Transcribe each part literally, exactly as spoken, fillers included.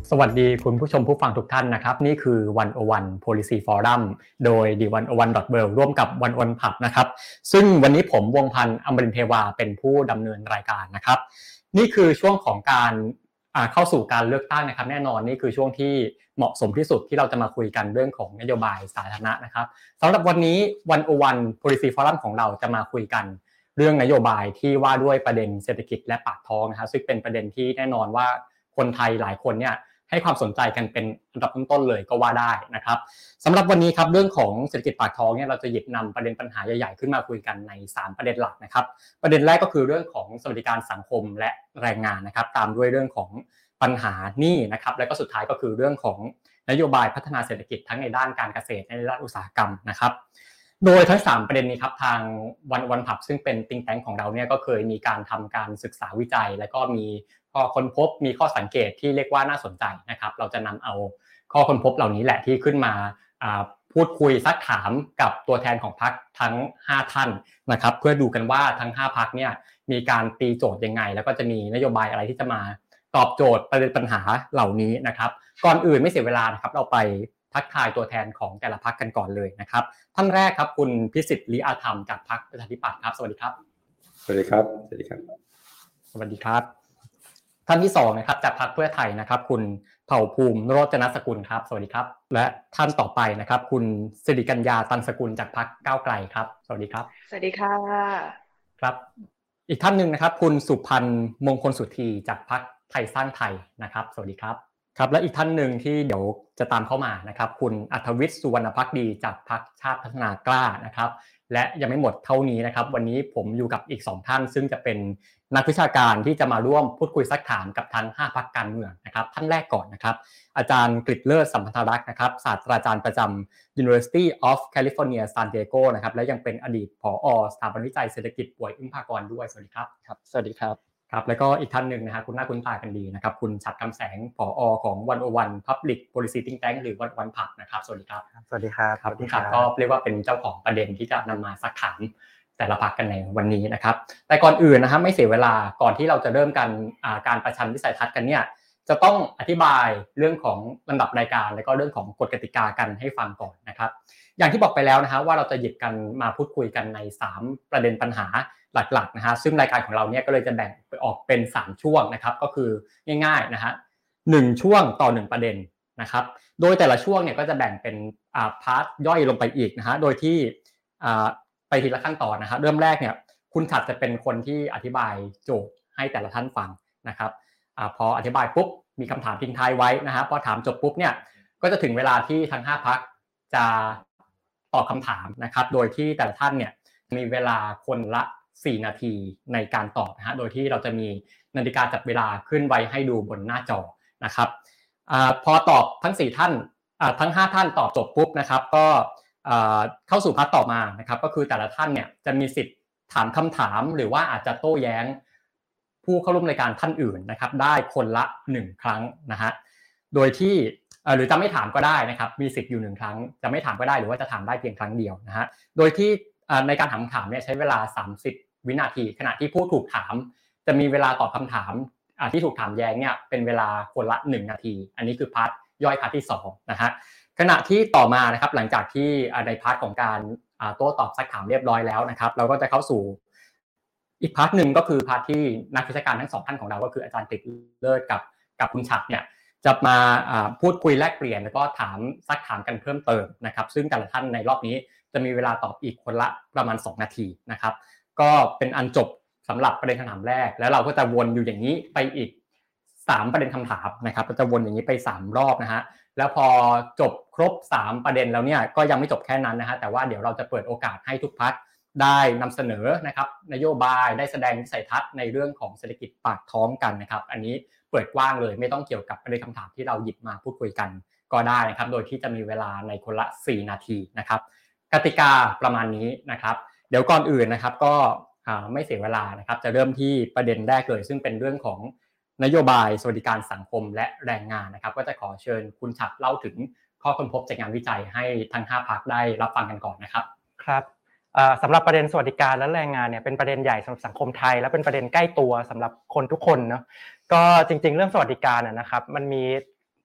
สวัสดีคุณผู้ชมผู้ฟังทุกท่านนะครับนี่คือหนึ่งศูนย์หนึ่ง Policy Forum โดย ดี หนึ่งศูนย์หนึ่ง ดอท เวิลด์ ร่วมกับ หนึ่งศูนย์หนึ่ง พับ นะครับซึ่งวันนี้ผมวงศ์พันธ์อมรินทร์เทวาเป็นผู้ดำเนินรายการนะครับนี่คือช่วงของการเข้าสู่การเลือกตั้งนะครับแน่นอนนี่คือช่วงที่เหมาะสมที่สุดที่เราจะมาคุยกันเรื่องของนโยบายสาธารณะนะครับสำหรับวันนี้หนึ่งศูนย์หนึ่ง Policy Forum ของเราจะมาคุยกันเรื่องนโยบายที่ว่าด้วยประเด็นเศรษฐกิจและปากท้องนะครับซึ่งเป็นประเด็นที่แน่นอนว่าคนไทยหลายคนเนี่ยให้ความสนใจกันเป็นอันดับต้นๆเลยก็ว่าได้นะครับสำหรับวันนี้ครับเรื่องของเศรษฐกิจปากท้องเนี่ยเราจะหยิบนำประเด็นปัญหาใหญ่ๆขึ้นมาคุยกันในสามประเด็นหลักนะครับประเด็นแรกก็คือเรื่องของสวัสดิการสังคมและแรงงานนะครับตามด้วยเรื่องของปัญหาหนี้นะครับและก็สุดท้ายก็คือเรื่องของนโยบายพัฒนาเศรษฐกิจทั้งในด้านการเกษตรและในด้านอุตสาหกรรมนะครับโดยทั้งสามประเด็นนี้ครับทางวันวันผับซึ่งเป็นthink tankของเราเนี่ยก็เคยมีการทำการศึกษาวิจัยและก็มีข้อค้นพบมีข้อสังเกตที่เรียกว่าน่าสนใจนะครับเราจะนำเอาข้อค้นพบเหล่านี้แหละที่ขึ้นมาพูดคุยซักถามกับตัวแทนของพรรคทั้งห้าท่านนะครับเพื่อดูกันว่าทั้งห้าพรรคเนี่ยมีการตีโจทย์ยังไงแล้วก็จะมีนโยบายอะไรที่จะมาตอบโจทย์ประเด็นปัญหาเหล่านี้นะครับก่อนอื่นไม่เสียเวลานะครับเราไปทักทายตัวแทนของแต่ละพรรคกันก่อนเลยนะครับท่านแรกครับคุณพิสิทธิ์ ลีอาธรรมจากพรรคประชาธิปัตย์ครับสวัสดีครับสวัสดีครับสวัสดีครับสวัสดีครับท่านที่สองนะครับจากพรรคเพื่อไทยนะครับคุณเผ่าภูมิโรจนสกุลครับสวัสดีครับและท่านต่อไปนะครับคุณสิริกัญญาตันสกุลจากพรรคก้าวไกลครับสวัสดีครับสวัสดีค่ะครับอีกท่านนึงนะครับคุณสุพันธ์มงคลสุธีจากพรรคไทยสร้างไทยนะครับสวัสดีครับครับและอีกท่านนึงที่เดี๋ยวจะตามเข้ามานะครับคุณอัธวิทย์สุวรรณภักดีจากพรรคชาติพัฒนากล้านะครับและยังไม่หมดเท่านี้นะครับวันนี้ผมอยู่กับอีกสองท่านซึ่งจะเป็นนักวิชาการที่จะมาร่วมพูดคุยซักถามกับทั้งห้าพรรคการเมืองนะครับท่านแรกก่อนนะครับอาจารย์กฤษเลิศสัมพันธรักษ์นะครับศาสตราจารย์ประจำ University of California San Diego นะครับและยังเป็นอดีตผอ.สถาบันวิจัยเศรษฐกิจป่วยอึ้งภากรด้วยสวัสดีครับครับสวัสดีครับครับแล้วก็อีกท่านนึงนะฮะคุณหน้าคุณตากันดีนะครับคุณฉัตรคำแสงผอ.ของหนึ่งศูนย์หนึ่ง Public Policy Think Tank หรือวันวันผับนะครับสวัสดีครับสวัสดีครับครับคุณฉัตรก็เรียกว่าเป็นเจ้าของประเด็นที่จะนำมาซักถามแต่ละพรรคกันในวันนี้นะครับแต่ก่อนอื่นนะครับไม่เสียเวลาก่อนที่เราจะเริ่มกันการประชันวิสัยทัศน์กันเนี่ยจะต้องอธิบายเรื่องของลำดับรายการและก็เรื่องของกฎกติกากันให้ฟังก่อนนะครับอย่างที่บอกไปแล้วนะฮะว่าเราจะหยิบกันมาพูดคุยกันในสามประเด็นปัญหาหลักๆนะฮะซึ่งรายการของเราเนี่ยก็เลยจะแบ่งออกเป็นสามช่วงนะครับก็คือง่ายๆนะฮะหนึ่งช่วงต่อหนึ่งประเด็นนะครับโดยแต่ละช่วงเนี่ยก็จะแบ่งเป็นอ่าพาร์ทย่อยลงไปอีกนะฮะโดยที่อ่าไปทีละขั้นตอนนะครับเริ่มแรกเนี่ยคุณฉัตรจะเป็นคนที่อธิบายโจทย์ให้แต่ละท่านฟังนะครับอ่าพออธิบายปุ๊บมีคำถามทิ้งท้ายไว้นะฮะพอถามจบปุ๊บเนี่ยก็จะถึงเวลาที่ทั้งห้าพรรคจะตอบคำถามนะครับโดยที่แต่ละท่านเนี่ยมีเวลาคนละสี่นาทีในการตอบนะฮะโดยที่เราจะมีนาฬิกาจับเวลาขึ้นไว้ให้ดูบนหน้าจอนะครับอ่าพอตอบทั้งสี่ท่านอ่าทั้งห้าท่านตอบจบปุ๊บนะครับก็เข้าสู่พาร์ทต่อมานะครับก็คือแต่ละท่านเนี่ยจะมีสิทธิ์ถามคำถามหรือว่าอาจจะโต้แย้งผู้เข้าร่วมรายการท่านอื่นนะครับได้คนละหนึ่งครั้งนะฮะโดยที่หรือจะไม่ถามก็ได้นะครับมีสิทธิ์อยู่หนึ่งครั้งจะไม่ถามก็ได้หรือว่าจะถามได้เพียงครั้งเดียวนะฮะโดยที่ในการถามคำถามเนี่ยใช้เวลาสามสิบวินาทีขณะที่ผู้ถูกถามจะมีเวลาตอบคำถามที่ถูกถามแย้งเนี่ยเป็นเวลาคนละหนึ่งนาทีอันนี้คือพาร์ทย่อยพาร์ทที่สองนะฮะขณะที่ต่อมานะครับหลังจากที่ในพาร์ทของการโต้ตอบซักถามเรียบร้อยแล้วนะครับเราก็จะเข้าสู่อีกพาร์ทนึงก็คือพาร์ทที่นักวิชาการทั้งสองท่านของเราก็คืออาจารย์กฤษเลิศกับกับคุณฉัตรเนี่ยจะมาพูดคุยแลกเปลี่ยนแล้วก็ถามซักถามกันเพิ่มเติมนะครับซึ่งแต่ละท่านในรอบนี้จะมีเวลาตอบอีกคนละประมาณสองนาทีนะครับก็เป็นอันจบสำหรับประเด็นคำถามแรกแล้วเราก็จะวนอยู่อย่างนี้ไปอีกสามประเด็นคำถามนะครับก็จะวนอย่างนี้ไปสามรอบนะฮะแล้วพอจบครบสามประเด็นแล้วเนี่ยก็ยังไม่จบแค่นั้นนะฮะแต่ว่าเดี๋ยวเราจะเปิดโอกาสให้ทุกพรรคได้นำเสนอนะครับนโยบายได้แสดงวิสัยทัศน์ในเรื่องของเศรษฐกิจปากท้องกันนะครับอันนี้เปิดกว้างเลยไม่ต้องเกี่ยวกับประเด็นคำถามที่เราหยิบมาพูดคุยกันก็ได้นะครับโดยที่จะมีเวลาในคนละสี่นาทีนะครับกติกาประมาณนี้นะครับเดี๋ยวก่อนอื่นนะครับก็ไม่เสียเวลานะครับจะเริ่มที่ประเด็นแรกเลยซึ่งเป็นเรื่องของนโยบายสวัสดิการสังคมและแรงงานนะครับก็จะขอเชิญคุณฉัตรเล่าถึงข้อค้นพบจากงานวิจัยให้ทั้งห้าพรรคได้รับฟังกันก่อนนะครับครับสำหรับประเด็นสวัสดิการและแรงงานเนี่ยเป็นประเด็นใหญ่สำหรับสังคมไทยและเป็นประเด็นใกล้ตัวสำหรับคนทุกคนเนาะก็จริงๆเรื่องสวัสดิการนะครับมันมี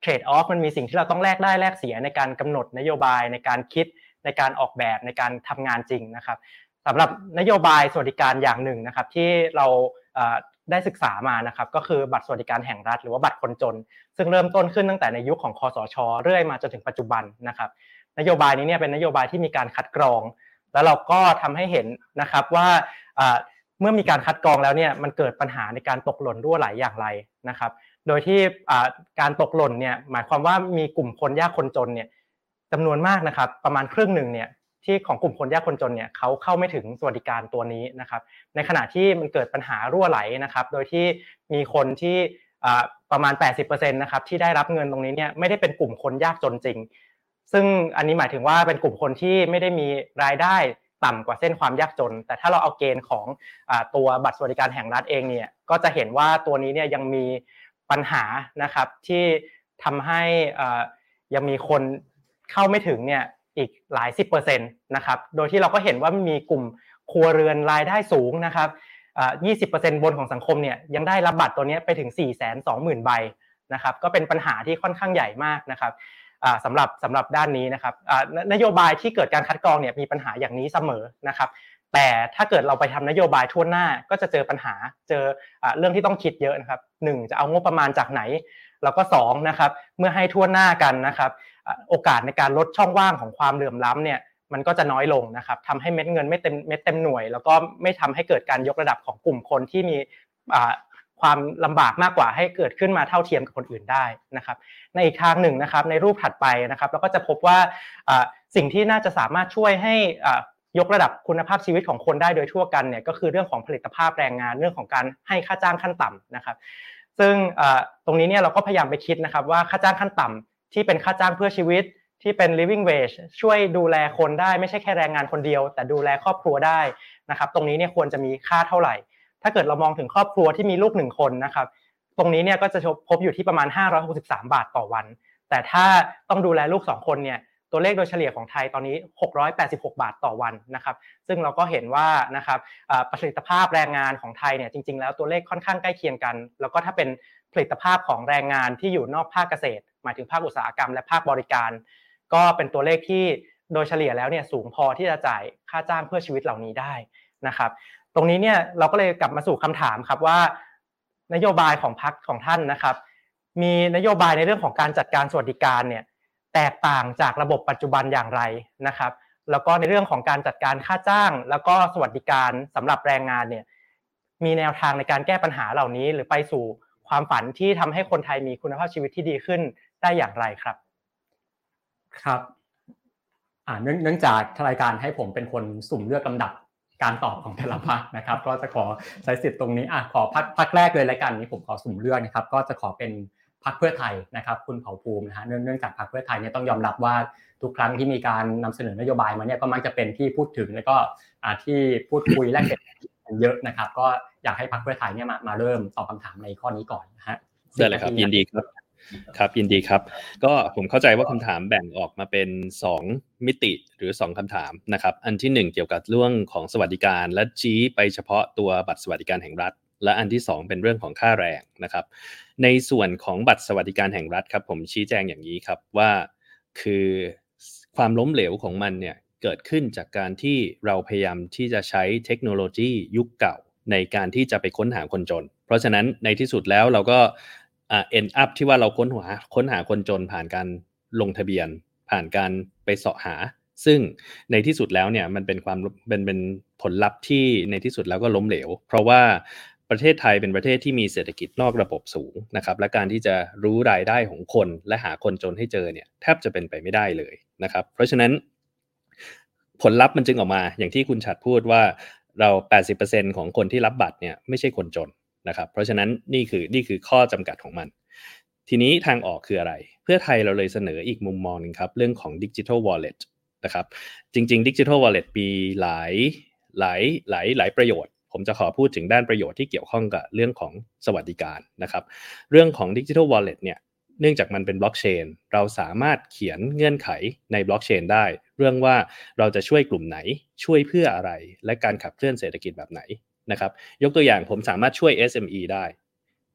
เทรดออฟมันมีสิ่งที่เราต้องแลกได้แลกเสียในการกำหนดนโยบายในการคิดในการออกแบบในการทำงานจริงนะครับสำหรับนโยบายสวัสดิการอย่างหนึ่งนะครับที่เราได้ศึกษามานะครับก็คือบัตรสวัสดิการแห่งรัฐหรือว่าบัตรคนจนซึ่งเริ่มต้นขึ้นตั้งแต่ในยุคของคสช.เรื่อยมาจนถึงปัจจุบันนะครับนโยบายนี้เนี่ยเป็นนโยบายที่มีการคัดกรองแล้วเราก็ทำให้เห็นนะครับว่าเมื่อมีการคัดกรองแล้วเนี่ยมันเกิดปัญหาในการตกหล่นรั่วไหลอย่างไรนะครับโดยที่การตกหล่นเนี่ยหมายความว่ามีกลุ่มคนยากคนจนเนี่ยจำนวนมากนะครับประมาณครึ่งหนึ่งเนี่ยที่ของกลุ่มคนยากคนจนเนี่ยเขาเข้าไม่ถึงสวัสดิการตัวนี้นะครับในขณะที่มันเกิดปัญหารั่วไหลนะครับโดยที่มีคนที่ประมาณ แปดสิบเปอร์เซ็นต์ นะครับที่ได้รับเงินตรงนี้เนี่ยไม่ได้เป็นกลุ่มคนยากจนจริงซึ่งอันนี้หมายถึงว่าเป็นกลุ่มคนที่ไม่ได้มีรายได้ต่ำกว่าเส้นความยากจนแต่ถ้าเราเอาเกณฑ์ของตัวบัตรสวัสดิการแห่งรัฐเองเนี่ยก็จะเห็นว่าตัวนี้เนี่ยยังมีปัญหานะครับที่ทำให้ยังมีคนเข้าไม่ถึงเนี่ยอีกหลายสิบเปอร์เซ็นต์นะครับโดยที่เราก็เห็นว่ามีกลุ่มครัวเรือนรายได้สูงนะครับยี่สิบเปอร์เซ็นต์บนของสังคมเนี่ยยังได้รับบัตรตัวนี้ไปถึง สี่แสนสองหมื่น ใบนะครับก็เป็นปัญหาที่ค่อนข้างใหญ่มากนะครับสำหรับสำหรับด้านนี้นะครับนโยบายที่เกิดการคัดกรองเนี่ยมีปัญหาอย่างนี้เสมอนะครับแต่ถ้าเกิดเราไปทำนโยบายทั่วหน้าก็จะเจอปัญหาเจอเรื่องที่ต้องคิดเยอะนะครับหนึ่งจะเอางบประมาณจากไหนแล้วก็สองนะครับเมื่อให้ทั่วหน้ากันนะครับโอกาสในการลดช่องว่างของความเหลื่อมล้ำเนี่ยมันก็จะน้อยลงนะครับทำให้เม็ดเงินไม่เต็มเม็ดเต็มหน่วยแล้วก็ไม่ทำให้เกิดการยกระดับของกลุ่มคนที่มีความลำบากมากกว่าให้เกิดขึ้นมาเท่าเทียมกับคนอื่นได้นะครับในอีกทางหนึ่งนะครับในรูปถัดไปนะครับเราก็จะพบว่าสิ่งที่น่าจะสามารถช่วยให้ยกระดับคุณภาพชีวิตของคนได้โดยทั่วกันเนี่ยก็คือเรื่องของผลิตภาพแรงงานเรื่องของการให้ค่าจ้างขั้นต่ำนะครับซึ่งตรงนี้เนี่ยเราก็พยายามไปคิดนะครับว่าค่าจ้างขั้นต่ำที่เป็นค่าจ้างเพื่อชีวิตที่เป็น living wage ช่วยดูแลคนได้ไม่ใช่แค่แรงงานคนเดียวแต่ดูแลครอบครัวได้นะครับตรงนี้เนี่ยควรจะมีค่าเท่าไหร่ถ้าเกิดเรามองถึงครอบครัวที่มีลูกหนึ่งคนนะครับตรงนี้เนี่ยก็จะพบอยู่ที่ประมาณห้าร้อยหกสิบสามบาทต่อวันแต่ถ้าต้องดูแลลูกสองคนเนี่ยตัวเลขโดยเฉลี่ยของไทยตอนนี้หกร้อยแปดสิบหกบาทต่อวันนะครับซึ่งเราก็เห็นว่านะครับประสิทธิภาพแรงงานของไทยเนี่ยจริงๆแล้วตัวเลขค่อนข้างใกล้เคียงกันแล้วก็ถ้าเป็นผลิตภาพของแรงงานที่อยู่นอกภาคเกษตรหมายถึงภาคอุตสาหกรรมและภาคบริการก็เป็นตัวเลขที่โดยเฉลี่ยแล้วเนี่ยสูงพอที่จะจ่ายค่าจ้างเพื่อชีวิตเหล่านี้ได้นะครับตรงนี้เนี่ยเราก็เลยกลับมาสู่คำถามครับว่านโยบายของพรรคของท่านนะครับมีนโยบายในเรื่องของการจัดการสวัสดิการเนี่ยแตกต่างจากระบบปัจจุบันอย่างไรนะครับแล้วก็ในเรื่องของการจัดการค่าจ้างแล้วก็สวัสดิการสำหรับแรงงานเนี่ยมีแนวทางในการแก้ปัญหาเหล่านี้หรือไปสู่ความฝันที่ทำให้คนไทยมีคุณภาพชีวิตที่ดีขึ้นได้อย่างไรครับครับอ่าเนื่องเนื่องจากรายการให้ผมเป็นคนสุ่มเลือกลำดับการตอบของแต่ละพรรคนะครับก็จะขอใช้สิทธิ์ตรงนี้อ่ะขอพรรคพรรคแรกเลยรายการนี้ผมขอสุ่มเลือกนะครับก็จะขอเป็นพรรคเพื่อไทยนะครับคุณเผ่าภูมินะฮะเนื่องจากพรรคเพื่อไทยเนี่ยต้องยอมรับว่าทุกครั้งที่มีการนำเสนอนโยบายมาเนี่ยก็มักจะเป็นที่พูดถึงแล้วก็อ่าที่พูดคุยแลกเปลี่ยนเยอะนะครับก็อยากให้พรรคเพื่อไทยเนี่ยมามาเริ่มตอบคำถามในข้อนี้ก่อนนะฮะได้เลยครับยินดีครับครับยินดีครับก็ผมเข้าใจว่าคำถามแบ่งออกมาเป็นสองมิติหรือสองคำถามนะครับอันที่หนึ่งเกี่ยวกับเรื่องของสวัสดิการและชี้ไปเฉพาะตัวบัตรสวัสดิการแห่งรัฐและอันที่สองเป็นเรื่องของค่าแรงนะครับในส่วนของบัตรสวัสดิการแห่งรัฐครับผมชี้แจงอย่างนี้ครับว่าคือความล้มเหลวของมันเนี่ยเกิดขึ้นจากการที่เราพยายามที่จะใช้เทคโนโลยียุคเก่าในการที่จะไปค้นหาคนจนเพราะฉะนั้นในที่สุดแล้วเราก็อ่า end up ที่ว่าเราค้นหาค้นหาคนจนผ่านการลงทะเบียนผ่านการไปเสาะหาซึ่งในที่สุดแล้วเนี่ยมันเป็นความเป็นเป็นผลลัพธ์ที่ในที่สุดแล้วก็ล้มเหลวเพราะว่าประเทศไทยเป็นประเทศที่มีเศรษฐกิจนอกระบบสูงนะครับและการที่จะรู้รายได้ของคนและหาคนจนให้เจอเนี่ยแทบจะเป็นไปไม่ได้เลยนะครับเพราะฉะนั้นผลลัพธ์มันจึงออกมาอย่างที่คุณฉัตรพูดว่าเรา แปดสิบเปอร์เซ็นต์ ของคนที่รับบัตรเนี่ยไม่ใช่คนจนนะครับเพราะฉะนั้นนี่คือนี่คือข้อจำกัดของมันทีนี้ทางออกคืออะไรเพื่อไทยเราเลยเสนออีกมุมมองนึงครับเรื่องของ Digital Wallet นะครับจริงๆ Digital Wallet มีหลายหลายหลายหลายประโยชน์ผมจะขอพูดถึงด้านประโยชน์ที่เกี่ยวข้องกับเรื่องของสวัสดิการนะครับเรื่องของ Digital Wallet เนี่ยเนื่องจากมันเป็นบล็อกเชนเราสามารถเขียนเงื่อนไขในบล็อกเชนได้เรื่องว่าเราจะช่วยกลุ่มไหนช่วยเพื่ออะไรและการขับเคลื่อนเศรษฐกิจแบบไหนนะครับยกตัวอย่างผมสามารถช่วย เอส เอ็ม อี ได้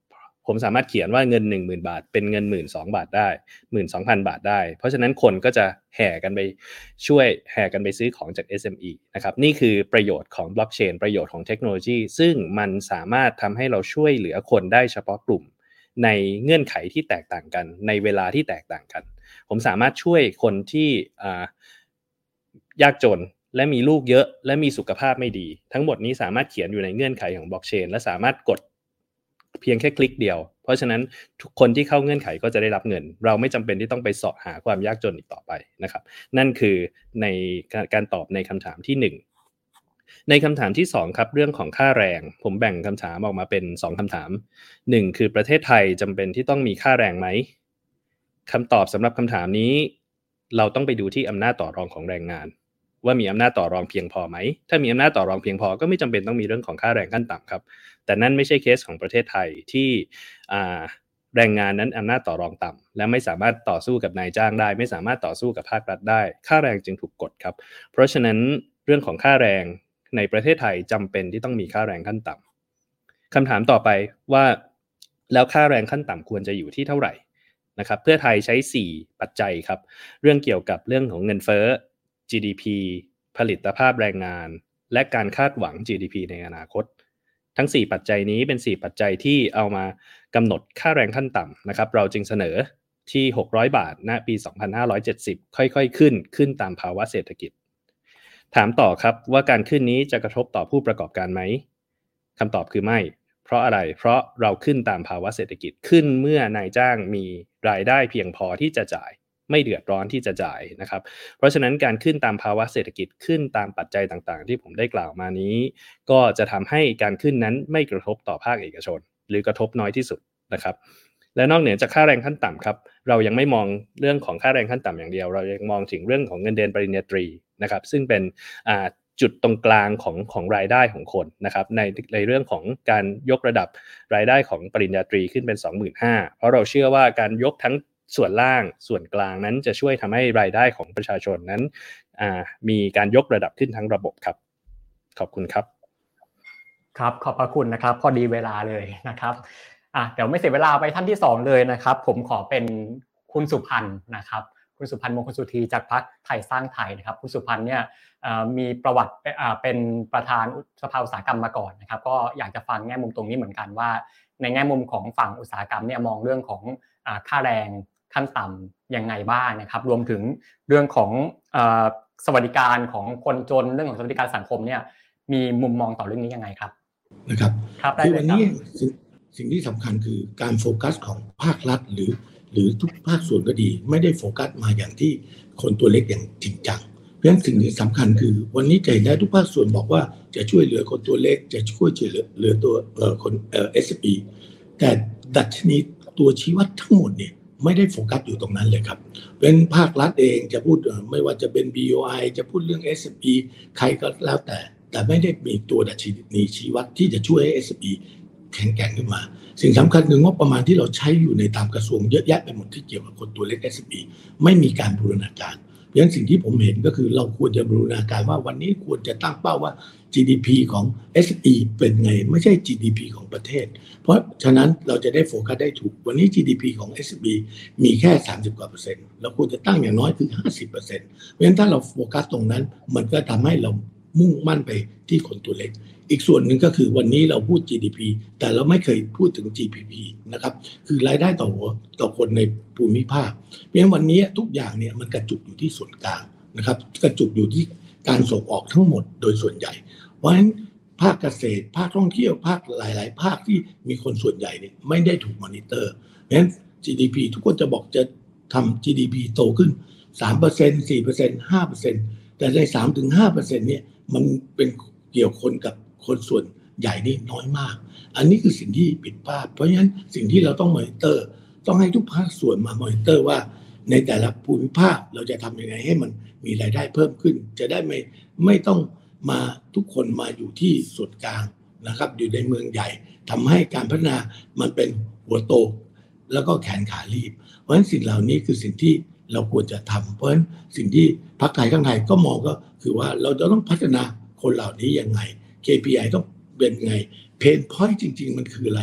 ผมสามารถเขียนว่าเงิน หนึ่งหมื่น บาทเป็นเงิน หนึ่งหมื่นสองพัน บาทได้ หนึ่งหมื่นสองพัน บาทได้เพราะฉะนั้นคนก็จะแห่กันไปช่วยแห่กันไปซื้อของจาก เอส เอ็ม อี นะครับนี่คือประโยชน์ของบล็อกเชนประโยชน์ของเทคโนโลยีซึ่งมันสามารถทำให้เราช่วยเหลือคนได้เฉพาะกลุ่มในเงื่อนไขที่แตกต่างกันในเวลาที่แตกต่างกันผมสามารถช่วยคนที่อ่ายากจนและมีลูกเยอะและมีสุขภาพไม่ดีทั้งหมดนี้สามารถเขียนอยู่ในเงื่อนไขของบล็อกเชนและสามารถกดเพียงแค่คลิกเดียวเพราะฉะนั้นทุกคนที่เข้าเงื่อนไขก็จะได้รับเงินเราไม่จำเป็นที่ต้องไปเสาะหาความยากจนอีกต่อไปนะครับนั่นคือในการตอบในคำถามที่หนึ่งในคำถามที่สองครับเรื่องของค่าแรงผมแบ่งคำถามออกมาเป็นสองคำถามหนึ่งคือประเทศไทยจำเป็นที่ต้องมีค่าแรงไหมคำตอบสำหรับคำถามนี้เราต้องไปดูที่อำนาจต่อรองของแรงงานว่ามีอำนาจต่อรองเพียงพอไหมถ้ามีอำนาจต่อรองเพียงพอก็ไม่จำเป็นต้องมีเรื่องของค่าแรงขั้นต่ำครับแต่นั่นไม่ใช่เคสของประเทศไทยที่แรงงานนั้นอำนาจต่อรองต่ำและไม่สามารถต่อสู้กับนายจ้างได้ไม่สามารถต่อสู้กับภาครัฐได้ค่าแรงจึงถูกกดครับเพราะฉะนั้นเรื่องของค่าแรงในประเทศไทยจำเป็นที่ต้องมีค่าแรงขั้นต่ำคำถามต่อไปว่าแล้วค่าแรงขั้นต่ำควรจะอยู่ที่เท่าไหร่นะครับเพื่อไทยใช้สี่ปัจจัยครับเรื่องเกี่ยวกับเรื่องของเงินเฟ้อ จี ดี พี ผลิตภาพแรงงานและการคาดหวัง จี ดี พี ในอนาคตทั้งสี่ปัจจัยนี้เป็นสี่ปัจจัยที่เอามากำหนดค่าแรงขั้นต่ำนะครับเราจึงเสนอที่หกร้อยบาทณปีสองพันห้าร้อยเจ็ดสิบค่อยๆขึ้นขึ้นตามภาวะเศรษฐกิจถามต่อครับว่าการขึ้นนี้จะกระทบต่อผู้ประกอบการไหมคำตอบคือไม่เพราะอะไรเพราะเราขึ้นตามภาวะเศรษฐกิจขึ้นเมื่อนายจ้างมีรายได้เพียงพอที่จะจ่ายไม่เดือดร้อนที่จะจ่ายนะครับเพราะฉะนั้นการขึ้นตามภาวะเศรษฐกิจขึ้นตามปัจจัยต่างๆที่ผมได้กล่าวมานี้ก็จะทำให้การขึ้นนั้นไม่กระทบต่อภาคเอกชนหรือกระทบน้อยที่สุดนะครับและนอกเหนือจากค่าแรงขั้นต่ำครับเรายังไม่มองเรื่องของค่าแรงขั้นต่ำอย่างเดียวเรายังมองถึงเรื่องของเงินเดือนปริญญาตรีนะครับซึ่งเป็นอ่าจุดตรงกลางของของรายได้ของคนนะครับในในเรื่องของการยกระดับรายได้ของปริญญาตรีขึ้นเป็น สองหมื่นห้าพัน เพราะเราเชื่อว่าการยกทั้งส่วนล่างส่วนกลางนั้นจะช่วยทำให้รายได้ของประชาชนนั้นอ่ามีการยกระดับขึ้นทั้งระบบครับขอบคุณครับครับขอบพระคุณนะครับพอดีเวลาเลยนะครับอ่ะเดี๋ยวไม่เสียเวลาไปท่านที่สองเลยนะครับผมขอเป็นคุณสุพันธ์นะครับคุณสุพันธ์มงคลสุธีจากพรรคไทยสร้างไทยนะครับคุณสุพันธ์เนี่ยมีประวัติเป็นประธานสภาอุตสาหกรรมมาก่อนนะครับก็อยากจะฟังแง่มุมตรงนี้เหมือนกันว่าในแง่มุมของฝั่งอุตสาหกรรมเนี่ยมองเรื่องของค่าแรงขั้นต่ำยังไงบ้างนะครับรวมถึงเรื่องของสวัสดิการของคนจนเรื่องของสวัสดิการสังคมเนี่ยมีมุมมองต่อเรื่องนี้ยังไงครับนะครับคือวันนี้สิ่งที่สำคัญคือการโฟกัสของภาครัฐหรือหรือทุกภาคส่วนก็ดีไม่ได้โฟกัสมาอย่างที่คนตัวเล็กอย่างจริงจังเพราะฉะนั้นสิ่งที่สำคัญคือวันนี้จะเห็นได้ทุกภาคส่วนบอกว่าจะช่วยเหลือคนตัวเล็กจะช่วยเหลือเหลือตัวเอ่อคนเอ่อ เอส เอ็ม อี แต่ดัชนีตัวชี้วัดทั้งหมดเนี่ยไม่ได้โฟกัสอยู่ตรงนั้นเลยครับเป็นภาครัฐเองจะพูดไม่ว่าจะเป็น บี โอ ไอ จะพูดเรื่อง เอส เอ็ม อี ใครก็แล้วแต่แต่ไม่ได้มีตัวดัชนีชี้วัดที่จะช่วยให้ เอส เอ็ม อี แข็งแกร่งขึ้นมาสิ่งสำคัญคืองบประมาณที่เราใช้อยู่ในตามกระทรวงเยอะแยะไปหมดที่เกี่ยวกับคนตัวเล็ก เอส เอ็ม อี ไม่มีการบูรณาการเพราะฉะนั้นสิ่งที่ผมเห็นก็คือเราควรจะบูรณาการว่าวันนี้ควรจะตั้งเป้าว่า จี ดี พี ของ เอส เอ็ม อี เป็นไงไม่ใช่ จี ดี พี ของประเทศเพราะฉะนั้นเราจะได้โฟกัสได้ถูกวันนี้ จี ดี พี ของ เอส เอ็ม อี มีแค่สามสิบกว่าเปอร์เซ็นต์เราควรจะตั้งอย่างน้อยคือ ห้าสิบเปอร์เซ็นต์ เพราะฉะนั้นถ้าเราโฟกัสตรงนั้นมันก็ทำให้เรามุ่งมั่นไปที่คนตัวเล็กอีกส่วนหนึ่งก็คือวันนี้เราพูด จี ดี พี แต่เราไม่เคยพูดถึง จี พี พี นะครับคือรายได้ต่อหัวต่อคนในภูมิภาคเพราะฉะนั้นวันนี้ทุกอย่างเนี่ยมันกระจุกอยู่ที่ส่วนกลางนะครับกระจุกอยู่ที่การส่งออกทั้งหมดโดยส่วนใหญ่เพราะฉะนั้นภาคเกษตรภาคท่องเที่ยวภาคหลายๆภาคที่มีคนส่วนใหญ่เนี่ยไม่ได้ถูกมอนิเตอร์เพราะฉะนั้น จี ดี พี ทุกคนจะบอกจะทำ จี ดี พี โตขึ้น สามเปอร์เซ็นต์ สี่เปอร์เซ็นต์ ห้าเปอร์เซ็นต์ แต่ใน สามถึงห้าเปอร์เซ็นต์ เนี่ยมันเป็นเกี่ยวคนกับคนส่วนใหญ่นี่น้อยมากอันนี้คือสิ่งที่ผิดพลาดเพราะฉะนั้นสิ่งที่เราต้องมอนิเตอร์ต้องให้ทุกภาคส่วนมามอนิเตอร์ว่าในแต่ละภูมิภาคเราจะทำยังไงให้มันมีรายได้เพิ่มขึ้นจะได้ไม่ไม่ต้องมาทุกคนมาอยู่ที่ส่วนกลางนะครับอยู่ในเมืองใหญ่ทำให้การพัฒนามันเป็นหัวโตแล้วก็แขนขาลีบเพราะฉะนั้นสิ่งเหล่านี้คือสิ่งที่เราควรจะทำเพราะฉะนั้นสิ่งที่พรรคไทยข้างไทยก็มองก็คือว่าเราจะต้องพัฒนาคนเหล่านี้ยังไง เค พี ไอ ต้องเป็นไงเพนพอยต์จริงๆมันคืออะไร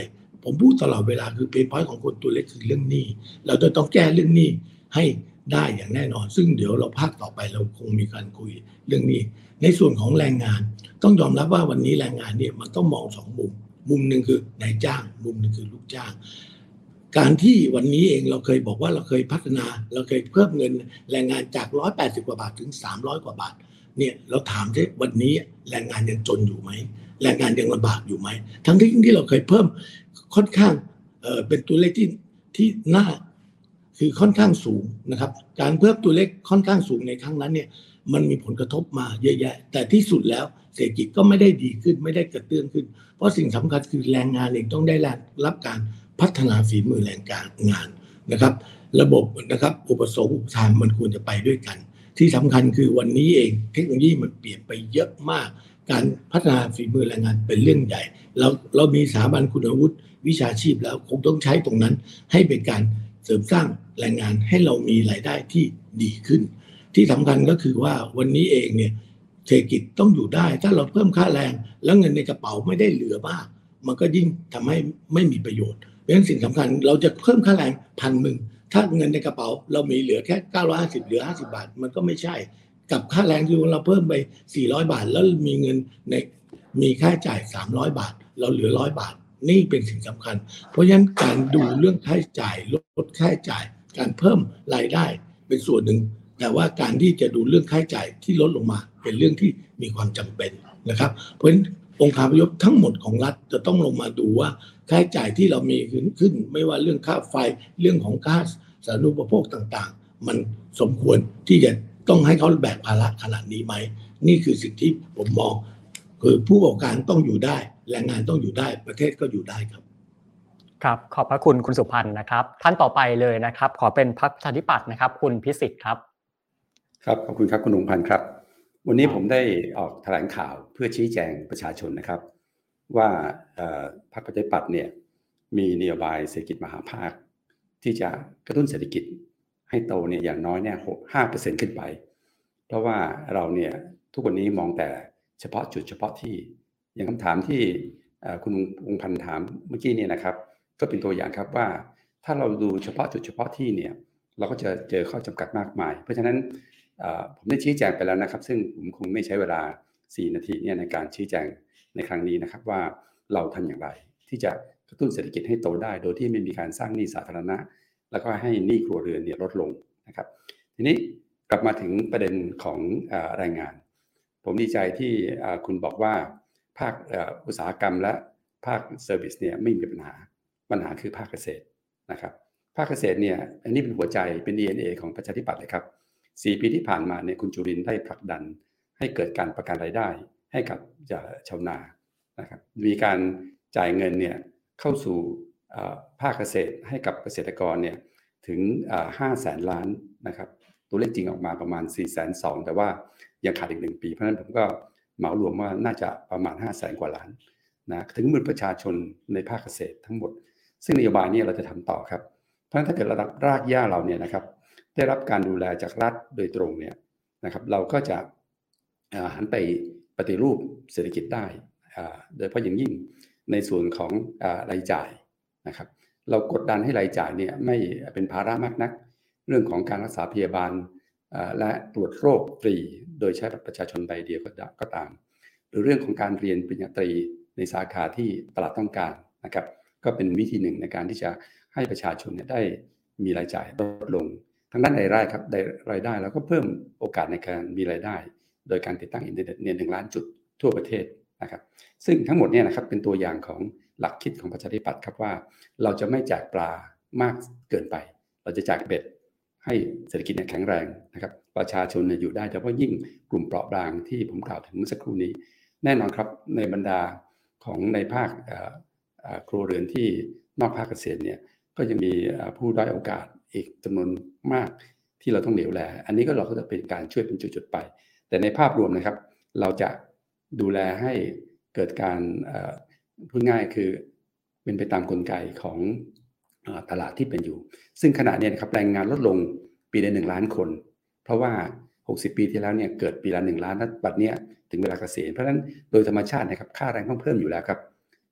ผมพูดตลอดเวลาคือเพนพอยต์ของคนตัวเล็กคือเรื่องหนี้เราจะต้องแก้เรื่องหนี้ให้ได้อย่างแน่นอนซึ่งเดี๋ยวเราภาคต่อไปเราคงมีการคุยเรื่องนี้ในส่วนของแรงงานต้องยอมรับว่าวันนี้แรงงานเนี่ยมันต้องมองสองมุมมุมหนึ่งคือนายจ้างมุมหนึ่งคือลูกจ้างการที่วันนี้เองเราเคยบอกว่าเราเคยพัฒนาเราเคยเพิ่มเงินแรงงานจากหนึ่งร้อยแปดสิบกว่าบาทถึงสามร้อยกว่าบาทเนี่ยเราถามว่าวันนี้แรงงานยังจนอยู่ไหมแรงงานยังลำบากอยู่ไหมทั้งที่ที่เราเคยเพิ่มค่อนข้างเอ่อเป็นตัวเลขที่ที่น่าคือค่อนข้างสูงนะครับการเพิ่มตัวเลขค่อนข้างสูงในครั้งนั้นเนี่ยมันมีผลกระทบมาเยอะแยะแต่ที่สุดแล้วเศรษฐกิจก็ไม่ได้ดีขึ้นไม่ได้กระเตื้องขึ้นเพราะสิ่งสำคัญคือแรงงานเองต้องได้รับการพัฒนาฝีมือแรงงานนะครับระบบนะครับอุปสงค์อุปทานมันควรจะไปด้วยกันที่สำคัญคือวันนี้เองเทคโนโลยีมันเปลี่ยนไปเยอะมากการพัฒนาฝีมือแรงงานเป็นเรื่องใหญ่เราเรามีสถาบันคุณวุฒิวิชาชีพแล้วคงต้องใช้ตรงนั้นให้เป็นการเสริมสร้างแรงงานให้เรามีรายได้ที่ดีขึ้นที่สำคัญก็คือว่าวันนี้เองเนี่ยเศรษฐกิจต้องอยู่ได้ถ้าเราเพิ่มค่าแรงแล้วเงินในกระเป๋าไม่ได้เหลือมากมันก็ยิ่งทำให้ไม่มีประโยชน์เพราะฉะนั้นสิ่งสำคัญเราจะเพิ่มค่าแรงพันหนึ่งถ้าเงินในกระเป๋าเรามีเหลือแค่เก้าร้อยห้าสิบเหลือห้าสิบบาทมันก็ไม่ใช่กับค่าแรงที่เราเพิ่มไปสี่ร้อยบาทแล้วมีเงินในมีค่าใช้จ่ายสามร้อยบาทเราเหลือหนึ่งร้อยบาทนี่เป็นสิ่งสำคัญเพราะฉะนั้นการดูเรื่องค่าใช้จ่ายลดค่าใช้จ่ายการเพิ่มรายได้เป็นส่วนหนึ่งแต่ว่าการที่จะดูเรื่องค่าใช้จ่ายที่ลดลงมาเป็นเรื่องที่มีความจำเป็นนะครับเพราะฉะนั้นองค์คาพยพทั้งหมดของรัฐจะต้องลงมาดูว่าค่าใช้จ่ายที่เรามีขึ้นขึ้นไม่ว่าเรื่องค่าไฟเรื่องของค่าสาธารณูปโภคต่างๆมันสมควรที่จะต้องให้เขาแบกภาระขนาดนี้ไหมนี่คือสิ่งที่ผมมองคือผู้ประกอบการต้องอยู่ได้แรงงานต้องอยู่ได้ประเทศก็อยู่ได้ครับครับขอบพระคุณคุณสุพันธ์นะครับท่านต่อไปเลยนะครับขอเป็นพรรคประชาธิปัตย์นะครับคุณพิสิทธิ์ครับครับขอบคุณครับคุณหนุ่มพันธ์ครับวันนี้ผมได้ออกแถลงข่าวเพื่อชี้แจงประชาชนนะครับว่าพรรคประชาธิปัตย์เนี่ยมีนโยบายเศรษฐกิจมหาภาคที่จะกระตุ้นเศรษฐกิจให้โตเนี่ยอย่างน้อยเนี่ยห้าเปอร์เซ็นต์ขึ้นไปเพราะว่าเราเนี่ยทุกวันนี้มองแต่เฉพาะจุดเฉพาะที่อย่างคำถามที่คุณวงพันธ์ถามเมื่อกี้เนี่ยนะครับก็เป็นตัวอย่างครับว่าถ้าเราดูเฉพาะจุดเฉพาะที่เนี่ยเราก็จะเจอข้อจำกัดมากมายเพราะฉะนั้นผมได้ชี้แจงไปแล้วนะครับซึ่งผมคงไม่ใช้เวลาสี่นาทีเนี่ยในการชี้แจงในครั้งนี้นะครับว่าเราทำอย่างไรที่จะกระตุ้นเศรษฐกิจให้โตได้โดยที่ไม่มีการสร้างหนี้สาธารณะแล้วก็ให้หนี้ครัวเรือนเนี่ยลดลงนะครับทีนี้กลับมาถึงประเด็นของแรงงานผมดีใจที่คุณบอกว่าภาคอุตสาหกรรมและภาคเซอร์วิสเนี่ยไม่มีปัญหาปัญหาคือภาคเกษตรนะครับภาคเกษตรเนี่ยอันนี้เป็นหัวใจเป็น ดี เอ็น เอ ของประชาธิปัตย์เลยครับสี่ปีที่ผ่านมาเนี่ยคุณจุรินทร์ได้ผลักดันให้เกิดการประกันรายได้ให้กับชาวนานะครับมีการจ่ายเงินเนี่ยเข้าสู่ภาคเกษตรให้กับเกษตรกรเนี่ยถึงห้าแสนล้านนะครับตัวเลขจริงออกมาประมาณสี่แสนสองแต่ว่ายังขาดอีกหนึ่งปีเพราะฉะนั้นผมก็เหมารวมว่าน่าจะประมาณห้าแสนกว่าล้านนะถึงมือประชาชนในภาคเกษตรทั้งหมดซึ่งนโยบายนี้เราจะทำต่อครับเพราะฉะนั้นถ้าเกิดระดับรากหญ้าเราเนี่ยนะครับได้รับการดูแลจากรัฐโดยตรงเนี่ยนะครับเราก็จะหันไปปฏิรูปเศรษฐกิจได้โดยเฉพาะอย่างยิ่งในส่วนของรายจ่ายนะครับเรากดดันให้รายจ่ายเนี่ยไม่เป็นภาระมากนักเรื่องของการรักษาพยาบาลและตรวจโรคฟรีโดยใช้บัตรประชาชนใบเดียวก็ตามหรือเรื่องของการเรียนปริญญาตรีในสาขาที่ตลาดต้องการนะครับก็เป็นวิธีหนึ่งในการที่จะให้ประชาชนเนี่ยได้มีรายจ่ายลดลงทางด้านรายได้ครับได้รายได้แล้วก็เพิ่มโอกาสในการมีรายได้โดยการติดตั้งอินเทอร์เน็ตเนี่ยหนึ่งล้านจุดทั่วประเทศนะครับซึ่งทั้งหมดเนี่ยนะครับเป็นตัวอย่างของหลักคิดของประชาธิปัตย์ครับว่าเราจะไม่แจกปลามากเกินไปเราจะแจกเบ็ดให้เศรษฐกิจเนี่ยแข็งแรงนะครับประชาชนเนี่ยอยู่ได้แต่ว่ายิ่งกลุ่มเปราะบางที่ผมกล่าวถึงเมื่อสักครู่นี้แน่นอนครับในบรรดาของในภาคครัวเรือนที่นอกภาคเกษตรเนี่ยก็ยังมีผู้ด้อยโอกาสอีกจำนวนมากที่เราต้องเหลียวแลอันนี้ก็เราก็จะเป็นการช่วยเป็นจุดๆไปแต่ในภาพรวมนะครับเราจะดูแลให้เกิดการพูดง่ายคือเป็นไปตามกลไกของตลาดที่เป็นอยู่ซึ่งขณะนี้นะครับแรงงานลดลงปีละหนึ่งล้านคนเพราะว่าหกสิบปีที่แล้วเนี่ยเกิดปีละหนึ่งล้านแล้วบัดเนี้ยถึงเวลาเกษียณเพราะฉะนั้นโดยธรรมชาตินะครับค่าแรงต้องเพิ่มอยู่แล้วครับ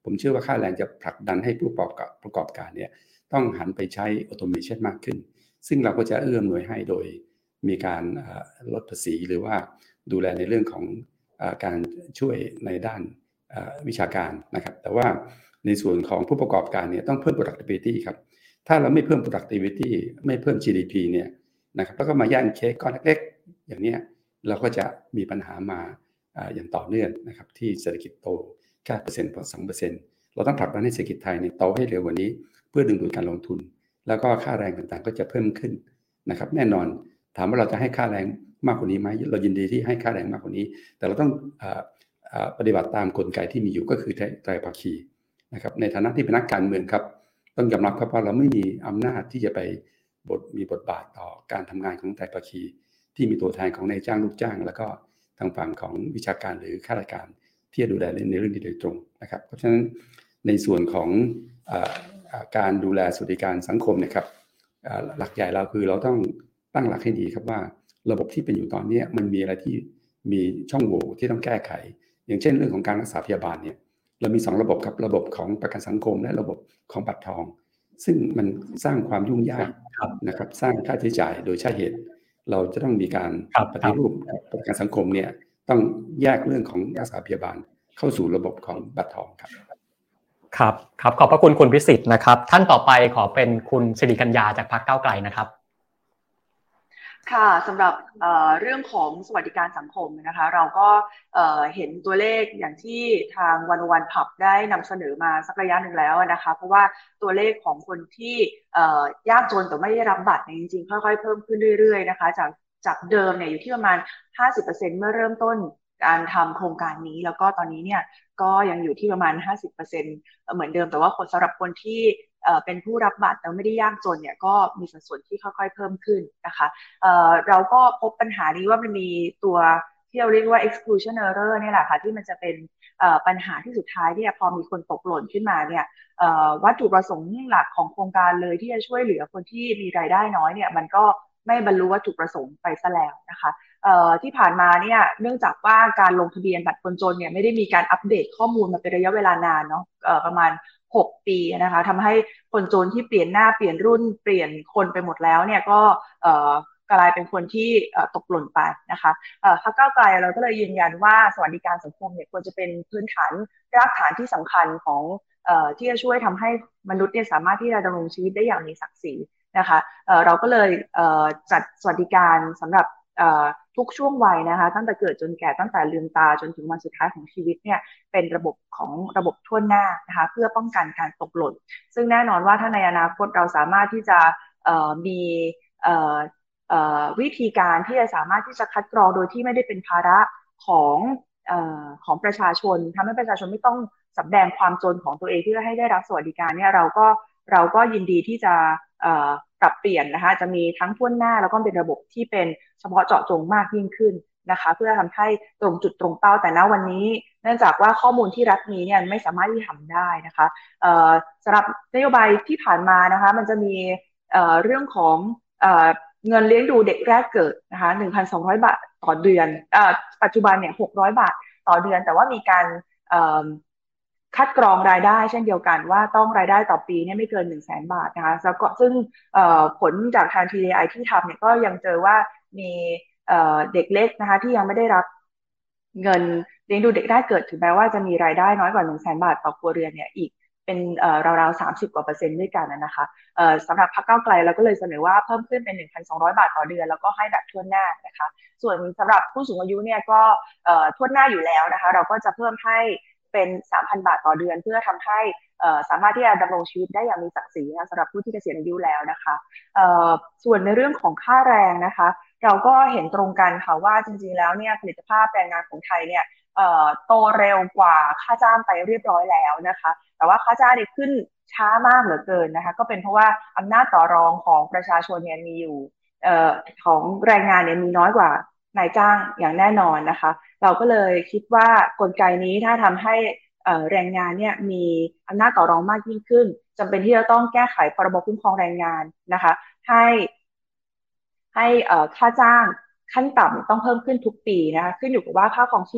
ผมเชื่อว่าค่าแรงจะผลักดันให้ผู้ประกอบการประกอบการเนี่ยต้องหันไปใช้ออโตเมชันมากขึ้นซึ่งเราก็จะเอื้อมหน่วยให้โดยมีการลดภาษีหรือว่าดูแลในเรื่องของการช่วยในด้านวิชาการนะครับแต่ว่าในส่วนของผู้ประกอบการเนี่ยต้องเพิ่ม productivity ครับถ้าเราไม่เพิ่ม productivity ไม่เพิ่ม จี ดี พี เนี่ยนะครับแล้วก็มาแย่งเค้กก้อนเล็กๆอย่างนี้เราก็จะมีปัญหามาอย่างต่อเนื่องนะครับที่เศรษฐกิจโตแค่เปอร์เซ็นต์สองเปอร์เซ็นต์เราต้องผลักดันให้เศรษฐกิจไทยเนี่ยโตให้เร็วกว่านี้เพื่อดึงดูดการลงทุนแล้วก็ค่าแรงต่างๆก็จะเพิ่มขึ้นนะครับแน่นอนถามว่าเราจะให้ค่าแรงมากกว่านี้ไหมเรายินดีที่ให้ค่าแรงมากกว่านี้แต่เราต้องปฏิบัติตามกลไกที่มีอยู่ก็คือไตรภาคีนะครับในฐานะที่เป็นนักการเมืองครับต้องยอมรับครับว่าเราไม่มีอำนาจที่จะไปบทมีบทบาทต่อการทำงานของไตรภาคีที่มีตัวแทนของนายจ้างลูกจ้างแล้วก็ทางฝั่งของวิชาการหรือข้าราชการที่จะดูแลในเรื่องนี้โดยตรงนะครับเพราะฉะนั้นในส่วนของการดูแลสวัสดิการสังคมนะครับหลักใหญ่เราคือเราต้องตั้งหลักให้ดีครับว่าระบบที่เป็นอยู่ตอนนี้มันมีอะไรที่มีช่องโหว่ที่ต้องแก้ไขอย่างเช่นเรื่องของการรักษาพยาบาลเนี่ยเรามีสองระบบครับระบบของประกันสังคมและระบบของบัตรทองซึ่งมันสร้างความยุ่งยากนะครับสร้างค่าใช้จ่ายโดยใช่เหตุเราจะต้องมีการปฏิรูปประกันสังคมเนี่ยต้องแยกเรื่องของรักษาพยาบาลเข้าสู่ระบบของบัตรทองครับครับครับขอบพระคุณคุณพิสิทธิ์นะครับท่านต่อไปขอเป็นคุณสิริกัญญาจากพรรคก้าวไกลนะครับค่ะสำหรับเอ่อเรื่องของสวัสดิการสังคมนะคะเราก็เอ่อเห็นตัวเลขอย่างที่ทางวันวันผับได้นำเสนอมาสักระยะหนึ่งแล้วนะคะเพราะว่าตัวเลขของคนที่เอ่อยากจนแต่ไม่ได้รับบัตรเนี่ยจริงๆค่อยๆเพิ่มขึ้นเรื่อยๆนะคะจากจากเดิมเนี่ยอยู่ที่ประมาณ ห้าสิบเปอร์เซ็นต์ เมื่อเริ่มต้นการทำโครงการนี้แล้วก็ตอนนี้เนี่ยก็ยังอยู่ที่ประมาณ ห้าสิบเปอร์เซ็นต์ เหมือนเดิมแต่ว่าคนสำหรับคนที่เอ่อเป็นผู้รับบัตรแต่ไม่ได้ยากจนเนี่ยก็มีสัดส่วนที่ค่อยๆเพิ่มขึ้นนะคะเอ่อเราก็พบปัญหานี้ว่ามันมีตัวที่เราเรียกว่า exclusion error เนี่ยแหละค่ะที่มันจะเป็นเอ่อปัญหาที่สุดท้ายเนี่ยพอมีคนตกหล่นขึ้นมาเนี่ยเอ่อวัตถุประสงค์หลักของโครงการเลยที่จะช่วยเหลือคนที่มีรายได้น้อยเนี่ยมันก็ไม่บรรลุวัตถุประสงค์ไปซะแล้วนะคะเอ่อที่ผ่านมาเนี่ยเนื่องจากว่าการลงทะเบียนบัตรคนจนเนี่ยไม่ได้มีการอัปเดตข้อมูลมาเป็นระยะเวลานานเนาะเอ่อประมาณหกปีนะคะทำให้คนจนที่เปลี่ยนหน้าเปลี่ยนรุ่นเปลี่ยนคนไปหมดแล้วเนี่ยก็เอ่อกลายเป็นคนที่ตกหล่นไปนะคะพรรคก้าวไกลเราก็เลยยืนยันว่าสวัสดิการสังคมเนี่ยควรจะเป็นพื้นฐานรากฐานที่สำคัญของเอ่อที่จะช่วยทำให้มนุษย์เนี่ยสามารถที่จะดำรงชีวิตได้อย่างมีศักดิ์ศรีนะคะเอ่อเราก็เลยเอ่อจัดสวัสดิการสำหรับเอ่อทุกช่วงวัยนะคะตั้งแต่เกิดจนแก่ตั้งแต่ลืมตาจนถึงวันสุดท้ายของชีวิตเนี่ยเป็นระบบของระบบทั่วหน้านะคะเพื่อป้องกันการตกหล่นซึ่งแน่นอนว่าถ้าในอนาคตเราสามารถที่จะเอ่อมีเอ่อเอ่อวิธีการที่จะสามารถที่จะคัดกรองโดยที่ไม่ได้เป็นภาระของเอ่อของประชาชนทำให้ประชาชนไม่ต้องสำแดงความจนของตัวเองเพื่อให้ได้รับสวัสดิการเนี่ยเราก็เราก็ยินดีที่จะเอ่อปรับเปลี่ยนนะคะจะมีทั้งทั่วหน้าแล้วก็เป็นระบบที่เป็นเฉพาะเจาะจงมากยิ่งขึ้นนะคะเพื่อทำให้ตรงจุดตรงเป้าแต่ณวันนี้เนื่องจากว่าข้อมูลที่รัฐมีเนี่ยไม่สามารถที่ทำได้นะคะเอ่อสำหรับนโยบายที่ผ่านมานะคะมันจะมีเอ่อเรื่องของเอ่อเงินเลี้ยงดูเด็กแรกเกิดนะคะ หนึ่งพันสองร้อย บาทต่อเดือนเอ่อปัจจุบันเนี่ยหกร้อยบาทต่อเดือนแต่ว่ามีการเอ่อคัดกรองรายได้เช่นเดียวกันว่าต้องรายได้ต่อปีเนี่ยไม่เกิน หนึ่งแสน บาทนะคะแล้วก็ซึ่งผลจากทาง ที ดี ไอ ที่ทำเนี่ยก็ยังเจอว่ามีเด็กเล็กนะคะที่ยังไม่ได้รับเงินเลี้ยงดูเด็กได้เกิดถึงแม้ว่าจะมีรายได้น้อยกว่า หนึ่งแสน บาทต่อครัวเรือนเนี่ยอีกเป็นราวๆสามสิบกว่าเปอร์เซ็นต์ด้วยกันนะคะสำหรับพรรคก้าวไกลเราก็เลยเสนอว่าเพิ่มขึ้นเป็น หนึ่งพันสองร้อย บาทต่อเดือนแล้วก็ให้แบบทั่วหน้านะคะส่วนสำหรับผู้สูงอายุเนี่ยก็ทั่วหน้าอยู่แล้วนะคะเราก็จะเพิ่มให้เป็น สามพัน บาทต่อเดือนเพื่อทำให้สามารถที่จะดำรงชีวิตได้อย่างมีศักดิ์ศรีนะสำหรับผู้ที่เกษียณอายุแล้วนะคะส่วนในเรื่องของค่าแรงนะคะเราก็เห็นตรงกันค่ะว่าจริงๆแล้วเนี่ยผลิตภาพแรงงานของไทยเนี่ยโตเร็วกว่าค่าจ้างไปเรียบร้อยแล้วนะคะแต่ว่าค่าจ้างเนี่ยขึ้นช้ามากเหลือเกินนะคะก็เป็นเพราะว่าอำนาจต่อรองของประชาชนเนี่ยมีอยู่ของแรงงานเนี่ยมีน้อยกว่านายจ้างอย่างแน่นอนนะคะเราก็เลยคิดว่ากลไกนี้ถ้าทำให้แรงงานเนี่ยมีอำนาจต่อรองมากยิ่งขึ้นจำเป็นที่จะต้องแก้ไขพรบคุ้มครองแรงงานนะคะให้ให้ค่าจ้างขั้นต่ำต้องเพิ่มขึ้นทุกปีนะคะขึ้นอยู่กับว่าค่าครองชีพ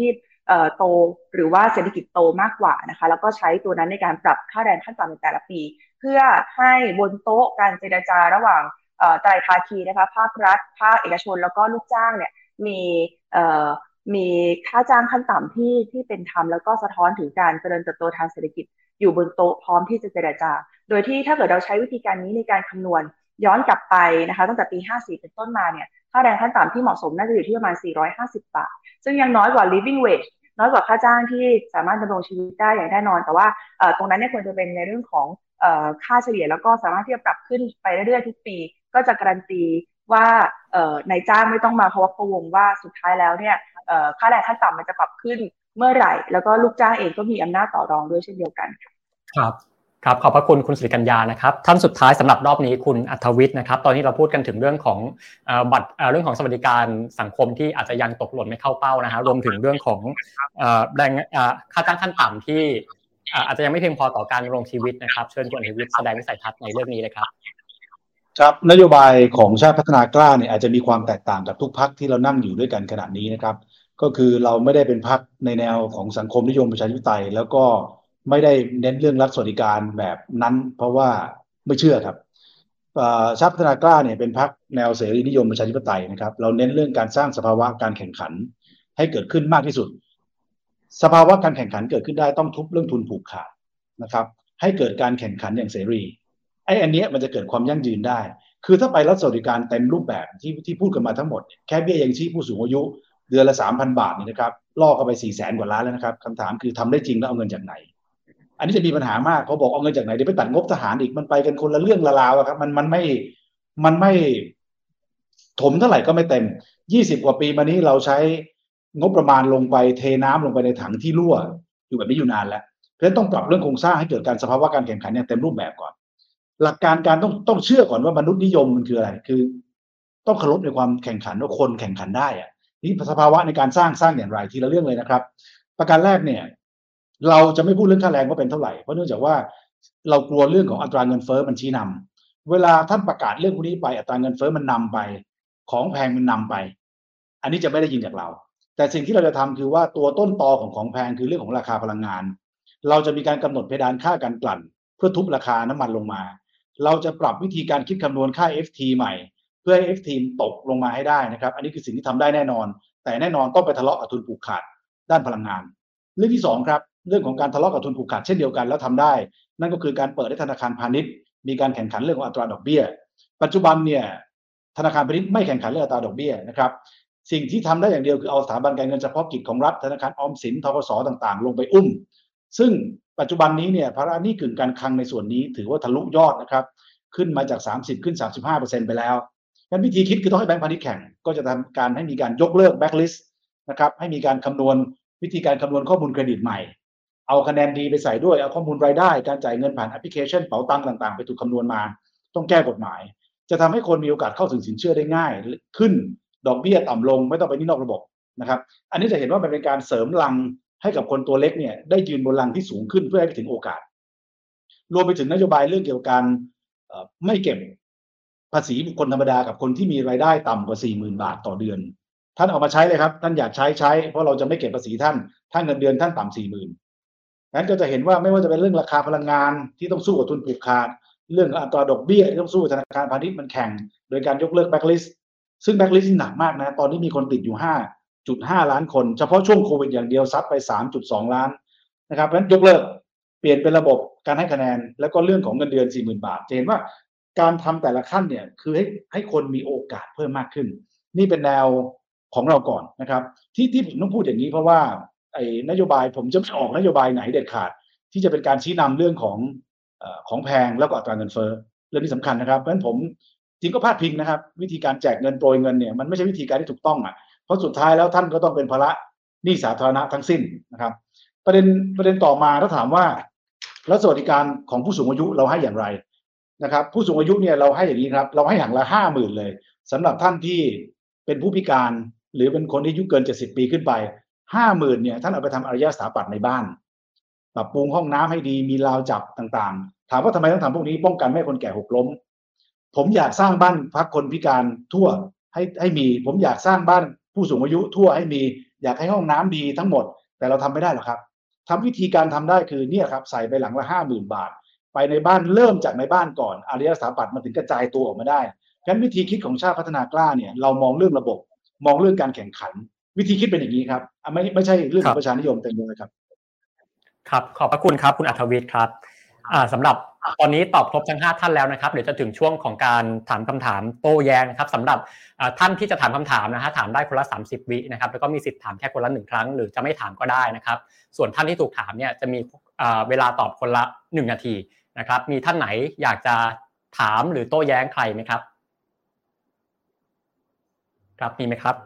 เอ่อโตหรือว่าเศรษฐกิจโตมากกว่านะคะแล้วก็ใช้ตัวนั้นในการปรับค่าแรงขั้นต่ำในแต่ละปีเพื่อให้บนโต๊ะการเจรจาระหว่างไตรภาคีนะคะภาครัฐภาคเอกชนแล้วก็ลูกจ้างเนี่ยมีมีค่าจ้างขั้นต่ำที่ที่เป็นธรรมแล้วก็สะท้อนถึงการเจริญเติบโตทางเศรษฐกิจอยู่บนโต๊ะพร้อมที่จะเจรจาโดยที่ถ้าเกิดเราใช้วิธีการนี้ในการคำนวณย้อนกลับไปนะคะตั้งแต่ปีห้าสี่เป็นต้นมาเนี่ยค่าแรงขั้นต่ำที่เหมาะสมน่าจะอยู่ที่ประมาณสี่ร้อยห้าสิบบาทซึ่งยังน้อยกว่า living wage น้อยกว่าค่าจ้างที่สามารถดำรงชีวิตได้อย่างแน่นอนแต่ว่าตรงนั้นเนี่ยควรจะเป็นในเรื่องของค่าเฉลี่ยแล้วก็สามารถที่จะปรับขึ้นไปเรื่อยๆทุกปีก็จะการันตีว่านายจ้างไม่ต้องมาพะวกพะวงว่าสุดท้ายแล้วเนี่ยค่าแรงขั้นต่ำมันจะปรับขึ้นเมื่อไหร่แล้วก็ลูกจ้างเองก็มีอำนาจต่อรองด้วยเช่นเดียวกันครับครับขอบพระคุณคุณสิริกัญญานะครับท่านสุดท้ายสำหรับรอบนี้คุณอัธวิทย์นะครับตอนนี้เราพูดกันถึงเรื่องของบัตรเรื่องของสวัสดิการสังคมที่อาจจะยังตกหล่นไม่เข้าเป้านะฮะรวมถึงเรื่องของแรงค่าจ้างขั้นต่ำที่อาจจะยังไม่เพียงพอต่อการดำรงชีวิตนะครับเชิญคุณอัธวิทย์แสดงวิสัยทัศน์ในเรื่องนี้เลยครับครับนโยบายของชาติพัฒนากล้าเนี่ยอาจจะมีความแตกต่างกับทุกพรรคที่เรานั่งอยู่ด้วยกันขณะนี้นะครับก็คือเราไม่ได้เป็นพรรคในแนวของสังคมนิยมประชาธิปไตยแล้วก็ไม่ได้เน้นเรื่องรัฐสวัสดิการแบบนั้นเพราะว่าไม่เชื่อครับชาติพัฒนากล้าเนี่ยเป็นพรรคแนวเสรีนิยมประชาธิปไตยนะครับเราเน้นเรื่องการสร้างสภาวะการแข่งขันให้เกิดขึ้นมากที่สุดสภาวะการแข่งขันเกิดขึ้นได้ต้องทุบเรื่องทุนผูกขาดนะครับให้เกิดการแข่งขันอย่างเสรีไอ้อันนี้มันจะเกิดความยั่งยืนได้คือถ้าไปรัฐสวัสดิการเต็มรูปแบบที่ที่พูดกันมาทั้งหมดแค่เบี้ยยังชีพผู้สูงอายุเดือนละ สามพัน บาทนี่นะครับล่อเข้าไป สี่แสน กว่าล้านแล้วนะครับคำถามคือทำได้จริงแล้วเอาเงินจากไหนอันนี้จะมีปัญหามากเขาบอกเอาเงินจากไหนเดี๋ยวไปตัดงบทหารอีกมันไปกันคนละเรื่องละราวครับมันมันไม่มันไม่ถมเท่าไหร่ก็ไม่เต็มยี่สิบกว่าปีมานี้เราใช้งบประมาณลงไปเทน้ำลงไปในถังที่รั่วอยู่แบบนี้อยู่นานแล้วเพราะฉะนั้นต้องปรับเรื่องโครงสร้างให้เกิดการสภาวะการแข่งขันอย่างเต็มรูปแบบก่อนหลักการการต้องต้องเชื่อก่อนว่ามนุษย์นิยมมันคืออะไรคือต้องเคารพในความแข่งขันว่าคนแข่งขันได้อะนี่สภาวะในการสร้างสร้างอย่างไรทีละเรื่องเลยนะครับประการแรกเนี่ยเราจะไม่พูดเรื่องค่าแรงว่าเป็นเท่าไหร่เพราะเนื่องจากว่าเรากลัวเรื่องของอัตราเงินเฟ้อมันชี้นำเวลาท่านประกาศเรื่องพวกนี้ไปอัตราเงินเฟ้อมันนำไปของแพงมันนำไปอันนี้จะไม่ได้ยินจากเราแต่สิ่งที่เราจะทำคือว่าตัวต้นตอของของแพงคือเรื่องของราคาพลังงานเราจะมีการกำหนดเพดานค่าการกลั่นเพื่อทุบราคาน้ำมันลงมาเราจะปรับวิธีการคิดคำนวณค่า เอฟ ที ใหม่เพื่อให้ เอฟ ที ตกลงมาให้ได้นะครับอันนี้คือสิ่งที่ทำได้แน่นอนแต่แน่นอนต้องไปทะเลาะกับทุนผูกขาดด้านพลังงานเรื่องที่สองครับเรื่องของการทะเลาะกับทุนผูกขาดเช่นเดียวกันแล้วทำได้นั่นก็คือการเปิดให้ธนาคารพาณิชย์มีการแข่งขันเรื่องของอัตราดอกเบี้ยปัจจุบันเนี่ยธนาคารพาณิชย์ไม่แข่งขันเรื่องอัตราดอกเบี้ยนะครับสิ่งที่ทำได้อย่างเดียวคือเอาสถาบันการเงินเฉพาะกิจของรัฐธนาคารออมสินธกสต่างๆลงไปอุ้มซึ่งปัจจุบันนี้เนี่ยภาระหนี้กึ่งการคลังในส่วนนี้ถือว่าทะลุยอดนะครับขึ้นมาจากสามสิบขึ้น สามสิบห้าเปอร์เซ็นต์ ไปแล้วงั้นวิธีคิดคือต้องให้แบงก์พาณิชย์แข่งก็จะทำการให้มีการยกเลิกแบ็คลิสต์นะครับให้มีการคำนวณวิธีการคำนวณข้อมูลเครดิตใหม่เอาคะแนนดีไปใส่ด้วยเอาข้อมูลรายได้การจ่ายเงินผ่านแอปพลิเคชันเป๋าตังค์ต่างๆไปถูกคำนวณมาต้องแก้กฎหมายจะทำให้คนมีโอกาสเข้าถึงสินเชื่อได้ง่ายขึ้นดอกเบี้ยต่ำลงไม่ต้องไปหนี้นอกระบบนะครับอันนี้จะเห็นว่ามันเป็นการเสริมลังให้กับคนตัวเล็กเนี่ยได้ยืนบนลังที่สูงขึ้นเพื่อให้ไปถึงโอกาสรวมไปถึงนโยบายเรื่องเกี่ยวกับการไม่เก็บภาษีบุคคลธรรมดากับคนที่มีรายได้ต่ำกว่า สี่หมื่น บาทต่อเดือนท่านเอามาใช้เลยครับท่านอยากใช้ใช้เพราะเราจะไม่เก็บภาษีท่านถ้าเงินเดือนท่านต่ำ สี่หมื่น นั้นก็จะเห็นว่าไม่ว่าจะเป็นเรื่องราคาพลังงานที่ต้องสู้กับทุนผูกขาดเรื่องอัตราดอกเบี้ยที่ต้องสู้ธนาคารพาณิชย์มันแข่งโดยการยกเลิกแบ็คลิสต์ซึ่งแบ็คลิสต์หนักมากนะตอนนี้มีคนติดอยู่ ห้าจุดห้า ล้านคนเฉพาะช่วงโควิดอย่างเดียวซัดไป สามจุดสอง ล้านนะครับเพราะฉะนั้นยกเลิกเปลี่ยนเป็นระบบการให้คะแนนแล้วก็เรื่องของเงินเดือน สี่หมื่น บาทจะเห็นว่าการทำแต่ละขั้นเนี่ยคือให้ให้คนมีโอกาสเพิ่มมากขึ้นนี่เป็นแนวของเราก่อนนะครับที่ที่ผมต้องพูดอย่างนี้เพราะว่าไอ้นโยบายผมจะไม่ออกนโยบายไหนเด็ดขาดที่จะเป็นการชี้นำเรื่องของเอ่อของแพงแล้วก็อัตราเงินเฟ้อเรื่องนี้สำคัญนะครับเพราะฉะนั้นผมจริงก็พลาดพิงนะครับวิธีการแจกเงินโปรยเงินเนี่ยมันไม่ใช่วิธีการที่ถูกต้องอ่ะเพราะสุดท้ายแล้วท่านก็ต้องเป็นภาระหนี้สาธารณะทั้งสิ้นนะครับประเด็นประเด็นต่อมาถ้าถามว่าแล้วสวัสดิการของผู้สูงอายุเราให้อย่างไรนะครับผู้สูงอายุเนี่ยเราให้อย่างนี้ครับเราให้อย่างละ ห้าหมื่น เลยสำหรับท่านที่เป็นผู้พิการหรือเป็นคนที่อายุเกินเจ็ดสิบปีขึ้นไป ห้าหมื่น เนี่ยท่านเอาไปทำอารยสถาปัตย์ในบ้านปรับปรุงห้องน้ำให้ดีมีราวจับต่างๆถามว่าทำไมต้องทำพวกนี้ป้องกันไม่ให้คนแก่หกล้มผมอยากสร้างบ้านพักคนพิการทั่วให้ให้มีผมอยากสร้างบ้านผู้สูงอายุทั่วให้มีอยากให้ห้องน้ำดีทั้งหมดแต่เราทำไม่ได้หรอกครับทำวิธีการทำได้คือเนี่ยครับใส่ไปหลังละห้าหมื่นบาทไปในบ้านเริ่มจากในบ้านก่อนอารยสถาปัตย์มันถึงกระจายตัวออกมาได้งั้นวิธีคิดของชาติพัฒนากล้าเนี่ยเรามองเรื่องระบบมองเรื่องการแข่งขันวิธีคิดเป็นอย่างนี้ครับไม่ไม่ใช่เรื่องของประชานิยมเต็มเลยครับครับขอบพระคุณครับคุณอัธวิทย์ครับสำหรับตอนนี้ตอบครบทั้งห้าท่านแล้วนะครับเดี๋ยวจะถึงช่วงของการถามคำถามโต้แย้งนะครับสำหรับท่านที่จะถามคำถามนะฮะถามได้คนละสามสิบวินะครับแล้วก็มีสิทธิ์ถามแค่คนละหนึ่งครั้งหรือจะไม่ถามก็ได้นะครับส่วนท่านที่ถูกถามเนี่ยจะมีเวลาตอบคนละหนึ่งนาทีนะครับมีท่านไหนอยากจะถามหรือโต้แย้งใครไหมครับครับมีไหมครับ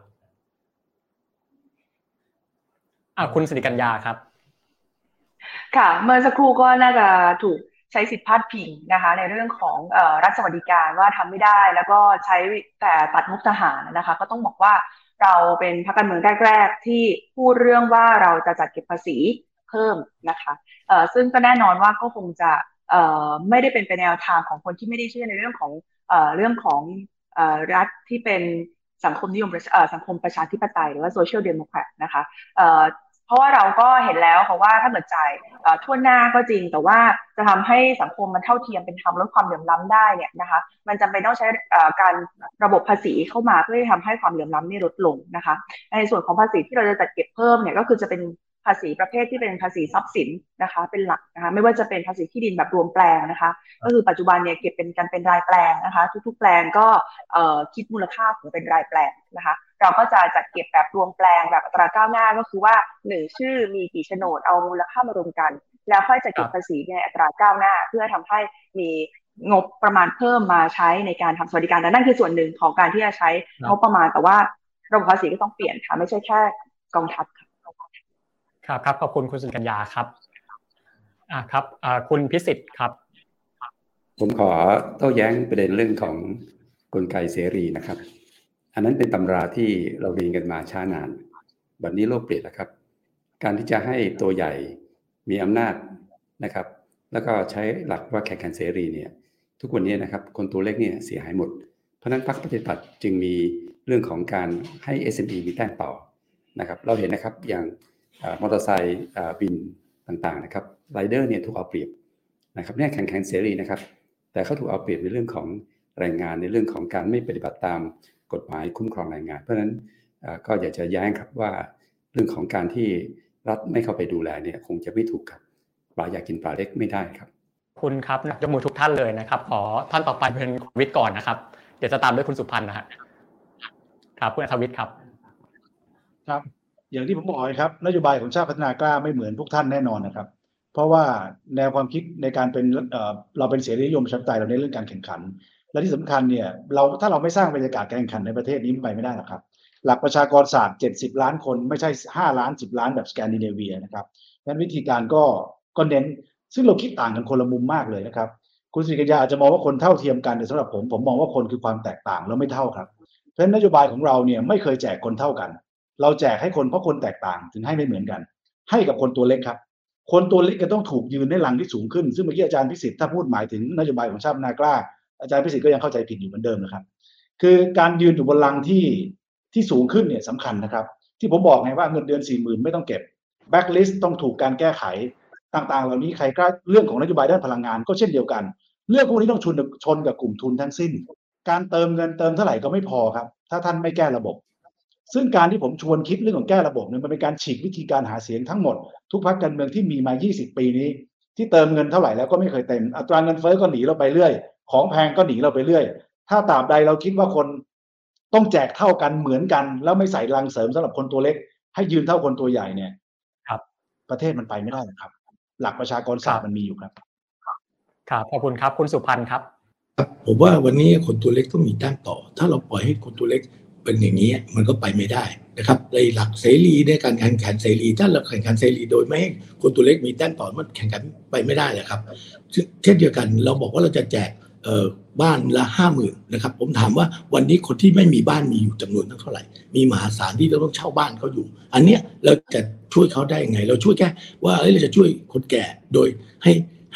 อ่าคุณสิริกัญญาครับค่ะเมื่อสักครู่ก็น่าจะถูกใช้สิทธิพาดพิงนะคะในเรื่องของเอ่อรัฐสวัสดิการว่าทำไม่ได้แล้วก็ใช้แต่ตัดงบทหารนะคะก็ต้องบอกว่าเราเป็นพรรคการเมืองแรกๆที่พูดเรื่องว่าเราจะจัดเก็บภาษีเพิ่มนะคะเอ่อซึ่งก็แน่นอนว่าก็คงจะเอ่อไม่ได้เป็นไปแนวทางของคนที่ไม่ได้เชื่อในเรื่องของเอ่อเรื่องของเอ่อรัฐที่เป็นสังคมนิยมเอ่อสังคมประชาธิปไตยหรือว่าโซเชียลเดโมแครตนะคะเอ่อเพราะว่าเราก็เห็นแล้วค่ะว่าถ้าเกิดจ่ายทั่วหน้าก็จริงแต่ว่าจะทำให้สังคมมันเท่าเทียมเป็นธรรมลดความเหลื่อมล้ำได้เนี่ยนะคะมันจำเป็นต้องใช้การระบบภาษีเข้ามาเพื่อทำให้ความเหลื่อมล้ำนี่ลดลงนะคะในส่วนของภาษีที่เราจะจัดเก็บเพิ่มเนี่ยก็คือจะเป็นภาษีประเภทที่เป็นภาษีทรัพย์สินนะคะเป็นหลักนะคะไม่ว่าจะเป็นภาษีที่ดินแบบรวมแปลงนะคะก็คือปัจจุบันเนี่ยเก็บเป็นกันเป็นรายแปลงนะคะทุกๆแปลงก็คิดมูลค่าของเป็นรายแปลงนะคะเราก็จะจัดเก็บแบบรวมแปลงแบบอัตราก้าวหน้าก็คือว่าหนึ่งชื่อมีกี่โฉนดเอามูลค่ามารวมกันแล้วค่อยจัดเก็บภาษีในอัตราก้าวหน้าเพื่อทำให้มีงบประมาณเพิ่มมาใช้ในการทำสวัสดิการแต่นั่นคือส่วนหนึ่งของการที่จะใช้งบประมาณแต่ว่าระบบภาษีก็ต้องเปลี่ยนค่ะไม่ใช่แค่กองทัพครับครับขอบคุณคุณสิริกัญญาครับอ่าครับอ่าคุณพิสิทธิ์ครับผมขอโต้แย้งประเด็นเรื่องของกลไกเสรีนะครับอันนั้นเป็นตำราที่เราเรียนกันมาช้านานบัดนี้โลกเปลี่ยนแล้วครับการที่จะให้ตัวใหญ่มีอำนาจนะครับแล้วก็ใช้หลักว่าแข่งขันเสรีเนี่ยทุกวันนี้นะครับคนตัวเล็กเนี่ยเสียหายหมดเพราะนั้นพรรคประชาธิปัตย์จึงมีเรื่องของการให้ เอส เอ็ม อี มีแต้มต่อนะครับเราเห็นนะครับอย่างมอเตอร์ไซค์บินต่างๆนะครับไรเดอร์เนี่ยถูกเอาเปรียบนะครับเนี่ยแข่งขันเสรีนะครับแต่เขาถูกเอาเปรียบในเรื่องของแรงงานในเรื่องของการไม่ปฏิบัติตามกฎหมายคุ้มครองแรงงานเพราะฉะนั้นก็อยากจะแย้งครับว่าเรื่องของการที่รัฐไม่เข้าไปดูแลเนี่ยคงจะไม่ถูกครับปลาอยากกินปลาเล็กไม่ได้ครับคุณครับยกมือทุกท่านเลยนะครับขอท่านต่อไปเป็นคุณวิทย์ก่อนนะครับเดี๋ยวจะตามด้วยคุณสุพันธ์นะฮะครับคุณอัธวิทย์ครับครับอย่างที่ผมบอกครับนโยบายของชาติพัฒนากล้าไม่เหมือนพวกท่านแน่นอนนะครับเพราะว่าแนวความคิดในการเป็นเอ่อเราเป็นเสรีนิยมประชาธิปไตยเราในเรื่องการแข่งขันและที่สำคัญเนี่ยเราถ้าเราไม่สร้างบรรยากาศการแข่งขันในประเทศนี้ไปไม่ได้หรอกครับหลักประชากรศาสตร์เจ็ดสิบล้านคนไม่ใช่ห้าล้านสิบล้านแบบสแกนดิเนเวียนะครับงั้นวิธีการก็ก็เน้นซึ่งเราคิดต่างกันคนละมุมมากเลยนะครับคุณสิริกัญญาอาจจะมองว่าคนเท่าเทียมกันแต่สำหรับผมผมมองว่าคนคือความแตกต่างแล้วไม่เท่าครับเพราะฉะนั้นนโยบายของเราเนี่ยไม่เคยแจกคนเท่ากันเราแจกให้คนเพราะคนแตกต่างถึงให้ไม่เหมือนกันให้กับคนตัวเล็กครับคนตัวเล็กก็ต้องถูกยืนในหลังที่สูงขึ้นซึ่งเมื่อกี้อาจารย์พิสิทธิ์ถ้าพูดหมายถึงนโยบายของชาติพัฒนากล้าอาจารย์พิสิทธิ์ก็ยังเข้าใจผิดอยู่เหมือนเดิมนะครับคือการยืนอยู่บนหลังที่ที่สูงขึ้นเนี่ยสำคัญนะครับที่ผมบอกไงว่าเงินเดือน สี่หมื่น ไม่ต้องเก็บแบ็คลิสต์ต้องถูกการแก้ไขต่างๆเหล่านี้ใครกล้าเรื่องของนโยบายด้านพลังงานก็เช่นเดียวกันเรื่องพวกนี้ต้องชนชนกับกลุ่มทุนทั้งสิ้นการเติมเงินเติมเท่าไหร่ก็ไม่พอครับถ้าท่านไม่แก้ระบบซึ่งการที่ผมชวนคิดเรื่องของแก้ระบบเนี่ยมันเป็นการฉีกวิธีการหาเสียงทั้งหมดทุกพรรคการเมืองที่มีมายี่สิบปีนี้ที่เติมเงินเท่าไหร่แล้วก็ไม่เคยเต็มอัตราเงินเฟ้อก็หนีเราไปเรื่อยของแพงก็หนีเราไปเรื่อยถ้าตราบใดเราคิดว่าคนต้องแจกเท่ากันเหมือนกันแล้วไม่ใส่รังเสริมสำหรับคนตัวเล็กให้ยืนเท่าคนตัวใหญ่เนี่ยครับประเทศมันไปไม่ได้ครับหลักประชากรศาสตร์มันมีอยู่ครับครับขอบคุณครับคุณสุพันธ์ครับผมว่าวันนี้คนตัวเล็กต้องมีแต้มต่อถ้าเราปล่อยให้คนตัวเล็กเป็นอย่างนี้มันก็ไปไม่ได้นะครับในหลักเสรีในการแข่งขันเสรีถ้าเราแข่งขันเสรีโดยไม่ให้คนตัวเล็กมีแต้มต่อมันแข่งขันไปไม่ได้เลยครับเช่นเดียวกันเราบอกว่าเราจะแจกเอ่อบ้านละห้าหมื่นนะครับผมถามว่าวันนี้คนที่ไม่มีบ้านมีอยู่จำนวนเท่าไหร่มีมหาศาลที่เราต้องเช่าบ้านเขาอยู่อันเนี้ยเราจะช่วยเขาได้ยังไงเราช่วยแค่ว่าเอ้ยเราจะช่วยคนแก่โดยให้ใ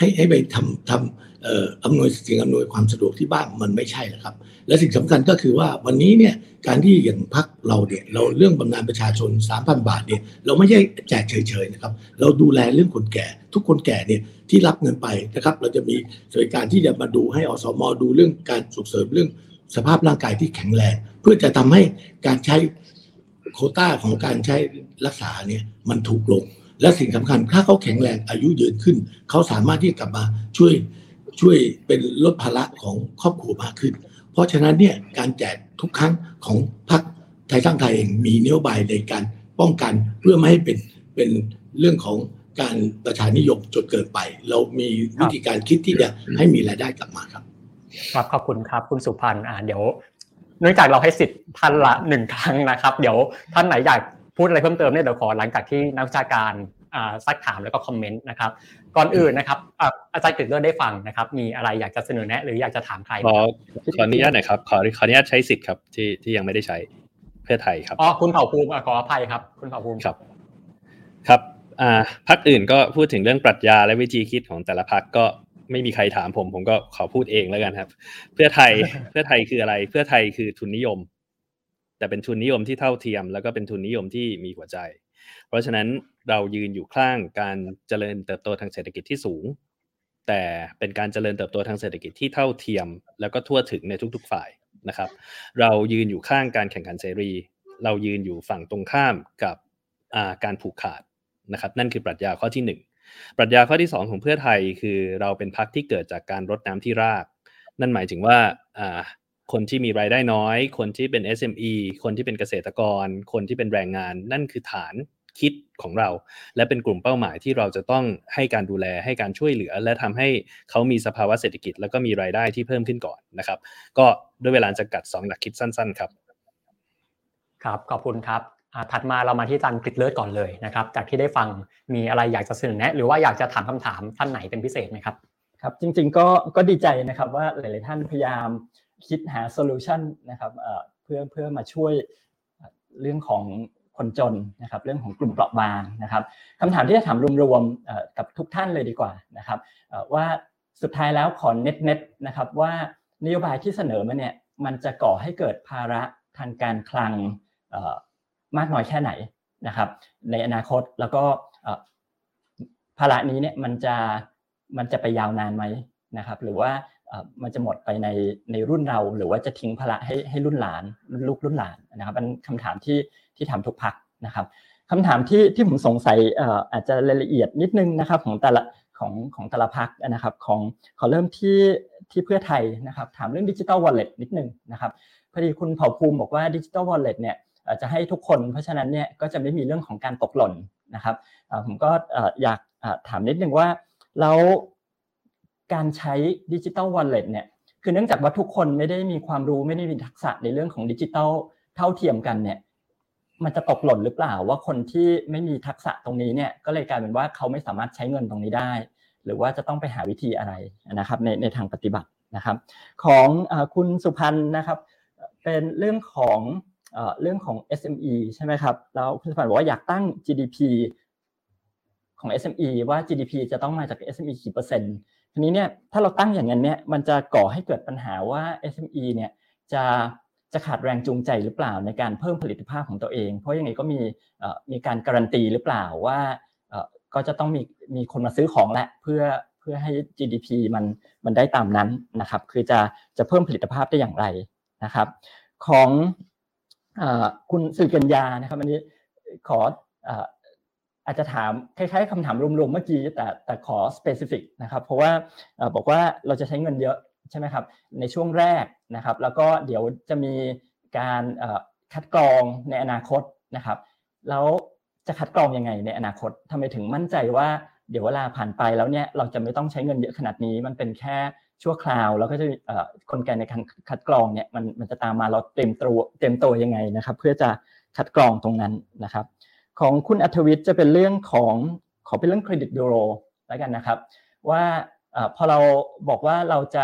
ให้ให้ไปทำทำเอ่ออำนวยสิ่งอำนวยความสะดวกที่บ้านมันไม่ใช่นะครับและสิ่งสำคัญก็คือว่าวันนี้เนี่ยการที่อย่างพรรคเราเนี่ยเราเรื่องบำนาญประชาชน สามพัน บาทเนี่ยเราไม่ใช่แจกเฉยๆนะครับเราดูแลเรื่องคนแก่ทุกคนแก่เนี่ยที่รับเงินไปนะครับเราจะมีสวัสดิการที่จะมาดูให้อสม.ดูเรื่องการส่งเสริมเรื่องสภาพร่างกายที่แข็งแรงเพื่อจะทำให้การใช้โควต้าของการใช้รักษาเนี่ยมันถูกลงและสิ่งสำคัญถ้าเขาแข็งแรงอายุยืนขึ้นเขาสามารถที่จะกลับมาช่วยช่วยเป็นลดภาระของครอบครัวมากขึ้นเพราะฉะนั้นเนี่ยการแจกทุกครั้งของพรรคไทยสร้างไทยเองมีนโยบายในการป้องกันเพื่อไม่ให้เป็นเป็นเรื่องของการประชานิยมจนเกินไปเรามีวิธีการคิดที่จะให้มีรายได้กลับมาครับครับขอบคุณครับคุณสุพันธ์อ่าเดี๋ยวเนื่องจากเราให้สิทธิ์ท่านละหนึ่งครั้งนะครับเดี๋ยวท่านไหนอยากพูดอะไรเพิ่มเติมเนี่ยเดี๋ยวขอหลังจากที่นักวิชาการอ่าซักถามแล้วก็คอมเมนต์นะครับก่อนอื่นนะครับอ่าอาจารย์กฤษเลิศได้ฟังนะครับมีอะไรอยากจะเสนอแนะหรืออยากจะถามใครขอขออนุญาตหน่อยครับขอขออนุญาตใช้สิทธิ์ครับที่ที่ยังไม่ได้ใช้เพื่อไทยครับอ๋อคุณเผ่าภูมิขออภัยครับคุณเผ่าภูมิครับครับอ่าพรรคอื่นก็พูดถึงเรื่องปรัชญาและวิธีคิดของแต่ละพรรคก็ไม่มีใครถามผมผมก็ขอพูดเองแล้วกันครับเพื่อไทย เพื่อไทยคืออะไรเพื่อไทยคือทุนนิยมแต่เป็นทุนนิยมที่เท่าเทียมแล้วก็เป็นทุนนิยมที่มีหัวใจเพราะฉะนั้นเรายืนอยู่ข้างการเจริญเติบโตทางเศรษฐกิจที่สูงแต่เป็นการเจริญเติบโตทางเศรษฐกิจที่เท่าเทียมแล้วก็ทั่วถึงในทุกๆฝ่ายนะครับเรายืนอยู่ข้างการแข่งขันเสรีเรายืนอยู่ฝั่งตรงข้ามกับการผูกขาดนะครับนั่นคือปรัชญาข้อที่หนึ่งปรัชญาข้อที่สองของเพื่อไทยคือเราเป็นพรรคที่เกิดจากการรดน้ำที่รากนั่นหมายถึงว่าคนที่มีรายได้น้อยคนที่เป็น เอส เอ็ม อี คนที่เป็นเกษตรกรคนที่เป็นแรงงานนั่นคือฐานคิดของเราและเป็นกลุ่มเป้าหมายที่เราจะต้องให้การดูแลให้การช่วยเหลือและทำให้เขามีสภาวะเศรษฐกิจแล้วก็มีรายได้ที่เพิ่มขึ้นก่อนนะครับก็ด้วยเวลาจำกัดสองหลักคิดสั้นๆครับครับขอบคุณครับถัดมาเรามาที่อาจารย์กฤษเลิศก่อนเลยนะครับจากที่ได้ฟังมีอะไรอยากจะเสนอแนะหรือว่าอยากจะถามคำถามท่านไหนเป็นพิเศษไหมครับครับจริงๆก็ก็ดีใจนะครับว่าหลายๆท่านพยายามคิดหาโซลูชันนะครับเอ่อเพื่อเพื่อมาช่วยเรื่องของคนจนนะครับเรื่องของกลุ่มเปราะบางนะครับคำถามที่จะถามรวมๆกับทุกท่านเลยดีกว่านะครับว่าสุดท้ายแล้วขอเน็ตๆนะครับว่านโยบายที่เสนอมาเนี่ยมันจะก่อให้เกิดภาระทางการคลังมากน้อยแค่ไหนนะครับในอนาคตแล้วก็ภาระนี้เนี่ยมันจะมันจะไปยาวนานไหมนะครับหรือว่ามันจะหมดไปในในรุ่นเราหรือว่าจะทิ้งภาระให้ให้รุ่นหลานลูกรุ่นหลานนะครับเป็นคำถามที่ที่ถามทุกพรรคนะครับคำถามที่ที่ผมสงสัยอาจจะรายละเอียดนิดนึงนะครับของแต่ละของของแต่ละพรรคนะครับของขอเริ่มที่ที่เพื่อไทยนะครับถามเรื่อง Digital Wallet นิดนึงนะครับพอดีคุณเผ่าภูมิบอกว่า Digital Wallet เนี่ยจะให้ทุกคนเพราะฉะนั้นเนี่ยก็จะไม่มีเรื่องของการตกหล่นนะครับผมก็อยากถามนิดนึงว่าแล้วการใช้ Digital Wallet เนี่ยคือเนื่องจากว่าทุกคนไม่ได้มีความรู้ไม่ได้มีทักษะในเรื่องของดิจิทัลเท่าเทียมกันเนี่ยมันจะตกหล่นหรือเปล่าว่าคนที่ไม่มีทักษะตรงนี้เนี่ยก็เลยกลายเป็นว่าเขาไม่สามารถใช้เงินตรงนี้ได้หรือว่าจะต้องไปหาวิธีอะไรนะครับในในทางปฏิบัตินะครับของเอ่อคุณสุพันธ์นะครับเป็นเรื่องของเอ่อเรื่องของ เอส เอ็ม อี ใช่ไหมครับแล้วคุณสุพันธ์บอกว่าอยากตั้ง จี ดี พี ของ เอส เอ็ม อี ว่า จี ดี พี จะต้องมาจาก เอส เอ็ม อี กี่เปอร์เซ็นต์ทีนี้เนี่ยถ้าเราตั้งอย่างนั้นเนี่ยมันจะก่อให้เกิดปัญหาว่า เอส เอ็ม อี เนี่ยจะจะขาดแรงจูงใจหรือเปล่าในการเพิ่มผลิตภาพของตัวเองเพราะยังไงก็มีเอ่อมีการการันตีหรือเปล่าว่าเอ่อก็จะต้องมีมีคนมาซื้อของแหละเพื่อเพื่อให้ จี ดี พี มันมันได้ตามนั้นนะครับคือจะจะเพิ่มผลิตภาพได้อย่างไรนะครับของเอ่อคุณสิริกัญญานะครับอันนี้ขอเอ่ออาจจะถามคล้ายๆคำถามรวมๆเมื่อกี้แต่แต่ขอ specific นะครับเพราะว่าบอกว่าเราจะใช้เงินเยอะใช่ไหมครับในช่วงแรกนะครับแล้วก็เดี๋ยวจะมีการคัดกรองในอนาคตนะครับแล้วจะคัดกรองยังไงในอนาคตทำไมถึงมั่นใจว่าเดี๋ยวเวลาผ่านไปแล้วเนี่ยเราจะไม่ต้องใช้เงินเยอะขนาดนี้มันเป็นแค่ชั่วคราวแล้วก็จะกลไกในการคัดกรองเนี่ยมันมันจะตามมาเราเต็มตัวเต็มตัวยังไงนะครับเพื่อจะคัดกรองตรงนั้นนะครับของคุณอัธวิทย์จะเป็นเรื่องของขอเป็นเรื่องเครดิตบูโรแล้วกันนะครับว่าพอเราบอกว่าเราจะ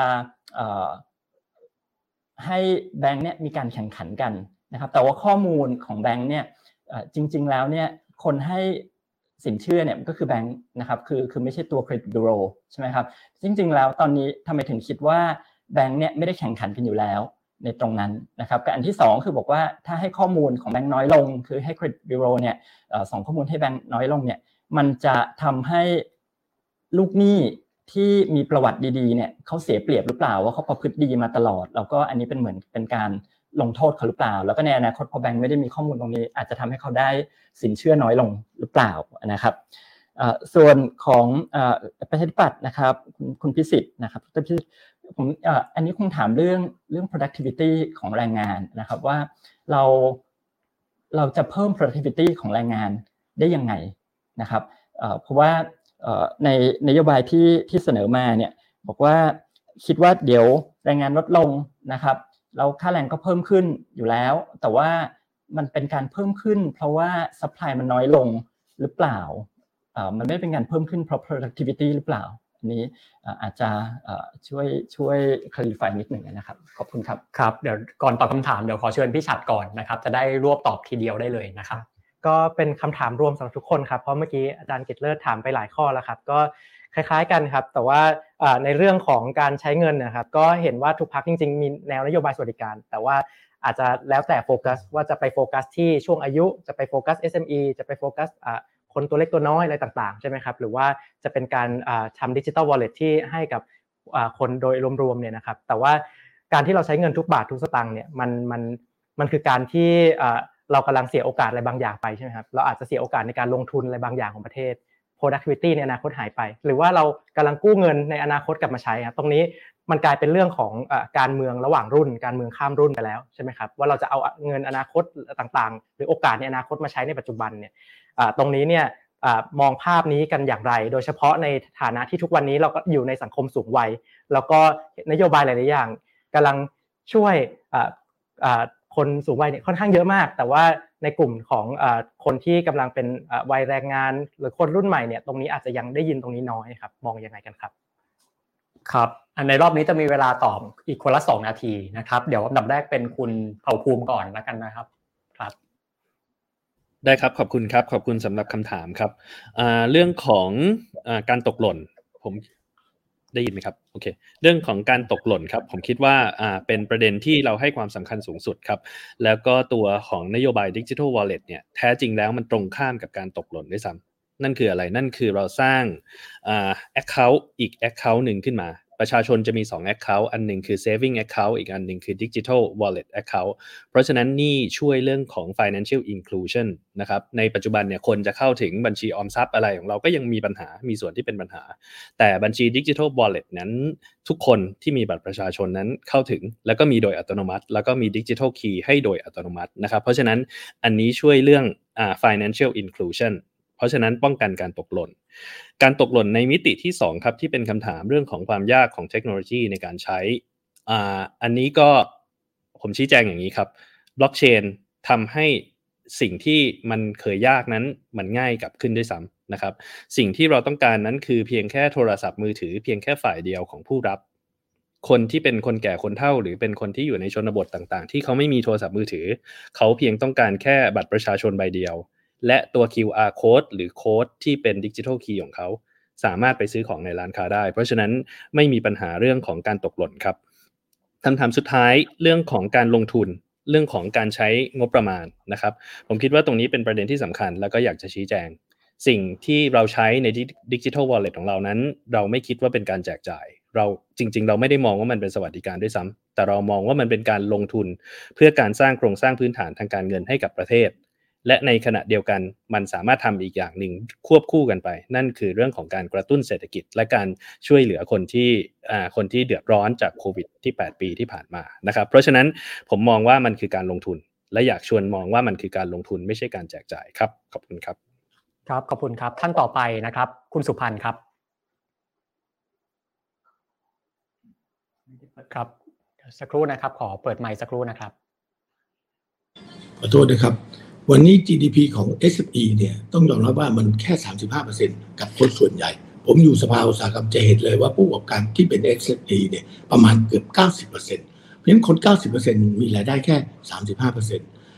ให้แบงค์เนี่ยมีการแข่งขันกันนะครับแต่ว่าข้อมูลของแบงค์เนี่ยจริงๆแล้วเนี่ยคนให้สินเชื่อเนี่ยก็คือแบงค์นะครับคือคือไม่ใช่ตัวเครดิตบูโรใช่ไหมครับจริงๆแล้วตอนนี้ทำไมถึงคิดว่าแบงค์เนี่ยไม่ได้แข่งขันกันอยู่แล้วในตรงนั้นนะครับกับอันที่สองคือบอกว่าถ้าให้ข้อมูลของแบงค์น้อยลงคือให้เครดิตบูโรเนี่ยส่งข้อมูลให้แบงค์น้อยลงเนี่ยมันจะทำให้ลูกหนี้ที่มีประวัติดีๆเนี่ยเขาเสียเปรียบหรือเปล่าว่าเขาประพฤติดีมาตลอดแล้วก็อันนี้เป็นเหมือนเป็นการลงโทษเขาหรือเปล่าแล้วก็ในอนาคตพอแบงค์ไม่ได้มีข้อมูลตรงนี้อาจจะทำให้เขาได้สินเชื่อน้อยลงหรือเปล่านะครับส่วนของประชาธิปัตย์นะครับคุณพิสิทธิ์นะครับผมอันนี้คงถามเรื่องเรื่อง productivity ของแรงงานนะครับว่าเราเราจะเพิ่ม productivity ของแรงงานได้ยังไงนะครับเพราะว่าในนโยบายที่ที่เสนอมาเนี่ยบอกว่าคิดว่าเดี๋ยวแรงงานลดลงนะครับแล้วค่าแรงก็เพิ่มขึ้นอยู่แล้วแต่ว่ามันเป็นการเพิ่มขึ้นเพราะว่า supply มันน้อยลงหรือเปล่ามันไม่เป็นการเพิ่มขึ้นเพราะ productivity หรือเปล่าอันนี้อาจจะช่วยช่วย clarify นิดหนึ่งนะครับขอบคุณครับครับเดี๋ยวก่อนตอบคำถามเดี๋ยวขอเชิญพี่ฉัตรก่อนนะครับจะได้รวบตอบทีเดียวได้เลยนะครับก็เป็นคำถามรวมสำหรับทุกคนครับเพราะเมื่อกี้อาจารย์กิตเลิศถามไปหลายข้อแล้วครับก็คล้ายๆกันครับแต่ว่าในเรื่องของการใช้เงินนะครับก็เห็นว่าทุกพรรคจริงๆมีแนวนโยบายสวัสดิการแต่ว่าอาจจะแล้วแต่โฟกัสว่าจะไปโฟกัสที่ช่วงอายุจะไปโฟกัส เอส เอ็ม อี จะไปโฟกัสคนตัวเล็กตัวน้อยอะไรต่างๆใช่ไหมครับหรือว่าจะเป็นการทำดิจิทัลวอลเล็ตที่ให้กับคนโดยรวมๆเนี่ยนะครับแต่ว่าการที่เราใช้เงินทุกบาททุกสตางค์เนี่ยมันมันมันคือการที่เรากำลังเสียโอกาสอะไรบางอย่างไปใช่ไหมครับเราอาจจะเสียโอกาสในการลงทุนอะไรบางอย่างของประเทศ productivity ในอนาคตหายไปหรือว่าเรากำลังกู้เงินในอนาคตกลับมาใช้ครับตรงนี้มันกลายเป็นเรื่องของเอ่อการเมืองระหว่างรุ่นการเมืองข้ามรุ่นไปแล้วใช่ไหมครับว่าเราจะเอาเงินอนาคตต่างๆหรือโอกาสในอนาคตมาใช้ในปัจจุบันเนี่ยตรงนี้เนี่ยมองภาพนี้กันอย่างไรโดยเฉพาะในฐานะที่ทุกวันนี้เราก็อยู่ในสังคมสูงวัยแล้วก็นโยบายหลายๆอย่างกำลังช่วยคนสูงวัยเนี่ยค่อนข้างเยอะมากแต่ว่าในกลุ่มของคนที่กำลังเป็นวัยแรงงานหรือคนรุ่นใหม่เนี่ยตรงนี้อาจจะยังได้ยินตรงนี้น้อยครับมองยังไงกันครับครับในรอบนี้จะมีเวลาตอบอีกคนละสองนาทีนะครับเดี๋ยวอันดับแรกเป็นคุณเผ่าภูมิก่อนแล้วกันนะครับครับได้ครับขอบคุณครับขอบคุณสำหรับคำถามครับเรื่องของการตกหล่นผมได้ยินไหมครับโอเคเรื่องของการตกหล่นครับผมคิดว่าอ่าเป็นประเด็นที่เราให้ความสำคัญสูงสุดครับแล้วก็ตัวของนโยบาย Digital Wallet เนี่ยแท้จริงแล้วมันตรงข้ามกับการตกหล่นด้วยซ้ำนั่นคืออะไรนั่นคือเราสร้างอ่า account อีก account หนึ่งขึ้นมาประชาชนจะมีสอง account อันหนึ่งคือ saving account อีกอันหนึ่งคือ digital wallet account เพราะฉะนั้นนี่ช่วยเรื่องของ financial inclusion นะครับในปัจจุบันเนี่ยคนจะเข้าถึงบัญชีออมทรัพย์อะไรของเราก็ยังมีปัญหามีส่วนที่เป็นปัญหาแต่บัญชี digital wallet นั้นทุกคนที่มีบัตรประชาชนนั้นเข้าถึงแล้วก็มีโดยอัตโนมัติแล้วก็มี digital key ให้โดยอัตโนมัตินะครับเพราะฉะนั้นอันนี้ช่วยเรื่องอ่า financial inclusionเพราะฉะนั้นป้องกันการตกหล่นการตกหล่นในมิติที่สองครับที่เป็นคำถามเรื่องของความยากของเทคโนโลยีในการใช้อ่าอันนี้ก็ผมชี้แจงอย่างนี้ครับบล็อกเชนทำให้สิ่งที่มันเคยยากนั้นมันง่ายกลับขึ้นด้วยซ้ำนะครับสิ่งที่เราต้องการนั้นคือเพียงแค่โทรศัพท์มือถือเพียงแค่ฝ่ายเดียวของผู้รับคนที่เป็นคนแก่คนเฒ่าหรือเป็นคนที่อยู่ในชนบทต่างๆที่เขาไม่มีโทรศัพท์มือถือเขาเพียงต้องการแค่บัตรประชาชนใบเดียวและตัว คิว อาร์ code หรือโค้ดที่เป็น digital key ของเขาสามารถไปซื้อของในร้านค้าได้เพราะฉะนั้นไม่มีปัญหาเรื่องของการตกหล่นครับคำถามสุดท้ายเรื่องของการลงทุนเรื่องของการใช้งบประมาณนะครับผมคิดว่าตรงนี้เป็นประเด็นที่สำคัญแล้วก็อยากจะชี้แจงสิ่งที่เราใช้ใน digital wallet ของเรานั้นเราไม่คิดว่าเป็นการแจกจ่ายเราจริงๆเราไม่ได้มองว่ามันเป็นสวัสดิการด้วยซ้ำแต่เรามองว่ามันเป็นการลงทุนเพื่อการสร้างโครงสร้างพื้นฐานทางการเงินให้กับประเทศและในขณะเดียวกันมันสามารถทำอีกอย่างหนึ่งควบคู่กันไปนั่นคือเรื่องของการกระตุ้นเศรษฐกิจและการช่วยเหลือคนที่อ่าคนที่เดือดร้อนจากโควิดที่แปดปีที่ผ่านมานะครับเพราะฉะนั้นผมมองว่ามันคือการลงทุนและอยากชวนมองว่ามันคือการลงทุนไม่ใช่การแจกจ่ายครับขอบคุณครับครับขอบคุณครับท่านต่อไปนะครับคุณสุพันธ์ครับครับสักครู่นะครับขอเปิดไมค์สักครู่นะครับขอโทษนะครับวันนี้ จี ดี พี ของ เอส เอ็ม อี เนี่ยต้องยอมรับว่ามันแค่ สามสิบห้าเปอร์เซ็นต์ กับคนส่วนใหญ่ผมอยู่สภาอุตสาหกรรมจะเห็นเลยว่าผู้ประกอบการที่เป็น เอส เอ็ม อี เนี่ยประมาณเกือบ เก้าสิบเปอร์เซ็นต์ เพราะฉะนั้นคน เก้าสิบเปอร์เซ็นต์ มีรายได้แค่ สามสิบห้าเปอร์เซ็นต์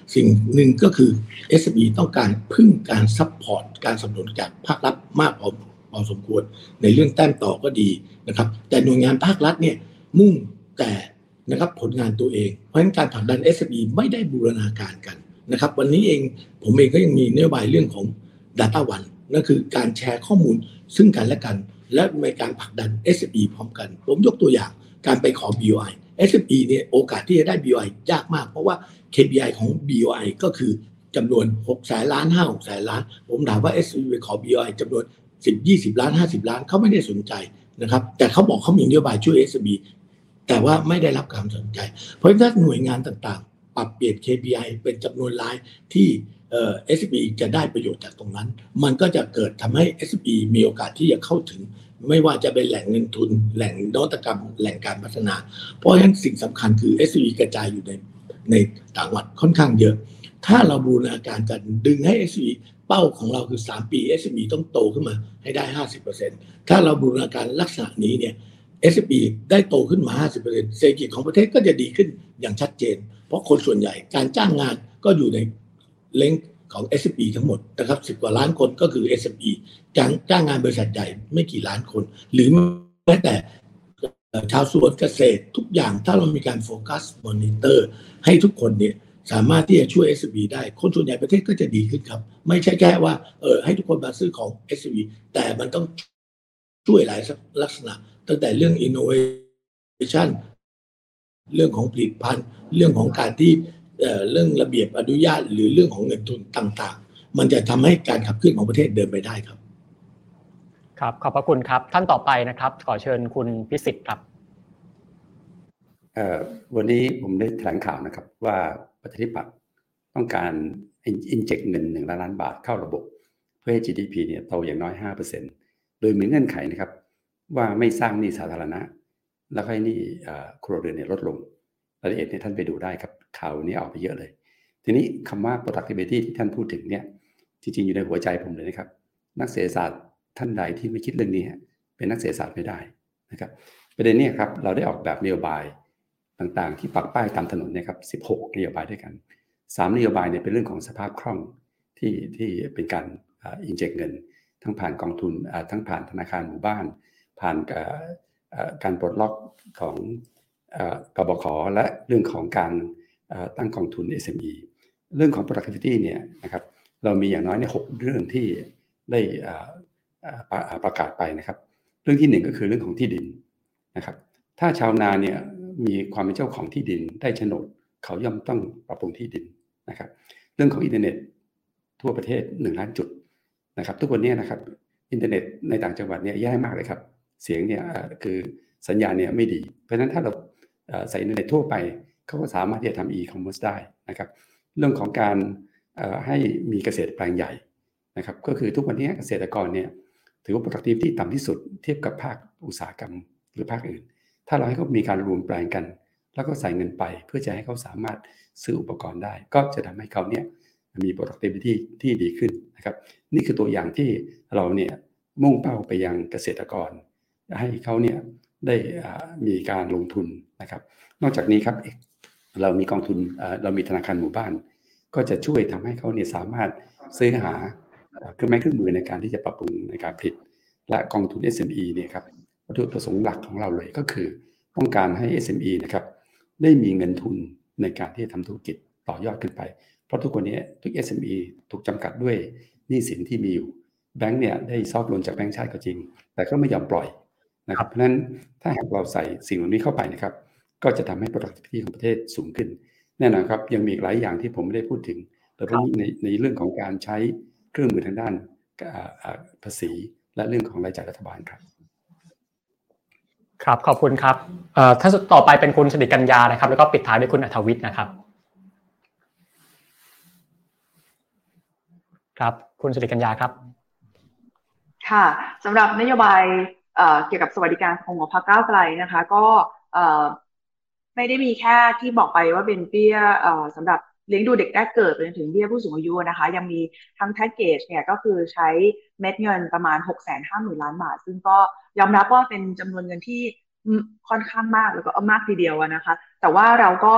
สิ่งหนึ่งก็คือ เอส เอ็ม อี ต้องการพึ่งการซัพพอร์ตการสนับสนุนจากภาครัฐมากพอพอสมควรในเรื่องแต้มต่อก็ดีนะครับแต่หน่วยงานภาครัฐเนี่ยมุ่งแต่นะครับผลงานตัวเองเพราะฉะนั้นการผลักดัน เอส เอ็ม อี ไม่ได้บูรณาการกันนะครับวันนี้เองผมเองก็ยังมีนโยบายเรื่องของ Data One นั่นคือการแชร์ข้อมูลซึ่งกันและกันและในการผลักดัน เอส เอ็ม อี พร้อมกันผมยกตัวอย่างการไปขอ บี โอ ไอ เอส เอ็ม อี เนี่ยโอกาสที่จะได้ บี โอ ไอ ยากมากเพราะว่า เค พี ไอ ของ บี โอ ไอ ก็คือจำนวนหกแสนล้าน ห้าหกแสนล้านผมถามว่า เอส เอ็ม อี ไปขอ บี โอ ไอ จำนวนสิบ ยี่สิบล้านห้าสิบล้านเขาไม่ได้สนใจนะครับแต่เขาบอกเขามีนโยบายช่วย เอส เอ็ม อี แต่ว่าไม่ได้รับความสนใจเพราะฉะนั้นหน่วยงานต่างๆปรับเปลี่ยน เค พี ไอ เป็นจำนวนรายที่เอ่อ เอส เอ็ม อี จะได้ประโยชน์จากตรงนั้นมันก็จะเกิดทำให้ เอส เอ็ม อี มีโอกาสที่จะเข้าถึงไม่ว่าจะเป็นแหล่งเงินทุนแหล่งนวัตกรรมแหล่งการพัฒนาเพราะฉะนั้นสิ่งสำคัญคือ เอส เอ็ม อี กระจายอยู่ในในต่างจังหวัดค่อนข้างเยอะถ้าเราบูรณาการกันดึงให้ เอส เอ็ม อี เป้าของเราคือสามปี เอส เอ็ม อี ต้องโตขึ้นมาให้ได้ ห้าสิบเปอร์เซ็นต์ ถ้าเราบูรณาการลักษณะนี้เนี่ย เอส เอ็ม อี ได้โตขึ้นมา ห้าสิบเปอร์เซ็นต์ เศรษฐกิจของประเทศก็จะดีขึ้นอย่างชัดเจนเพราะคนส่วนใหญ่การจ้างงานก็อยู่ในเลนส์ของ เอส เอ็ม อี ทั้งหมดนะครับสิบกว่าล้านคนก็คือ เอส เอ็ม อี จ้างจ้างงานบริษัทใหญ่ไม่กี่ล้านคนหรือแม้แต่ชาวสวนเกษตรทุกอย่างถ้าเรามีการโฟกัสมอนิเตอร์ให้ทุกคนเนี่ยสามารถที่จะช่วย เอส เอ็ม อี ได้คนส่วนใหญ่ประเทศก็จะดีขึ้นครับไม่ใช่แค่ว่าเออให้ทุกคนมาซื้อของ เอส เอ็ม อี แต่มันต้องช่วยหลายลักษณะตั้งแต่เรื่อง innovation เรื่องของผลิตภัณฑ์เรื่องของการที่เอ่อเรื่องระเบียบอนุญาตหรือเรื่องของเงินทุนต่างๆมันจะทำให้การขับเคลื่อนของประเทศเดินไปได้ครับครับขอบพระคุณครับท่านต่อไปนะครับขอเชิญคุณพิสิทธิ์ครับเอ่อวันนี้ผมได้แถลงข่าวนะครับว่าประชาธิปัตย์ต้องการอินเจกเงินหนึ่งล้านล้านบาทเข้าระบบเพื่อให้ จี ดี พี เนี่ยโตอย่างน้อย ห้าเปอร์เซ็นต์ โดยมีเงื่อนไขนะครับว่าไม่สร้างหนี้สาธารณะแล้วให้หนี้ครัวเรือนเนี่ยลดลงรายละเอียดเนี่ยท่านไปดูได้ครับข่าวนี้ออกไปเยอะเลยทีนี้คำว่า productivity ที่ท่านพูดถึงเนี่ยจริงๆอยู่ในหัวใจผมเลยนะครับนักเศรษฐศาสตร์ท่านใดที่ไม่คิดเรื่องนี้เป็นนักเศรษฐศาสตร์ไม่ได้นะครับประเด็นนี้ครับเราได้ออกแบบนโยบายต่างๆที่ปักป้ายตามถนนเนี่ยครับสิบหกนโยบายด้วยกันสามนโยบายเนี่ยเป็นเรื่องของสภาพคล่องที่ที่เป็นการอินเจกเงินทั้งผ่านกองทุนทั้งผ่านธนาคารหมู่บ้านผ่านการปลดล็อกของกบข.และเรื่องของการตั้งกองทุน เอส เอ็ม อี เรื่องของ productivity เนี่ยนะครับเรามีอย่างน้อยเนี่ยหกเรื่องที่ได้ประกาศไปนะครับเรื่องที่หนึ่งก็คือเรื่องของที่ดินนะครับถ้าชาวนาเนี่ยมีความเป็นเจ้าของที่ดินได้โฉนดเขาย่อมต้องปรับปรุงที่ดินนะครับเรื่องของอินเทอร์เน็ตทั่วประเทศหนึ่งล้านจุดนะครับทุกวันนี้นะครับอินเทอร์เน็ตในต่างจังหวัดเนี่ยแย่มากเลยครับเสียงเนี่ยคือสัญญาณเนี่ยไม่ดีเพราะฉะนั้นถ้าเราใส่อินเทอร์เน็ตทั่วไปเขาก็สามารถที่จะทำ e-commerce ได้นะครับเรื่องของการให้มีเกษตรแปลงใหญ่นะครับก็คือทุกวันนี้เกษตรกรเนี่ยถือว่า productivity ที่ต่ำที่สุดเทียบกับภาคอุตสาหกรรมหรือภาคอื่นถ้าเราให้เขามีการรวมแปลงกันแล้วก็ใส่เงินไปเพื่อจะให้เขาสามารถซื้ออุปกรณ์ได้ก็จะทำให้เขาเนี่ยมี productivity ที่ดีขึ้นนะครับนี่คือตัวอย่างที่เราเนี่ยมุ่งเป้าไปยังเกษตรกรให้เขาเนี่ยได้มีการลงทุนนะครับนอกจากนี้ครับเรามีกองทุนเรามีธนาคารหมู่บ้านก็จะช่วยทำให้เขาเนี่ยสามารถซื้อหาเครื่องไม้เครื่องมือในการที่จะปรับปรุงในการผลิตและกองทุน เอส เอ็ม อี เนี่ยครับวัตถุประสงค์หลักของเราเลยก็คือต้องการให้ เอส เอ็ม อี นะครับได้มีเงินทุนในการที่จะทำธุรกิจต่อยอดขึ้นไปเพราะทุกคนนี้ทุก เอส เอ็ม อี ถูกจำกัดด้วยหนี้สินที่มีอยู่แบงก์เนี่ยได้ซอฟต์โลนจากแบงก์ชาติก็จริงแต่ก็ไม่ยอมปล่อยนะครับเพราะฉะนั้นถ้าหากเราใส่สิ่งเหล่านี้เข้าไปนะครับก็จะทำให้ productivity ของประเทศสูงขึ้นแน่นอนครับยังมีหลายอย่างที่ผมไม่ได้พูดถึงโดยเฉพาะในในเรื่องของการใช้เครื่องมือทางด้านภาษีและเรื่องของรายจ่ายรัฐบาลครับครับขอบคุณครับเอ่อท่านต่อไปเป็นคุณสิริกัญญานะครับแล้วก็ปิดท้ายด้วยคุณอัธวิทย์นะครับครับคุณสิริกัญญาครับค่ะสำหรับนโยบายเอ่อเกี่ยวกับสวัสดิการของพรรคก้าวไกลนะคะก็เอ่อไม่ได้มีแค่ที่บอกไปว่าเป็นเบี้ยเอ่อสำหรับเลี้ยงดูเด็กแรกเกิดไปจนถึงเบี้ยผู้สูงอายุนะคะยังมีทั้งแพ็กเกจเนี่ยก็คือใช้เม็ดเงินประมาณ หกแสนห้าหมื่นล้านบาทซึ่งก็ยอมรับว่าเป็นจำนวนเงินที่ค่อนข้างมากแล้วก็มากทีเดียวนะคะแต่ว่าเราก็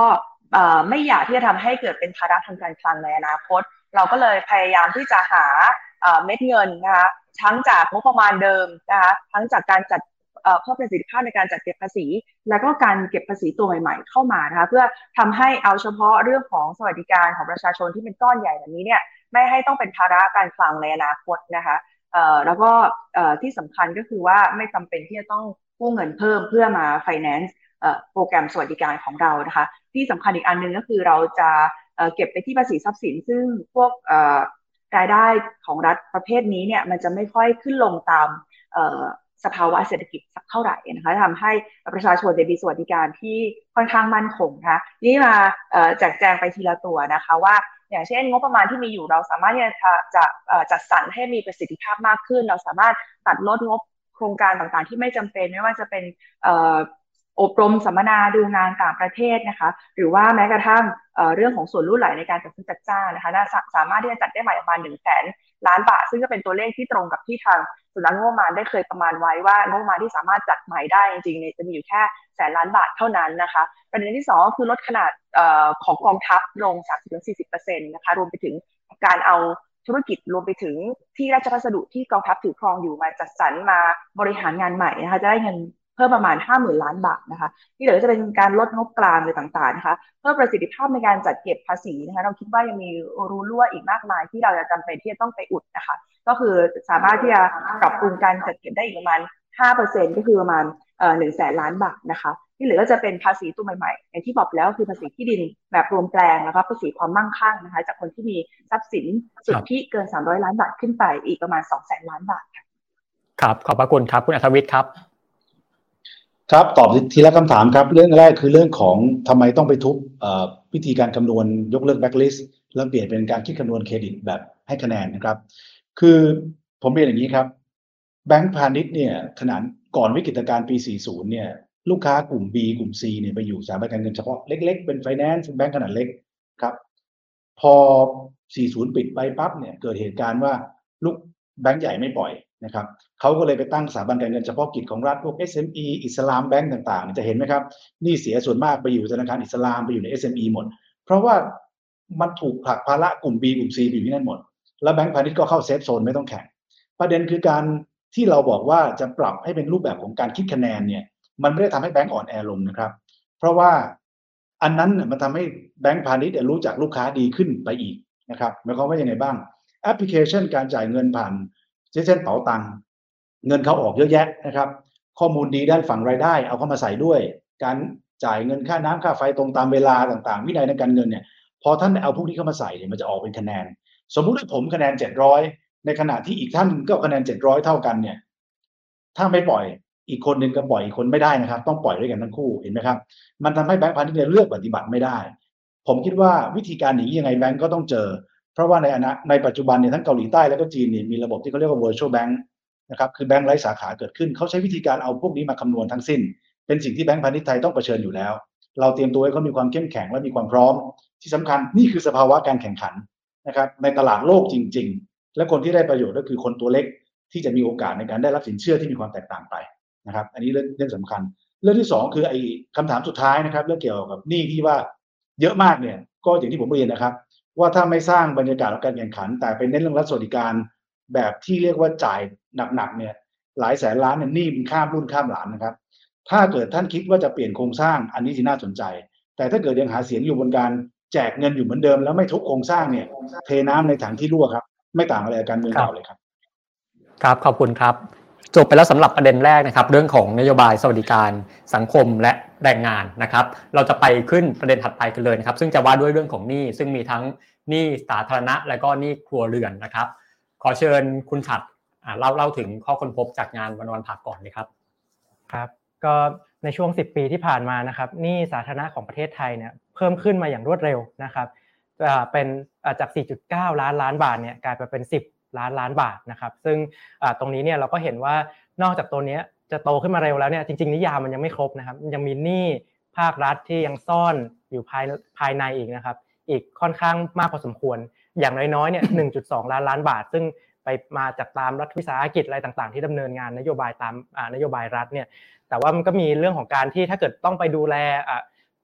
ไม่อยากที่จะทำให้เกิดเป็นภาระทางการคลังในอนาคตเราก็เลยพยายามที่จะหาเม็ดเงินนะคะทั้งจากงบประมาณเดิมนะคะทั้งจากการจัดเพิ่มประสิทธิภาพในการจัดเก็บภาษีแล้วก็การเก็บภาษีตัวใหม่ๆเข้ามานะคะเพื่อทำให้เอาเฉพาะเรื่องของสวัสดิการของประชาชนที่เป็นก้อนใหญ่แบบนี้เนี่ยไม่ให้ต้องเป็นภาระการคลังในอนาคตนะคะแล้วก็ที่สำคัญก็คือว่าไม่จำเป็นที่จะต้องกู้เงินเพิ่มเพื่อมา finance โปรแกรมสวัสดิการของเรานะคะที่สำคัญอีกอันนึงก็คือเราจะเก็บไปที่ภาษีทรัพย์สินซึ่งพวกรายได้ของรัฐประเภทนี้เนี่ยมันจะไม่ค่อยขึ้นลงตามสภาวะเศรษฐกิจสักเท่าไหร่นะคะทำให้ประชาชนได้มีสวัสดิการที่ค่อนข้างมั่นคงนะคะนี่มาแจกแจงไปทีละตัวนะคะว่าอย่างเช่นงบประมาณที่มีอยู่เราสามารถที่จะจะจัดสรรให้มีประสิทธิภาพมากขึ้นเราสามารถตัดลดงบโครงการต่างๆที่ไม่จำเป็นไม่ว่าจะเป็นอบรมสัมมนาดูงานต่างประเทศนะคะหรือว่าแม้กระทั่ง เ, เรื่องของส่วนลดหลั่นในการจัดซื้อจัดจ้างนะคะสามารถที่จะจัดได้ใหม่ประมาณหนึ่งแสนล้านบาทซึ่งก็เป็นตัวเลขที่ตรงกับที่ทางสำนักงบประมาณได้เคยประมาณไว้ว่างบประมาณที่สามารถจัดใหม่ได้จริงๆเนี่ยจะมีอยู่แค่แสนล้านบาทเท่านั้นนะคะประเด็นที่สองก็คือลดขนาดของกองทัพลง สามสิบถึงสี่สิบเปอร์เซ็นต์ นะคะรวมไปถึงการเอาธุรกิจรวมไปถึงที่ราชพัสดุที่กองทัพถือครองอยู่มาจัดสรรมาบริหารงานใหม่นะคะจะได้เงินเพิ่มประมาณ ห้าหมื่น ล้านบาทนะคะที่เหลือจะเป็นการลดงบกลางอะไรต่างๆนะคะเพิ่มประสิทธิภาพในการจัดเก็บภาษีนะคะเราคิดว่ายังมีรูรั่วอีกมากมายที่เราจะจำเป็นที่จะต้องไปอุดนะคะก็คือสามารถที่จะปรับปรุงการจัดเก็บได้อีกประมาณ ห้าเปอร์เซ็นต์ ก็คือประมาณเอ่อ หนึ่งแสน ล้านบาทนะคะที่เหลือก็จะเป็นภาษีตัวใหม่ๆอย่างที่บอกแล้วคือภาษีที่ดินแบบรวมแปลงแล้วก็ภาษีความมั่งคั่งนะคะจากคนที่มีทรัพย์สินสุทธิเกินสามร้อยล้านบาทขึ้นไปอีกประมาณ สองแสน ล้านบาทครับขอบพระคุณครับคุณอัธวิทย์ครับครับตอบทีละคำถามครับเรื่องแรกคือเรื่องของทำไมต้องไปทุบวิธีการคำนวณยกเลิกแบ็คลิสต์แล้วเปลี่ยนเป็นการคิดคำนวณเครดิตแบบให้คะแนนนะครับคือผมเรียนอย่างนี้ครับแบงก์พาณิชย์เนี่ยขนาดก่อนวิกฤตการณ์ปีสี่สิบเนี่ยลูกค้ากลุ่ม B กลุ่ม C เนี่ยไปอยู่สถาบันการเงินเฉพาะเล็กๆเป็นไฟแนนซ์แบงก์ขนาดเล็กครับพอสี่สิบปิดไปปั๊บเนี่ยเกิดเหตุการณ์ว่าลูกแบงก์ใหญ่ไม่ปล่อยนะครับเขาก็เลยไปตั้งสถาบันการเงินเฉพาะกิจของรัฐพวก เอส เอ็ม อี อิสลามแบงก์ต่างๆจะเห็นไหมครับนี่เสียส่วนมากไปอยู่ธนาคารอิสลามไปอยู่ใน เอส เอ็ม อี หมดเพราะว่ามันถูกผลักภาระกลุ่ม B กลุ่ม C ไปอยู่ที่นั่นหมดแล้วแบงก์พาณิชย์ก็เข้าเซฟโซนไม่ต้องแข่งประเด็นคือการที่เราบอกว่าจะปรับให้เป็นรูปแบบของการคิดคะแนนเนี่ยมันไม่ได้ทำให้แบงก์อ่อนแอลงนะครับเพราะว่าอันนั้นมันทำให้แบงก์พาณิชย์รู้จักลูกค้าดีขึ้นไปอีกนะครับหมายความว่ายังไงบ้างแอปพลิเคชันการจ่ายเงินผ่านเช่นเป๋าตังค์เงินเขาออกเยอะแยะนะครับข้อมูลดีด้านฝั่งรายได้เอาเข้ามาใส่ด้วยการจ่ายเงินค่าน้ำค่าไฟตรงตามเวลาต่างๆวินัยในการเงินเนี่ยพอท่านเอาพวกนี้เข้ามาใส่เนี่ยมันจะออกเป็นคะแนนสมมุติว่าผมคะแนนเจ็ดร้อยในขณะที่อีกท่านก็คะแนนเจ็ดร้อยเท่ากันเนี่ยถ้าไม่ปล่อยอีกคนนึงก็ปล่อยอีกคนไม่ได้นะครับต้องปล่อยด้วยกันทั้งคู่เห็นไหมครับมันทำให้แบงก์พาณิชย์เลือกปฏิบัติไม่ได้ผมคิดว่าวิธีการนี้ยังไงแบงก์ก็ต้องเจอเพราะว่าในอนาในปัจจุบันเนี่ยทั้งเกาหลีใต้แล้วก็จีนเนี่ยมีระบบที่เขาเรียกว่า virtual bank นะครับคือแบงก์ไร้สาขาเกิดขึ้นเขาใช้วิธีการเอาพวกนี้มาคำนวณทั้งสิ้นเป็นสิ่งที่แบงก์พาณิชย์ไทยต้องเผชิญอยู่แล้วเราเตรียมตัวให้เขามีความเข้มแข็งและมีความพร้อมที่สำคัญนี่คือสภาวะการแข่งขันนะครับในตลาดโลกจริงๆและคนที่ได้ประโยชน์ก็คือคนตัวเล็กที่จะมีโอกาสในการได้รับสินเชื่อที่มีความแตกต่างไปนะครับอันนี้เรื่องเรื่องสำคัญเรื่องที่สองคือไอ้คำถามสุดท้ายนะครับเรื่องเกี่ยวกับหนี้ที่ว่าเยอะมากเนี่ยก็อย่างที่ผมเรียนนะครับว่าถ้าไม่สร้างบรรยากาศของการแข่งขันแต่เป็นเน้นเรื่องรัฐสวัสดิการแบบที่เรียกว่าจ่ายหนักๆเนี่ยหลายแสนล้านเนี่ยหนี้มันข้ามรุ่นข้ามหลานนะครับถ้าเกิดท่านคิดว่าจะเปลี่ยนโครงสร้างอันนี้ที่น่าสนใจแต่ถ้าเกิดยังหาเสียงอยู่บนการแจกเงินอยู่เหมือนเดิมแล้วไม่ทุบโครงสร้างเนี่ยเทน้ำในถังที่รั่วครับไม่ต่างอะไรกับการเมืองเก่าเลยครับครับขอบคุณครับจบไปแล้วสำหรับประเด็นแรกนะครับเรื่องของนโยบายสวัสดิการสังคมและแรงงานนะครับเราจะไปขึ้นประเด็นถัดไปกันเลยนะครับซึ่งจะว่าด้วยเรื่องของหนี้ซึ่งมีทั้งหนี้สาธารณะและก็หนี้ครัวเรือนนะครับขอเชิญคุณฉัตรเล่าเล่าถึงข้อค้นพบจากงานวันวันผักก่อนเลยครับครับก็ในช่วงสิบปีที่ผ่านมานะครับหนี้สาธารณะของประเทศไทยเนี่ยเพิ่มขึ้นมาอย่างรวดเร็วนะครับเป็นจาก สี่จุดเก้า ล้านล้านบาทเนี่ยกลายไปเป็นสิบล้านล้านบาทนะครับซึ่งตรงนี้เนี่ยเราก็เห็นว่านอกจากตัวนี้จะโตขึ้นมาเร็วแล้วเนี่ยจริงๆนิยามมันยังไม่ครบนะครับยังมีหนี้ภาครัฐที่ยังซ่อนอยู่ภายภายในอีกนะครับอีกค่อนข้างมากพอสมควรอย่างน้อยๆเนี่ย หนึ่งจุดสอง ล้านล้านบาทซึ่งไปมาจากตามรัฐวิสาหกิจอะไรต่างๆที่ดำเนินงานนโยบายตามนโยบายรัฐเนี่ยแต่ว่ามันก็มีเรื่องของการที่ถ้าเกิดต้องไปดูแล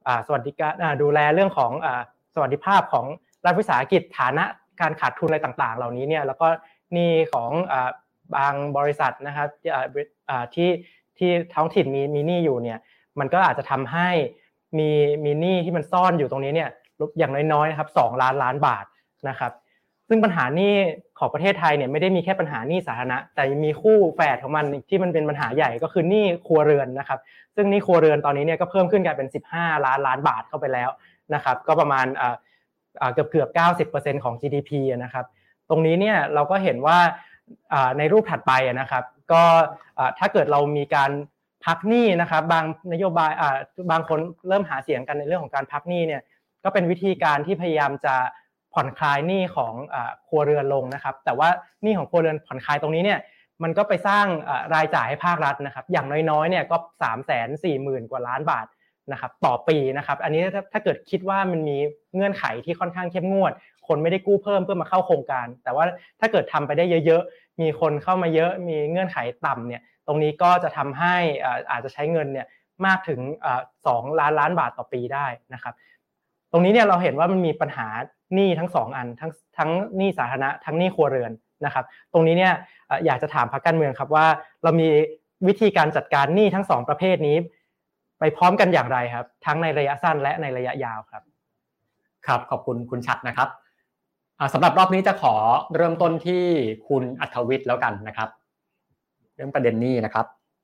สวัสดิการดูแลเรื่องของสวัสดิภาพของรัฐวิสาหกิจฐานะการขาดทุนอะไรต่างๆเหล่านี้เนี่ยแล้วก็หนี้ของบางบริษัทนะครับที่ที่ท้องถิ่นมีมีหนี้อยู่เนี่ยมันก็อาจจะทำให้มีมีหนี้ที่มันซ่อนอยู่ตรงนี้เนี่ยอย่างน้อยๆนะครับสองล้านล้านบาทนะครับซึ่งปัญหาหนี้ของประเทศไทยเนี่ยไม่ได้มีแค่ปัญหาหนี้สาธารณะแต่มีคู่แฝดของมันที่มันเป็นปัญหาใหญ่ก็คือหนี้ครัวเรือนนะครับซึ่งหนี้ครัวเรือนตอนนี้เนี่ยก็เพิ่มขึ้นกลายเป็นสิบห้าล้านล้านบาทเข้าไปแล้วนะครับก็ประมาณเอ่อเอ่อเกือบๆ เก้าสิบเปอร์เซ็นต์ ของ จี ดี พี นะครับตรงนี้เนี่ยเราก็เห็นว่าในรูปถัดไปนะครับก็ถ้าเกิดเรามีการพักหนี้นะครับบางนโยบายบางคนเริ่มหาเสียงกันในเรื่องของการพักหนี้เนี่ยก็เป็นวิธีการที่พยายามจะผ่อนคลายหนี้ของครัวเรือนลงนะครับแต่ว่าหนี้ของครัวเรือนผ่อนคลายตรงนี้เนี่ยมันก็ไปสร้างรายจ่ายให้ภาครัฐนะครับอย่างน้อยๆเนี่ยก็ สามแสนสี่หมื่น กว่าล้านบาทนะครับต่อปีนะครับอันนี้ถ้าเกิดคิดว่ามันมีเงื่อนไขที่ค่อนข้างเข้มงวดคนไม่ได้กู้เพิ่มเพื่อมาเข้าโครงการแต่ว่าถ้าเกิดทำไปได้เยอะๆมีคนเข้ามาเยอะมีเงื่อนไขต่ำเนี่ยตรงนี้ก็จะทำให้อาจจะใช้เงินเนี่ยมากถึงสองล้านล้านบาทต่อปีได้นะครับตรงนี้เนี่ยเราเห็นว่ามันมีปัญหาหนี้ทั้งสองอันทั้งทั้งหนี้สาธารณะทั้งหนี้ครัวเรือนนะครับตรงนี้เนี่ยอยากจะถามพรรคการเมืองครับว่าเรามีวิธีการจัดการหนี้ทั้งสองประเภทนี้ไปพร้อมกันอย่างไรครับทั้งในระยะสั้นและในระยะยาวครับครับขอบคุณคุณชัดนะครับสำหรับรอบนี้จะขอเริ่มต้นที่คุณอัธวิทย์แล้วกันนะครับเรื่องประเด็นนี้นะครับ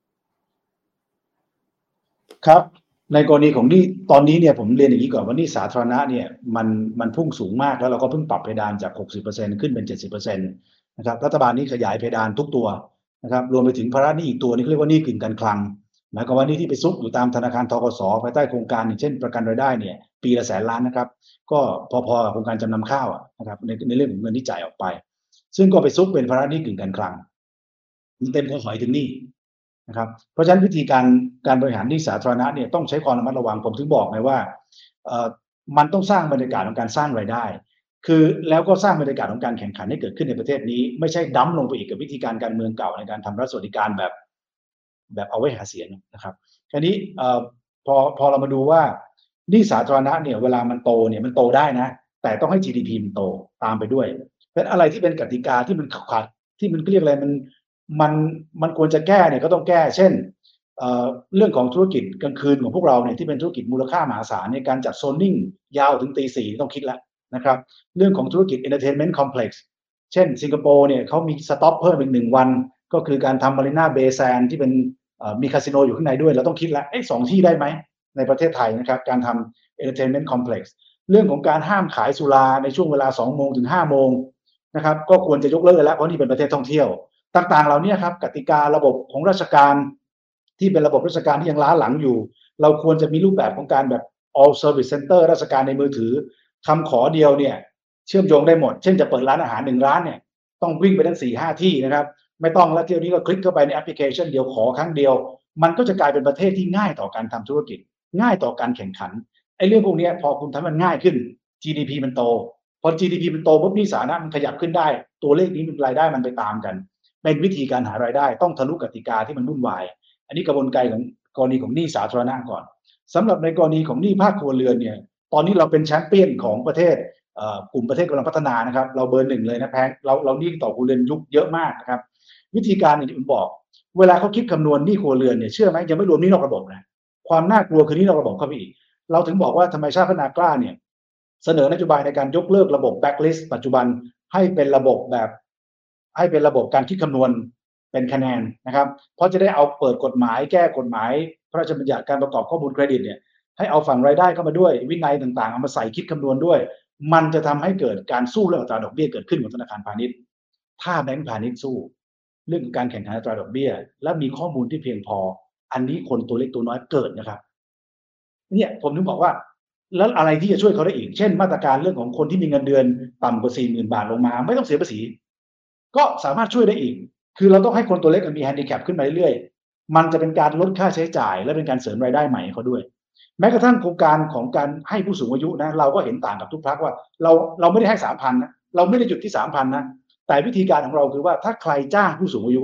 ครับในกรณีของหนี้ตอนนี้เนี่ยผมเรียนอย่างนี้ก่อนว่าหนี้สาธารณะเนี่ยมันมันพุ่งสูงมากแล้วเราก็เพิ่งปรับเพดานจาก หกสิบเปอร์เซ็นต์ ขึ้นเป็น เจ็ดสิบเปอร์เซ็นต์ นะครับรัฐบาลนี้ขยายเพดานทุกตัวนะครับรวมไปถึงภาระหนี้อีกตัวนี้เรียกว่าหนี้กึ่งการคลังหมายความว่าหนี้ที่ไปซุกอยู่ตามธนาคารธกสภายใต้โครงการอย่างเช่นประกันรายได้เนี่ยปีละแสนล้านนะครับก็พอๆกับโครงการจำนำข้าวนะครับในในเรื่องของเงินที่จ่ายออกไปซึ่งก็ไปซุกเป็นภาระหนี้กึ่งการคลังมันเต็มข้อหอยถึงหนี้นะครับเพราะฉะนั้นวิธีการการบริหารหนี้สาธารณะเนี่ยต้องใช้ความระมัดระวังผมถึงบอกไงว่าเอ่อมันต้องสร้างบรรยากาศของการสร้างรายได้คือแล้วก็สร้างบรรยากาศของการแข่งขันให้เกิดขึ้นในประเทศนี้ไม่ใช่ดั้มลงไปอีกกับวิธีการการเมืองเก่าในการทำรัฐสวัสดิการแบบแบบเอาไว้หาเสียงนะครับคราวนี้เอ่อพอพอเรามาดูว่าหนี้สาธารณะเนี่ยเวลามันโตเนี่ยมันโตได้นะแต่ต้องให้ จี ดี พี มันโตตามไปด้วยเพราะฉะนั้นอะไรที่เป็นกติกาที่มันขัดที่มันเรียกอะไรมันมันมันควรจะแก้เนี่ยก็ต้องแก้เช่น เอ่อเรื่องของธุรกิจกลางคืนของพวกเราเนี่ยที่เป็นธุรกิจมูลค่ามหาศาลในการจัดโซนนิ่งยาวถึงตีสี่ต้องคิดแล้วนะครับเรื่องของธุรกิจ Entertainment Complex เช่นสิงคโปร์เนี่ยเขามีสต็อปเพิ่มอีกหนึ่งวันก็คือการทำมารีนาเบย์แซนด์ที่เป็นมีคาสิโนอยู่ข้างในด้วยเราต้องคิดแล้วไอ้สองที่ได้ไหมในประเทศไทยนะครับการทำ Entertainment Complex เรื่องของการห้ามขายสุราในช่วงเวลาสองโมงถึงห้าโมงนะครับก็ควรจะยกเลิกแล้วเพราะนี่เป็นประเทศท่องเที่ยวต่างๆเหล่านี้ครับกติการะบบของราชการที่เป็นระบบราชการที่ยังล้าหลังอยู่เราควรจะมีรูปแบบของการแบบ all service center ราชการในมือถือคำขอเดียวเนี่ยเชื่อมโยงได้หมดเช่นจะเปิดร้านอาหารหนึ่งร้านเนี่ยต้องวิ่งไปทั้ง สี่ห้า ที่นะครับไม่ต้องแล้วเที่ยวนี้ก็คลิกเข้าไปในแอปพลิเคชันเดียวขอครั้งเดียวมันก็จะกลายเป็นประเทศที่ง่ายต่อการทำธุรกิจง่ายต่อการแข่งขันไอ้เรื่องพวกนี้พอคุณทำมันง่ายขึ้น จี ดี พี มันโตพอ จี ดี พี มันโตปุ๊บหนี้สาธารณะมันขยับขึ้นได้ตัวเลขนี้มันรายได้มันไปตามกันเป็นวิธีการหารายได้ต้องทะลุกติกาที่มันวุ่นวายอันนี้กระบวนการของกรณีของหนี้สาธารณะก่อนสำหรับในกรณีของหนี้ภาคครัวเรือนเนี่ยตอนนี้เราเป็นแชมเปี้ยนของประเทศกลุ่มประเทศกำลังพัฒนานะครับเราเบอร์หนึ่งเลยนะแพงเราเราหนี้ต่อครัวเรือนยุคเยอะมากนะครับวิธีการอย่างที่ผมบอกเวลาเขาคิดคำนวณหนี้ครัวเรือนเนี่ยเชื่อไหมยังไม่รวมหนี้นอกระบบนะความน่ากลัวคือหนี้นอกระบบเข้าไปอีกเราถึงบอกว่าธรรมชาติพัฒนากล้าเนี่ยเสนอนโยบายในการยกเลิกระบบแบ็คลิสต์ปัจจุบันให้เป็นระบบแบบให้เป็นระบบการคิดคำนวณเป็นคะแนนนะครับเพราะจะได้เอาเปิดกฎหมายแก้กฎหมายพระราชบัญญัติการประกอบข้อมูลเครดิตเนี่ยให้เอาฝั่งรายได้เข้ามาด้วยวินัยต่างๆเอามาใส่คิดคำนวณด้วยมันจะทำให้เกิดการสู้เรื่องอัตราดอกเบี้ยเกิดขึ้นของธนาคารพาณิชย์ถ้าแบงก์พาณิชย์สู้เรื่องการแข่งขันอัตราดอกเบี้ยและมีข้อมูลที่เพียงพออันนี้คนตัวเล็กตัวน้อยเกิดนะครับเนี่ยผมถึงบอกว่าแล้วอะไรที่จะช่วยเขาได้อีกเช่นมาตรการเรื่องของคนที่มีเงินเดือนต่ำกว่า สี่หมื่น บาทลงมาไม่ต้องเสียภาษีก็สามารถช่วยได้อีกคือเราต้องให้คนตัวเล็กมันมีแฮนดิแคปขึ้นมาเรื่อยๆมันจะเป็นการลดค่าใช้จ่ายและเป็นการเสริมรายได้ใหม่เขาด้วยแม้กระทั่งโครงการของการให้ผู้สูงอายุนะเราก็เห็นต่างกับทุกพรรคว่าเราเราไม่ได้ให้ สามพัน นะเราไม่ได้หยุดที่ สามพัน นะแต่วิธีการของเราคือว่าถ้าใครจ้างผู้สูงอายุ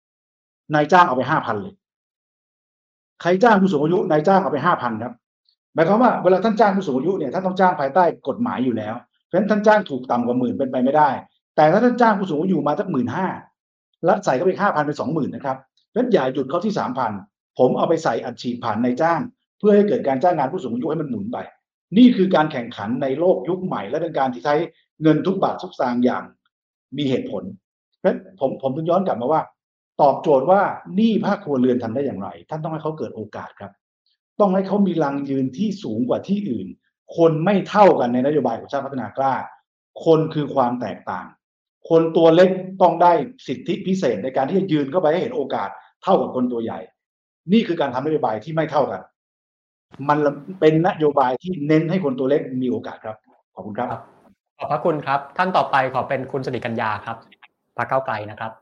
นายจ้างเอาไป ห้าพัน เลยใครจ้างผู้สูงอายุนายจ้างเอาไป ห้าพัน ครับหมายความว่าเวลาท่านจ้างผู้สูงอายุเนี่ยท่านต้องจ้างภายใต้กฎหมายอยู่แล้วเพราะฉะนั้นท่านจ้างถูกต่ำกว่าหมื่นเป็นไปไม่ได้แต่ถ้าท่านจ้างผู้สูงอายุมาสักหมื่นห้าแล้วใส่เข้าไปห้าพันเป็นสองหมื่นนะครับเพราะฉะนั้นอย่าหยุดเขาที่สามพันผมเอาไปใส่อัดฉีดผ่านนายจ้างเพื่อให้เกิดการจ้างงานผู้สูงอายุให้มันหมุนไปนี่คือการแข่งขันในโลกยุคใหม่และเป็นการที่ใช้เงินทุกบาททุกสตางค์อย่างมีเหตุผลเพราะฉะนั้นผมผมถึงย้อนกลับมาว่าตอบโจทย์ว่าหนี้ภาคครัวเรือนทำได้อย่างไรท่านต้องให้เขาเกิดโอกาสครับต้องให้เขามีแรงยืนที่สูงกว่าที่อื่นคนไม่เท่ากันในนโยบายของชาติพัฒนากล้าคนคือความแตกต่างคนตัวเล็กต้องได้สิทธิพิเศษในการที่จะยืนเข้าไปให้เห็นโอกาสเท่ากับคนตัวใหญ่นี่คือการทำนโยบายที่ไม่เท่ากันมันเป็นนโยบายที่เน้นให้คนตัวเล็กมีโอกาสครับขอบคุณครับขอบพระคุณครับท่านต่อไปขอเป็นคุณสิริกัญญาครับพรรคก้าวไกลนะครับ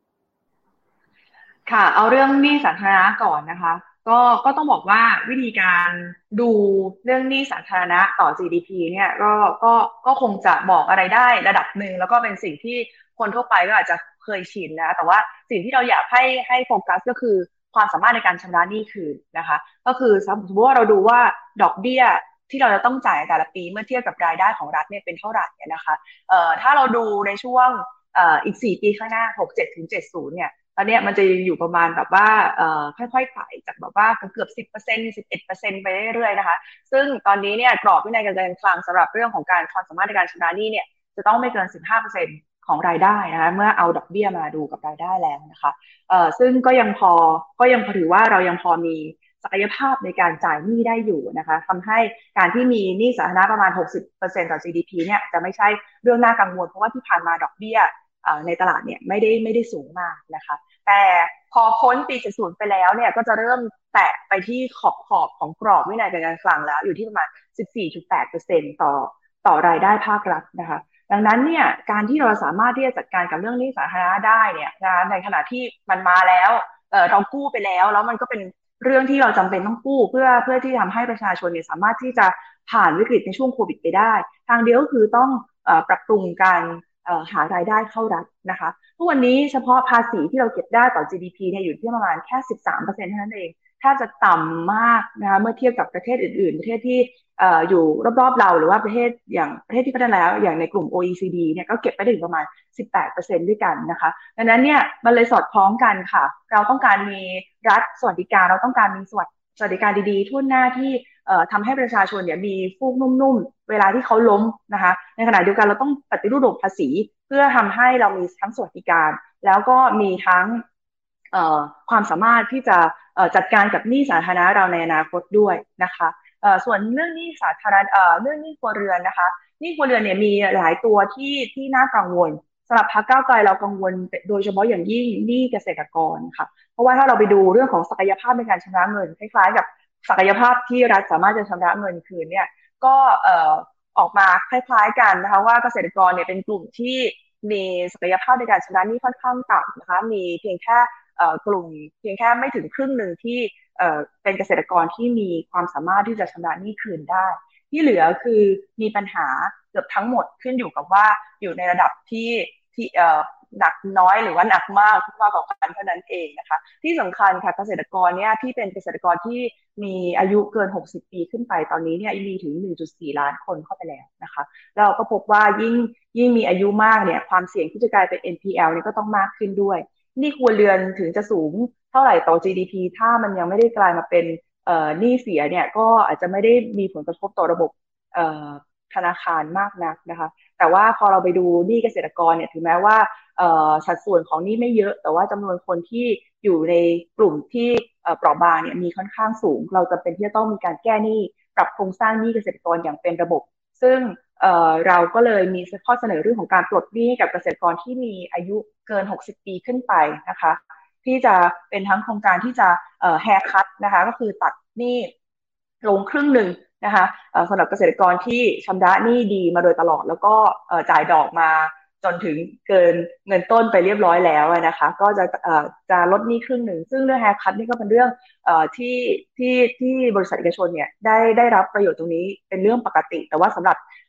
ค่ะเอาเรื่องหนี้สาธารณะก่อนนะคะก็ก็ต้องบอกว่าวิธีการดูเรื่องหนี้สาธารณะต่อ จี ดี พี เนี่ยก็ก็ก็คงจะบอกอะไรได้ระดับหนึ่งแล้วก็เป็นสิ่งที่คนทั่วไปก็อาจจะเคยชินนะแต่ว่าสิ่งที่เราอยากให้ให้โฟกัสก็คือความสามารถในการชำระหนี้คืนนะคะก็คือสมมติว่าเราดูว่าดอกเบี้ยที่เราจะต้องจ่ายแต่ละปีเมื่อเทียบกับรายได้ของรัฐเนี่ยเป็นเท่าไหร่นะคะเอ่อถ้าเราดูในช่วงเอ่ออีกสี่ปีข้างหน้าหกสิบเจ็ดถึงเจ็ดสิบเนี่ยตอนนี้มันจะอยู่ประมาณแบบว่าเอ่อค่อยๆไต่จากแบบว่าเกือบ สิบเปอร์เซ็นต์ สิบเอ็ดเปอร์เซ็นต์ ไปเรื่อยๆนะคะซึ่งตอนนี้เนี่ยกรอบวินัยการเงินคลังสำหรับเรื่องของการความสามารถในการชำระหนี้เนี่ยจะต้องไม่เกิน สิบห้าเปอร์เซ็นต์ ของรายได้นะคะเมื่อเอาดอกเบี้ยมาดูกับรายได้แล้วนะคะเอ่อซึ่งก็ยังพอก็ยังถือว่าเรายังพอมีศักยภาพในการจ่ายหนี้ได้อยู่นะคะทำให้การที่มีหนี้สาธารณะประมาณ หกสิบเปอร์เซ็นต์ ต่อ จี ดี พี เนี่ยจะไม่ใช่เรื่องน่ากังวลเพราะว่าที่ผ่านมาดอกเบี้ยในตลาดเนี่ยไม่ได้ไม่ได้สูงมากนะคะแต่พอพ้นปีเจ็ดสิบไปแล้วเนี่ยก็จะเริ่มแตะไปที่ขอบขอบของกรอบวินัยการเงินคลังแล้วอยู่ที่ประมาณ สิบสี่จุดแปดเปอร์เซ็นต์ ต่อต่อรายได้ภาครัฐนะคะดังนั้นเนี่ยการที่เราสามารถที่จะจัดการกับเรื่องหนี้สาธารณะได้เนี่ยนะในขณะที่มันมาแล้วเอ่อเรากู้ไปแล้วแล้วมันก็เป็นเรื่องที่เราจำเป็นต้องกู้เพื่อเพื่อที่ทำให้ประชาชนเนี่ยสามารถที่จะผ่านวิกฤตในช่วงโควิดไปได้ทางเดียวก็คือต้องเอ่อปรับปรุงการหารายได้เข้ารัฐนะคะทุกวันนี้เฉพาะภาษีที่เราเก็บได้ต่อ จี ดี พี เนี่ยอยู่ที่ประมาณแค่ สิบสามเปอร์เซ็นต์ เท่านั้นเองถ้าจะต่ำมากนะคะเมื่อเทียบกับประเทศอื่นๆประเทศที่เอ่ออยู่รอบๆเราหรือว่าประเทศอย่างประเทศที่พัฒนาแล้วอย่างในกลุ่ม โอ อี ซี ดี เนี่ยก็เก็บไปถึงประมาณ สิบแปดเปอร์เซ็นต์ ด้วยกันนะคะดังนั้นเนี่ยมันเลยสอดคล้องกันค่ะเราต้องการมีรัฐสวัสดิการเราต้องการมีสวัสดิสวัสดิการดีๆทั่วหน้าที่เอ่อทำให้ประชาชนเนี่ยมีฟูกนุ่มๆเวลาที่เขาล้มนะคะในขณะเดียวกันเราต้องปฏิรูประบบภาษีเพื่อทำให้เรามีทั้งสวัสดิการแล้วก็มีทั้งเอ่อความสามารถที่จะเอ่อจัดการกับหนี้สาธารณะเราในอนาคตด้วยนะคะเอ่อส่วนเรื่องหนี้สาธารณะเอ่อเรื่องหนี้ครัวเรือนนะคะหนี้ครัวเรือนเนี่ยมีหลายตัวที่ที่น่ากังวลสำหรับพรรคก้าวไกลเรากังวลโดยเฉพาะอย่างยิ่งหนี้เกษตรกรค่ะเพราะว่าถ้าเราไปดูเรื่องของศักยภาพในการชำระเงินคล้ายๆกับศักยภาพที่รัฐสามารถจะชำระเงินคืนเนี่ยก็เอ่อออกมาคล้ายๆกันนะคะว่าเกษตรกรเนี่ยเป็นกลุ่มที่มีศักยภาพในการชำระหนี้ค่อนข้างต่ำนะคะมีเพียงแค่กลุ่มเพียงแค่ไม่ถึงครึ่งหนึ่งที่เป็นเกษตรกรที่มีความสามารถที่จะชำระหนี้คืนได้ที่เหลือคือมีปัญหาเกือบทั้งหมดขึ้นอยู่กับว่าอยู่ในระดับที่ที่หนักน้อยหรือว่าหนักมากมากกว่ากันเท่านั้นเองนะคะที่สำคัญค่ะเกษตรกรเนี่ยที่เป็นเกษตรกรที่มีอายุเกินหกสิบปีขึ้นไปตอนนี้เนี่ยมีถึง หนึ่งจุดสี่ ล้านคนเข้าไปแล้วนะคะเราก็พบว่ายิ่งยิ่งมีอายุมากเนี่ยความเสี่ยงที่จะกลายเป็น เอ็น พี แอล เนี่ยก็ต้องมากขึ้นด้วยหนี้ครัวเรือนถึงจะสูงเท่าไหร่ต่อ จี ดี พี ถ้ามันยังไม่ได้กลายมาเป็นเอ่อหนี้เสียเนี่ยก็อาจจะไม่ได้มีผลกระทบต่อระบบเอ่อธนาคารมากนักนะคะแต่ว่าพอเราไปดูหนี้เกษตรกรเนี่ยถึงแม้ว่าสัดส่วนของหนี้ไม่เยอะแต่ว่าจำนวนคนที่อยู่ในกลุ่มที่เปราะบางเนี่ยมีค่อนข้างสูงเราจำเป็นที่จะต้องมีการแก้หนี้ปรับโครงสร้างหนี้เกษตรกรอย่างเป็นระบบซึ่งเอ่อเราก็เลยมีข้อเสนอเรื่องของการปลดหนี้ให้กับเกษตรกรที่มีอายุเกินหกสิบปีขึ้นไปนะคะที่จะเป็นทั้งโครงการที่จะเอ่อแฮร์คัทนะคะก็คือตัดหนี้ลงครึ่งหนึ่งนะคะสำหรับเกษตรกรที่ชำระหนี้ดีมาโดยตลอดแล้วก็จ่ายดอกมาจนถึงเกินเงินต้นไปเรียบร้อยแล้วนะคะก็จะจะลดหนี้ครึ่งหนึ่งซึ่งเรื่องแฮร์คัทนี่ก็เป็นเรื่องที่ที่ที่บริษัทเอกชนเนี่ยได้ได้รับประโยชน์ตรงนี้เป็นเรื่องปกติแต่ว่าสำหรับ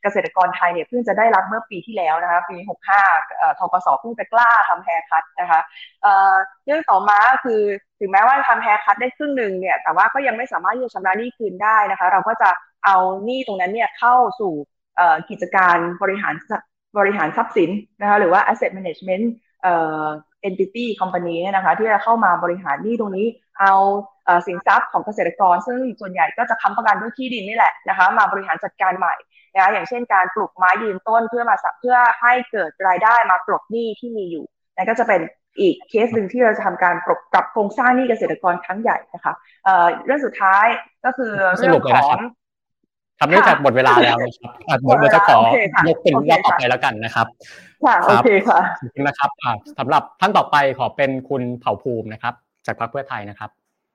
เกษตรกรไทยเนี่ยเพิ่งจะได้รับเมื่อปีที่แล้วนะคะปีหกสิบห้าเอ่อธกสเพิ่งจะกล้าทำแฮร์คัทนะคะเอ่อเรื่องต่อมาคือถึงแม้ว่าทำแฮร์คัทได้ครึ่งนึงเนี่ยแต่ว่าก็ยังไม่สามารถที่จะชำระหนี้คืนได้นะคะเราก็จะเอาหนี้ตรงนั้นเนี่ยเข้าสู่เอ่อกิจการบริหารบริหารทรัพย์สินนะคะหรือว่า asset management เอ่อ entity company เนี่ยนะคะที่จะเข้ามาบริหารหนี้ตรงนี้เอาเอ่อสินทรัพย์ของเกษตรกรซึ่งส่วนใหญ่ก็จะค้ำประกันด้วยที่ดินนี่แหละนะคะมาบริหารจัดการใหม่นะคะอย่างเช่นการปลูกไม้ยืนต้นเพื่อมาเพื่อให้เกิดรายได้มาปลดหนี้ที่มีอยู่นั่นก็จะเป็นอีกเคสหนึ่งที่เราจะทำการปรับปรับโครงสร้างหนี้เกษตรกรครั้งใหญ่นะคะเอ่อเรื่องสุดท้ายก็คือเรื่องของทำเนื่องจากหมดเวลาแล้วนะครับหมดเวลาจะขอยกเป็นรอบต่อไปแล้วกันนะครับค่ะโอเคค่ะขอบคุณนะครับสำหรับท่านต่อไปขอเป็นคุณเผ่าภูมินะครับจากพรรคเพื่อไทยนะครับ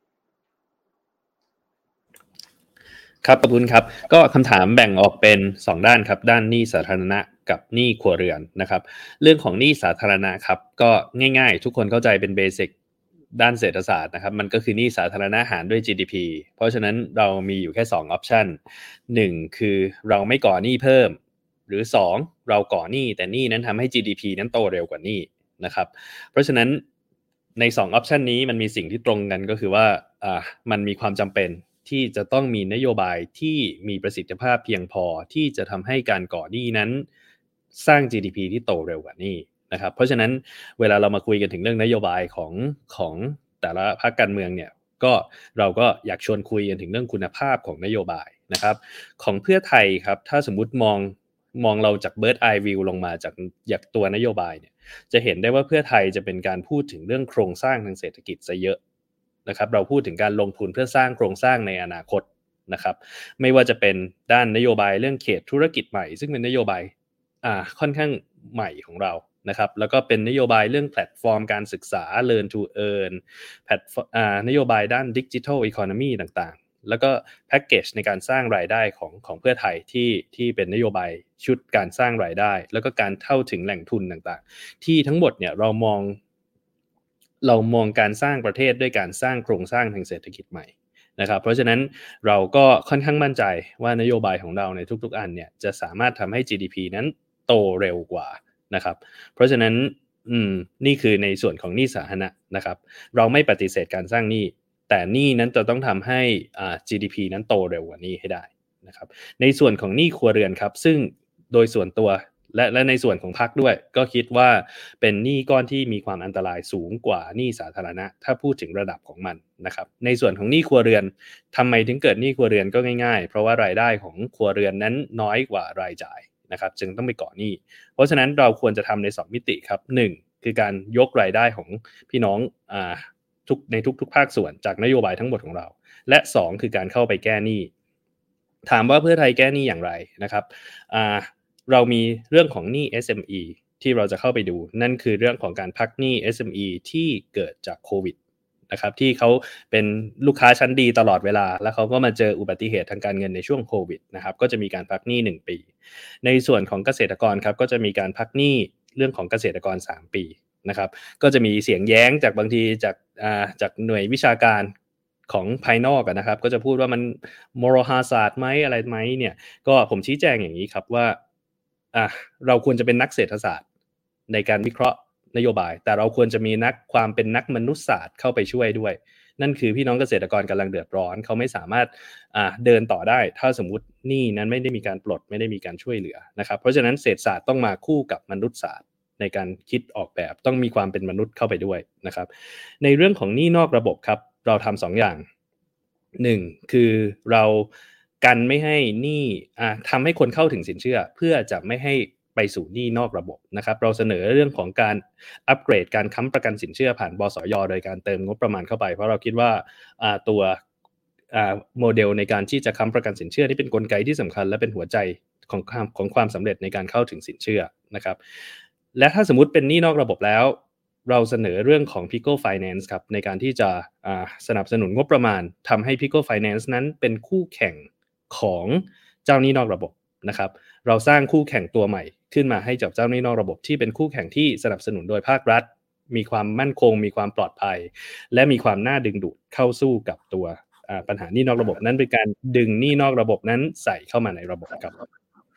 ครับขอบคุณครับก็คำถามแบ่งออกเป็นสองด้านครับด้านหนี้สาธารณะกับหนี้ครัวเรือนนะครับเรื่องของหนี้สาธารณะครับก็ง่ายๆทุกคนเข้าใจเป็นเบสิกด้านเศรษฐศาสตร์นะครับมันก็คือหนี้สาธารณะหารด้วย จี ดี พี เพราะฉะนั้นเรามีอยู่แค่สองออปชันหนึ่งคือเราไม่ก่อหนี้เพิ่มหรือสองเราก่อหนี้แต่หนี้นั้นทำให้ จี ดี พี นั้นโตเร็วกว่าหนี้นะครับเพราะฉะนั้นในสองออปชันนี้มันมีสิ่งที่ตรงกันก็คือว่าอ่ามันมีความจำเป็นที่จะต้องมีนโยบายที่มีประสิทธิภาพเพียงพอที่จะทำให้การก่อหนี้นั้นสร้าง จี ดี พี ที่โตเร็วกว่าหนี้นะครับเพราะฉะนั้นเวลาเรามาคุยกันถึงเรื่องนโยบายของของแต่ละพรรคการเมืองเนี่ยก็เราก็อยากชวนคุยกันถึงเรื่องคุณภาพของนโยบายนะครับของเพื่อไทยครับถ้าสมมุติมองมองเราจาก Bird Eye View ลงมาจากจากตัวนโยบายเนี่ยจะเห็นได้ว่าเพื่อไทยจะเป็นการพูดถึงเรื่องโครงสร้างทางเศรษฐกิจซะเยอะนะครับเราพูดถึงการลงทุนเพื่อสร้างโครงสร้างในอนาคตนะครับไม่ว่าจะเป็นด้านนโยบายเรื่องเขตธุรกิจใหม่ซึ่งเป็นนโยบายอ่าค่อนข้างใหม่ของเรานะครับแล้วก็เป็นนโยบายเรื่องแพลตฟอร์มการศึกษา Learn to Earn แพลตฟอร์มอ่านโยบายด้าน Digital Economy ต่างๆแล้วก็แพ็คเกจในการสร้างรายได้ของของเพื่อไทยที่ที่เป็นนโยบายชุดการสร้างรายได้แล้วก็การเข้าถึงแหล่งทุนต่างๆที่ทั้งหมดเนี่ยเรามองเรามองการสร้างประเทศด้วยการสร้างโครงสร้างทางเศรษฐกิจใหม่นะครับเพราะฉะนั้นเราก็ค่อนข้างมั่นใจว่านโยบายของเราในทุกๆอันเนี่ยจะสามารถทำให้ จี ดี พี นั้นโตเร็วกว่านะครับเพราะฉะนั้นอืมนี่คือในส่วนของหนี้สาธารณะนะครับเราไม่ปฏิเสธการสร้างหนี้แต่หนี้นั้นจะต้องทำให้อ่า จี ดี พี นั้นโตเร็วกว่านี้ให้ได้นะครับในส่วนของหนี้ครัวเรือนครับซึ่งโดยส่วนตัวและและในส่วนของพรรคด้วยก็คิดว่าเป็นหนี้ก้อนที่มีความอันตรายสูงกว่าหนี้สาธารณะถ้าพูดถึงระดับของมันนะครับในส่วนของหนี้ครัวเรือนทำไมถึงเกิดหนี้ครัวเรือนก็ง่ายๆเพราะว่ารายได้ของครัวเรือนนั้นน้อยกว่ารายจ่ายนะครับจึงต้องไปก่อหนี้เพราะฉะนั้นเราควรจะทำในสองมิติครับหนึ่งคือการยกรายได้ของพี่น้องอ่าทุกในทุกๆภาคส่วนจากนโยบายทั้งหมดของเราและสองคือการเข้าไปแก้หนี้ถามว่าเพื่อไทยแก้หนี้อย่างไรนะครับอ่าเรามีเรื่องของหนี้ เอส เอ็ม อี ที่เราจะเข้าไปดูนั่นคือเรื่องของการพักหนี้ เอส เอ็ม อี ที่เกิดจากโควิดนะครับที่เขาเป็นลูกค้าชั้นดีตลอดเวลาแล้วเขาก็มาเจออุบัติเหตุทางการเงินในช่วงโควิดนะครับก็จะมีการพักหนี้หนึ่งปีในส่วนของเกษตรกรครับก็จะมีการพักหนี้เรื่องของเกษตรกรสามปีนะครับก็จะมีเสียงแย้งจากบางทีจากอ่าจากหน่วยวิชาการของภายนอกนะครับก็จะพูดว่ามัน moral hazard ไหมอะไรไหมเนี่ยก็ผมชี้แจงอย่างนี้ครับว่าอ่ะเราควรจะเป็นนักเศรษฐศาสตร์ในการวิเคราะห์นโยบายแต่เราควรจะมีนักความเป็นนักมนุษยศาสตร์เข้าไปช่วยด้วยนั่นคือพี่น้องเกษตรกรกำลังเดือดร้อนเขาไม่สามารถอ่าเดินต่อได้ถ้าสมมุติหนี้นั้นไม่ได้มีการปลดไม่ได้มีการช่วยเหลือนะครับเพราะฉะนั้นเศรษฐศาสตร์ต้องมาคู่กับมนุษยศาสตร์ในการคิดออกแบบต้องมีความเป็นมนุษย์เข้าไปด้วยนะครับในเรื่องของหนี้นอกระบบครับเราทำสองอย่างหนึ่งคือเรากันไม่ให้หนี้อ่าทำให้คนเข้าถึงสินเชื่อเพื่อจะไม่ให้ไปสู่หนี้นอกระบบนะครับเราเสนอเรื่องของการอัปเกรดการค้ำประกันสินเชื่อผ่านบสย.โดยการเติมงบประมาณเข้าไปเพราะเราคิดว่าอ่าตัวอ่าโมเดลในการที่จะค้ำประกันสินเชื่อนี่เป็นกลไกที่สำคัญและเป็นหัวใจของความของความสำเร็จในการเข้าถึงสินเชื่อนะครับและถ้าสมมุติเป็นหนี้นอกระบบแล้วเราเสนอเรื่องของ Pico Finance ครับในการที่จะอ่าสนับสนุนงบประมาณทำให้ Pico Finance นั้นเป็นคู่แข่งของเจ้าหนี้นอกระบบนะครับเราสร้างคู่แข่งตัวใหม่ขึ้นมาให้กับเจ้าหนี้นอกระบบที่เป็นคู่แข่งที่สนับสนุนโดยภาครัฐมีความมั่นคงมีความปลอดภัยและมีความน่าดึงดูดเข้าสู้กับตัวปัญหาหนี้นอกระบบนั้นเป็นการดึงหนี้นอกระบบนั้นใส่เข้ามาในระบบครับ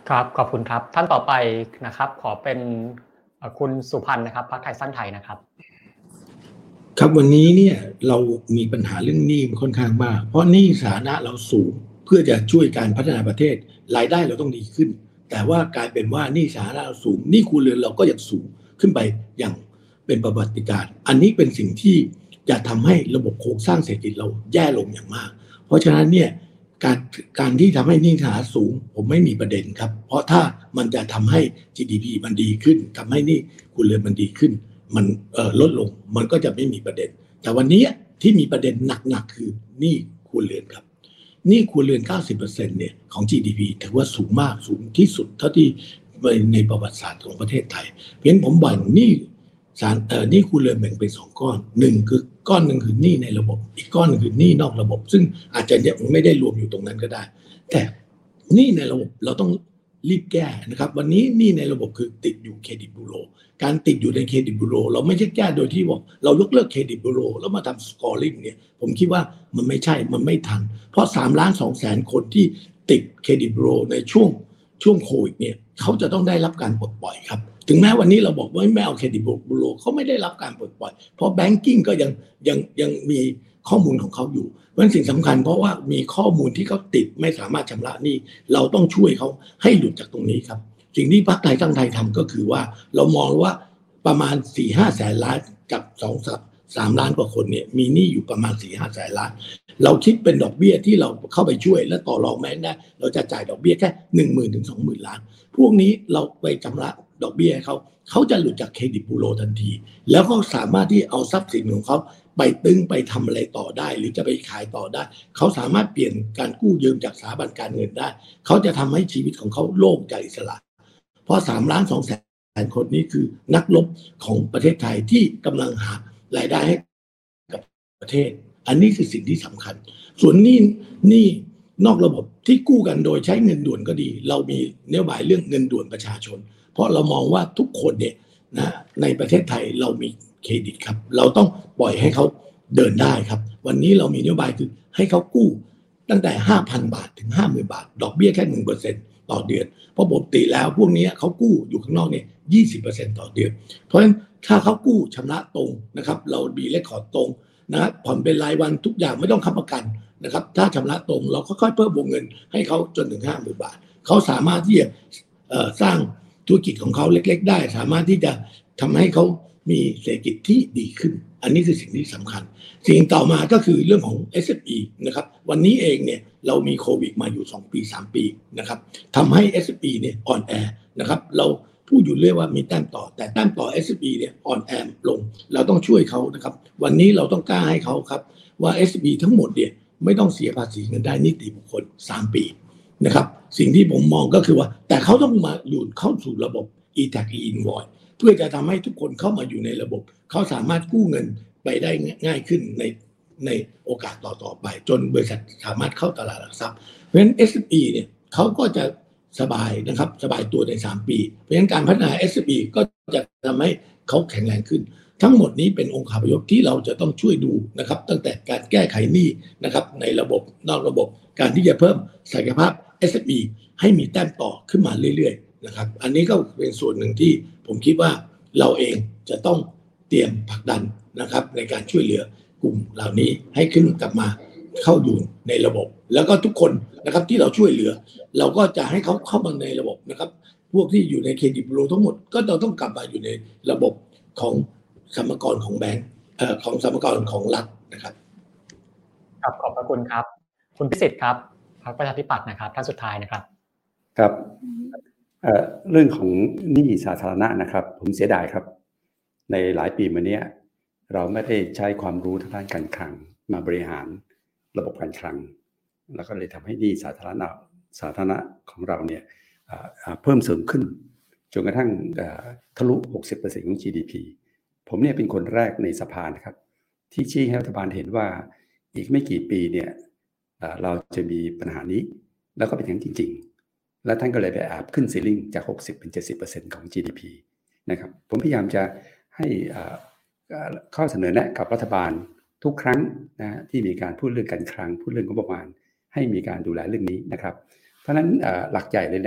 ครับขอบคุณครับท่านต่อไปนะครับขอเป็นคุณสุพันธ์นะครับพรรคไทยสร้างไทยนะครับครับวันนี้เนี่ยเรามีปัญหาเรื่องหนี้ค่อนข้างมากเพราะหนี้สาธารณะเราสูงเพื่อจะช่วยการพัฒนาประเทศรายได้เราต้องดีขึ้นแต่ว่ากลายเป็นว่าหนี้สาธารณะเราสูงหนี้ครัวเรือนเราก็ยังสูงขึ้นไปอย่างเป็นประวัติการณ์อันนี้เป็นสิ่งที่จะทำให้ระบบโครงสร้างเศรษฐกิจเราแย่ลงอย่างมากเพราะฉะนั้นเนี่ยการการที่ทำให้หนี้สาธารณะสูงผมไม่มีประเด็นครับเพราะถ้ามันจะทำให้ จี ดี พี มันดีขึ้นทำให้หนี้ครัวเรือนมันดีขึ้นมันเอ่อลดลงมันก็จะไม่มีประเด็นแต่วันนี้ที่มีประเด็นหนักๆคือหนี้ครัวเรือนครับหนี้ครัวเรือน เก้าสิบเปอร์เซ็นต์ เนี่ยของ จี ดี พี ถือว่าสูงมากสูงที่สุดเท่าที่ในประวัติศาสตร์ของประเทศไทยเพราะฉะนั้นผมแบ่งหนี้สารเอ่อหนี้ครัวเรือนแบ่งเป็นสองก้อนหนึ่งคือก้อนนึงคือหนี้ในระบบอีกก้อนนึงคือหนี้นอกระบบซึ่งอาจจะยังไม่ได้รวมอยู่ตรงนั้นก็ได้แต่หนี้ในระบบเราต้องรีบแก้นะครับวันนี้หนี้ในระบบคือติดอยู่เครดิตบูโรการติดอยู่ในเครดิตบูโรเราไม่ใช่แก้โดยที่บอกเรายกเลิกเครดิตบูโรแล้วมาทำสกอร์ลิ่งเนี่ยผมคิดว่ามันไม่ใช่มันไม่ทันเพราะสามล้านสองแสนคนที่ติดเครดิตบูโรในช่วงช่วงโควิดเนี่ยเขาจะต้องได้รับการปลดปล่อยครับถึงแม้วันนี้เราบอกว่าไม่เอาเครดิตบูโรเขาไม่ได้รับการปลดปล่อยเพราะแบงกิ้งก็ยังยังยังมีข้อมูลของเขาอยู่เพราะฉะนั้นสิ่งสำคัญเพราะว่ามีข้อมูลที่เขาติดไม่สามารถชำระหนี้เราต้องช่วยเขาให้หลุดจากตรงนี้ครับสิ่งที่พรรคไทยสร้างไทยทำก็คือว่าเรามองว่าประมาณ สี่ถึงห้า แสนล้านกับสองถึงสามล้านกว่าคนเนี่ยมีหนี้อยู่ประมาณ สี่ถึงห้า แสนล้านเราคิดเป็นดอกเบี้ยที่เราเข้าไปช่วยและต่อรองแม้ได้เราจะจ่ายดอกเบี้ยแค่ หนึ่งหมื่น ถึง สองหมื่น ล้านพวกนี้เราไปชำระดอกเบี้ยให้เขาเขาจะหลุดจากเครดิตบูโรทันทีแล้วก็สามารถที่เอาทรัพย์สินของเขาไปตึงไปทำอะไรต่อได้หรือจะไปขายต่อได้เขาสามารถเปลี่ยนการกู้ยืมจากสถาบันการเงินได้เขาจะทำให้ชีวิตของเขาโล่งใจอิสระเพราะสามล้านสองแสนคนนี้คือนักรบของประเทศไทยที่กำลังหารายได้ให้กับประเทศอันนี้คือสิ่งที่สำคัญส่วนหนี้หนี้นอกระบบที่กู้กันโดยใช้เงินด่วนก็ดีเรามีนโยบายเรื่องเงินด่วนประชาชนเพราะเรามองว่าทุกคนเนี่ยนะในประเทศไทยเรามีเครดิตครับเราต้องปล่อยให้เขาเดินได้ครับวันนี้เรามีนโยบายคือให้เขากู้ตั้งแต่ ห้าพัน บาทถึง ห้าหมื่น บาทดอกเบี้ยแค่ หนึ่งเปอร์เซ็นต์ ต่อเดือนเพราะปกติแล้วพวกนี้เขากู้อยู่ข้างนอกเนี่ย ยี่สิบเปอร์เซ็นต์ ต่อเดือนเพราะฉะนั้นถ้าเขากู้ชำระตรงนะครับเรามีเรคคอร์ดตรงนะผ่อนเป็นรายวันทุกอย่างไม่ต้องค้ำประกันนะครับถ้าชำระตรงเราค่อยๆเพิ่มวงเงินให้เขาจนถึง ห้าหมื่น บาทเขาสามารถที่จะสร้างธุรกิจของเขาเล็กๆได้สามารถที่จะทำให้เขามีเศรษฐกิจที่ดีขึ้นอันนี้คือสิ่งที่สำคัญสิ่งต่อมาก็คือเรื่องของ เอส เอ็ม อี นะครับวันนี้เองเนี่ยเรามีโควิดมาอยู่สองปีสามปีนะครับทำให้ เอส เอ็ม อี เนี่ยอ่อนแอนะครับเราพูดอยู่เรื่อยว่ามีแต้มต่อแต่แต้มต่อ เอส เอ็ม อี เนี่ยอ่อนแอลงเราต้องช่วยเขานะครับวันนี้เราต้องกล้าให้เขาครับว่า เอส เอ็ม อี ทั้งหมดเนี่ยไม่ต้องเสียภาษีเงินได้นิติบุคคลสามปีนะครับสิ่งที่ผมมองก็คือว่าแต่เขาต้องมาอยู่เข้าสู่ระบบ อี แท็ก e-invoice เพื่อจะทำให้ทุกคนเข้ามาอยู่ในระบบเขาสามารถกู้เงินไปได้ง่ายขึ้นในในโอกาสต่อๆไปจนบริษัทสามารถเข้าตลาดหลักทรัพย์เพราะฉะนั้น เอส เอ็ม อี เนี่ยเขาก็จะสบายนะครับสบายตัวในสามปีเพราะฉะนั้นการพัฒนา เอส เอ็ม อี ก็จะทำให้เขาแข็งแรงขึ้นทั้งหมดนี้เป็นองค์คาพยพที่เราจะต้องช่วยดูนะครับตั้งแต่การแก้ไขหนี้นะครับในระบบนอกระบบการที่จะเพิ่มศักยภาพ เอส เอ็ม อี ให้มีแต้มต่อขึ้นมาเรื่อยๆนะครับอันนี้ก็เป็นส่วนหนึ่งที่ผมคิดว่าเราเองจะต้องเตรียมผลักดันนะครับในการช่วยเหลือกลุ่มเหล่านี้ให้ขึ้นกลับมาเข้าอยู่ในระบบแล้วก็ทุกคนนะครับที่เราช่วยเหลือเราก็จะให้เขาเข้ามาในระบบนะครับพวกที่อยู่ในเครดิตบูโรทั้งหมดก็เราต้องกลับมาอยู่ในระบบของสรรพากรของแบงก์เอ่อของสรรพากรของรัฐนะครับครับขอบพระคุณครับคุณพิสิทธิ์ครับพรรคประชาธิปัตย์นะครับท่านสุดท้ายนะครับครับเอ่อเรื่องของหนี้สาธารณะนะครับผมเสียดายครับในหลายปีมาเนี้ยเราไม่ได้ใช้ความรู้ทางด้านการคลังมาบริหารระบบการคลังแล้วก็เลยทำให้หนี้สาธารณะสาธารณะของเราเนี่ยเพิ่มสูงขึ้นจนกระทั่งทะลุ หกสิบเปอร์เซ็นต์ ของ จี ดี พี ผมเนี่ยเป็นคนแรกในสภานะครับที่ชี้ให้รัฐบาลเห็นว่าอีกไม่กี่ปีเนี่ยเราจะมีปัญหานี้แล้วก็เป็นอย่างจริงๆและท่านก็เลยไปแอบขึ้นซีลิ่งจาก หกสิบ เป็น เจ็ดสิบเปอร์เซ็นต์ ของ จี ดี พี นะครับผมพยายามจะให้ข้อเสนอแนะกับรัฐบาลทุกครั้งนะที่มีการพูดเรื่องการคลังพูดเรื่องงบประมาณให้มีการดูแลเรื่องนี้นะครับเพราะฉะนั้นหลักใหญ่เลยนะครับ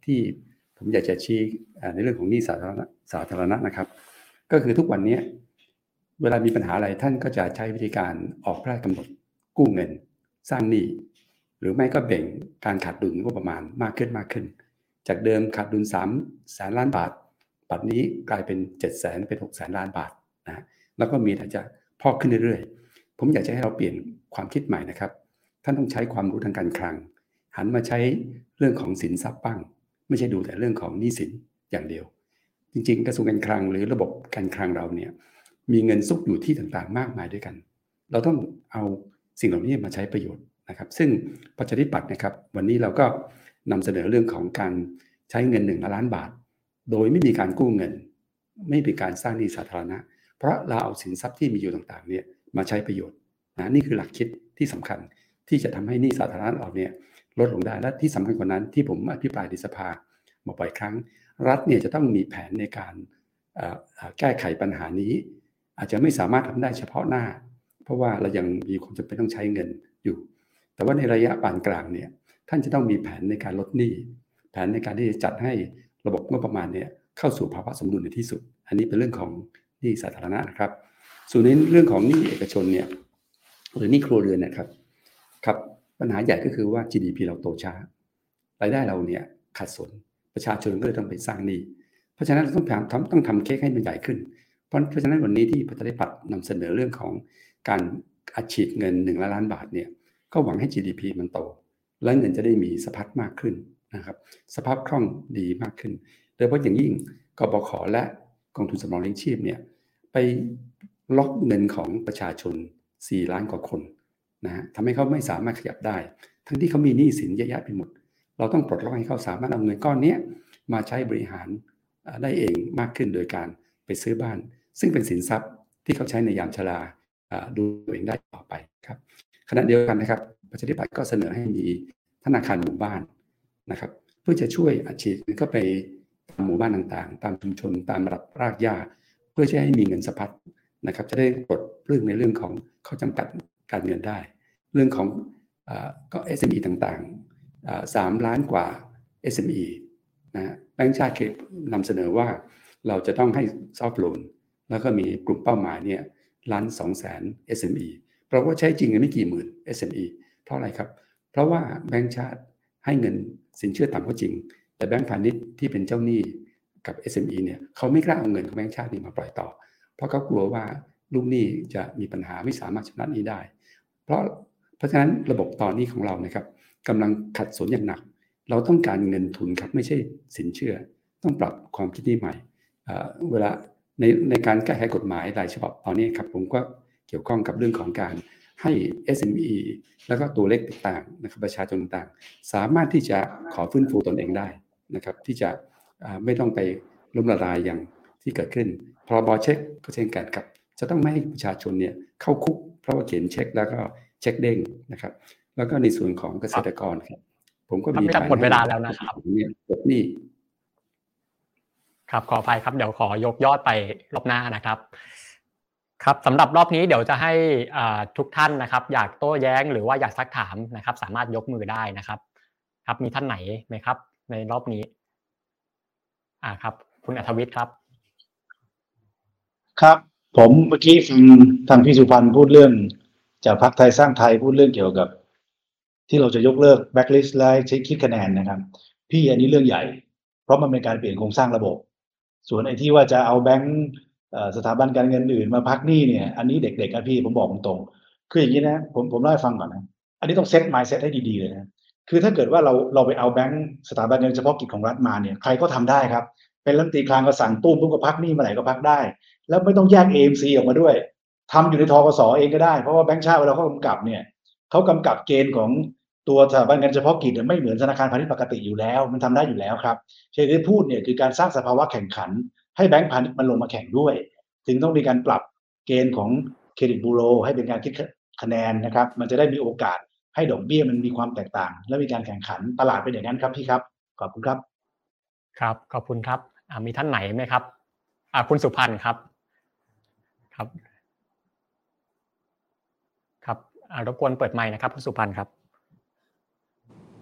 ที่ผมอยากจะชี้ในเรื่องของหนี้สาธารณะสาธารณะนะครับก็คือทุกวันนี้เวลามีปัญหาอะไรท่านก็จะใช้วิธีการออกพระราชกำหนดกู้เงินสร้างหนี้หรือไม่ก็เบ่งการขาดดุลงบประมาณมากขึ้นมากขึ้นจากเดิมขาดดุลสามแสนล้านบาทปัจจุบันนี้กลายเป็นเจ็ดแสนเป็นหกแสนล้านบาทนะแล้วก็มีแต่จะพอกขึ้นเรื่อยๆผมอยากจะให้เราเปลี่ยนความคิดใหม่นะครับท่านต้องใช้ความรู้ทางการคลังหันมาใช้เรื่องของสินทรัพย์บ้างไม่ใช่ดูแต่เรื่องของหนี้สินอย่างเดียวจริงๆกระทรวงการคลังหรือระบบการคลังเราเนี่ยมีเงินซุกอยู่ที่ต่างๆมากมายด้วยกันเราต้องเอาสิ่งเหล่านี้มาใช้ประโยชน์นะครับซึ่งประชาธิปัตย์นะครับวันนี้เราก็นำเสนอเรื่องของการใช้เงินหนึ่งล้านบาทโดยไม่มีการกู้เงินไม่มีการสร้างหนี้สาธารณะเพราะเราเอาสินทรัพย์ที่มีอยู่ต่างๆเนี่ยมาใช้ประโยชน์นะนี่คือหลักคิดที่สำคัญที่จะทำให้หนี้สาธารณะเราเนี่ยลดลงได้และที่สำคัญกว่านั้นที่ผมอภิปรายในสภามาบ่อยครั้งรัฐเนี่ยจะต้องมีแผนในการแก้ไขปัญหานี้อาจจะไม่สามารถทำได้เฉพาะหน้าเพราะว่าเรายังมีความจำเป็นต้องใช้เงินอยู่แต่ว่าในระยะปานกลางเนี่ยท่านจะต้องมีแผนในการลดหนี้แผนในการที่จะจัดให้ระบบงบประมาณเนี่ยเข้าสู่ภาวะสมดุลในที่สุดอันนี้เป็นเรื่องของหนี้สาธารณะนะครับส่วนในเรื่องของหนี้เอกชนเนี่ยหรือหนี้ครัวเรือนนะครับครับปัญหาใหญ่ก็คือว่า จี ดี พี เราโตช้ารายได้เราเนี่ยขัดสนประชาชนก็เลยต้องไปสร้างหนี้เพราะฉะนั้นเราต้องทำต้องทำเค้กให้มันใหญ่ขึ้นเพราะเพราะฉะนั้นวันนี้ที่ประชาธิปัตย์นำเสนอเรื่องของการอัดฉีดเงินหนึ่งล้านบาทเนี่ยก็หวังให้ จี ดี พี มันโตและเงินจะได้มีสะพัดมากขึ้นนะครับสภาพคล่องดีมากขึ้นโดยเฉพาะอย่างยิ่งกบข.และกองทุนสำรองเลี้ยงชีพเนี่ยไปล็อกเงินของประชาชนสี่ล้านกว่าคนนะฮะทำให้เขาไม่สามารถขยับได้ทั้งที่เขามีหนี้สินเยอะแยะไปหมดเราต้องปลดล็อกให้เขาสามารถเอาเงินก้อนนี้มาใช้บริหารได้เองมากขึ้นโดยการไปซื้อบ้านซึ่งเป็นสินทรัพย์ที่เขาใช้ในยามชราดูตัวเองได้ต่อไปครับขณะเดียวกันนะครับประชาธิปัตย์ก็เสนอให้มีธนาคารหมู่บ้านนะครับเพื่อจะช่วยอัดฉีดเข้าไปตามหมู่บ้านต่างๆตามชุมชนตามระดับรากหญ้าเพื่อจะให้มีเงินสะพัดนะครับจะได้ปลดเรื่องในเรื่องของข้อจำกัดการเงินได้เรื่องของก็ เอส เอ็ม อี ต่างๆสามล้านกว่า เอส เอ็ม อี นะแบงก์ชาติเคยนำเสนอว่าเราจะต้องให้ซอฟท์โลนแล้วก็มีกลุ่มเป้าหมายเนี่ยล้านสองแสน เอส เอ็ม อี เพราะว่าใช้จริงไม่กี่หมื่น เอส เอ็ม อี เพราะอะไรครับเพราะว่าแบงก์ชาติให้เงินสินเชื่อต่ำก็จริงแต่แบงก์พาณิชย์ที่เป็นเจ้าหนี้กับ เอส เอ็ม อี เนี่ยเขาไม่กล้าเอาเงินของแบงก์ชาตินี่มาปล่อยต่อเพราะเขากลัวว่าลูกหนี้จะมีปัญหาไม่สามารถชำระหนี้ได้เพราะเพราะฉะนั้นระบบต่อหนี้ของเรานะครับกำลังขัดสนอย่างหนักเราต้องการเงินทุนครับไม่ใช่สินเชื่อต้องปรับความคิดนี้ใหม่เวลาในในการแก้ไขกฎหมายหลายฉบับตอนนี้ครับผมก็เกี่ยวข้องกับเรื่องของการให้ เอส เอ็ม อี แล้วก็ตัวเล็กต่างๆนะครับประชาชนต่างๆสามารถที่จะขอฟื้นฟูตนเองได้นะครับที่จะไม่ต้องไปล้มละลายอย่างที่เกิดขึ้นพรบเช็คก็เช่นกันครับจะต้องไม่ให้ประชาชนเนี่ยเข้าคุกเพราะว่าเขียนเช็คแล้วก็เช็คเด้งนะครับแล้วก็ในส่วนของเกษตรกรครับผมก็มีหมดเวลาแล้วนะครับเนี่ยปลดหนี้ครับขออภัยครับเดี๋ยวขอยกยอดไปรอบหน้านะครับครับสำหรับรอบนี้เดี๋ยวจะให้ทุกท่านนะครับอยากโต้แย้งหรือว่าอยากซักถามนะครับสามารถยกมือได้นะครับครับมีท่านไหนไหมครับในรอบนี้อ่าครับคุณอัธวิทย์ครับครับผมเมื่อกี้ฟังทางพี่สุพันธ์พูดเรื่องจากพรรคไทยสร้างไทยพูดเรื่องเกี่ยวกับที่เราจะยกเลิกแบ็คลิสต์และใช้คิดคะแนนนะครับพี่อันนี้เรื่องใหญ่เพราะมันเป็นการเปลี่ยนโครงสร้างระบบส่วนไอ้ที่ว่าจะเอาแบงก์สถาบันการเงินอื่นมาพักหนี้เนี่ยอันนี้เด็กๆนะพี่ผมบอกตรงๆคืออย่างนี้นะผมผมเล่าให้ฟังก่อนนะอันนี้ต้องเซต mindset ให้ดีๆเลยนะคือถ้าเกิดว่าเราเราไปเอาแบงก์สถาบันเงินเฉพาะกิจของรัฐมาเนี่ยใครก็ทำได้ครับเป็นรัฐมนตรีคลังก็สั่งตู้มปุ๊บก็พักหนี้เมื่อไหร่ก็พักได้แล้วไม่ต้องแยก เอ เอ็ม ซี ออกมาด้วยทำอยู่ในธกส.เองก็ได้เพราะว่าแบงก์ชาติเวลาเขากำกับเนี่ยเขากำกับเกณฑ์ของตัวสถาบันการเฉพาะกิจไม่เหมือนธนาคารพาณิชย์ปกติอยู่แล้วมันทำได้อยู่แล้วครับที่พูดเนี่ยคือการสร้างสภาวะแข่งขันให้แบงก์พาณิชย์มันลงมาแข่งด้วยถึงต้องมีการปรับเกณฑ์ของเครดิตบูโรให้เป็นการคิดคะแนนนะครับมันจะได้มีโอกาสให้ดอกเบี้ยมันมีความแตกต่างและมีการแข่งขันตลาดเป็นอย่างนั้นครับพี่ครับขอบคุณครับครับขอบคุณครับมีท่านไหนไหมครับคุณสุพันธ์ครับครับครับรบกวนเปิดไมค์นะครับคุณสุพันธ์ครับ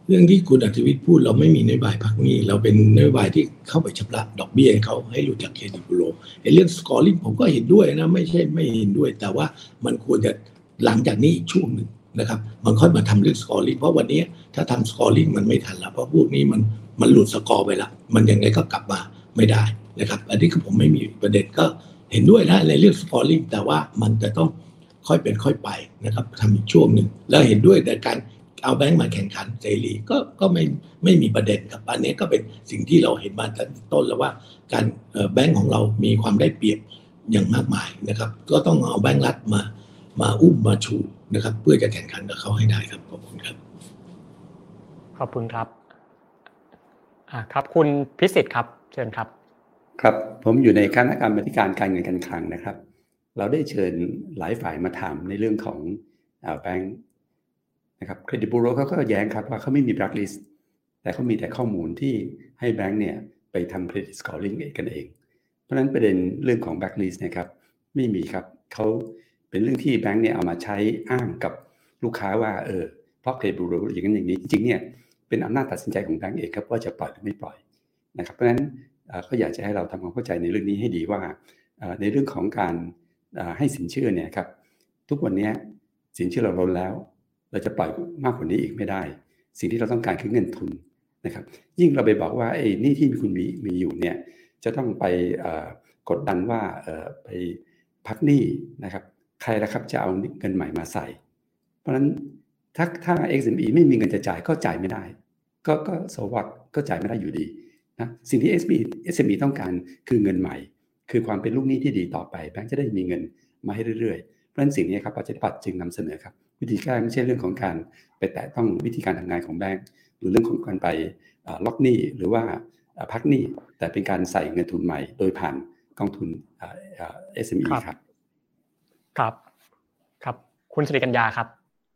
เรื่องที่คุณอัธวิทย์พูดเราไม่มีนโยบายพักหนี้เราเป็นนโยบายที่เข้าไปชำระดอกเบี้ยให้เขาให้รู้จักเครดิตบูโรไอ้เรื่อง scoring ผมก็เห็นด้วยนะไม่ใช่ไม่เห็นด้วยแต่ว่ามันควรจะหลังจากนี้อีกช่วงหนึ่งนะครับมันค่อยมาทำเรื่อง scoring เพราะวันนี้ถ้าทำ scoring มันไม่ทันแล้วเพราะพวกนี้มันมันหลุดสกอร์ไปแล้วมันยังไงก็กลับมาไม่ได้นะครับอันนี้คือผมไม่มีประเด็นก็เห็นด้วยนะในเรื่อง scoring แต่ว่ามันจะต้องค่อยเป็นค่อยไปนะครับทำอีกช่วงหนึ่งแล้วเห็นด้วยแต่การเอาแบงก์มาแข่งขันเสรีก็ก็ไม่ไม่มีประเด็นครับอันนี้ก็เป็นสิ่งที่เราเห็นมาตั้งต้นแล้วว่าการแบงก์ของเรามีความได้เปรียบอย่างมากมายนะครับก็ต้องเอาแบงก์รัฐมามาอุ้มมาชูนะครับเพื่อจะแข่งขันกับเขาให้ได้ครับขอบคุณครับขอบคุณครับอ่าครับคุณพิสิทธิ์ครับเชิญครับครับผมอยู่ในคณะกรรมาธิการการเงินการคลังนะครับเราได้เชิญหลายฝ่ายมาถามในเรื่องของแบงก์นะครับเครดิตบูโรเขาก็แย้งครับว่าเขาไม่มีแบล็คลิสต์แต่เขามีแต่ข้อมูลที่ให้แบงก์เนี่ยไปทำเครดิตสกอร์ลิงกันเองเพราะฉะนั้นประเด็นเรื่องของแบล็คลิสต์นะครับไม่มีครับเขาเป็นเรื่องที่แบงก์เนี่ยเอามาใช้อ้างกับลูกค้าว่าเออเพราะเครดิตบูโรอย่างนั้นอย่างนี้จริงๆเนี่ยเป็นอำนาจตัดสินใจของแบงก์เองครับว่าจะปล่อยหรือไม่ปล่อยนะครับเพราะฉะนั้นก็อยากจะให้เราทำความเข้าใจในเรื่องนี้ให้ดีว่าในเรื่องของการให้สินเชื่อเนี่ยครับทุกวันนี้สินเชื่อเราล้นแล้วเราจะปล่อยมากกว่านี้อีกไม่ได้สิ่งที่เราต้องการคือเงินทุนนะครับยิ่งเราไปบอกว่าไอ้หนี้ที่คุณมีมีอยู่เนี่ยจะต้องไปกดดันว่าไปพักหนี้นะครับใครล่ะครับจะเอาเงินใหม่มาใส่เพราะฉะนั้นถ้าถ้า เอ็กซ์ เอ็ม อี ไม่มีเงินจะจ่ายก็จ่ายไม่ได้ก็ก็โซวัตก็จ่ายไม่ได้อยู่ดีนะสิ่งที่ เอส เอ็ม อี ต้องการคือเงินใหม่คือความเป็นลูกหนี้ที่ดีต่อไปแบงก์จะได้มีเงินมาให้เรื่อยๆเพราะฉะนั้นสิ่งนี้ครับประชาธิปัตย์จึงนำเสนอครับวิธีการไม่ใช่เรื่องของการไปแตะต้องวิธีการทำงานของแบงก์หรือเรื่องของการไปล็อกหนี้หรือว่าพักหนี้แต่เป็นการใส่เงินทุนใหม่โดยผ่านกองทุน เอส เอ็ม อี ครับครับครับคุณสิริกัญญาครับ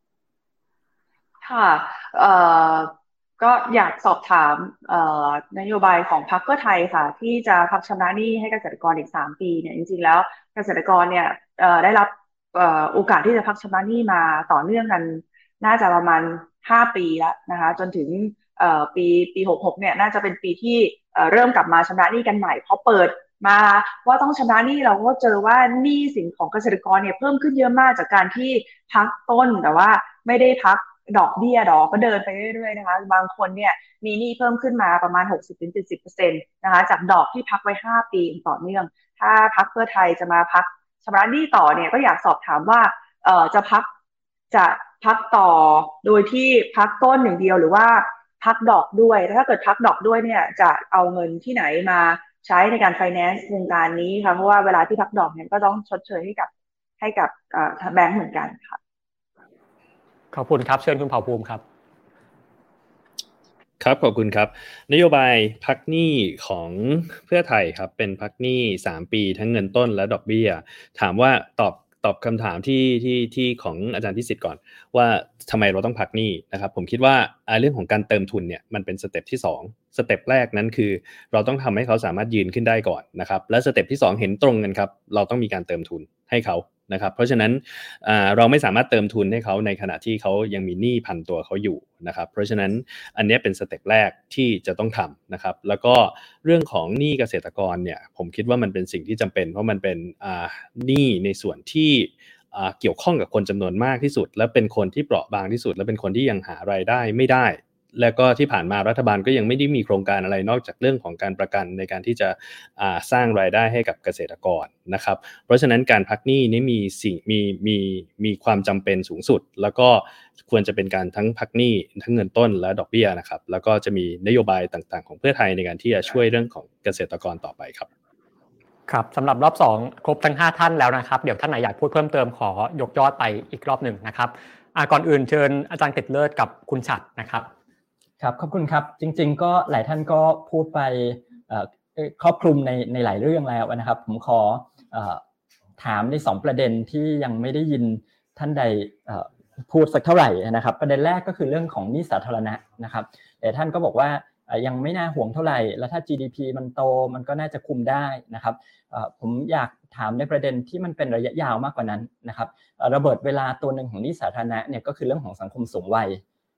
ค่ะเอ่อก็อยากสอบถามนโยบายของพรรคเพื่อไทยค่ะที่จะพักชำระหนี้ให้เกษตรกรอีกสามปีเนี่ยจริงๆแล้วเกษตรกรเนี่ยได้รับโอกาสที่จะพักชำระหนี้มาต่อเนื่องกันน่าจะประมาณห้าปีแล้วนะคะจนถึงปีปีหกสิบหกเนี่ยน่าจะเป็นปีที่เริ่มกลับมาชำระหนี้กันใหม่พอเปิดมาว่าต้องชำระหนี้เราก็เจอว่าหนี้สินของเกษตรกรเนี่ยเพิ่มขึ้นเยอะมากจากการที่พักต้นแต่ว่าไม่ได้พักดอกเบี้ยดอกก็เดินไปเรื่อยๆนะคะบางคนเนี่ยมีหนี้เพิ่มขึ้นมาประมาณ หกสิบถึงเจ็ดสิบเปอร์เซ็นต์ นะคะจากดอกที่พักไว้ห้าปีต่อเนื่องถ้าพรรคเพื่อไทยจะมาพักชำระหนี้ต่อเนี่ยก็อยากสอบถามว่าเอ่อจะพักจะพักต่อโดยที่พักต้นอย่างเดียวหรือว่าพักดอกด้วยถ้าเกิดพักดอกด้วยเนี่ยจะเอาเงินที่ไหนมาใช้ในการไฟแนนซ์โครงการนี้ค่ะเพราะว่าเวลาที่พักดอกเนี่ยก็ต้องชดเชยให้กับให้กับแบงก์เหมือนกันค่ะขอบคุณครับเชิญคุณเผ่าภูมิครับครับขอบคุณครับนโยบายพักหนี้ของเพื่อไทยครับเป็นพักหนี้สามปีทั้งเงินต้นและดอกเบี้ยถามว่าตอบตอบคำถามที่ที่ที่ของอาจารย์พิสิทธิ์ก่อนว่าทำไมเราต้องพักหนี้นะครับผมคิดว่าเรื่องของการเติมทุนเนี่ยมันเป็นสเต็ปที่สองสเต็ปแรกนั้นคือเราต้องทำให้เขาสามารถยืนขึ้นได้ก่อนนะครับและสเต็ปที่สองเห็นตรงกันครับเราต้องมีการเติมทุนให้เขานะครับเพราะฉะนั้นเราไม่สามารถเติมทุนให้เขาในขณะที่เขายังมีหนี้พันตัวเขาอยู่นะครับเพราะฉะนั้นอันนี้เป็นสเต็ปแรกที่จะต้องทำนะครับแล้วก็เรื่องของหนี้เกษตรกรเนี่ยผมคิดว่ามันเป็นสิ่งที่จำเป็นเพราะมันเป็นหนี้ในส่วนที่เกี่ยวข้องกับคนจำนวนมากที่สุดและเป็นคนที่เปราะบางที่สุดและเป็นคนที่ยังหารายได้ไม่ได้แล้วก็ที่ผ่านมารัฐบาลก็ยังไม่ได้มีโครงการอะไรนอกจากเรื่องของการประกันในการที่จะสร้างรายได้ให้กับเกษตรกรนะครับเพราะฉะนั้นการพักหนี้นี้มีสิ่งมีมีมีความจำเป็นสูงสุดแล้วก็ควรจะเป็นการทั้งพักหนี้ทั้งเงินต้นและดอกเบี้ยนะครับแล้วก็จะมีนโยบายต่างๆของเพื่อไทยในการที่จะช่วยเรื่องของเกษตรกรต่อไปครับครับสำหรับรอบสองครบทั้งห้าท่านแล้วนะครับเดี๋ยวท่านไหนอยากพูดเพิ่มเติมขอยกยอดไปอีกรอบหนึ่งนะครับก่อนอื่นเชิญอาจารย์เกษตรเลิศกับคุณฉัตรนะครับครับขอบคุณครับจริงๆก็หลายท่านก็พูดไปครอบคลุมในในหลายเรื่องแล้วนะครับผมขอถามในสองประเด็นที่ยังไม่ได้ยินท่านใดพูดสักเท่าไหร่นะครับประเด็นแรกก็คือเรื่องของหนี้สาธารณะนะครับแต่ท่านก็บอกว่ายังไม่น่าห่วงเท่าไหร่แล้วถ้า จี ดี พี มันโตมันก็น่าจะคุมได้นะครับผมอยากถามในประเด็นที่มันเป็นระยะยาวมากกว่านั้นนะครับระเบิดเวลาตัวหนึ่งของหนี้สาธารณะเนี่ยก็คือเรื่องของสังคมสูงวัย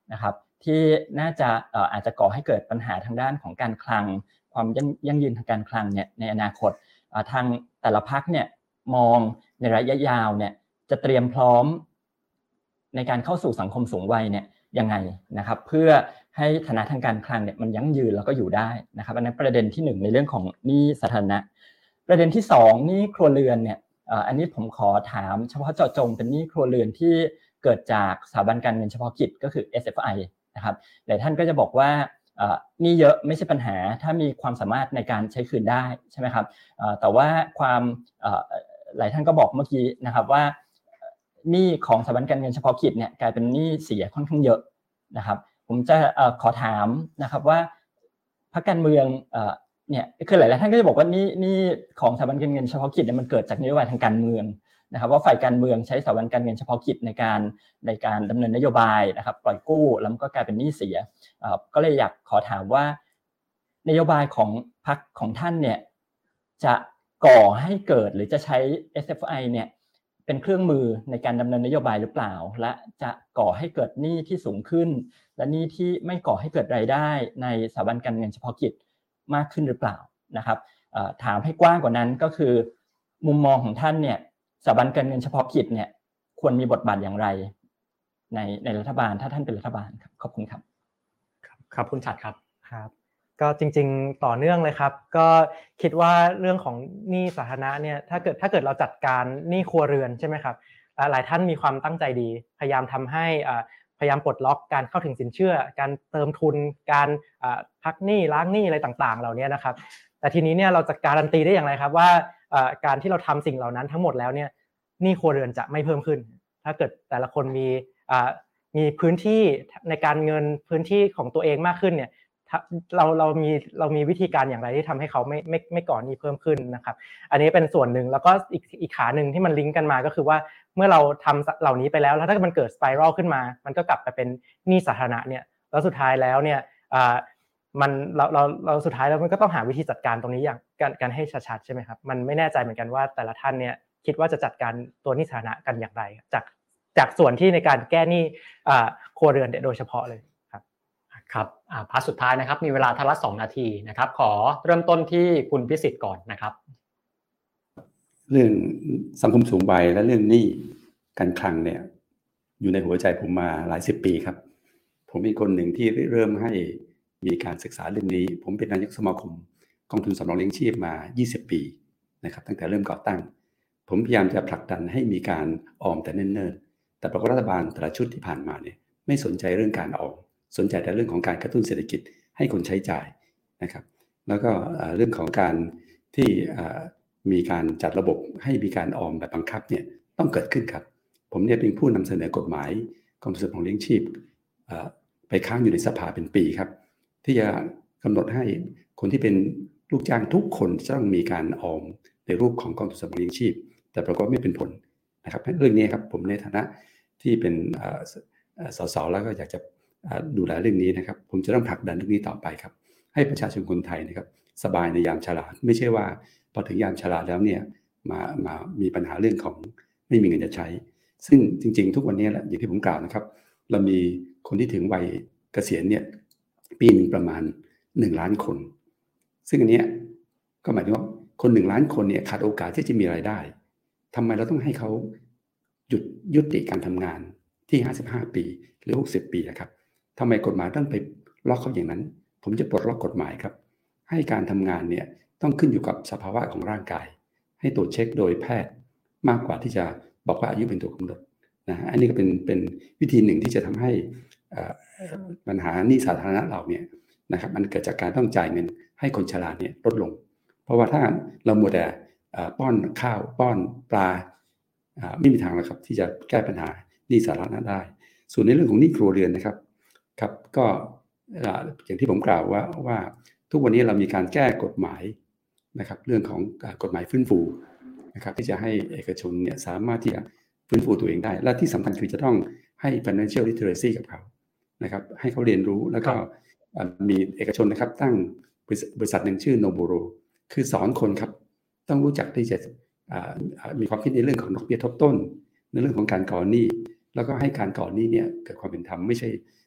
นะครับที่น่าจะเอ่ออาจจะก่อให้เกิดปัญหาทางด้านของการคลังความยั่งยืนทางการคลังเนี่ยในอนาคตทางแต่ละพรรคเนี่ยมองในระยะยาวเนี่ยจะเตรียมพร้อมในการเข้าสู่สังคมสูงวัยเนี่ยยังไงนะครับเพื่อให้ฐานะทางการคลังเนี่ยมันยั่งยืนแล้วก็อยู่ได้นะครับอันนั้นประเด็นที่หนึ่งในเรื่องของหนี้สาธารณะประเด็นที่สองหนี้ครัวเรือนเนี่ยอันนี้ผมขอถามเฉพาะเจาะจงเป็นหนี้ครัวเรือนที่เกิดจากสถาบันการเงินเฉพาะกิจก็คือ เอส เอฟ ไอ นะครับหลายท่านก็จะบอกว่าหนี้เยอะไม่ใช่ปัญหาถ้ามีความสามารถในการใช้คืนได้ใช่ไหมครับแต่ว่าความหลายท่านก็บอกเมื่อกี้นะครับว่าหนี้ของสถาบันการเงินเฉพาะกิจเนี่ยกลายเป็นหนี้เสียค่อนข้างเยอะนะครับผมจะขอถามนะครับว่าพรรคการเมืองเนี่ยคือหลายๆท่านก็จะบอกว่านี่นี่ของสถาบันการเงินเฉพาะกิจเนี่ยมันเกิดจากนโยบายทางการเมืองนะครับว่าฝ่ายการเมืองใช้สถาบันการเงินเฉพาะกิจในการในการดำเนินนโยบายนะครับปล่อยกู้แล้วก็กลายเป็นหนี้เสียก็เลยอยากขอถามว่านโยบายของพรรคของท่านเนี่ยจะก่อให้เกิดหรือจะใช้ เอส เอฟ ไอ เนี่ยเป็นเครื่องมือในการดำเนินนโยบายหรือเปล่าและจะก่อให้เกิดหนี้ที่สูงขึ้นและหนี้ที่ไม่ก่อให้เกิดรายได้ในสถาบันการเงินเฉพาะกิจมากขึ้นหรือเปล่านะครับถามให้กว้างกว่านั้นก็คือมุมมองของท่านเนี่ยสถาบันการเงินเฉพาะกิจเนี่ยควรมีบทบาทอย่างไรในในรัฐบาลถ้าท่านเป็นรัฐบาลครับขอบคุณครับครับคุณฉัตรครับครับก็จริงๆต่อเนื่องเลยครับก็คิดว่าเรื่องของหนี้สาธารณะเนี่ยถ้าเกิดถ้าเกิดเราจัดการหนี้ครัวเรือนใช่ไหมครับหลายท่านมีความตั้งใจดีพยายามทำให้พยายามปลดล็อกการเข้าถึงสินเชื่อการเติมทุนการพักหนี้ล้างหนี้อะไรต่างๆเหล่านี้นะครับแต่ทีนี้เนี่ยเราจะการันตีได้อย่างไรครับว่าการที่เราทำสิ่งเหล่านั้นทั้งหมดแล้วเนี่ยหนี้ครัวเรือนจะไม่เพิ่มขึ้นถ้าเกิดแต่ละคนมีมีพื้นที่ในการเงินพื้นที่ของตัวเองมากขึ้นเนี่ยเราเรามีเรามีวิธีการอย่างไรที่ทำให้เขาไม่ไม่ไม่ก่อหนี้เพิ่มขึ้นนะครับอันนี้เป็นส่วนหนึ่งแล้วก็อีกอีกขาหนึ่งที่มันลิงก์กันมาก็คือว่าเมื่อเราทำเหล่านี้ไปแล้วแล้วถ้ามันเกิดสไปรัลขึ้นมามันก็กลับไปเป็นหนี้สาธารณะเนี่ยแล้วสุดท้ายแล้วเนี่ยมันเราเราเราสุดท้ายแล้วมันก็ต้องหาวิธีจัดการตรงนี้อย่างการการให้ชัดๆใช่ไหมครับมันไม่แน่ใจเหมือนกันว่าแต่ละท่านเนี่ยคิดว่าจะจัดการตัวหนี้สาธารณะกันอย่างไรจากจากส่วนที่ในการแก้หนี้ครัวเรือนโดยเฉพาะเลยครับอ่าพาร์ทสุดท้ายนะครับมีเวลาทันละสองนาทีนะครับขอเริ่มต้นที่คุณพิสิทธิ์ก่อนนะครับเรื่องสังคมสูงวัยและเรื่องหนี้การคลังเนี่ยอยู่ในหัวใจผมมาหลายสิบปีครับผมเป็นคนหนึ่งที่เริ่มให้มีการศึกษาเรื่องนี้ผมเป็นนายกสมาคมกองทุนสำรองเลี้ยงชีพมายี่สิบปีนะครับตั้งแต่เริ่มก่อตั้งผมพยายามจะผลักดันให้มีการออมแต่เนิ่นๆแต่ปรากฏรัฐบาลแต่ละชุดที่ผ่านมาเนี่ยไม่สนใจเรื่องการออมสนใจแต่เรื่องของการกระตุ้นเศรษฐกิจให้คนใช้จ่ายนะครับแล้วก็เรื่องของการที่มีการจัดระบบให้มีการออมแบบบังคับเนี่ยต้องเกิดขึ้นครับผมเนี่ยเป็นผู้นำเสนอกฎหมายกองทุนสำรองเลี้ยงชีพไปค้างอยู่ในสภาเป็นปีครับที่จะกำหนดให้คนที่เป็นลูกจ้างทุกคนจะต้องมีการออมในรูปของกองทุนสำรองเลี้ยงชีพแต่ปรากฏไม่เป็นผลนะครับเรื่องนี้ครับผมในฐานะที่เป็นสสแล้วก็อยากจะดูแลเรื่องนี้นะครับผมจะต้องผลักดันเรื่องนี้ต่อไปครับให้ประชาชนคนไทยนะครับสบายในยามชราไม่ใช่ว่าพอถึงยามชราแล้วเนี่ยมามามีปัญหาเรื่องของไม่มีเงินจะใช้ซึ่งจริงๆทุกวันนี้แหละอย่างที่ผมกล่าวนะครับเรามีคนที่ถึงวัยเกษียณเนี่ยปีนึงประมาณหนึ่งล้านคนซึ่งอันนี้ก็หมายถึงว่าคนหนึ่งล้านคนเนี่ยขาดโอกาสที่จะมีรายได้ทำไมเราต้องให้เขาหยุดยุติการทำงานที่ห้าสิบห้าปีหรือหกสิบปีนะครับทำไมกฎหมายต้องไปล็อกเขาอย่างนั้นผมจะปลดล็อกกฎหมายครับให้การทำงานเนี่ยต้องขึ้นอยู่กับสภาวะของร่างกายให้ตรวจเช็คโดยแพทย์มากกว่าที่จะบอกว่าอายุเป็นตัวกำหนดนะอันนี้ก็เป็นเป็นวิธีหนึ่งที่จะทำให้ปัญหาหนี้สาธารณะเราเนี่ยนะครับมันเกิดจากการต้องจ่ายเงินให้คนชราเนี่ยลดลงเพราะว่าถ้าเรามัวแต่ป้อนข้าวป้อนปลาไม่มีทางแล้วครับที่จะแก้ปัญหาหนี้สาธารณะได้ส่วนในเรื่องของหนี้ครัวเรือนนะครับครับก็อย่างที่ผมกล่าวว่าว่าทุกวันนี้เรามีการแก้กฎหมายนะครับเรื่องของกฎหมายฟื้นฟูนะครับที่จะให้เอกชนเนี่ยสามารถที่จะฟื้นฟูตัวเองได้และที่สำคัญคือจะต้องให้ financial literacy กับเขานะครับให้เขาเรียนรู้แล้วก็มีเอกชนนะครับตั้งบริษัทหนึ่งชื่อ Noboro คือสอนคนครับต้องรู้จักที่จะมีความคิดในเรื่องของดอกเบี้ยทบต้นในเรื่องของการก่อหนี้แล้วก็ให้การก่อหนี้เนี่ยเกิดความเป็นธรรมไม่ใช่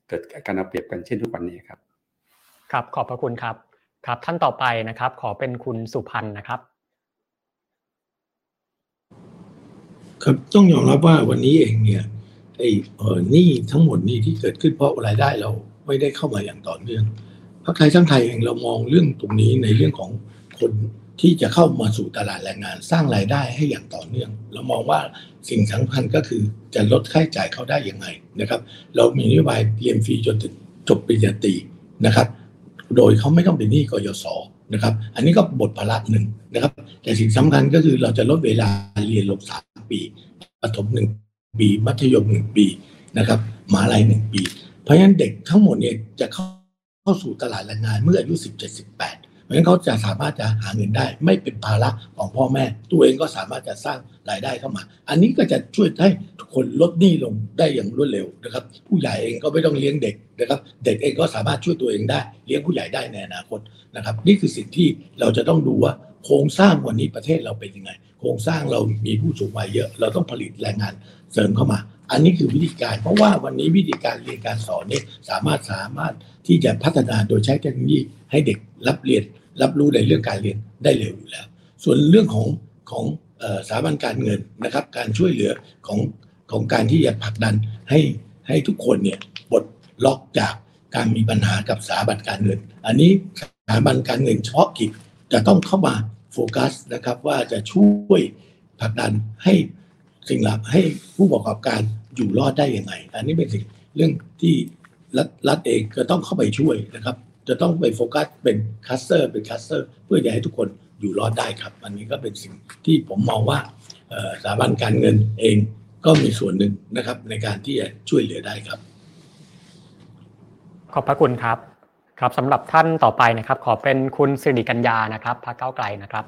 เกิดการเอาเปรียบกันเช่นทุกวันนี้ครับครับขอบพระคุณครับครับท่านต่อไปนะครับขอเป็นคุณสุพันธ์นะครับครับต้องยอมรับว่าวันนี้เองเนี่ยไอ้เอ่อหนี้ทั้งหมดนี้ที่เกิดขึ้นเพราะรายได้เราไม่ได้เข้ามาอย่างต่อเนื่องพรรคไทยสร้างไทยเองเรามองเรื่องตรงนี้ในเรื่องของคนที่จะเข้ามาสู่ตลาดแรงงานสร้างรายได้ให้อย่างต่อเนื่องเรามองว่าสิ่งสำคัญก็คือจะลดค่าใช้จ่ายเขาได้ยังไงนะครับเรามีนโยบายเรียนฟรีจนถึงจบปริญญาตรีนะครับโดยเขาไม่ต้องเป็นหนี้กยศนะครับอันนี้ก็บทภาระหนึ่งนะครับแต่สิ่งสำคัญก็คือเราจะลดเวลาเรียนลงสามปีประถมหนึ่งปีมัธยมหนึ่งปีนะครับมหาลัยหนึ่งปีเพราะฉะนั้นเด็กทั้งหมดเนี่ยจะเข้าเข้าสู่ตลาดแรงงานเมื่ออายุสิบเจ็ด สิบแปดเพราะฉะนั้นเขาจะสามารถจะหาเงินได้ไม่เป็นภาระของพ่อแม่ตัวเองก็สามารถจะสร้างรายได้เข้ามาอันนี้ก็จะช่วยให้ทุกคนลดหนี้ลงได้อย่างรวดเร็วนะครับผู้ใหญ่เองก็ไม่ต้องเลี้ยงเด็กนะครับเด็กเองก็สามารถช่วยตัวเองได้เลี้ยงผู้ใหญ่ได้ในอนาคตนะครับนี่คือสิ่งที่เราจะต้องดูว่าโครงสร้างวันนี้ประเทศเราเป็นยังไงโครงสร้างเรามีผู้สูงวัยเยอะเราต้องผลิตแรงงานเสริมเข้ามาอันนี้คือวิธีการเพราะว่าวันนี้วิธีการเรียนการสอนเนี่ยสามารถสามารถที่จะพัฒนาโดยใช้เทคโนโลยีให้เด็กรับเรียนรับรู้ในเรื่องการเรียนได้เร็วอยู่แล้วส่วนเรื่องของของเอ่อสถาบันการเงินนะครับการช่วยเหลือของของการที่จะผลักดันให้ให้ทุกคนเนี่ยปลดล็อกจากการมีปัญหากับสถาบันการเงินอันนี้สถาบันการเงินเฉพาะกิจจะต้องเข้ามาโฟกัสนะครับว่าจะช่วยผลักดันให้สิ่งหลักให้ผู้ประกอบการอยู่รอดได้ยังไงอันนี้เป็นสิ่งเรื่องที่รัฐรัฐเองก็ต้องเข้าไปช่วยนะครับจะต้องไปโฟกัสเป็นคลัสเตอร์เป็นคลัสเตอร์เพื่อจะให้ทุกคนอยู่รอดได้ครับอันนี้ก็เป็นสิ่งที่ผมมองว่าสถาบันการเงินเองก็มีส่วนหนึ่งนะครับในการที่จะช่วยเหลือได้ครับขอบพระคุณครับครับสำหรับท่านต่อไปนะครับขอเป็นคุณสิริกัญญานะครับพรรคก้าวไกลนะครับ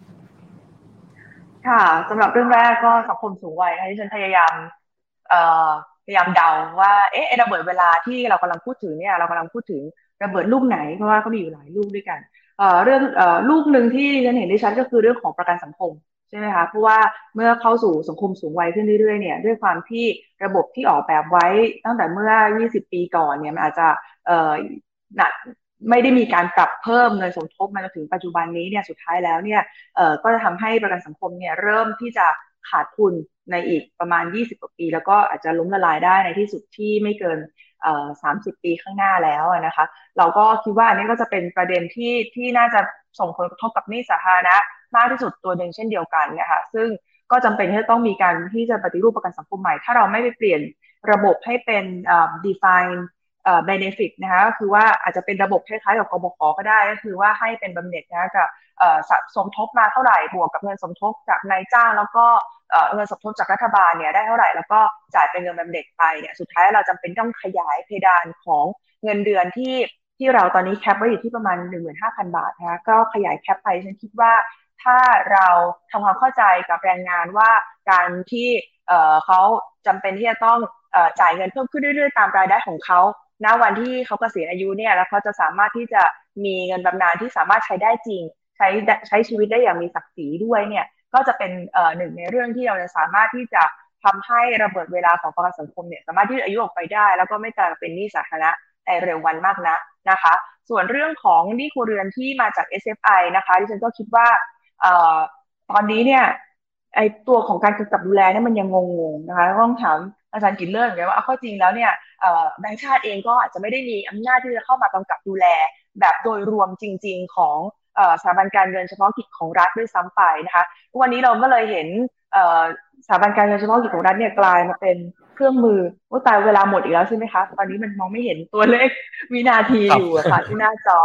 ค่ะสำหรับเรื่องแรกก็สังคมสูงวัยนะที่ฉันพยายามเอ่อพยายามเดาว่าเอ๊ะระเบิดเวลาที่เรากำลังพูดถึงเนี่ยเรากำลังพูดถึงระเบิดลูกไหนเพราะว่าก็มีอยู่หลายลูกด้วยกันเอ่อเรื่องเอ่อลูกหนึ่งที่ฉันเห็นได้ชัดก็คือเรื่องของประกันสังคมใช่ไหมคะเพราะว่าเมื่อเข้าสู่สังคมสูงวัยขึ้นเรื่อยๆเนี่ยด้วยความที่ระบบที่ออกแบบไว้ตั้งแต่เมื่อยี่สิบปีก่อนเนี่ยมันอาจจะเอ่อหนักไม่ได้มีการปรับเพิ่มเงินสมทบมาจนถึงปัจจุบันนี้เนี่ยสุดท้ายแล้วเนี่ยเอ่อก็จะทำให้ประกันสังคมเนี่ยเริ่มที่จะขาดทุนในอีกประมาณยี่สิบกว่าปีแล้วก็อาจจะล้มละลายได้ในที่สุดที่ไม่เกินเอ่อสามสิบปีข้างหน้าแล้วนะคะเราก็คิดว่าอันนี้ก็จะเป็นประเด็นที่ที่น่าจะส่งผลกระทบกับหนี้สาธารณะมากที่สุดตัวหนึ่งเช่นเดียวกันนะคะซึ่งก็จำเป็นที่จะต้องมีการที่จะปฏิรูปประกันสังคมใหม่ถ้าเราไม่ไปเปลี่ยนระบบให้เป็นเอ่อ defineเอ่อ benefit นะคะก็คือว่าอาจจะเป็นระบบคล้ายๆกับกบข.ก็ได้ก็คือว่าให้เป็นบำเหน็จนะกับเอ่อสมทบมาเท่าไหร่บวกกับเงินสมทบจากนายจ้างแล้วก็เอ่อเงินสมทบจากรัฐบาลเนี่ยได้เท่าไหร่แล้วก็จ่ายเป็นเงินบำเหน็จไปเนี่ยสุดท้ายเราจำเป็นต้องขยายเพดานของเงินเดือนที่ที่เราตอนนี้แคปไว้อยู่ที่ประมาณ หนึ่งหมื่นห้าพัน บาทนะคะก็ขยายแคปไปฉันคิดว่าถ้าเราทำความเข้าใจกับแรงงานว่าการที่เอ่อเขาจำเป็นที่จะต้องเอ่อจ่ายเงินเพิ่มขึ้นเรื่อยๆตามรายได้ของเขาณวันที่เขาเกษียณอายุเนี่ยแล้วเขาจะสามารถที่จะมีเงินบำนาญที่สามารถใช้ได้จริงใช้ใช้ชีวิตได้อย่างมีศักดิ์ศรีด้วยเนี่ยก็จะเป็นเอ่อหนึ่งในเรื่องที่เราจะสามารถที่จะทำให้ระเบิดเวลาของประกันสังคมเนี่ยสามารถยืดอายุออกไปได้แล้วก็ไม่กลายเป็นหนี้สาธารณะในเร็ววันมากนักนะคะส่วนเรื่องของหนี้ครัวเรือนที่มาจาก เอส เอฟ ไอ นะคะดิฉันก็คิดว่าเอ่อตอนนี้เนี่ยไอตัวของการกำกับดูแลเนี่ยมันยังงงๆนะคะต้องถามอาจารย์กินเลิศเหมือนกันว่าเอาเข้าจริงแล้วเนี่ยแบงก์ชาติเองก็อาจจะไม่ได้มีอำนาจที่จะเข้ามากำกับดูแลแบบโดยรวมจริงๆของสถาบันการเงินเฉพาะกิจของรัฐด้วยซ้ำไปนะคะวันนี้เราก็เลยเห็นสถาบันการเงินเฉพาะกิจของรัฐเนี่ยกลายมาเป็นเครื่องมือว่าตายเวลาหมดอีกแล้วใช่ไหมคะตอนนี้มันมองไม่เห็นตัวเลขวินาทีอยู่ค่ะที่หน้าจอ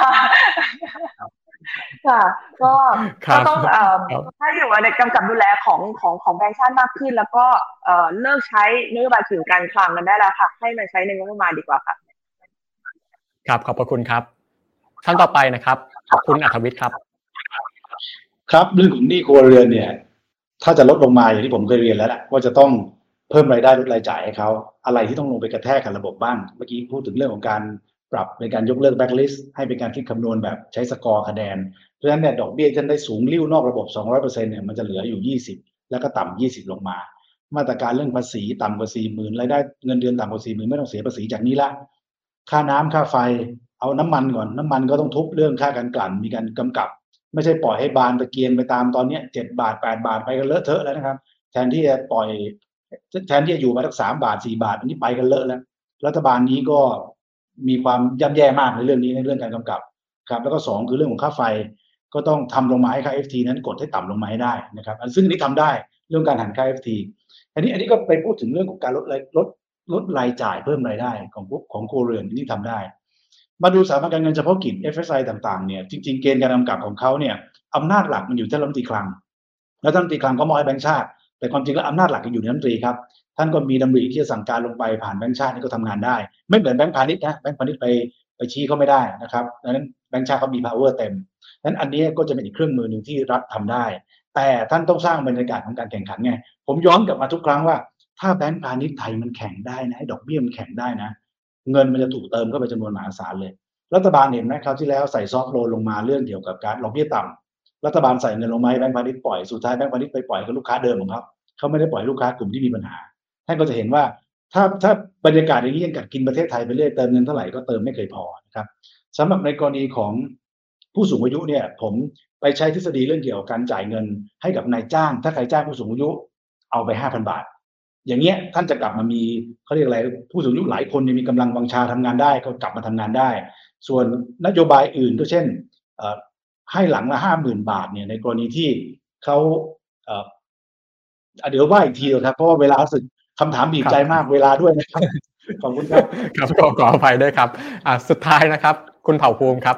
ค่ะก็ต้องให้อยู่ในกำกับดูแลของของของแบงก์ชาติมากขึ้นแล้วก็เลิกใช้นโยบายสื่อการคลังกันได้แล้วค่ะให้มันใช้ในงบประมาณดีกว่าค่ะครับขอบพระคุณครับท่านต่อไปนะครับคุณอัธวิทย์ครับครับเรื่องของหนี้ครัวเรือนเนี่ยถ้าจะลดลงมาอย่างที่ผมเคยเรียนแล้วแหละว่าจะต้องเพิ่มรายได้ลดรายจ่ายให้เขาอะไรที่ต้องลงไปกระแทกกับระบบบ้างเมื่อกี้พูดถึงเรื่องของการปรับในการยกเลิกแบ็คลิสต์ให้เป็นการคิดคำนวณแบบใช้สกอร์คะแนนเพราะฉะนั้นเนี่ยดอกเบี้ยท่านได้สูงริ้วนอกระบบ สองร้อยเปอร์เซ็นต์ เนี่ยมันจะเหลืออยู่ยี่สิบแล้วก็ต่ำยี่สิบลงมามาตรการเรื่องภาษีต่ำกว่า สี่หมื่น รายได้เงินเดือนต่ำกว่า สี่หมื่น ไม่ต้องเสียภาษีจากนี้ละค่าน้ำค่าไฟเอาน้ำมันก่อนน้ำมันก็ต้องทุบเรื่องค่าการกลั่นมีการกำกับไม่ใช่ปล่อยให้บานตะเกียงไปตามตอนนี้เจ็ดบาทแปดบาทไปกันเลอะเทอะแล้วนะครับแทนที่จะปล่อยแทนที่จะอยู่มาสักสามบาทสี่บาทอันนี้ไปกันเลอะแล้วรัฐบาลนี้ก็มีความย่ำแย่มากในเรื่องนี้ในเรื่องการกำกับครับแล้วก็สองคือเรื่องของค่าไฟก็ต้องทำลงมาให้ค่า เอฟ ที นั้นกดให้ต่ำลงมาให้ได้นะครับซึ่งอันนี้ทำได้เรื่องการหันค่า เอฟ ที อันนี้อันนี้ก็ไปพูดถึงเรื่องของการลดรายลดลดรายจ่ายเพิ่มรายได้ของพวกของครัวเรือนที่ทำได้มาดูสถาบันการเงินเฉพาะกิจ เอฟ เอส ไอ ต่างๆเนี่ยจริงๆเกณฑ์การกำกับของเขาเนี่ยอำนาจหลักมันอยู่ที่รัฐมนตรีคลังแล้วรัฐมนตรีคลังก็มอบให้แบงก์ชาติแต่ความจริงแล้วอำนาจหลักอยู่ที่รัฐมนตรีครับท่านก็มีดำริที่จะสั่งการลงไปผ่านแบงก์ชาตินี่ก็ทำงานได้ไม่เหมือนแบงก์พาณิชย์นะแบงก์พาณิชย์ไปไปชี้เขาไม่ได้นะครับดังนั้นแบงก์ชาติเขามี power เต็มนั้นอันนี้ก็จะเป็นอีกเครื่องมือหนึ่งที่รัฐทำได้แต่ท่านต้องสร้างบรรยากาศของการแข่งขันไงผมย้อนกลับมาทุกครั้งว่าถ้าแบงก์พาณิชย์ไทยมันแข่งได้นะให้ดอกเบี้ยมันแข่งได้นะเงินมันจะถูกเติมเข้าไปจำนวนมหาศาลเลยรัฐบาลเห็นไหมคราวที่แล้วใส่ซอฟต์โลนลงมาเรื่องเกี่ยวกับการดอกเบี้ยต่ำรัฐบาลใส่เงินลงมาให้แบงก์พาณิชย์ปล่อยสุดท้ายแบงก์พาณิชย์ไปปล่อยกับลูกค้าเดิมของเขาเขาไม่ได้ปล่อยลูกค้ากลุ่มที่มีปัญหาท่านก็จะเห็นว่าถ้าถ้าบรรยากาศอย่างนี้ยังกัดกินประเทศไทยไปเรื่อยเติมเงินเท่าไหร่ก็เติมไม่เคยพอนะครับสำหรับในกรณีของผู้สูงอายุเนี่ยผมไปใช้ทฤษฎีเรื่องเกี่ยวกับการจ่ายเงินให้กับนายจ้างถ้าใครจ้างผู้สูงอายุเอาไป ห้าพัน บาทอย่างเงี้ยท่านจะกลับมามีเขาเรียกอะไรผู้สูงอายุหลายคนมีกำลังวังชาทำงานได้ก็กลับมาทำงานได้ส่วนนโยบายอื่นก็เช่นให้หลังละ ห้าหมื่น บาทเนี่ยในกรณีที่เขาเอ่อเดี๋ยวว่าอีกทีครับเพราะว่าเวลาสึกคำถามบีบใจมากเวลาด้วยนะครับขอบคุณครับครับขอขออภัยด้วยครับอ่าสุดท้ายนะครับคุณเผ่าภูมิครับ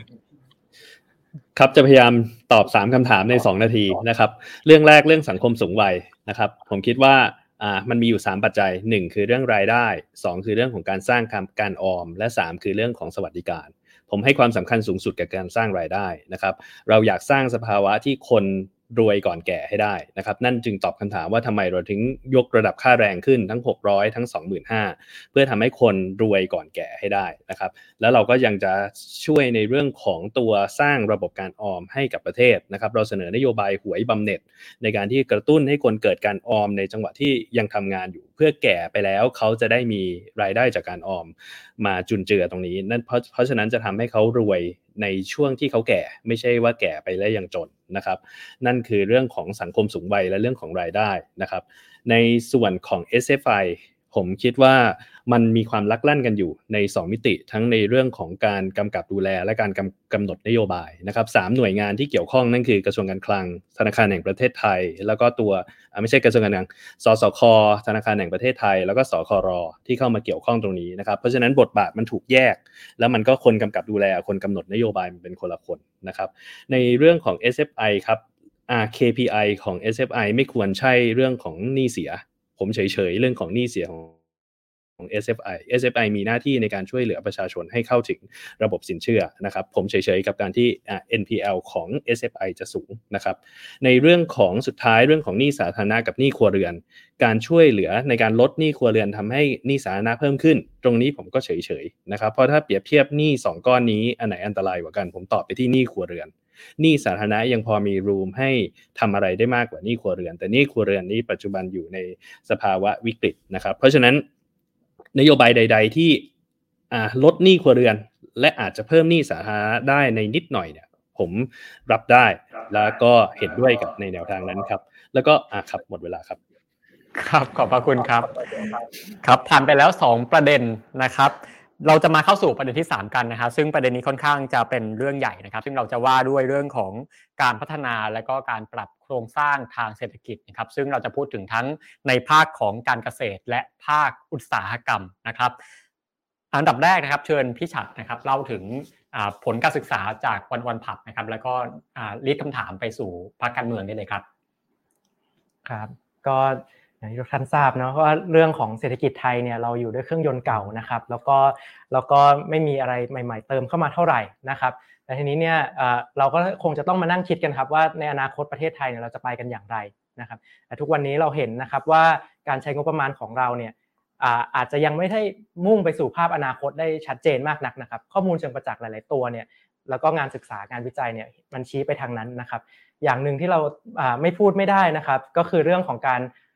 ครับจะพยายามตอบสามคำถามในสองนาทีนะครับเรื่องแรกเรื่องสังคมสูงวัยนะครับผมคิดว่าอ่ามันมีอยู่สามปัจจัยหนึ่งคือเรื่องรายได้สองคือเรื่องของการสร้างการออมและสามคือเรื่องของสวัสดิการผมให้ความสำคัญสูงสุดกับการสร้างรายได้นะครับเราอยากสร้างสภาวะที่คนรวยก่อนแก่ให้ได้นะครับนั่นจึงตอบคำถามว่าทำไมเราถึงยกระดับค่าแรงขึ้นทั้งหกร้อยทั้ง สองหมื่นห้าพัน เพื่อทำให้คนรวยก่อนแก่ให้ได้นะครับแล้วเราก็ยังจะช่วยในเรื่องของตัวสร้างระบบการออมให้กับประเทศนะครับเราเสนอนโยบายหวยบำเหน็จในการที่กระตุ้นให้คนเกิดการออมในจังหวะที่ยังทำงานอยู่เพื่อแก่ไปแล้วเขาจะได้มีรายได้จากการออมมาจุนเจือตรงนี้นั่นเพราะเพราะฉะนั้นจะทำให้เขารวยในช่วงที่เขาแก่ไม่ใช่ว่าแก่ไปแล้วยังจนนะครับนั่นคือเรื่องของสังคมสูงวัยและเรื่องของรายได้นะครับในส่วนของ เอส เอฟ ไอ ผมคิดว่ามันมีความลักลั่นกันอยู่ในสองมิติทั้งในเรื่องของการกำกับดูแลและการกำกำหนดนโยบายนะครับสามหน่วยงานที่เกี่ยวข้องนั่นคือกระทรวงการคลังธนาคารแห่งประเทศไทยแล้วก็ตัวไม่ใช่กระทรวงการคลังสสคธนาคารแห่งประเทศไทยแล้วก็สครที่เข้ามาเกี่ยวข้องตรงนี้นะครับเพราะฉะนั้นบทบาทมันถูกแยกแล้วมันก็คนกำกับดูแลคนกำหนดนโยบายมันเป็นคนละคนนะครับในเรื่องของ เอส เอฟ ไอ ครับอ่า เค พี ไอ ของ เอส เอฟ ไอ ไม่ควรใช่เรื่องของหนี้เสียผมเฉยๆเรื่องของหนี้เสียของของ เอส เอฟ ไอ เอส เอฟ ไอ มีหน้าที่ในการช่วยเหลือประชาชนให้เข้าถึงระบบสินเชื่อนะครับผมเฉยๆกับการที่ เอ็น พี แอล ของ เอส เอฟ ไอ จะสูงนะครับในเรื่องของสุดท้ายเรื่องของหนี้สาธารณะกับหนี้ครัวเรือนการช่วยเหลือในการลดหนี้ครัวเรือนทำให้หนี้สาธารณะเพิ่มขึ้นตรงนี้ผมก็เฉยๆนะครับเพราะถ้าเปรียบเทียบหนี้สองก้อนนี้อันไหนอันตรายกว่ากันผมตอบไปที่หนี้ครัวเรือนหนี้สาธารณะยังพอมีรูมให้ทำอะไรได้มากกว่าหนี้ครัวเรือนแต่หนี้ครัวเรือนนี้ปัจจุบันอยู่ในสภาวะวิกฤตนะครับเพราะฉะนั้นนโยบายใดๆที่ลดหนี้ครัวเรือนและอาจจะเพิ่มหนี้สาธารณะได้ในนิดหน่อยเนี่ยผมรับได้แล้วก็เห็นด้วยกับในแนวทางนั้นครับแล้วก็อ่ะครับหมดเวลาครับครับขอบพระคุณครับครับผ่านไปแล้วสองประเด็นนะครับเราจะมาเข้าสู่ประเด็นที่สามกันนะครับซึ่งประเด็นนี้ค่อนข้างจะเป็นเรื่องใหญ่นะครับซึ่งเราจะว่าด้วยเรื่องของการพัฒนาและก็การปรับโครงสร้างทางเศรษฐกิจนะครับซึ่งเราจะพูดถึงทั้งในภาคของการเกษตรและภาคอุตสาหกรรมนะครับอันดับแรกนะครับเชิญพี่ฉัตรนะครับเล่าถึงผลการศึกษาจากวันวันผับนะครับแล้วก็รีดคำถามไปสู่พรรคการเมืองได้เลยครับครับก็อย่างที่ทุกท่านทราบเนาะว่าเรื่องของเศรษฐกิจไทยเนี่ยเราอยู่ด้วยเครื่องยนต์เก่านะครับแล้วก็แล้วก็ไม่มีอะไรใหม่ๆเติมเข้ามาเท่าไหร่นะครับแต่ทีนี้เนี่ยเราก็คงจะต้องมานั่งคิดกันครับว่าในอนาคตประเทศไทยเนี่ยเราจะไปกันอย่างไรนะครับแต่ทุกวันนี้เราเห็นนะครับว่าการใช้งบประมาณของเราเนี่ยอาจจะยังไม่ได้มุ่งไปสู่ภาพอนาคตได้ชัดเจนมากนักนะครับข้อมูลเชิงประจักษ์หลายๆตัวเนี่ยแล้วก็งานศึกษางานวิจัยเนี่ยมันชี้ไปทางนั้นนะครับอย่างนึงที่เราไม่พูดไม่ได้นะครับก็คือเรื่องของการ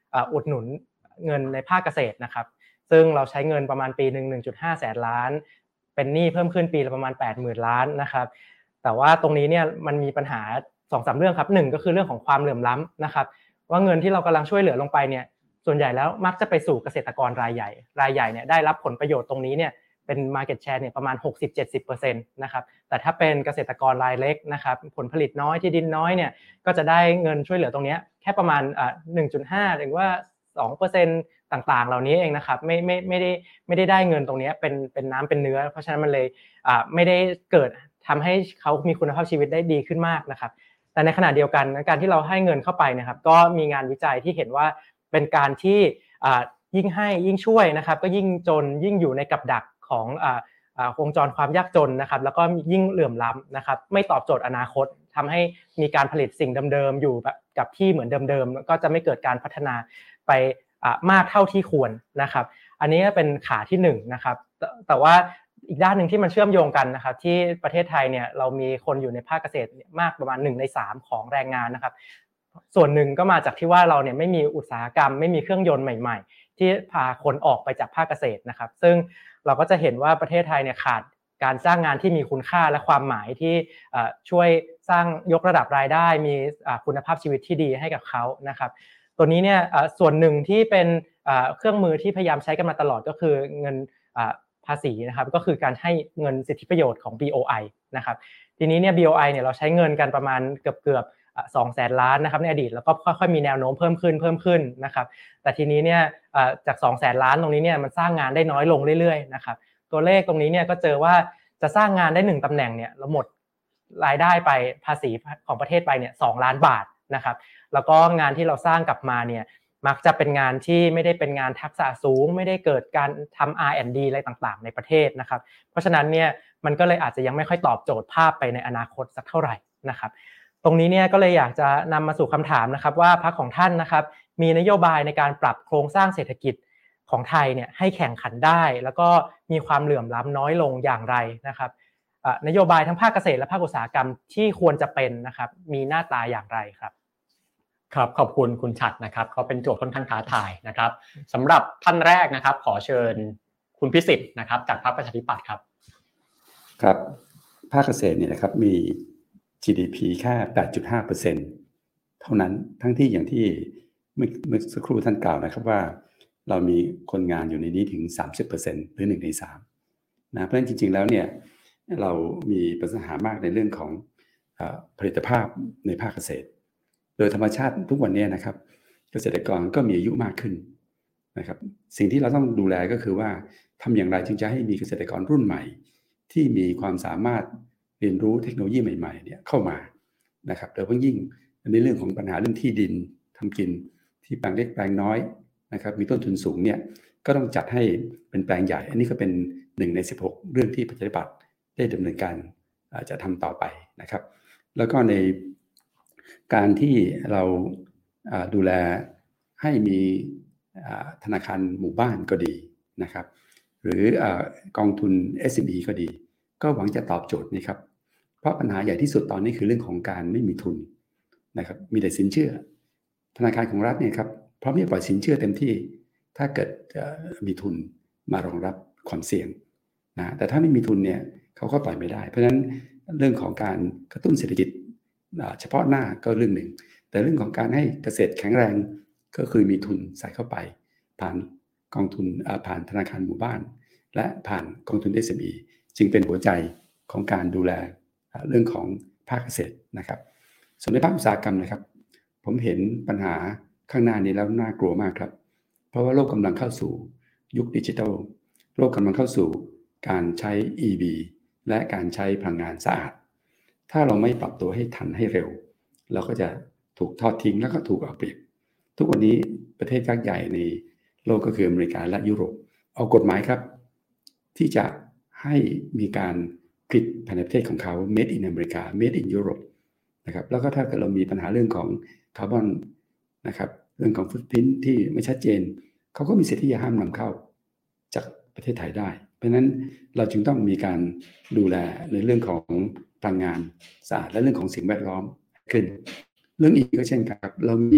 อุดหนุนเงินในภาคเกษตรนะครับซึ่งเราใช้เงินประมาณปีนึง หนึ่งจุดห้า แสนล้านเป็นหนี้เพิ่มขึ้นปีละประมาณ แปดหมื่น ล้านนะครับแต่ว่าตรงนี้เนี่ยมันมีปัญหา สองสาม เรื่องครับหนึ่งก็คือเรื่องของความเหลื่อมล้ำนะครับว่าเงินที่เรากำลังช่วยเหลือลงไปเนี่ยส่วนใหญ่แล้วมักจะไปสู่เกษตรกรรายใหญ่รายใหญ่เนี่ยได้รับผลประโยชน์ตรงนี้เนี่ยเป็น market share เนี่ยประมาณ หกสิบถึงเจ็ดสิบเปอร์เซ็นต์ นะครับแต่ถ้าเป็นเกษตรกรรายเล็กนะครับผลผลิตน้อยที่ดินน้อยเนี่ยก็จะได้เงินช่วยเหลือตรงนี้แค่ประมาณอ่า หนึ่งจุดห้า หรือว่า สองเปอร์เซ็นต์ ต่างๆเหล่านี้เองนะครับไม่ไม่ไม่ได้ไม่ได้ได้เงินตรงนี้เป็นเป็นน้ำเป็นเนื้อเพราะฉะนั้นมันเลยอ่าไม่ได้เกิดทำให้เขามีคุณภาพชีวิตได้ดีขึ้นมากนะครับแต่ในขณะเดียวกันการที่เราให้เงินเข้าไปนะครับก็มีงานวิจัยที่เห็นว่าเป็นการที่อ่ายิ่งให้ยิ่งช่วยนะครับก็ยิ่งจนยิ่งอยู่ในกับดักของอ่าอ่าวงจรความยากจนนะครับแล้วก็ยิ่งเหลื่อมล้ำนะครับไม่ตอบโจทย์อนาคตทำให้มีการผลิตสิ่งเดิมๆอยู่กับที่เหมือนเดิมๆก็จะไม่เกิดการพัฒนาไปมากเท่าที่ควรนะครับอันนี้เป็นขาที่หนึ่งนะครับแต่ว่าอีกด้านหนึ่งที่มันเชื่อมโยงกันนะครับที่ประเทศไทยเนี่ยเรามีคนอยู่ในภาคเกษตรมากประมาณหนึ่งในสามของแรงงานนะครับส่วนหนึ่งก็มาจากที่ว่าเราเนี่ยไม่มีอุตสาหกรรมไม่มีเครื่องยนต์ใหม่ๆที่พาคนออกไปจากภาคเกษตรนะครับซึ่งเราก็จะเห็นว่าประเทศไทยเนี่ยขาดการสร้างงานที่มีคุณค่าและความหมายที่ช่วยสร้างยกระดับรายได้มีคุณภาพชีวิตที่ดีให้กับเขานะครับตัวนี้เนี่ยส่วนหนึ่งที่เป็นเครื่องมือที่พยายามใช้กันมาตลอดก็คือเงินภาษีนะครับก็คือการให้เงินสิทธิประโยชน์ของ บี โอ ไอ นะครับทีนี้เนี่ย บี โอ ไอ เนี่ยเราใช้เงินกันประมาณเกือบๆสองแสนล้านนะครับในอดีตแล้วก็ค่อยๆมีแนวโน้มเพิ่มขึ้นเพิ่มขึ้นนะครับแต่ทีนี้เนี่ยจากสองแสนล้านตรงนี้เนี่ยมันสร้างงานได้น้อยลงเรื่อยๆนะครับตัวเลขตรงนี้เนี่ยก็เจอว่าจะสร้างงานได้หนึ่งตำแหน่งเนี่ยเราหมดรายได้ไปภาษีของประเทศไปเนี่ยสองล้านบาทนะครับแล้วก็งานที่เราสร้างกลับมาเนี่ยมักจะเป็นงานที่ไม่ได้เป็นงานทักษะสูงไม่ได้เกิดการทำ อาร์ แอนด์ ดี อะไรต่างๆในประเทศนะครับเพราะฉะนั้นเนี่ยมันก็เลยอาจจะยังไม่ค่อยตอบโจทย์ภาพไปในอนาคตสักเท่าไหร่นะครับตรงนี้เนี่ยก็เลยอยากจะนำมาสู่คำถามนะครับว่าพรรคของท่านนะครับมีนโยบายในการปรับโครงสร้างเศรษฐกิจของไทยเนี่ยให้แข่งขันได้แล้วก็มีความเหลื่อมล้ำน้อยลงอย่างไรนะครับนโยบายทั้งภาคเกษตรและภาคอุตสาหกรรมที่ควรจะเป็นนะครับมีหน้าตาอย่างไรครับครับขอบคุณคุณฉัตรนะครับก็เป็นโจทย์ค่อนข้างท้าทายนะครับสำหรับท่านแรกนะครับขอเชิญคุณพิสิทธิ์นะครับจากพรรคประชาธิปัตย์ครับครับภาคเกษตรเนี่ยนะครับมี จี ดี พี แค่ แปดจุดห้าเปอร์เซ็นต์ เท่านั้นทั้งที่อย่างที่เมื่อเมื่อสักครู่ท่านกล่าวนะครับว่าเรามีคนงานอยู่ในนี้ถึง สามสิบเปอร์เซ็นต์ หรือหนึ่งในสามนะเพราะฉะนั้นจริงๆแล้วเนี่ยเรามีปัญหามากในเรื่องของเอ่อผลิตภาพในภาคเกษตรโดยธรรมชาติทุกวันนี้นะครับเกษตรกรก็มีอายุมากขึ้นนะครับสิ่งที่เราต้องดูแลก็คือว่าทำอย่างไรจึงจะให้มีเกษตรกรรุ่นใหม่ที่มีความสามารถเรียนรู้เทคโนโลยีใหม่ๆเนี่ยเข้ามานะครับโดยเฉพาะยิ่งในเรื่องของปัญหาเรื่องที่ดินทำกินที่แปลงเล็กแปลงน้อยนะครับมีต้นทุนสูงเนี่ยก็ต้องจัดให้เป็นแปลงใหญ่อันนี้ก็เป็นหนึ่งในสิบหกเรื่องที่ประชาธิปัตย์ได้ดำเนินการจะทำต่อไปนะครับแล้วก็ในการที่เราดูแลให้มีธนาคารหมู่บ้านก็ดีนะครับหรือกองทุน เอส เอ็ม อี ก็ดีก็หวังจะตอบโจทย์นี้ครับเพราะปัญหาใหญ่ที่สุดตอนนี้คือเรื่องของการไม่มีทุนนะครับมีแต่สินเชื่อธนาคารของรัฐเนี่ยครับเพราะไม่ปล่อยสินเชื่อเต็มที่ถ้าเกิดมีทุนมารองรับความเสี่ยงนะแต่ถ้าไม่มีทุนเนี่ยเขาก็ปล่อยไม่ได้เพราะฉะนั้นเรื่องของการกระตุ้นเศรษฐกิจเฉพาะหน้าก็เรื่องหนึ่งแต่เรื่องของการให้เกษตรแข็งแรงก็คือมีทุนใส่เข้าไปผ่านกองทุนผ่านธนาคารหมู่บ้านและผ่านกองทุน เอส เอ็ม อี จึงเป็นหัวใจของการดูแลเรื่องของภาคเกษตรนะครับส่วนในภาคอุตสาหกรรมนะครับผมเห็นปัญหาข้างหน้านี้แล้วน่ากลัวมากครับเพราะว่าโลกกำลังเข้าสู่ยุคดิจิทัลโลกกำลังเข้าสู่การใช้ อี วี และการใช้พลังงานสะอาดถ้าเราไม่ปรับตัวให้ทันให้เร็วเราก็จะถูกทอดทิ้งแล้วก็ถูกเอาเปรียบทุกวันนี้ประเทศยักษ์ใหญ่ในโลกก็คืออเมริกาและยุโรปเอากฎหมายครับที่จะให้มีการผลิตภายในประเทศของเขา made in America made in Europe นะครับแล้วก็ถ้าเกิดเรามีปัญหาเรื่องของคาร์บอนนะครับเรื่องของฟุตพริ้นท์ที่ไม่ชัดเจนเขาก็มีสิทธิ์ที่จะห้ามนำเข้าจากประเทศไทยได้เพราะฉะนั้นเราจึงต้องมีการดูแลในเรื่องของพลังงานสะอาดและเรื่องของสิ่งแวดล้อมขึ้นเรื่องอีกก็เช่นกันครับเรามี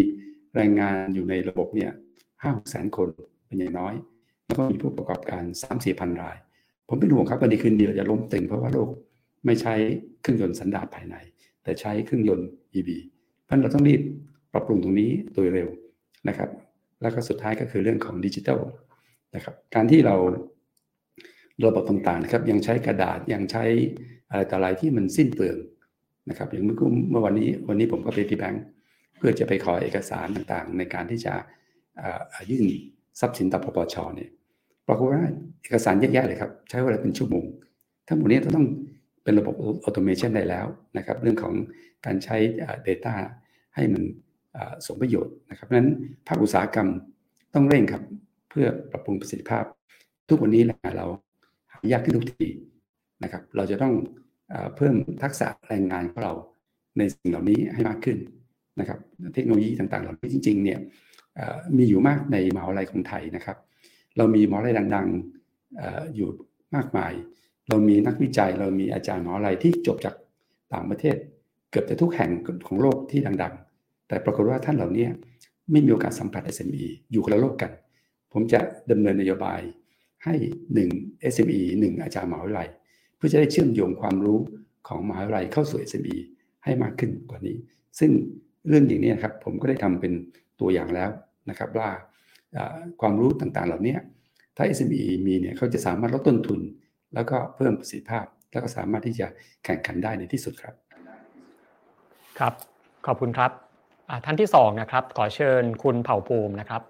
แรงงานอยู่ในระบบเนี่ยห้าหกแสนคนเป็นอย่างน้อยแล้วก็มีผู้ประกอบการ สามถึงสี่พัน รายผมเป็นห่วงครับวันนี้คืนเดียวจะล้มตึงเพราะว่าโลกไม่ใช้เครื่องยนต์สันดาปภายในแต่ใช้เครื่องยนต์ อี วี เพราะฉะนั้นเราต้องรีบปรับปรุงตรงนี้โดยเร็วนะครับแล้วก็สุดท้ายก็คือเรื่องของดิจิทัลนะครับการที่เราระบบต่างๆนะครับยังใช้กระดาษยังใช้อะไรต่ออะไรที่มันสิ้นเปลืองนะครับอย่างเมื่อเมื่อวันนี้วันนี้ผมก็ไปที่แบงก์เพื่อจะไปขอเอกสารต่างๆในการที่จะยื่นทรัพย์สินต่อปปชเนี่ยปรากฏว่าเอกสารเยอะแยะเลยครับใช้เวลาเป็นชั่วโมงทั้งหมดนี้ต้องเป็นระบบออโตเมชันได้แล้วนะครับเรื่องของการใช้ data ให้มันสมประโยชน์นะครับเพราะฉะนั้นภาคอุตสาหกรรมต้องเร่งครับเพื่อปรับปรุงประสิทธิภาพทุกวันนี้แหละเราหายากขึ้นทุกทีนะครับเราจะต้องเพิ่มทักษะแรงงานของเราในสิ่งเหล่านี้ให้มากขึ้นนะครับเทคโนโลยีต่างๆเหล่านี้จริงๆเนี่ยมีอยู่มากในมหาวิทยาลัยของไทยนะครับเรามีมหาวิทยาลัยดังๆอยู่มากมายเรามีนักวิจัยเรามีอาจารย์มหาวิทยาลัยที่จบจากต่างประเทศเกือบจะทุกแห่งของโลกที่ดังๆแต่ปรากฏว่าท่านเหล่านี้ไม่มีโอกาสสัมผัส เอส เอ็ม อี อยู่คนละโลกกันผมจะดำเนินนโยบายให้หนึ่ง เอส เอ็ม อี หนึ่งอาจารย์มหาวิทยาลัยเพื่อจะได้เชื่อมโยงความรู้ของมหาวิทยาลัยเข้าสู่ เอส เอ็ม อี ให้มากขึ้นกว่านี้ซึ่งเรื่องอย่างนี้ครับผมก็ได้ทำเป็นตัวอย่างแล้วนะครับว่าความรู้ต่างๆเหล่านี้ถ้า เอส เอ็ม อี มีเนี่ยเขาจะสามารถลดต้นทุนแล้วก็เพิ่มประสิทธิภาพแล้วก็สามารถที่จะแข่งขันได้ในที่สุดครับครับขอบคุณครับท่านที่สองนะครับขอเชิญคุณเผ่าภูมินะครับ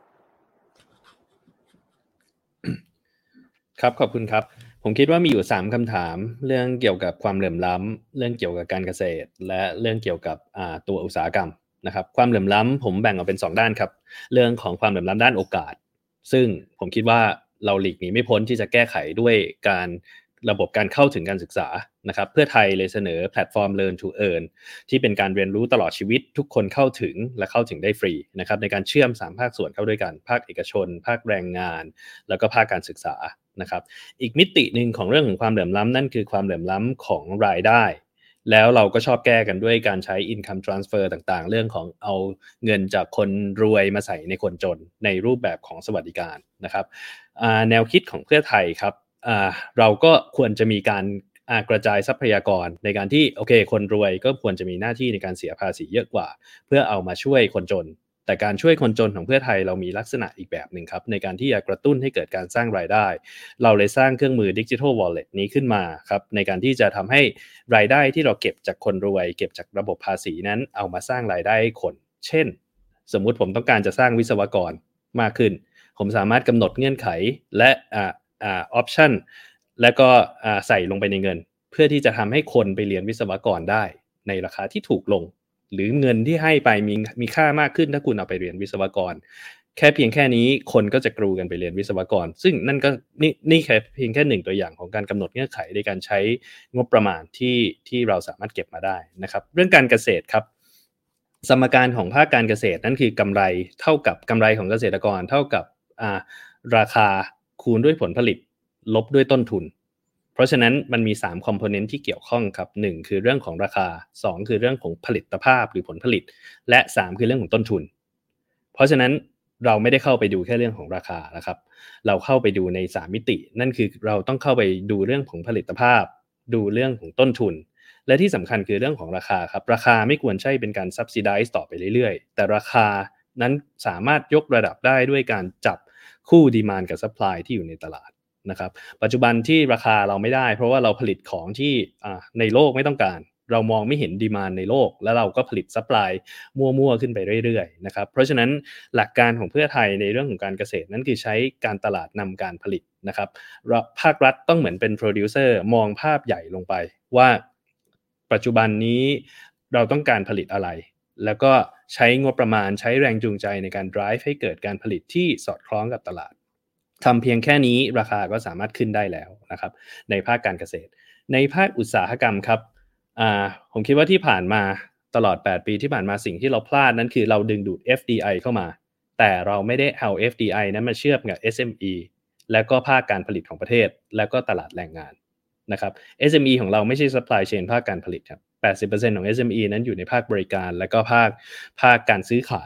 ครับขอบคุณครับผมคิดว่ามีอยู่สามคำถามเรื่องเกี่ยวกับความเหลื่อมล้ำเรื่องเกี่ยวกับการเกษตรและเรื่องเกี่ยวกับตัวอุตสาหกรรมนะครับความเหลื่อมล้ำผมแบ่งออกเป็นสองด้านครับเรื่องของความเหลื่อมล้ำด้านโอกาสซึ่งผมคิดว่าเราหลีกหนีไม่พ้นที่จะแก้ไขด้วยการระบบการเข้าถึงการศึกษานะครับเพื่อไทยเลยเสนอแพลตฟอร์ม Learn to Earn ที่เป็นการเรียนรู้ตลอดชีวิตทุกคนเข้าถึงและเข้าถึงได้ฟรีนะครับในการเชื่อมสามภาคส่วนเข้าด้วยกันภาคเอกชนภาคแรงงานแล้วก็ภาคการศึกษานะครับอีกมิตินึงของเรื่องของความเหลื่อมล้ำนั่นคือความเหลื่อมล้ำของรายได้แล้วเราก็ชอบแก้กันด้วยการใช้ income transfer ต่างๆเรื่องของเอาเงินจากคนรวยมาใส่ในคนจนในรูปแบบของสวัสดิการนะครับแนวคิดของเพื่อไทยครับเราก็ควรจะมีการกระจายทรัพยากรในการที่โอเคคนรวยก็ควรจะมีหน้าที่ในการเสียภาษีเยอะกว่าเพื่อเอามาช่วยคนจนแต่การช่วยคนจนของเพื่อไทยเรามีลักษณะอีกแบบหนึ่งครับในการที่จะกระตุ้นให้เกิดการสร้างรายได้เราเลยสร้างเครื่องมือ Digital Wallet นี้ขึ้นมาครับในการที่จะทำให้รายได้ที่เราเก็บจากคนรวยเก็บจากระบบภาษีนั้นเอามาสร้างรายได้ให้คนเช่นสมมุติผมต้องการจะสร้างวิศวกรมากขึ้นผมสามารถกำหนดเงื่อนไขและอ่าอ่า option แล้วก็อ่าใส่ลงไปในเงินเพื่อที่จะทำให้คนไปเรียนวิศวกรได้ในราคาที่ถูกลงหรือเงินที่ให้ไปมีมีค่ามากขึ้นถ้าคุณเอาไปเรียนวิศวกรแค่เพียงแค่นี้คนก็จะกรูกันไปเรียนวิศวกรซึ่งนั่นก็นี่นี่แค่เพียงแค่หนึ่งตัวอย่างของการกำหนดเงื่อนไขในการใช้งบประมาณที่ที่เราสามารถเก็บมาได้นะครับเรื่องการเกษตรครับสมการของภาคการเกษตรนั่นคือกำไรเท่ากับกำไรของเกษตรกรเท่ากับอ่าราคาคูณด้วยผลผลิตลบด้วยต้นทุนเพราะฉะนั้นมันมีสามคอมโพเนนต์ที่เกี่ยวข้องครับหนึ่งคือเรื่องของราคาสองคือเรื่องของผลิตภาพหรือผลผลิตและสามคือเรื่องของต้นทุนเพราะฉะนั้นเราไม่ได้เข้าไปดูแค่เรื่องของราคานะครับเราเข้าไปดูในสามมิตินั่นคือเราต้องเข้าไปดูเรื่องของผลิตภาพดูเรื่องของต้นทุนและที่สำคัญคือเรื่องของราคาครับราคาไม่ควรใช่เป็นการ subsidize ต่อไปเรื่อยๆแต่ราคานั้นสามารถยกระดับได้ด้วยการจับคู่ demand กับ supply ที่อยู่ในตลาดนะครับปัจจุบันที่ราคาเราไม่ได้เพราะว่าเราผลิตของที่ในโลกไม่ต้องการเรามองไม่เห็นดีมานด์ในโลกแล้วเราก็ผลิตซัพพลายมั่วๆขึ้นไปเรื่อยๆนะครับเพราะฉะนั้นหลักการของเพื่อไทยในเรื่องของการเกษตรนั้นคือใช้การตลาดนำการผลิตนะครับภาครัฐต้องเหมือนเป็นโปรดิวเซอร์มองภาพใหญ่ลงไปว่าปัจจุบันนี้เราต้องการผลิตอะไรแล้วก็ใช้งบประมาณใช้แรงจูงใจในการ drive ให้เกิดการผลิตที่สอดคล้องกับตลาดทำเพียงแค่นี้ราคาก็สามารถขึ้นได้แล้วนะครับในภาคการเกษตรในภาคอุตสาหกรรมครับอ่าผมคิดว่าที่ผ่านมาตลอดแปดปีที่ผ่านมาสิ่งที่เราพลาดนั้นคือเราดึงดูด เอฟ ดี ไอ เข้ามาแต่เราไม่ได้เอา เอฟ ดี ไอ นั้นมาเชื่อมกับ เอส เอ็ม อี แล้วก็ภาคการผลิตของประเทศแล้วก็ตลาดแรงงานนะครับ เอส เอ็ม อี ของเราไม่ใช่ supply chain ภาคการผลิตครับ แปดสิบเปอร์เซ็นต์ ของ เอส เอ็ม อี นั้นอยู่ในภาคบริการแล้วก็ภาคภาคการซื้อขาย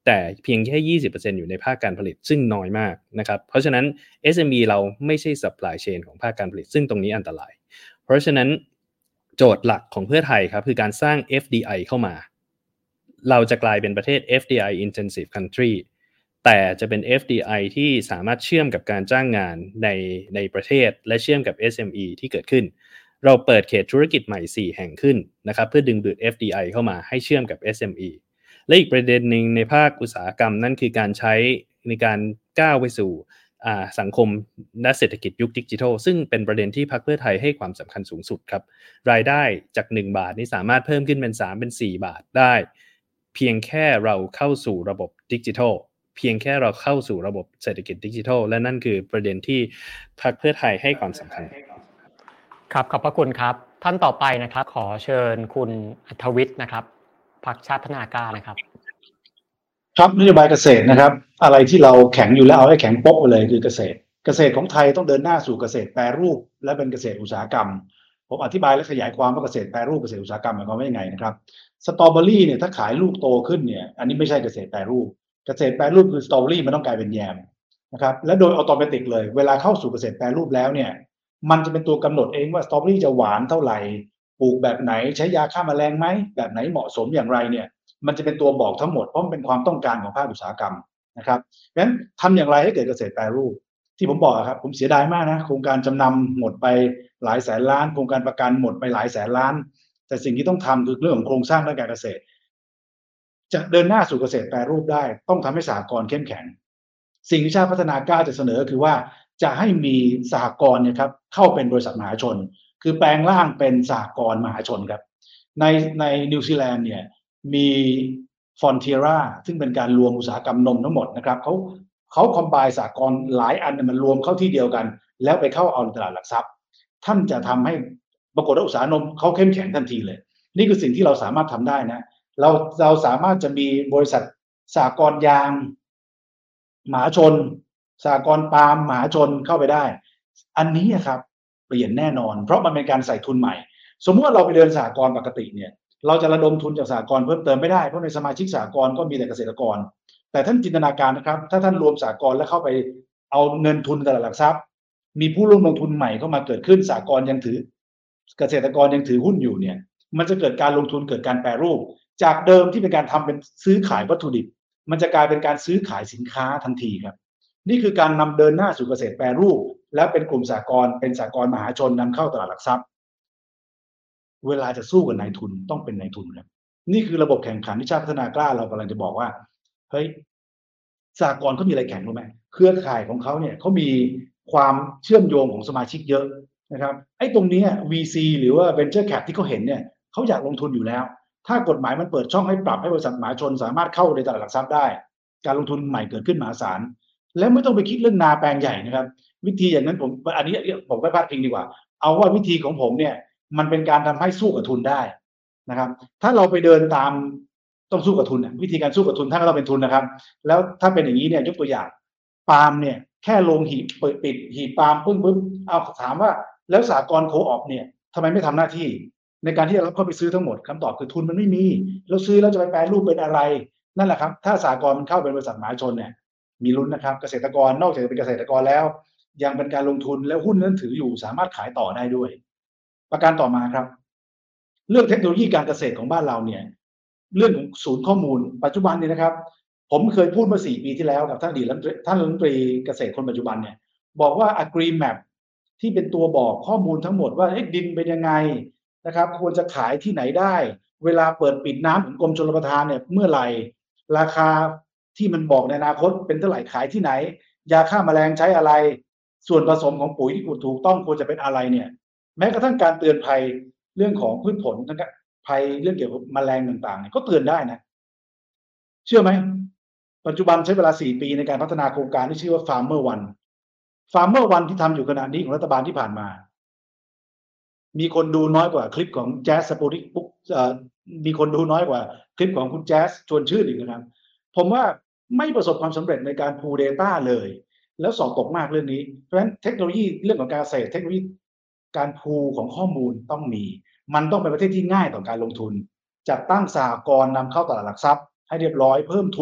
แต่เพียงแค่ ยี่สิบเปอร์เซ็นต์ อยู่ในภาคการผลิตซึ่งน้อยมากนะครับเพราะฉะนั้น เอส เอ็ม อี เราไม่ใช่ supply chain ของภาคการผลิตซึ่งตรงนี้อันตรายเพราะฉะนั้นโจทย์หลักของเพื่อไทยครับคือการสร้าง เอฟ ดี ไอ เข้ามาเราจะกลายเป็นประเทศ เอฟ ดี ไอ intensive country แต่จะเป็น เอฟ ดี ไอ ที่สามารถเชื่อมกับการจ้างงานในในประเทศและเชื่อมกับ เอส เอ็ม อี ที่เกิดขึ้นเราเปิดเขตธุรกิจใหม่สี่แห่งขึ้นนะครับเพื่อดึงดูด เอฟ ดี ไอ เข้ามาให้เชื่อมกับ เอส เอ็ม อี และอีกประเด็นหนึ่งในภาคอุตสาหกรรมนั่นคือการใช้ในการก้าวไปสู่สังคมและเศรษฐกิจยุคดิจิทัลซึ่งเป็นประเด็นที่พรรคเพื่อไทยให้ความสำคัญสูงสุดครับรายได้จากหนึ่งบาทนี้สามารถเพิ่มขึ้นเป็นสามเป็นสี่บาทได้เพียงแค่เราเข้าสู่ระบบดิจิทัลเพียงแค่เราเข้าสู่ระบบเศรษฐกิจดิจิทัลและนั่นคือประเด็นที่พรรคเพื่อไทยให้ความสำคัญครับขอบพระคุณครับท่านต่อไปนะครับขอเชิญคุณอัธวิทย์นะครับพรรคชาติพัฒนากล้านะครับครับนโยบายเกษตรนะครับอะไรที่เราแข็งอยู่แล้วเอาให้แข็งโป๊กไปเลยคือเกษตรเกษตรของไทยต้องเดินหน้าสู่เกษตรแปรรูปและเป็นเกษตรอุตสาหกรรมผมอธิบายและขยายความว่าเกษตรแปรรูปเกษตรอุตสาหกรรมหมายความว่ายังไงนะครับสตรอเบอรี่เนี่ยถ้าขายลูกโตขึ้นเนี่ยอันนี้ไม่ใช่เกษตรแปรรูปเกษตรแปรรูปคือสตรอเบอรี่มันต้องกลายเป็นแยมนะครับและโดยอัตโนมัติเลยเวลาเข้าสู่เกษตรแปรรูปแล้วเนี่ยมันจะเป็นตัวกำหนดเองว่าสตรอเบอรี่จะหวานเท่าไหร่ปลูกแบบไหนใช้ยาฆ่าแมลงไหมแบบไหนเหมาะสมอย่างไรเนี่ยมันจะเป็นตัวบอกทั้งหมดเพราะมันเป็นความต้องการของภาคอุตสาหกรรมนะครับงั้นทำอย่างไรให้เกิดเกษตรแปรรูปที่ผมบอกครับผมเสียดายมากนะโครงการจำนำหมดไปหลายแสนล้านโครงการประกันหมดไปหลายแสนล้านแต่สิ่งที่ต้องทำคือเรื่องของโครงสร้างด้านการเกษตรจะเดินหน้าสู่เกษตรแปรรูปได้ต้องทำให้สหกรณ์เข้มแข็งสิ่งที่ชาติพัฒนากล้าจะเสนอคือว่าจะให้มีสหกรณ์เนี่ยครับเข้าเป็นบริษัทมหาชนคือแปลงร่างเป็นสหกรณ์มหาชนครับในในนิวซีแลนด์เนี่ยมีฟอนเทียร่าซึ่งเป็นการรวมอุตสาหกรรมนมทั้งหมดนะครับเขาเขาคอมไบน์สหกรณ์หลายอันมันรวมเข้าที่เดียวกันแล้วไปเข้าเอาตลาดหลักทรัพย์ท่านจะทำให้ปรากฏว่าอุตสาหกรรมเขาเข้มแข็งทันทีเลยนี่คือสิ่งที่เราสามารถทำได้นะเราเราสามารถจะมีบริษัทสหกรณ์ยางมหาชนสหกรณ์ปาล์มมหาชนเข้าไปได้อันนี้ครับเปลี่ยนแน่นอนเพราะมันเป็นการใส่ทุนใหม่สมมติว่าเราไปเดินสหกรณ์ปกติเนี่ยเราจะระดมทุนจากสหกรณ์เพิ่มเติมไม่ได้เพราะในสมาชิกสหกรณ์ก็มีแต่เกษตรกรแต่ท่านจินตนาการนะครับถ้าท่านรวมสหกรณ์แล้วเข้าไปเอาเงินทุนตลาดหลักทรัพย์มีผู้ร่วมลงทุนใหม่เข้ามาเกิดขึ้นสหกรณ์ยังถือเกษตรกรยังถือหุ้นอยู่เนี่ยมันจะเกิดการลงทุนเกิดการแปรรูปจากเดิมที่เป็นการทำเป็นซื้อขายวัตถุดิบมันจะกลายเป็นการซื้อขายสินค้าทันทีครับนี่คือการนำเดินหน้าสู่เกษตรแปรรูปและเป็นกลุ่มสหกรณ์เป็นสหกรณ์มหาชนนำเข้าตลาดหลักทรัพย์เวลาจะสู้กับนายทุนต้องเป็นนายทุนครับนี่คือระบบแข่งขันที่ชาติพัฒนากล้าเรากำลังจะบอกว่าเฮ้ยสหกรณ์เขามีอะไรแข่งรู้ไหมเครือข่ายของเขาเนี่ยเขามีความเชื่อมโยงของสมาชิกเยอะนะครับไอ้ตรงนี้ วี ซี หรือว่า Venture Cap ที่เขาเห็นเนี่ยเขาอยากลงทุนอยู่แล้วถ้ากฎหมายมันเปิดช่องให้ปรับให้บริษัทมหาชนสามารถเข้าในตลาดหลักทรัพย์ได้การลงทุนใหม่เกิดขึ้นมหาศาลแล้วไม่ต้องไปคิดเรื่องนาแปลงใหญ่นะครับวิธีอย่างนั้นผมอันนี้ผมไม่พลาดพิงดีกว่าเอาว่าวิธีของผมเนี่ยมันเป็นการทำให้สู้กับทุนได้นะครับถ้าเราไปเดินตามต้องสู้กับทุนวิธีการสู้กับทุนถ้าเราเป็นทุนนะครับแล้วถ้าเป็นอย่างนี้เนี่ยยกตัวอย่างปาล์มเนี่ยแค่ลงหีบเปิดปิดหีบปาล์มปึ้งปึ๊บเอาถามว่าแล้วสหกรณ์โคออปเนี่ยทำไมไม่ทำหน้าที่ในการที่เราเข้าไปซื้อทั้งหมดคำตอบคือทุนมันไม่มีเราซื้อแล้วจะไปแปรรูปเป็นอะไรนั่นแหละครับถ้าสหกรณ์มันเข้าเป็นบริษัทมหาชนเนี่ยมีลุ้นนะครับเกษตรกรนอกจากจะเป็นเกษตรกรแล้วยังเป็นการลงทุนแล้วหุ้นนั้นถืออยู่สามารถขายต่อได้ด้วยประการต่อมาครับเรื่องเทคโนโลยีการเกษตรของบ้านเราเนี่ยเรื่องของศูนย์ข้อมูลปัจจุบันเนี่ยนะครับผมเคยพูดเมื่อสี่ปีที่แล้วกับท่านอดีตท่านรัฐมนตรีเกษตรคนปัจจุบันเนี่ยบอกว่า AgriMap ที่เป็นตัวบอกข้อมูลทั้งหมดว่าดินเป็นยังไงนะครับควรจะขายที่ไหนได้เวลาเปิดปิดน้ำของกรมชลประทานเนี่ยเมื่อไหร่ราคาที่มันบอกในอนาคตเป็นเท่าไหร่ขายที่ไหนยาฆ่าแมลงใช้อะไรส่วนผสมของปุ๋ยที่ถูกต้องควรจะเป็นอะไรเนี่ยแม้กระทั่งการเตือนภัยเรื่องของพืชผลนะครับภัยเรื่องเกี่ยวกับแมลงต่างๆเนี่ยก็เตือนได้นะเชื่อไหมปัจจุบันใช้เวลาสี่ปีในการพัฒนาโครงการที่ชื่อว่า Farmer One Farmer One ที่ทำอยู่ขณะนี้ของรัฐบาลที่ผ่านมามีคนดูน้อยกว่าคลิปของแจ๊สสปูริปุ๊กมีคนดูน้อยกว่าคลิปของคุณแจ๊สชวนชื่นอีกนะครับผมว่าไม่ประสบความสำเร็จในการพูล data เลยแล้วสอบตกมากเรื่องนี้เพราะฉะนั้นเทคโนโลยีเรื่องของการเกษตรเทคโนโลยีการพูลของข้อมูลต้องมีมันต้องเป็นประเทศที่ง่ายต่อการลงทุนจัดตั้งสหกรณ์นำเข้าตลาดหลักทรัพย์ให้เรียบร้อยเพิ่มทุน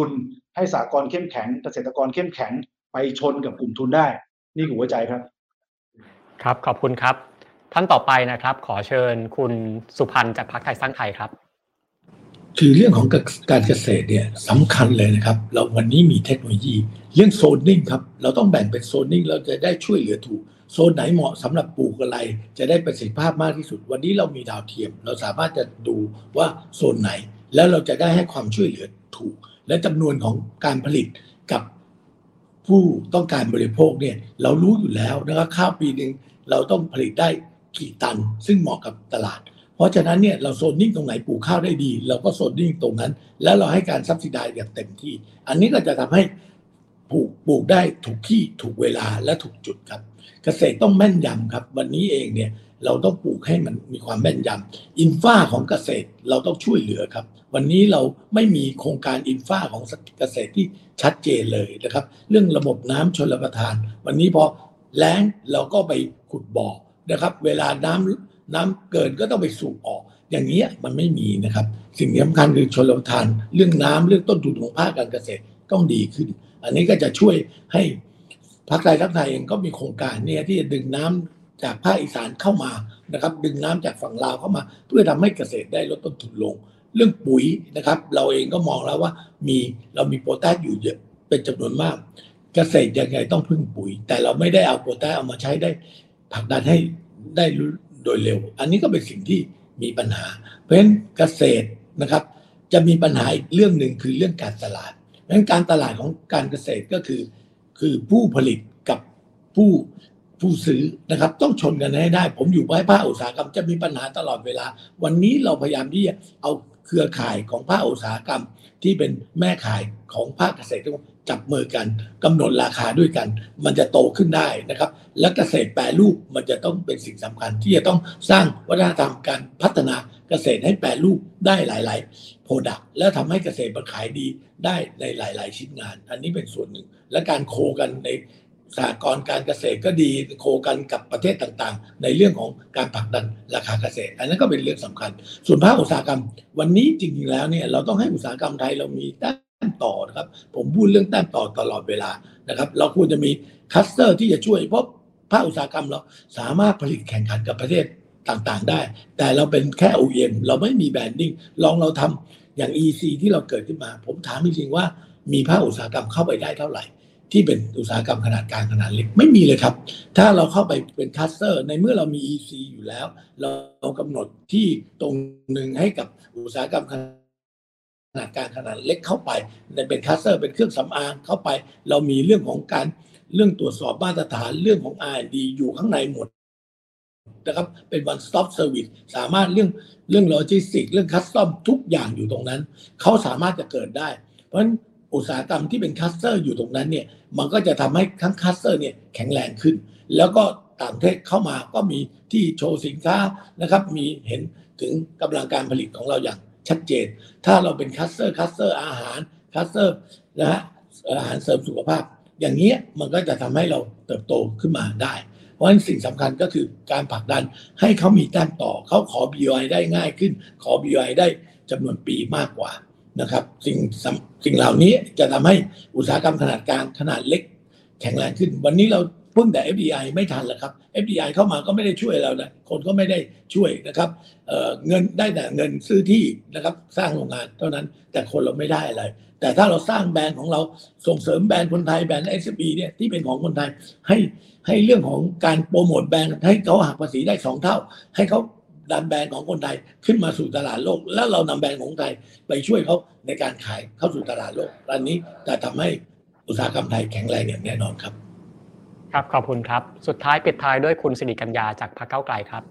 ให้สหกรณ์เข้มแข็งเกษตรกรเข้มแข็งไปชนกับกลุ่มทุนได้นี่คือหัวใจครับครับขอบคุณครับท่านต่อไปนะครับขอเชิญคุณสุพันธ์จากพรรคไทยสร้างไทยครับคือเรื่องของการเกษตรเนี่ยสำคัญเลยนะครับเราวันนี้มีเทคโนโลยีเรื่องโซนนิ่งครับเราต้องแบ่งเป็นโซนนิ่งเราจะได้ช่วยเหลือถูกโซนไหนเหมาะสำหรับปลูกอะไรจะได้ประสิทธิภาพมากที่สุดวันนี้เรามีดาวเทียมเราสามารถจะดูว่าโซนไหนแล้วเราจะได้ให้ความช่วยเหลือถูกและจำนวนของการผลิตกับผู้ต้องการบริโภคเนี่ยเรารู้อยู่แล้วนะครับข้าวปีนึงเราต้องผลิตได้กี่ตันซึ่งเหมาะกับตลาดเพราะฉะนั้นเนี่ยเราโซนนิ่งตรงไหนปลูกข้าวได้ดีเราก็โซนนิ่งตรงนั้นแล้วเราให้การซับซิไดซ์อย่างเต็มที่อันนี้ก็จะทำให้ปลูกปลูกได้ถูกที่ถูกเวลาและถูกจุดครับเกษตรต้องแม่นยำครับวันนี้เองเนี่ยเราต้องปลูกให้มันมีความแม่นยำอินฟาของเกษตรเราต้องช่วยเหลือครับวันนี้เราไม่มีโครงการอินฟาของเกษตรที่ชัดเจนเลยนะครับเรื่องระบบน้ำชลประทานวันนี้พอแล้งเราก็ไปขุดบ่อนะครับเวลาน้ำน้ำเกินก็ต้องไปสูบออกอย่างนี้มันไม่มีนะครับสิ่งที่สำคัญคือชลประทานเรื่องน้ำเรื่องต้นทุนของภาคการเกษตรต้องดีขึ้นอันนี้ก็จะช่วยให้พรรคไทยสร้างไทยเองก็มีโครงการเนี่ยที่จะดึงน้ำจากภาคอีสานเข้ามานะครับดึงน้ำจากฝั่งลาวเข้ามาเพื่อทำให้เกษตรได้ลดต้นทุนลงเรื่องปุ๋ยนะครับเราเองก็มองแล้วว่ามีเรามีโพแทสอยู่เยอะเป็นจำนวนมากเกษตรยังไงต้องพึ่งปุ๋ยแต่เราไม่ได้เอาโพแทสเอามาใช้ได้ผลักดันให้ได้โดยเร็วอันนี้ก็เป็นสิ่งที่มีปัญหาเพราะฉะนั้นเกษตรนะครับจะมีปัญหาอีกเรื่องหนึ่งคือเรื่องการตลาดเพราะฉะนั้นการตลาดของการเกษตรก็คือคือผู้ผลิตกับผู้ผู้ซื้อนะครับต้องชนกันให้ได้ผมอยู่ภาคอุตสาหกรรมจะมีปัญหาตลอดเวลาวันนี้เราพยายามที่จะเอาเครือข่ายของภาคอุตสาหกรรมที่เป็นแม่ข่ายของภาคเกษตรจับมือกันกำหนดราคาด้วยกันมันจะโตขึ้นได้นะครับและเกษตรแปรรูปมันจะต้องเป็นสิ่งสำคัญที่จะต้องสร้างวัฒนธรรมการพัฒนาเกษตรให้แปรรูปได้หลายๆโปรดักต์และทำให้เกษตรมันขายดีได้ในหลายๆชิ้นงานอันนี้เป็นส่วนหนึ่งและการโคกันในสหกรณ์การเกษตรก็ดีโคกันกับประเทศต่างๆในเรื่องของการผลักดันราคาเกษตรอันนั้นก็เป็นเรื่องสำคัญส่วนภาคอุตสาหกรรมวันนี้จริงๆแล้วเนี่ยเราต้องให้อุตสาหกรรมไทยเรามีแต้มต่อนะครับผมพูดเรื่องแต้มต่อตลอดเวลานะครับเราควรจะมีคลัสเตอร์ที่จะช่วยเพราะภาคอุตสาหกรรมเราสามารถผลิตแข่งขันกับประเทศต่างๆได้แต่เราเป็นแค่ โอ อี เอ็ม เราไม่มีแบรนดิ้งลองเราทำอย่าง อี ซี ที่เราเกิดขึ้นมาผมถามจริงๆว่ามีภาคอุตสาหกรรมเข้าไปได้เท่าไหร่ที่เป็นอุตสาหกรรมขนาดกลางขนาดเล็กไม่มีเลยครับถ้าเราเข้าไปเป็นคลัสเตอร์ในเมื่อเรามี อี ซี อยู่แล้วเรากำหนดที่ตรงหนึ่งให้กับอุตสาหกรรมขนาดกลางขนาดเล็กเข้าไปเป็นคลัสเตอร์เป็นเครื่องสำอางเข้าไปเรามีเรื่องของการเรื่องตรวจสอบมาตรฐานเรื่องของ อาร์ แอนด์ ดี อยู่ข้างในหมดนะครับเป็น one stop service สามารถเรื่องเรื่องโลจิสติกเรื่องคัสตอมทุกอย่างอยู่ตรงนั้นเขาสามารถจะเกิดได้เพราะฉะนั้นอุตสาหกรรมที่เป็นคลัสเตอร์อยู่ตรงนั้นเนี่ยมันก็จะทำให้ทั้งคลัสเตอร์เนี่ยแข็งแรงขึ้นแล้วก็ต่างประเทศเข้ามาก็มีที่โชว์สินค้านะครับมีเห็นถึงกำลังการผลิตของเราอย่างชัดเจนถ้าเราเป็นคลัสเตอร์คลัสเตอร์อาหารคลัสเตอร์นะฮะอาหารเสริมสุขภาพอย่างนี้มันก็จะทำให้เราเติบโตขึ้นมาได้เพราะฉะนั้นสิ่งสำคัญก็คือการผลักดันให้เขามีแต้มต่อเขาขอ บี โอ ไอ ได้ง่ายขึ้นขอ บี โอ ไอ ได้จำนวนปีมากกว่านะครับสิ่งสิ่งเหล่านี้จะทำให้อุตสาหกรรมขนาดกลางขนาดเล็กแข็งแรงขึ้นวันนี้เราพึ่งแต่ เอฟ ดี ไอ ไม่ทันแล้วครับ เอฟ ดี ไอ เข้ามาก็ไม่ได้ช่วยเรานะคนก็ไม่ได้ช่วยนะครับ เอ่อเงินได้แต่เงินซื้อที่นะครับสร้างโรงงานเท่านั้นแต่คนเราไม่ได้อะไรแต่ถ้าเราสร้างแบรนด์ของเราส่งเสริมแบรนด์คนไทยแบรนด์ เอส เอ็ม อี เนี่ยที่เป็นของคนไทยให้ให้เรื่องของการโปรโมทแบรนด์ให้เขาหักภาษีได้สองเท่าให้เขาดันแบรนด์ของคนไทยขึ้นมาสู่ตลาดโลกแล้วเรานำแบรนด์ของไทยไปช่วยเขาในการขายเข้าสู่ตลาดโลกอันนี้จะทำให้อุตสาหกรรมไทยแข็งแรงอย่างแน่นอนครับครับขอบคุณครับสุดท้ายปิดท้ายด้วยคุณสิริกัญญาจากพรรคก้าวไกลครับ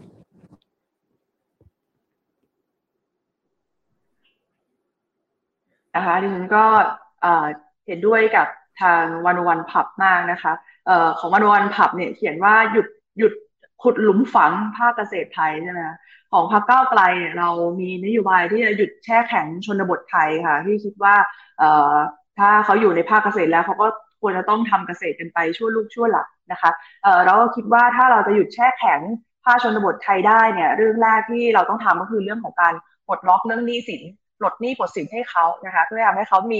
นะคะดิฉันก็เห็นด้วยกับทางวันวันผับมากนะคะเอ่อของวันวันผับเนี่ยเขียนว่าหยุดหยุดขุดหลุมฝังภาคเกษตรไทยใช่ไหมคะของพรรคก้าวไกลเนี่ยเรามีนโยบายที่จะหยุดแช่แข็งชนบทไทยค่ะที่คิดว่าเอ่อถ้าเขาอยู่ในภาคเกษตรแล้วเขาก็ควรจะต้องทำเกษตรกันไปชั่วลูกชั่วหลานนะคะเอ่อเราก็คิดว่าถ้าเราจะหยุดแช่แข็งภาคชนบทไทยได้เนี่ยเรื่องแรกที่เราต้องทำก็คือเรื่องของการปลดล็อกเรื่องหนี้สินปลดหนี้ปลดสินให้เขานะคะเพื่อทำให้เขามี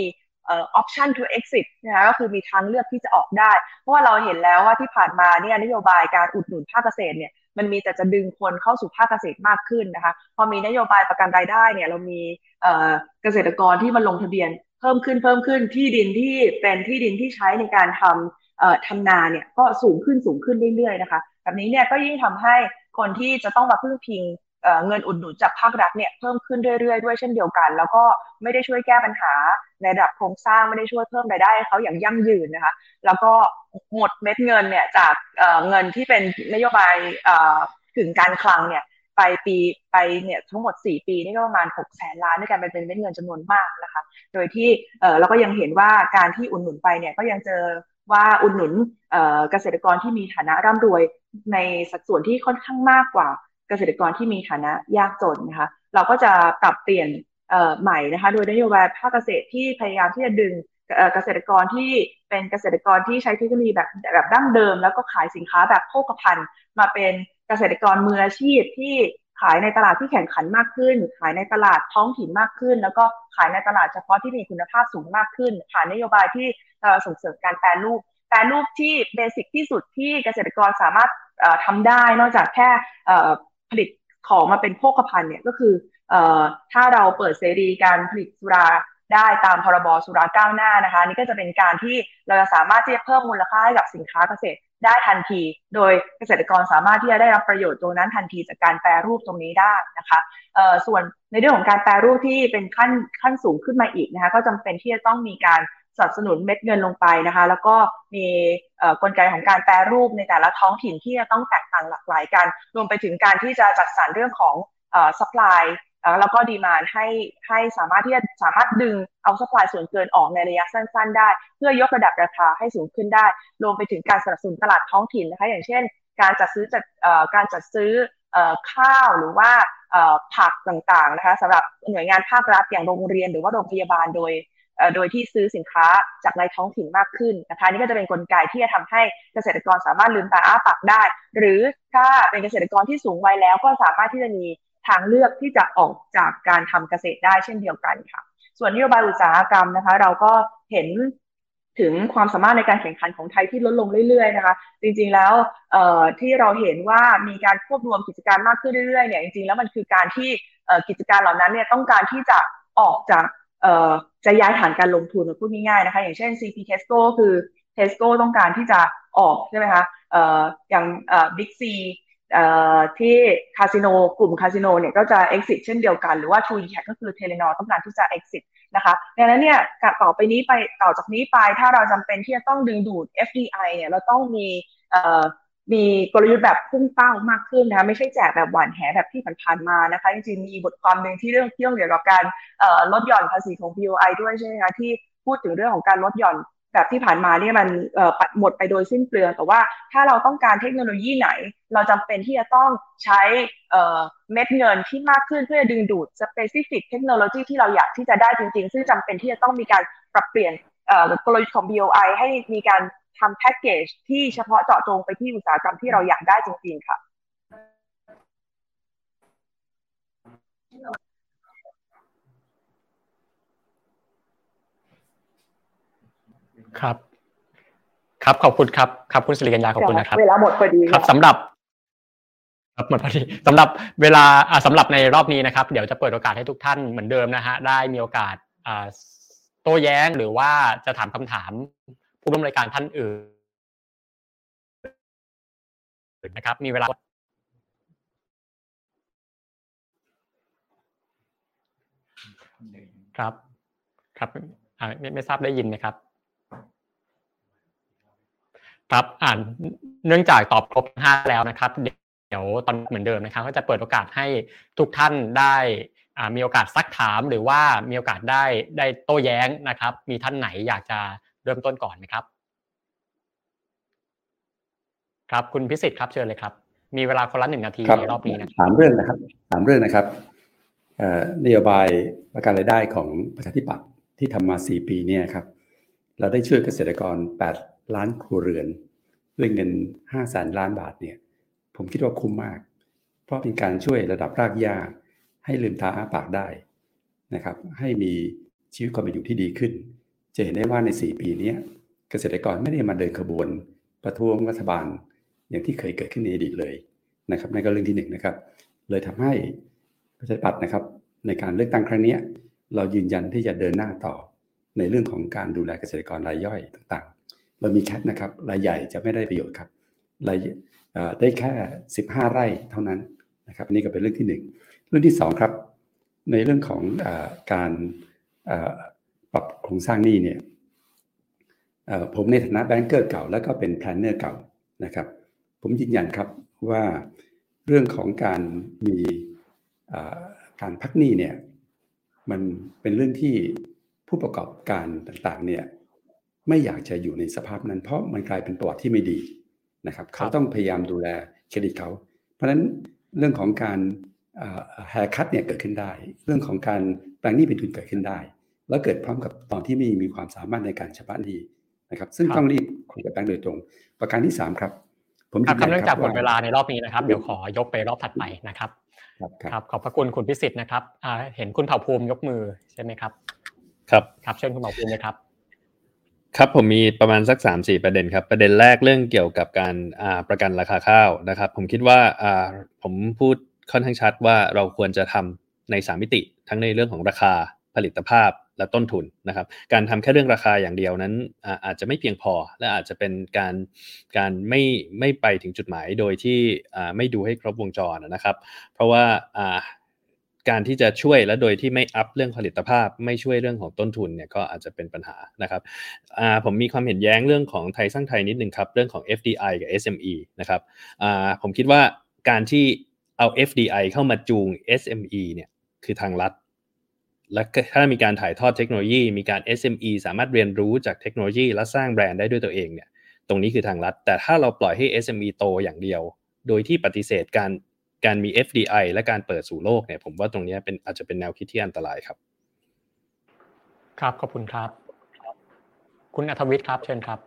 เอ่อ option to exit นะคะก็คือมีทางเลือกที่จะออกได้เพราะว่าเราเห็นแล้วว่าที่ผ่านมาเนี่ยนโยบายการอุดหนุนภาคเกษตรเนี่ยมันมีแต่จะดึงคนเข้าสู่ภาคเกษตรมากขึ้นนะคะพอมีนโยบายประกันรายได้เนี่ยเรามีเอ่อเกษตรกรที่มาลงทะเบียนเพิ่มขึ้นเพิ่มขึ้นที่ดินที่เป็นที่ดินที่ใช้ในการทำเอ่อทำนาเนี่ยก็สูงขึ้นสูงขึ้นเรื่อยๆนะคะแบบนี้เนี่ยก็ยิ่งทำให้คนที่จะต้องมาพึ่งพิงเอ่อเงินอุดหนุนจากภาครัฐเนี่ยเพิ่มขึ้นเรื่อยๆด้วยเช่นเดียวกันแล้วก็ไม่ได้ช่วยแก้ปัญหาในระดับโครงสร้างไม่ได้ช่วยเพิ่มรายได้ให้เขาอย่างยั่งยืนนะคะแล้วก็หมดเม็ดเงินเนี่ยจากเอ่อเงินที่เป็นนโยบายเอ่อกึ่งการคลังเนี่ยไปปีไปเนี่ยทั้งหมดสี่ปีนี่ก็ประมาณหกแสนล้านด้วยกันเป็นเม็ดเงินจำนวนมากนะคะโดยที่เอ่อเราก็ยังเห็นว่าการที่อุดหนุนไปเนี่ยก็ยังเจอว่าอุดหนุนเอ่อเกษตรกรที่มีฐานะร่ำรวยในสัดส่วนที่ค่อนข้างมากกว่าเกษตรกรที่มีฐานะยากจนนะคะเราก็จะปรับเปลี่ยนเอ่อใหม่นะคะโดยนโยบายภาคเกษตรที่พยายามที่จะดึงเกษตรกรที่เป็นเกษตรกรที่ใช้เทคโนโลยีแบบแบบดั้งเดิมแล้วก็ขายสินค้าแบบโภคภัณฑ์มาเป็นเกษตรกรมืออาชีพที่ขายในตลาดที่แข่งขันมากขึ้นขายในตลาดท้องถิ่นมากขึ้นแล้วก็ขายในตลาดเฉพาะที่มีคุณภาพสูงมากขึ้นผ่านนโยบายที่ส่งเสริมการแปรรูปแปรรูปที่เบสิกที่สุดที่เกษตรกรสามารถทำได้นอกจากแค่ผลิตของมาเป็นโภคภัณฑ์เนี่ยก็คือถ้าเราเปิดเสรีการผลิตสุราได้ตามพรบสุราก้าวหน้านะคะนี่ก็จะเป็นการที่เราจะสามารถที่จะเพิ่มมูลค่าให้กับสินค้าเกษตรได้ทันทีโดยเกษตรกรสามารถที่จะได้รับประโยชน์ตรงนั้นทันทีจากการแปรรูปตรงนี้ได้นะคะส่วนในเรื่องของการแปรรูปที่เป็นขั้นขั้นสูงขึ้นมาอีกนะคะก็จำเป็นที่จะต้องมีการสนับสนุนเม็ดเงินลงไปนะคะแล้วก็มีกลไกของการแปรรูปในแต่ละท้องถิ่นที่จะต้องแตกต่างหลากหลายกันรวมไปถึงการที่จะจัดสรรเรื่องของซัพพลายแล้วก็ดีมานด์ให้ให้สามารถที่จะสามารถดึงเอาซัพพลายส่วนเกินออกในระยะสั้นๆได้เพื่อยกระดับราคาให้สูงขึ้นได้รวมไปถึงการสนับสนุนตลาดท้องถิ่นนะคะอย่างเช่นการจัดซื้อจัดการจัดซื้อข้าวหรือว่าผักต่างๆนะคะสำหรับหน่วยงานภาครัฐอย่างโรงเรียนหรือว่าโรงพยาบาลโดยโดยที่ซื้อสินค้าจากในท้องถิ่นมากขึ้นนะคะนี่ก็จะเป็นกลไกที่จะทำให้เกษตรกรสามารถลืมตาอ้าปากได้หรือถ้าเป็นเกษตรกรที่สูงวัยแล้วก็สามารถที่จะมีทางเลือกที่จะออกจากการทำเกษตรได้เช่นเดียวกันค่ะส่วนนโยบายอุตสาหกรรมนะคะเราก็เห็นถึงความสามารถในการแข่งขันของไทยที่ลดลงเรื่อยๆนะคะจริงๆแล้วที่เราเห็นว่ามีการควบรวมกิจการมากขึ้นเรื่อยๆเนี่ยจริงๆแล้วมันคือการที่กิจการเหล่านั้นเนี่ยต้องการที่จะออกจากจะย้ายฐานการลงทุนพูดง่ายๆนะคะอย่างเช่น ซี พี Tesco คือ Tesco ต้องการที่จะออกใช่ไหมคะอย่าง Big Cที่คาสิโนกลุ่มคาสิโนเนี่ยก็จะ exit เช่นเดียวกันหรือว่า True Impact ก็คือ Telenor ต้องการที่จะ exit นะคะดังนั้นเนี่ยต่อไปนี้ไปต่อจากนี้ไปถ้าเราจำเป็นที่จะต้องดึงดูด เอฟ ดี ไอ เนี่ยเราต้องมีมีกลยุทธ์แบบพุ่งเป้ามากขึ้นนะคะไม่ใช่แจกแบบหวานแหแบบที่ผ่านๆมานะคะจริงๆมีบทความหนึ่งที่เรื่องเกี่ยวกับการลดหย่อนภาษีของ พี โอ ไอ ด้วยใช่ไหมคะที่พูดถึงเรื่องของการลดหย่อนแบบที่ผ่านมาเนี่ยมันหมดไปโดยสิ้นเปลืองแต่ว่าถ้าเราต้องการเทคโนโลยีไหนเราจำเป็นที่จะต้องใช้เม็ดเงินที่มากขึ้นเพื่อดึงดูด specific เทคโนโลยีที่เราอยากที่จะได้จริงๆซึ่งจำเป็นที่จะต้องมีการปรับเปลี่ยนกลยุทธ์ของ บี โอ ไอ ให้มีการทำแพ็กเกจที่เฉพาะเจาะจงไปที่อุตสาหกรรมที่เราอยากได้จริงๆค่ะครับครับขอบคุณครับครับคุณสิริกัญญาขอบคุณนะครับเวลาหมดพอดีครับสำหรับครับหมดพอดีสำหรับเวลาสำหรับในรอบนี้นะครับเดี๋ยวจะเปิดโอกาสให้ทุกท่านเหมือนเดิมนะฮะได้มีโอกาสโต้แย้งหรือว่าจะถามคำถามผู้ร่วมรายการท่านอื่นนะครับมีเวลาครับครับไม่ไม่ทราบได้ยินไหมครับครับอ่านเนื่องจากตอบครบห้าแล้วนะครับเดี๋ยวตอนเหมือนเดิมนะครับก็จะเปิดโอกาสให้ทุกท่านได้มีโอกาสซักถามหรือว่ามีโอกาสได้ได้โต้แย้งนะครับมีท่านไหนอยากจะเริ่มต้นก่อนไหมครับครับคุณพิสิทธิ์ครับเชิญเลยครับมีเวลาคนละหนึ่งนาทีในรอบนี้นะถามเรื่องนะครับถามเรื่องนะครับนโยบายประกันรายได้ของประชาธิปัตย์ที่ทำมาสี่ปีเนี่ยครับเราได้ช่วยเกษตรกรแปดล้านครัวเรือนด้วยเงินห้าแสนล้านบาทเนี่ยผมคิดว่าคุ้มมากเพราะเป็นการช่วยระดับรากหญ้าให้ลืมตาอ้าปากได้นะครับให้มีชีวิตความเป็นอยู่ที่ดีขึ้นจะเห็นได้ว่าในสี่ปีนี้เกษตรกรไม่ได้มาเดินขบวนประท้วงรัฐบาลอย่างที่เคยเกิดขึ้นในอดีตเลยนะครับนั่นก็เรื่องที่หนึ่งนะครับเลยทำให้ประชาธิปัตย์นะครับในการเลือกตั้งครั้งนี้เรายืนยันที่จะเดินหน้าต่อในเรื่องของการดูแลเกษตรกรรายย่อยต่างๆเรามีแคปนะครับรายใหญ่จะไม่ได้ประโยชน์ครับรายได้แค่สิบห้าไร่เท่านั้นนะครับนี่ก็เป็นเรื่องที่หนึ่งเรื่องที่สองครับในเรื่องของเอ่อการเอ่อปรับโครงสร้างหนี้เนี่ยผมในฐานะแบงก์เกอร์เก่าแล้วก็เป็นแพลนเนอร์เก่านะครับผมยืนยันครับว่าเรื่องของการมีการพักหนี้เนี่ยมันเป็นเรื่องที่ผู้ประกอบการต่างๆเนี่ยไม่อยากจะอยู่ในสภาพนั้นเพราะมันกลายเป็นประวัติที่ไม่ดีนะครับเขาต้องพยายามดูแลเครดิตเขาเพราะฉะนั้นเรื่องของการแฮร์คัทเนี่ยเกิดขึ้นได้เรื่องของการแปลงหนี้เป็นทุนเกิดขึ้นได้แล้วเกิดพร้อมกับตอนที่ไม่มีความสามารถในการชำระหนี้นะครับซึ่งต้องรีบคุยกับแบงก์โดยตรงประการที่สามครับผมครับเนื่องจากหมดเวลาในรอบนี้นะครับเดี๋ยวขอยกไปรอบถัดไปนะครับครับขอบพระคุณคุณพิสิทธิ์นะครับเห็นคุณเผ่าภูมิยกมือใช่ไหมครับครับครับเชิญคุณเผ่าภูมิเลยครับครับผมมีประมาณสัก สามถึงสี่ ประเด็นครับประเด็นแรกเรื่องเกี่ยวกับการอ่าประกันราคาข้าวนะครับผมคิดว่าอ่าผมพูดค่อนข้างชัดว่าเราควรจะทำในสามมิติทั้งในเรื่องของราคาผลิตภาพและต้นทุนนะครับการทำแค่เรื่องราคาอย่างเดียวนั้น อา, อาจจะไม่เพียงพอและอาจจะเป็นการการไม่ไม่ไปถึงจุดหมายโดยที่อ่าไม่ดูให้ครบวงจรนะครับเพราะว่าอ่าการที่จะช่วยและโดยที่ไม่อัพเรื่องผลิตภาพไม่ช่วยเรื่องของต้นทุนเนี่ยก็อาจจะเป็นปัญหานะครับอ่าผมมีความเห็นแย้งเรื่องของไทยสร้างไทยนิดนึงครับเรื่องของ เอฟ ดี ไอ กับ เอส เอ็ม อี นะครับอ่าผมคิดว่าการที่เอา เอฟ ดี ไอ เข้ามาจูง เอส เอ็ม อี เนี่ยคือทางลัดและถ้ามีการถ่ายทอดเทคโนโลยีมีการ เอส เอ็ม อี สามารถเรียนรู้จากเทคโนโลยีและสร้างแบรนด์ได้ด้วยตัวเองเนี่ยตรงนี้คือทางลัดแต่ถ้าเราปล่อยให้ เอส เอ็ม อี โตอย่างเดียวโดยที่ปฏิเสธการการมี เอฟ ดี ไอ และการเปิดสู่โลกเนี่ยผมว่าตรงนี้เป็นอาจจะเป็นแนวคิดที่อันตรายครับครับขอบคุณครับคุณอัธวิทย์ครับเชิญครับ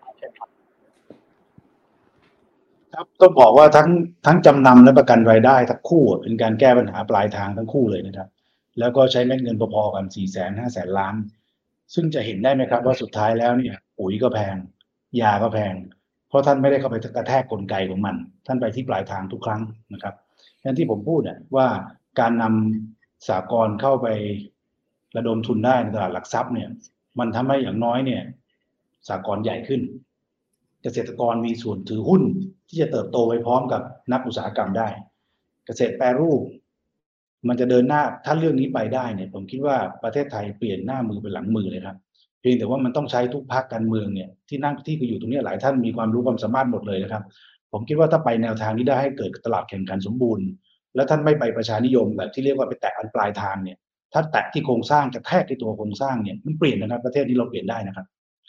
ครับต้องบอกว่าทั้งทั้งจำนำและประกันรายได้ทั้งคู่เป็นการแก้ปัญหาปลายทางทั้งคู่เลยนะครับแล้วก็ใช้เม็ดเงินพอๆกัน สี่แสนห้าแสน ล้านซึ่งจะเห็นได้ไหมครับว่าสุดท้ายแล้วเนี่ยปุ๋ยก็แพงยาก็แพงเพราะท่านไม่ได้เข้าไปกระแทกกลไกของมันท่านไปที่ปลายทางทุกครั้งนะครับอย่างที่ผมพูดเนี่ยว่าการนำสหกรณ์เข้าไประดมทุนได้ในตลาดหลักทรัพย์เนี่ยมันทำให้อย่างน้อยเนี่ยสหกรณ์ใหญ่ขึ้นเกษตรกรมีส่วนถือหุ้นที่จะเติบโตไปพร้อมกับนักอุตสาหกรรมได้เกษตรแปรรูปมันจะเดินหน้าถ้าเรื่องนี้ไปได้เนี่ยผมคิดว่าประเทศไทยเปลี่ยนหน้ามือเป็นหลังมือเลยครับเพียงแต่ว่ามันต้องใช้ทุกพรรคการเมืองเนี่ยที่นั่งที่อยู่ตรงนี้หลายท่านมีความรู้ความสามารถหมดเลยนะครับผมคิดว่าถ้าไปแนวทางนี้ได้ให้เกิดตลาดแข่งขันสมบูรณ์แล้วท่านไม่ไปประชานิยมแบบที่เรียกว่าไปแตะอันปลายทางเนี่ยถ้าแตะที่โครงสร้างกระแทกที่ตัวโครงสร้างเนี่ยมันเปลี่ยนนะครับประเทศนี้เราเปลี่ยนได้นะครับ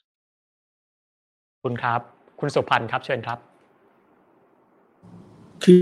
คุณครับคุณสุพันธ์ครับเชิญครับคือ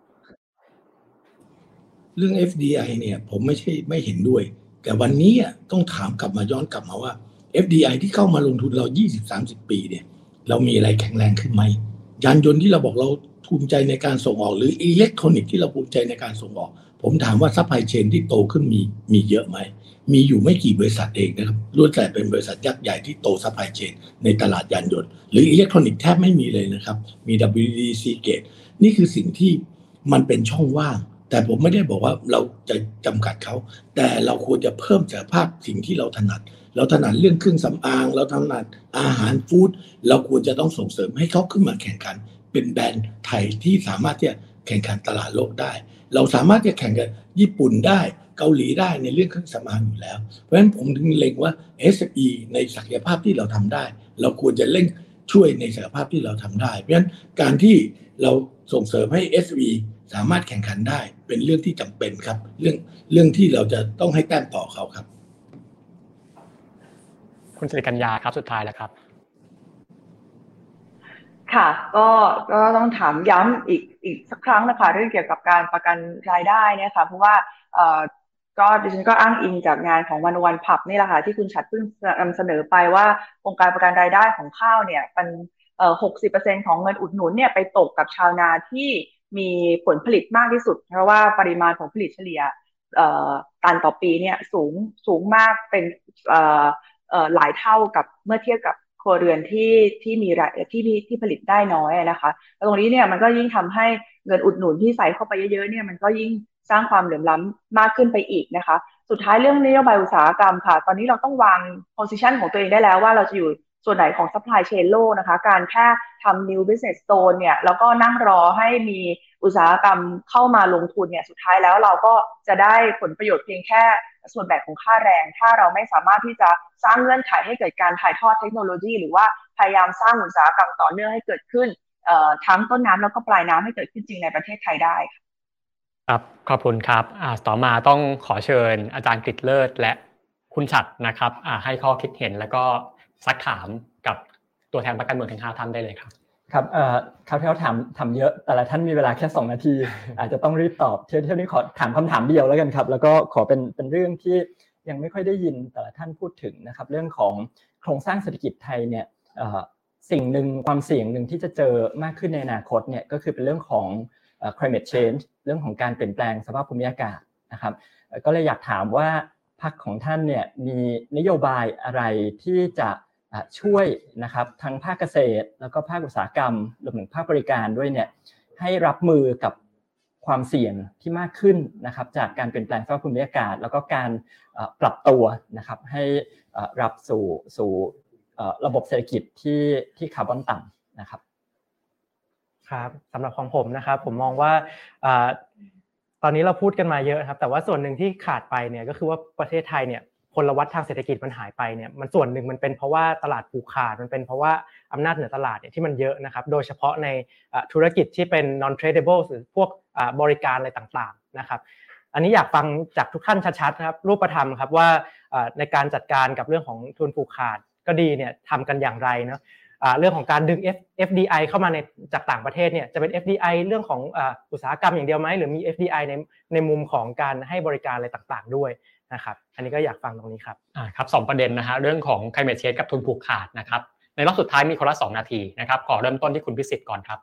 เรื่อง เอฟ ดี ไอ เนี่ยผมไม่ใช่ไม่เห็นด้วยแต่วันนี้ต้องถามกลับมาย้อนกลับมาว่า เอฟ ดี ไอ ที่เข้ามาลงทุนเรา ยี่สิบถึงสามสิบ ปีเนี่ยเรามีอะไรแข็งแรงขึ้นไหมยานยนต์ที่เราบอกเราภูมิใจในการส่งออกหรืออิเล็กทรอนิกส์ที่เราภูมิใจในการส่งออกผมถามว่าซัพพลายเชนที่โตขึ้นมีมีเยอะไหมมีอยู่ไม่กี่บริษัทเองนะครับล้วนแต่เป็นบริษัทยักษ์ใหญ่ที่โตซัพพลายเชนในตลาดยานยนต์หรืออิเล็กทรอนิกส์แทบไม่มีเลยนะครับมี ดับเบิลยู ดี ซี Gate นี่คือสิ่งที่มันเป็นช่องว่างแต่ผมไม่ได้บอกว่าเราจะจำกัดเขาแต่เราควรจะเพิ่มศักยภาพสิ่งที่เราถนัดเราถนัดเรื่องเครื่องสำอางเราถนัดอาหารฟู้ดเราควรจะต้องส่งเสริมให้เขาขึ้นมาแข่งขันเป็นแบรนด์ไทยที่สามารถที่จะแข่งขันตลาดโลกได้เราสามารถจะแข่งกับญี่ปุ่นได้เกาหลีได้ในเรื่องเครื่องสำอางอยู่แล้วเพราะฉะนั้นผมถึงเล็งว่า เอส เอ็ม อี ในศักยภาพที่เราทำได้เราควรจะเร่งช่วยในศักยภาพที่เราทำได้เพราะฉะนั้นการที่เราส่งเสริมให้ เอส เอ็ม อี สามารถแข่งขันได้เป็นเรื่องที่จำเป็นครับเรื่องเรื่องที่เราจะต้องให้แต้มต่อเขาครับคุณสิริกัญญาครับสุดท้ายแล้วครับค่ะก็ก็ต้องถามย้ำอีกอีกสักครั้งนะคะเรื่องเกี่ยวกับการประกันรายได้เนี่ยค่ะเพราะว่าเอ่อก็ดิฉันก็อ้างอิงจากงานของวันวันผับนี่แหละค่ะที่คุณชัดเพิ่งนำเสนอไปว่าโครงการประกันรายได้ของข้าวเนี่ยเป็นเอ่อ หกสิบเปอร์เซ็นต์ ของเงินอุดหนุนเนี่ยไปตกกับชาวนาที่มีผลผลิตมากที่สุดเพราะว่าปริมาณผลผลิตเฉลี่ยเอ่อตันต่อปีเนี่ยสูงสูงมากเป็นเอ่อเอ่อหลายเท่ากับเมื่อเทียบกับครัวเรือนที่ที่มีรายที่มีที่ผลิตได้น้อยนะคะแล้วตรงนี้เนี่ยมันก็ยิ่งทำให้เงินอุดหนุนที่ใส่เข้าไปเยอะๆเนี่ยมันก็ยิ่งสร้างความเหลื่อมล้ำมากขึ้นไปอีกนะคะสุดท้ายเรื่องนโยบายอุตสาหกรรมค่ะตอนนี้เราต้องวาง position ของตัวเองได้แล้วว่าเราจะอยู่ส่วนไหนของ supply chain โลกนะคะการแค่ทำ new business zone เนี่ยแล้วก็นั่งรอให้มีอุตสาหกรรมเข้ามาลงทุนเนี่ยสุดท้ายแล้วเราก็จะได้ผลประโยชน์เพียงแค่ส่วนแบ่งของค่าแรงถ้าเราไม่สามารถที่จะสร้างเงื่อนไขให้เกิดการถ่ายทอดเทคโนโลยีหรือว่าพยายามสร้างอุตสาหกรรมต่อเนื่องให้เกิดขึ้นทั้งต้นน้ำแล้วก็ปลายน้ำให้เกิดขึ้นจริงในประเทศไทยได้ครับขอบคุณครับอ่าต่อมาต้องขอเชิญอาจารย์กฤษเลิศและคุณฉัตรนะครับอ่าให้ข้อคิดเห็นแล้วก็ซักถามกับตัวแทนพรรคการเมืองทั้งห้าท่านได้เลยครับครับเอ่อคราวที่เราถามถามเยอะแต่ละท่านมีเวลาแค่สองนาที อาจจะต้องรีบตอบเที่ยวนี้ขอถามคำถามเดียวแล้วกันครับแล้วก็ขอเป็นเป็นเรื่องที่ยังไม่ค่อยได้ยินแต่ละท่านพูดถึงนะครับเรื่องของโครงสร้างเศรษฐกิจไทยเนี่ยเอ่อสิ่งหนึ่งความเสี่ยงหนึ่งที่จะเจอมากขึ้นในอนาคตเนี่ยก็คือเป็นเรื่องของเอ่อ climate change เรื่องของการเปลี่ยนแปลงสภาพภูมิอากาศนะครับก็เลยอยากถามว่าพรรคของท่านเนี่ยมีนโยบายอะไรที่จะช่วยนะครับทั้งภาคเกษตรแล้วก็ภาคอุตสาหกรรมรวมถึงภาคบริการด้วยเนี่ยให้รับมือกับความเสี่ยงที่มากขึ้นนะครับจากการเปลี่ยนแปลงสภาพภูมิอากาศแล้วก็การปรับตัวนะครับให้รับสู่สู่ระบบเศรษฐกิจที่ที่คาร์บอนต่ำนะครับครับสำหรับของผมนะครับผมมองว่าตอนนี้เราพูดกันมาเยอะครับแต่ว่าส่วนหนึ่งที่ขาดไปเนี่ยก็คือว่าประเทศไทยเนี่ยพลวัตทางเศรษฐกิจมันหายไปเนี่ยมันส่วนหนึ่งมันเป็นเพราะว่าตลาดผูกขาดมันเป็นเพราะว่าอำนาจเหนือตลาดเนี่ยที่มันเยอะนะครับโดยเฉพาะในธุรกิจที่เป็น non tradable หรือพวกบริการอะไรต่างๆนะครับอันนี้อยากฟังจากทุกท่านชัดๆนะครับรูปธรรมครับว่าในการจัดการกับเรื่องของทุนผูกขาดก็ดีเนี่ยทำกันอย่างไรเนาะเรื่องของการดึง เอฟ ดี ไอ เข้ามาในจากต่างประเทศเนี่ยจะเป็น เอฟ ดี ไอ เรื่องของอุตสาหกรรมอย่างเดียวไหมหรือมี เอฟ ดี ไอ ในในมุมของการให้บริการอะไรต่างๆด้วยนะครับอันนี้ก็อยากฟังตรงนี้ครับอ่าครับสองประเด็นนะฮะเรื่องของ climate change กับทุนผูกขาดนะครับในรอบสุดท้ายมีคนละสองนาทีนะครับขอเริ่มต้นที่คุณพิสิทธิ์ก่อนครับ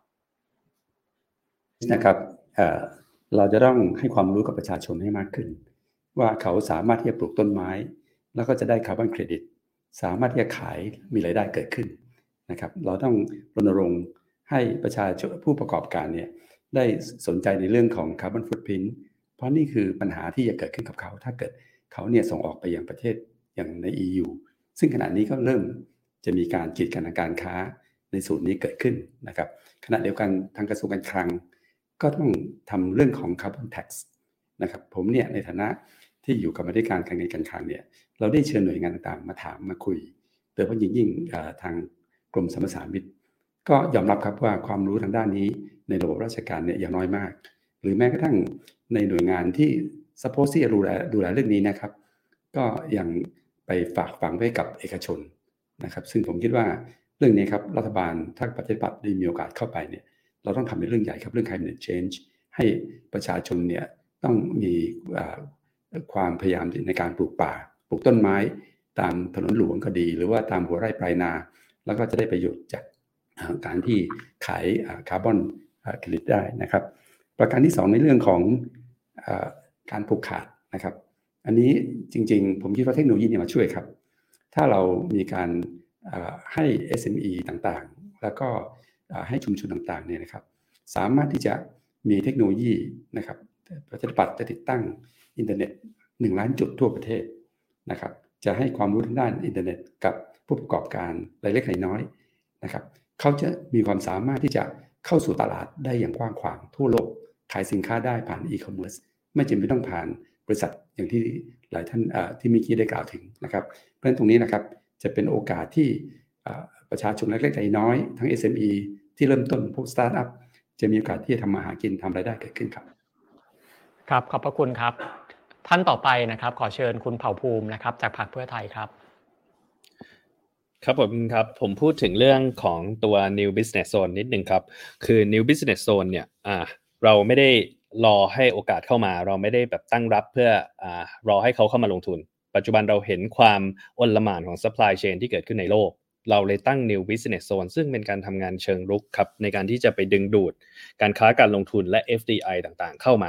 นะครับเอ่อเราจะต้องให้ความรู้กับประชาชนให้มากขึ้นว่าเขาสามารถที่จะปลูกต้นไม้แล้วก็จะได้คาร์บอนเครดิตสามารถที่จะขายมีรายได้เกิดขึ้นนะครับเราต้องรณรงค์ให้ประชาชนผู้ประกอบการเนี่ยได้สนใจในเรื่องของคาร์บอนฟุตพริ้นท์เพราะนี่คือปัญหาที่จะเกิดขึ้นกับเขาถ้าเกิดเขาเนี่ยส่งออกไปยังประเทศอย่างใน อี ยู ซึ่งขณะนี้ก็เริ่มจะมีการกีดกันทางการค้าในส่วนนี้เกิดขึ้นนะครับขณะเดียวกันทางกระทรวงการคลังก็ต้องทำเรื่องของ Carbon Tax นะครับผมเนี่ยในฐานะที่อยู่กับกรรมาธิการการเงินการคลังเนี่ยเราได้เชิญหน่วยงานต่างๆมาถามมาคุยโดยเฉพาะยิ่งยิ่งทางกรมสรรพสามิตก็ยอมรับครับว่าความรู้ทางด้านนี้ในระบบราชการเนี่ยยังน้อยมากหรือแม้กระทั่งในหน่วยงานที่ suppose ที่จะดูแลดูแลเรื่องนี้นะครับก็ยังไปฝากฝังไว้กับเอกชนนะครับซึ่งผมคิดว่าเรื่องนี้ครับรัฐบาลถ้าประชาธิปัตย์ได้มีโอกาสเข้าไปเนี่ยเราต้องทำในเรื่องใหญ่ครับเรื่อง climate change ให้ประชาชนเนี่ยต้องมีความพยายามในการปลูกป่าปลูกต้นไม้ตามถนนหลวงก็ดีหรือว่าตามหัวไร่ปลายนาแล้วก็จะได้ประโยชน์จากการที่ขายคาร์บอนเครดิตได้นะครับประการที่สองในเรื่องของการผูกขาดนะครับอันนี้จริงๆผมคิดว่าเทคโนโลยีเนี่ยมาช่วยครับถ้าเรามีการให้ เอส เอ็ม อี ต่างๆแล้วก็ให้ชุมชนต่างๆเนี่ยนะครับสามารถที่จะมีเทคโนโลยีนะครับประชาธิปัตย์จะติดตั้งอินเทอร์เน็ตหนึ่งล้านจุดทั่วประเทศนะครับจะให้ความรู้ทางด้านอินเทอร์เน็ตกับผู้ประกอบการรายเล็กรายน้อยนะครับเขาจะมีความสามารถที่จะเข้าสู่ตลาดได้อย่างกว้างขวางทั่วโลกขายสินค้าได้ผ่านอีคอมเมิร์ซไม่จำเป็นต้องผ่านบริษัทอย่างที่หลายท่านที่เมื่อกี้ได้กล่าวถึงนะครับเพราะฉะนั้นตรงนี้นะครับจะเป็นโอกาสที่ประชาชนเล็กๆรายน้อยทั้ง เอส เอ็ม อี ที่เริ่มต้นพวกสตาร์ทอัพจะมีโอกาสที่จะทำมาหากินทำรายได้เกิดขึ้นครับครับขอบพระคุณครับท่านต่อไปนะครับขอเชิญคุณเผ่าภูมินะครับจากพรรคเพื่อไทยครับครับผมครับผมพูดถึงเรื่องของตัว New Business Zone นิดนึงครับคือ New Business Zone เนี่ยอ่าเราไม่ได้รอให้โอกาสเข้ามาเราไม่ได้แบบตั้งรับเพื่ออ่ารอให้เขาเข้ามาลงทุนปัจจุบันเราเห็นความอลหม่านของ supply chain ที่เกิดขึ้นในโลกเราเลยตั้ง New Business Zone ซึ่งเป็นการทำงานเชิงรุกครับในการที่จะไปดึงดูดการค้าการลงทุนและ เอฟ ดี ไอ ต่างๆเข้ามา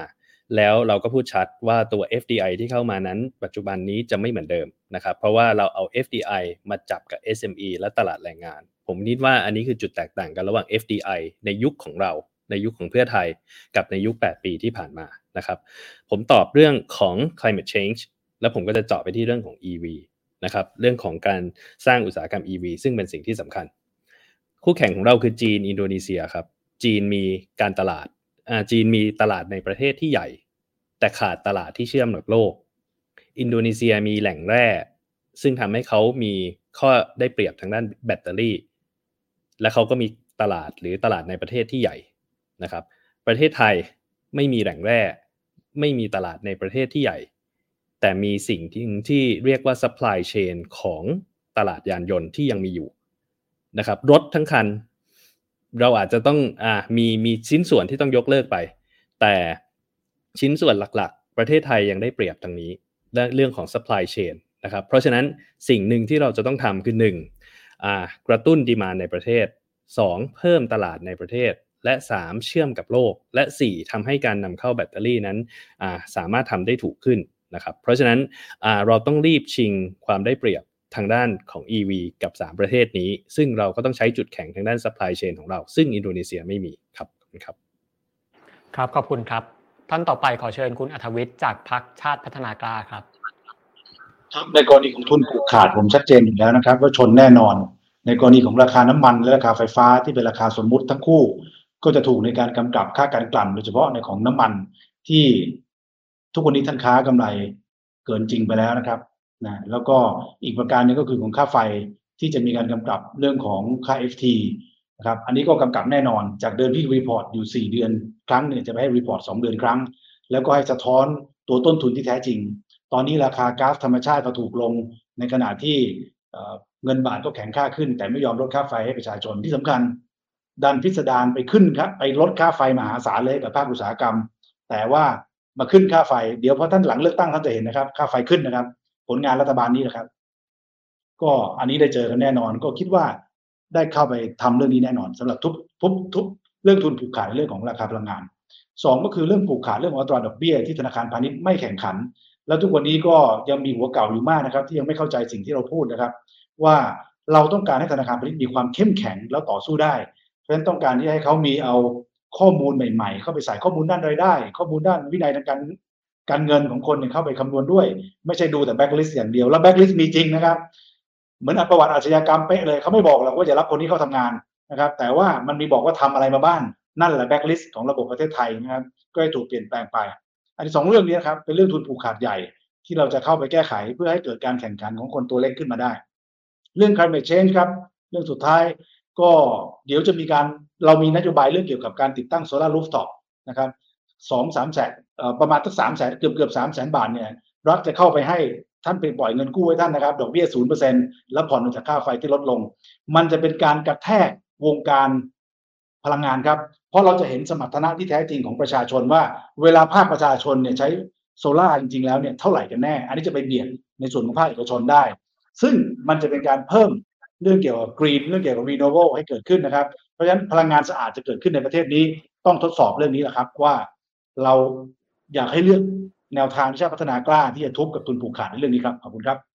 แล้วเราก็พูดชัดว่าตัว เอฟ ดี ไอ ที่เข้ามานั้นปัจจุบันนี้จะไม่เหมือนเดิมนะครับเพราะว่าเราเอา เอฟ ดี ไอ มาจับกับ เอส เอ็ม อี และตลาดแรงงานผมคิดว่าอันนี้คือจุดแตกต่างกันระหว่าง เอฟ ดี ไอ ในยุคของเราในยุคของเพื่อไทยกับในยุคแปดปีที่ผ่านมานะครับผมตอบเรื่องของ climate change แล้วผมก็จะเจาะไปที่เรื่องของ อี วี นะครับเรื่องของการสร้างอุตสาหกรรม อี วี ซึ่งเป็นสิ่งที่สำคัญคู่แข่งของเราคือจีนอินโดนีเซียครับจีนมีการตลาดอ่าจีนมีตลาดในประเทศที่ใหญ่แต่ขาดตลาดที่เชื่อมกับโลกอินโดนีเซียมีแหล่งแร่ซึ่งทำให้เขามีข้อได้เปรียบทางด้านแบตเตอรี่และเขาก็มีตลาดหรือตลาดในประเทศที่ใหญ่นะครับประเทศไทยไม่มีแหล่งแร่ไม่มีตลาดในประเทศที่ใหญ่แต่มีสิ่งที่ที่เรียกว่า supply chain ของตลาดยานยนต์ที่ยังมีอยู่นะครับรถทั้งคันเราอาจจะต้องอ่ามีมีชิ้นส่วนที่ต้องยกเลิกไปแต่ชิ้นส่วนหลักๆประเทศไทยยังได้เปรียบตรงนี้เรื่องของ supply chain นะครับเพราะฉะนั้นสิ่งหนึ่งที่เราจะต้องทำคือหนึ่งอ่ากระตุ้นดีมานด์ในประเทศสองเพิ่มตลาดในประเทศและสามเชื่อมกับโลกและสี่ทำให้การนำเข้าแบตเตอรี่นั้นอ่าสามารถทำได้ถูกขึ้นนะครับเพราะฉะนั้นอ่าเราต้องรีบชิงความได้เปรียบทางด้านของ อี วี กับสามประเทศนี้ซึ่งเราก็ต้องใช้จุดแข็งทางด้าน supply chain ของเราซึ่งอินโดนีเซียไม่มีครับขอบคุณครับครับขอบคุณครับท่านต่อไปขอเชิญคุณอัธวิทย์จากพรรคชาติพัฒนากล้าครับในกรณีของทุนผูกขาดผมชัดเจนอยู่แล้วนะครับว่าชนแน่นอนในกรณีของราคาน้ำมันและราคาไฟฟ้าที่เป็นราคาสมมุติทั้งคู่ก็จะถูกในการกำกับค่าการกลั่นโดยเฉพาะในของน้ำมันที่ทุกวันนี้ท่านค้ากำไรเกินจริงไปแล้วนะครับนะแล้วก็อีกประการนึงก็คือของค่าไฟที่จะมีการกำกับเรื่องของค่า เอฟ ที นะครับอันนี้ก็กำกับแน่นอนจากเดิมที่รีพอร์ตอยู่สี่เดือนครั้งเนี่ยจะไปให้รีพอร์ตสองเดือนครั้งแล้วก็ให้สะท้อนตัวต้นทุนที่แท้จริงตอนนี้ราคาก๊าซธรรมชาติก็ถูกลงในขณะที่เงินบาทก็แข็งค่าขึ้นแต่ไม่ยอมลดค่าไฟให้ประชาชนที่สำคัญดันพิสดารไปขึ้นครับไปลดค่าไฟมหาศาลเลยกับภาคอุตสาหกรรมแต่ว่ามาขึ้นค่าไฟเดี๋ยวพอท่านหลังเลือกตั้งท่านจะเห็นนะครับค่าไฟขึ้นนะครับผลงานรัฐบาลนี้นะครับก็อันนี้ได้เจอกันแน่นอนก็คิดว่าได้เข้าไปทำเรื่องนี้แน่นอนสำหรับทุกทุกทุกเรื่องทุนผูกขาดเรื่องของราคาพลังงานสองก็คือเรื่องผูกขาดเรื่องของอัตราดอกเบี้ยที่ธนาคารพาณิชย์ไม่แข่งขันแล้วทุกวันนี้ก็ยังมีหัวเก่าอยู่มากนะครับที่ยังไม่เข้าใจสิ่งที่เราพูดนะครับว่าเราต้องการให้ธนาคารพาณิชย์มีความเข้มแข็งแล้วต่อสู้ได้เพราะฉะนั้นต้องการที่ให้เขามีเอาข้อมูลใหม่ๆเข้าไปใส่ข้อมูลด้านรายได้ข้อมูลด้านวินัยทางการการเงินของคนเนี่ยเข้าไปคำนวณด้วยไม่ใช่ดูแต่แบ็คลิสต์อย่างเดียวแล้วแบ็คลิสต์มีจริงนะครับเหมือนประวัติอาชญากรรมเป๊ะเลยเขาไม่บอกหรอกว่าจะรับคนนี้เข้าทำงานนะครับแต่ว่ามันมีบอกว่าทำอะไรมาบ้างนั่นแหละแบ็คลิสต์ของระบบประเทศไทยนะครับก็ให้ถูกเปลี่ยนแปลงไปอันที่สองเรื่องนี้ครับเป็นเรื่องทุนผูกขาดใหญ่ที่เราจะเข้าไปแก้ไขเพื่อให้เกิดการแข่งขันของคนตัวเล็กขึ้นมาได้เรื่อง climate change ครับเรื่องสุดท้ายก็เดี๋ยวจะมีการเรามีนโยบายเรื่องเกี่ยวกับการติดตั้งโซลาร์รูฟท็อปนะครับสองสามแสนประมาณสักสามแสนเกือบเกือบสามแสนบาทเนี่ยรัฐจะเข้าไปให้ท่านไปปล่อยเงินกู้ให้ท่านนะครับดอกเบี้ย ศูนย์เปอร์เซ็นต์ แล้วผ่อนจากค่าไฟที่ลดลงมันจะเป็นการกระแทกวงการพลังงานครับเพราะเราจะเห็นสมรรถนะที่แท้จริงของประชาชนว่าเวลาภาคประชาชนเนี่ยใช้โซล่าจริงๆแล้วเนี่ยเท่าไหร่กันแน่อันนี้จะไปเบียดในส่วนของภาคเอกชนได้ซึ่งมันจะเป็นการเพิ่มเรื่องเกี่ยวกับกรีนเรื่องเกี่ยวกับ renewable ให้เกิดขึ้นนะครับเพราะฉะนั้นพลังงานสะอาดจะเกิดขึ้นในประเทศนี้ต้องทดสอบเรื่องนี้แหละครับว่าเราอยากให้เลือกแนวทางที่ชาติพัฒนากล้าที่จะทุบกับทุนผูกขาดในเรื่องนี้ครับขอบคุณครับ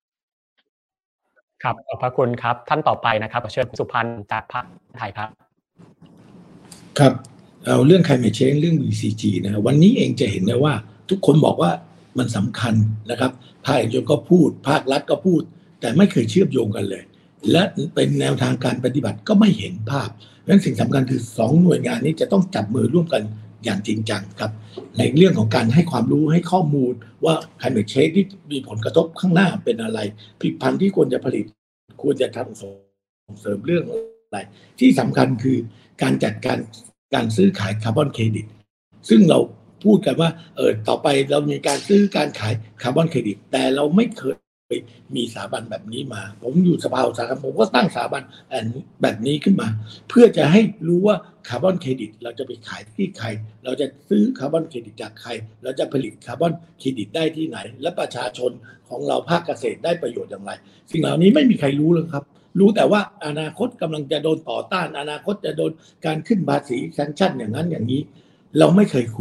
ครับขอบพระคุณครับท่านต่อไปนะครับเชิญสุพันธ์จากพรรคไทยครับครับเอาเรื่อง climate change เรื่อง วี ซี จี นะวันนี้เองจะเห็นนะว่าทุกคนบอกว่ามันสำคัญนะครับภาคเอกชนก็พูดภาครัฐก็พูดแต่ไม่เคยเชื่อมโยงกันเลยและเป็นแนวทางการปฏิบัติก็ไม่เห็นภาพเพราะฉะนั้นสิ่งสำคัญคือสองหน่วยงานนี้จะต้องจับมือร่วมกันอย่างจริงจังครับในเรื่องของการให้ความรู้ให้ข้อมูลว่า climate change ที่มีผลกระทบข้างหน้าเป็นอะไรผลิตภัณฑ์ที่ควรจะผลิตควรจะทำส่งเสริมเรื่องอะไรที่สำคัญคือการจัดการการซื้อขายคาร์บอนเครดิตซึ่งเราพูดกันว่าเออต่อไปเรามีการซื้อการขายคาร์บอนเครดิตแต่เราไม่เคยมีสถาบันแบบนี้มาผมอยู่สภาอุตสาหกรรมผมก็ตั้งสถาบันแบบนี้ขึ้นมาเพื่อจะให้รู้ว่าคาร์บอนเครดิตเราจะไปขายที่ใครเราจะซื้อคาร์บอนเครดิตจากใครเราจะผลิตคาร์บอนเครดิตได้ที่ไหนและประชาชนของเราภาคเกษตรได้ประโยชน์อย่างไรสิ่งเหล่านี้ไม่มีใครรู้เลยครับรู้แต่ว่าอนาคตกำลังจะโดนต่อต้านอนาคตจะโดนการขึ้นภาษีแซงชั่นอย่างนั้นอย่างนี้เราไม่เคยคุยกัน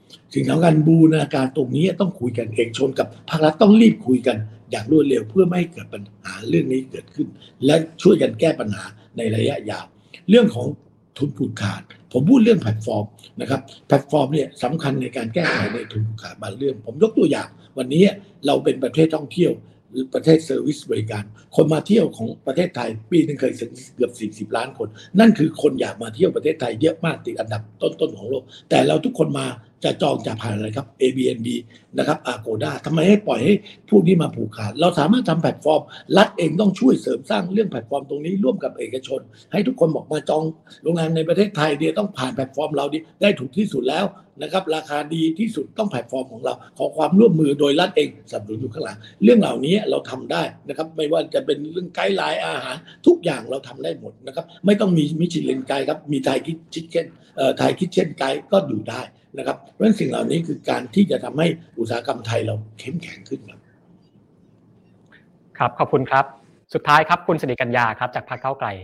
สิ่งสำคัญบูรณาการตรงนี้ต้องคุยกันเอกชนกับภาครัฐต้องรีบคุยกันอย่างรวดเร็วเพื่อไม่ให้เกิดปัญหาเรื่องนี้เกิดขึ้นและช่วยกันแก้ปัญหาในระยะยาวเรื่องของทุนผูกขาดผมพูดเรื่องแพลตฟอร์มนะครับแพลตฟอร์มเนี่ยสำคัญในการแก้ไขในทุนผูกขาดบางเรื่องผมยกตัวอย่างวันนี้เราเป็นประเทศท่องเที่ยวหรือประเทศเซอร์วิสบริการคนมาเที่ยวของประเทศไทยปีนึงเคยเกือบสี่สิบล้านคนนั่นคือคนอยากมาเที่ยวประเทศไทยเยอะมากติดอันดับต้นๆของโลกแต่เราทุกคนมาจะจองจะผ่านอะไรครับ Airbnb นะครับ Agoda ทำไมให้ปล่อยให้พวกนี้มาผูกขาดเราสามารถทำแพลตฟอร์มรัฐเองต้องช่วยเสริมสร้างเรื่องแพลตฟอร์มตรงนี้ร่วมกับเอกชนให้ทุกคนบอกมาจองโรงแรมในประเทศไทยเนี่ยต้องผ่านแพลตฟอร์มเราดิได้ถูกที่สุดแล้วนะครับราคาดีที่สุดต้องแพลตฟอร์มของเราขอความร่วมมือโดยรัฐเองสนับสนุนอยู่ข้างหลังเรื่องเหล่านี้เราทำได้นะครับไม่ว่าจะเป็นเรื่องไกด์ไลน์อาหารทุกอย่างเราทำได้หมดนะครับไม่ต้องมีมิชลินไกด์ครับมีไทยคิดเช่นเอ่อไทยคิดเช่นไกด์ก็อยู่ได้นะครับเพราะฉะนั้นสิ่งเหล่านี้คือการที่จะทำให้อุตสาหกรรมไทยเราเข้มแข็งขึ้นครับครับขอบคุณครับสุดท้ายครับคุณสิริกัญญาครับจากพรรคก้าวไกล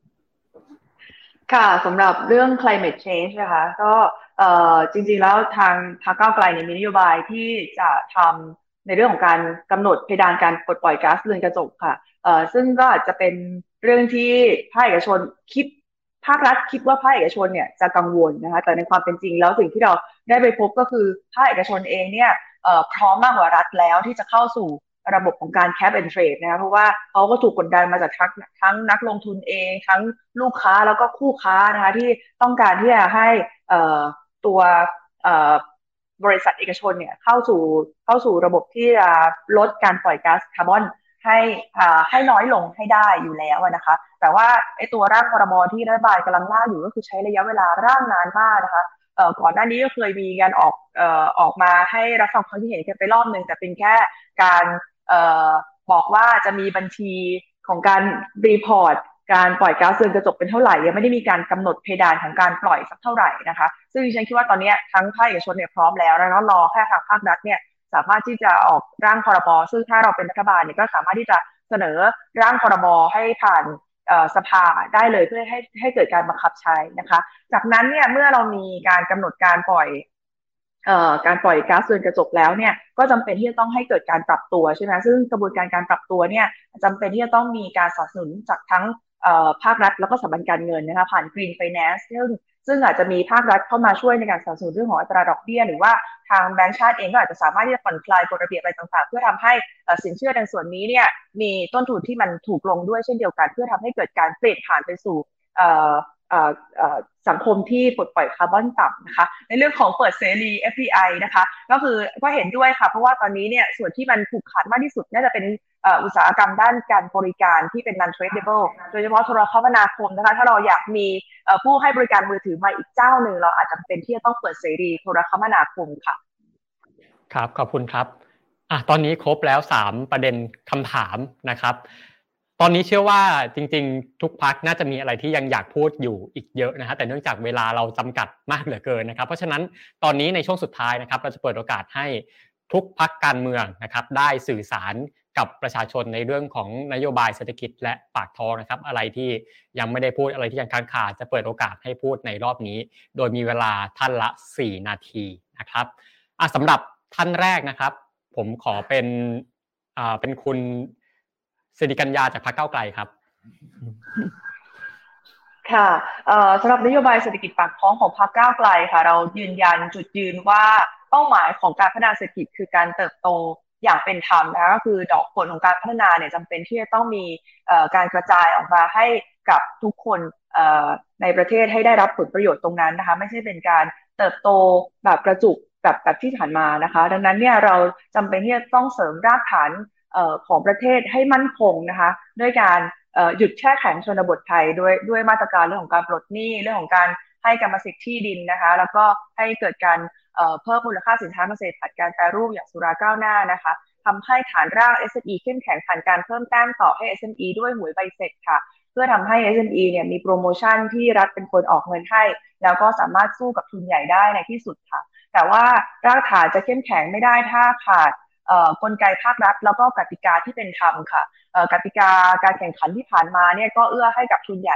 ค่ะสำหรับเรื่อง climate change นะคะก็เอ่อจริงๆแล้วทางพรรคก้าวไกลเนี่ยมีนโยบายที่จะทำในเรื่องของการกำหนดเพดานการปลดปล่อยก๊าซเรือนกระจกค่ะเอ่อซึ่งก็อาจจะเป็นเรื่องที่ภาคเอกชนคิดภาครัฐคิดว่าภาคเอกชนเนี่ยจะกังวลนะคะแต่ในความเป็นจริงแล้วสิ่งที่เราได้ไปพบก็คือภาคเอกชนเองเนี่ยเอ่อพร้อมมากกว่ารัฐแล้วที่จะเข้าสู่ระบบของการ cap and trade นะคะเพราะว่าเขาก็ถูกกดดันมาจากทั้งทั้งนักลงทุนเองทั้งลูกค้าแล้วก็คู่ค้านะคะที่ต้องการที่จะให้เอ่อตัวเอ่อบริษัทเอกชนเนี่ยเข้าสู่เข้าสู่ระบบที่จะลดการปล่อยก๊าซคาร์บอนให้อ่าให้น้อยลงให้ได้อยู่แล้วนะคะแต่ว่าไอ้ตัวร่างพรบที่รัฐบาลกำลังร่างอยู่ก็คือใช้ระยะเวลาร่างนานมากนะคะเอ่อก่อนหน้านี้ก็เคยมีการออกเอ่อออกมาให้รับฟังความคิดเห็นกันไปรอบนึงแต่เป็นแค่การเอ่อบอกว่าจะมีบัญชีของการรีพอร์ตการปล่อยก๊าซเรือนกระจกเป็นเท่าไหร่ยังไม่ได้มีการกำหนดเพดานของการปล่อยสักเท่าไหร่นะคะซึ่งดิฉันคิดว่าตอนนี้ทั้งภาคเอกชนเนี่ยพร้อมแล้วแล้วก็รอแค่ทางภาครัฐเนี่ยสามารถที่จะออกร่างพรบซึ่งถ้าเราเป็นรัฐบาลเนี่ยก็สามารถที่จะเสนอร่างพรบให้ผ่านสภาได้เลยเพื่อให้ให้เกิดการบังคับใช้นะคะจากนั้นเนี่ยเมื่อเรามีการกำหนดการปล่อยเอ่อการปล่อยก๊าซเรือนกระจกแล้วเนี่ยก็จำเป็นที่จะต้องให้เกิดการปรับตัวใช่ไหมซึ่งกระบวนการการปรับตัวเนี่ยจำเป็นที่จะต้องมีการสนับสนุนจากทั้งภาครัฐแล้วก็สถาบันการเงินนะคะผ่าน Green Finance ซึ่งซึ่งอาจจะมีภาครัฐเข้ามาช่วยในการสนับสนุนเรื่องของอัตราดอกเบี้ยหรือว่าทางแบงก์ชาติเองก็อาจจะสามารถที่จะผ่อนคลายกฎระเบียบอะไรต่างๆเพื่อทำให้สินเชื่อในส่วนนี้เนี่ยมีต้นทุนที่มันถูกลงด้วยเช่นเดียวกันเพื่อทำให้เกิดการเปลี่ยนผ่านไปสู่สังคมที่ปลดปล่อยคาร์บอนต่ำนะคะในเรื่องของเปิดเสรี เอฟ ดี ไอ นะคะก็คือก็เห็นด้วยค่ะเพราะว่าตอนนี้เนี่ยส่วนที่มันผูกขาดมากที่สุดน่าจะเป็นอุตสาหกรรมด้านการบริการที่เป็น non tradable โดยเฉพาะโทรคมนาคมนะคะถ้าเราอยากมีผู้ให้บริการมือถือมาอีกเจ้าหนึ่งเราอาจจะเป็นที่จะต้องเปิดเสรีโทรคมนาคมค่ะครับขอบคุณครับอ่ะตอนนี้ครบแล้วสามประเด็นคำถามนะครับตอนนี้เชื่อว่าจริงๆทุกพรรคน่าจะมีอะไรที่ยังอยากพูดอยู่อีกเยอะนะฮะแต่เนื่องจากเวลาเราจำกัดมากเหลือเกินนะครับเพราะฉะนั้นตอนนี้ในช่วงสุดท้ายนะครับเราจะเปิดโอกาสให้ทุกพรรคการเมืองนะครับได้สื่อสารกับประชาชนในเรื่องของนโยบายเศรษฐกิจและปากท้องนะครับอะไรที่ยังไม่ได้พูดอะไรที่ยังค้างคาจะเปิดโอกาสให้พูดในรอบนี้โดยมีเวลาท่านละสี่นาทีนะครับอ่ะสำหรับท่านแรกนะครับผมขอเป็นอ่าเป็นคุณสิริกัญญาจากพรรคก้าวไกลครับค่ะเอ่อสำหรับนโยบายเศรษฐกิจปากท้องของพรรคก้าวไกลค่ะเรายืนยันจุดยืนว่าเป้าหมายของการพัฒนาเศรษฐกิจคือการเติบโตอย่างเป็นธรรมนะคะก็คือดอกผลของการพัฒนาเนี่ยจำเป็นที่จะต้องมีเอ่อการกระจายออกมาให้กับทุกคนเอ่อในประเทศให้ได้รับผลประโยชน์ตรงนั้นนะคะไม่ใช่เป็นการเติบโตแบบกระจุกแบบแบบที่ผ่านมานะคะดังนั้นเนี่ยเราจำเป็นที่จะต้องเสริมรากฐานของประเทศให้มั่นคงนะคะด้วยการหยุดแช่แข็งชนบทไทยด้วยด้วยมาตรการเรื่องของการปลดหนี้เรื่องของการให้กรรมสิทธิ์ที่ดินนะคะแล้วก็ให้เกิดการเพิ่มมูลค่าสินค้าเกษตรผ่านการแปรรูปอย่างสุราก้าวหน้านะคะทำให้ฐานราก เอส เอ็ม อี เข้มแข็งผ่านการเพิ่มแต้มต่อให้ เอส เอ็ม อี ด้วยหวยใบเสร็จค่ะเพื่อทำให้ เอส เอ็ม อี เนี่ยมีโปรโมชั่นที่รัฐเป็นคนออกเงินให้แล้วก็สามารถสู้กับทุนใหญ่ได้ในที่สุดค่ะแต่ว่ารากฐานจะเข้มแข็งไม่ได้ถ้าขาดกลไกภาครัฐแล้วก็กติกาที่เป็นธรรมค่ะกติกาการแข่งขันที่ผ่านมาเนี่ยก็เอื้อให้กับทุนใหญ่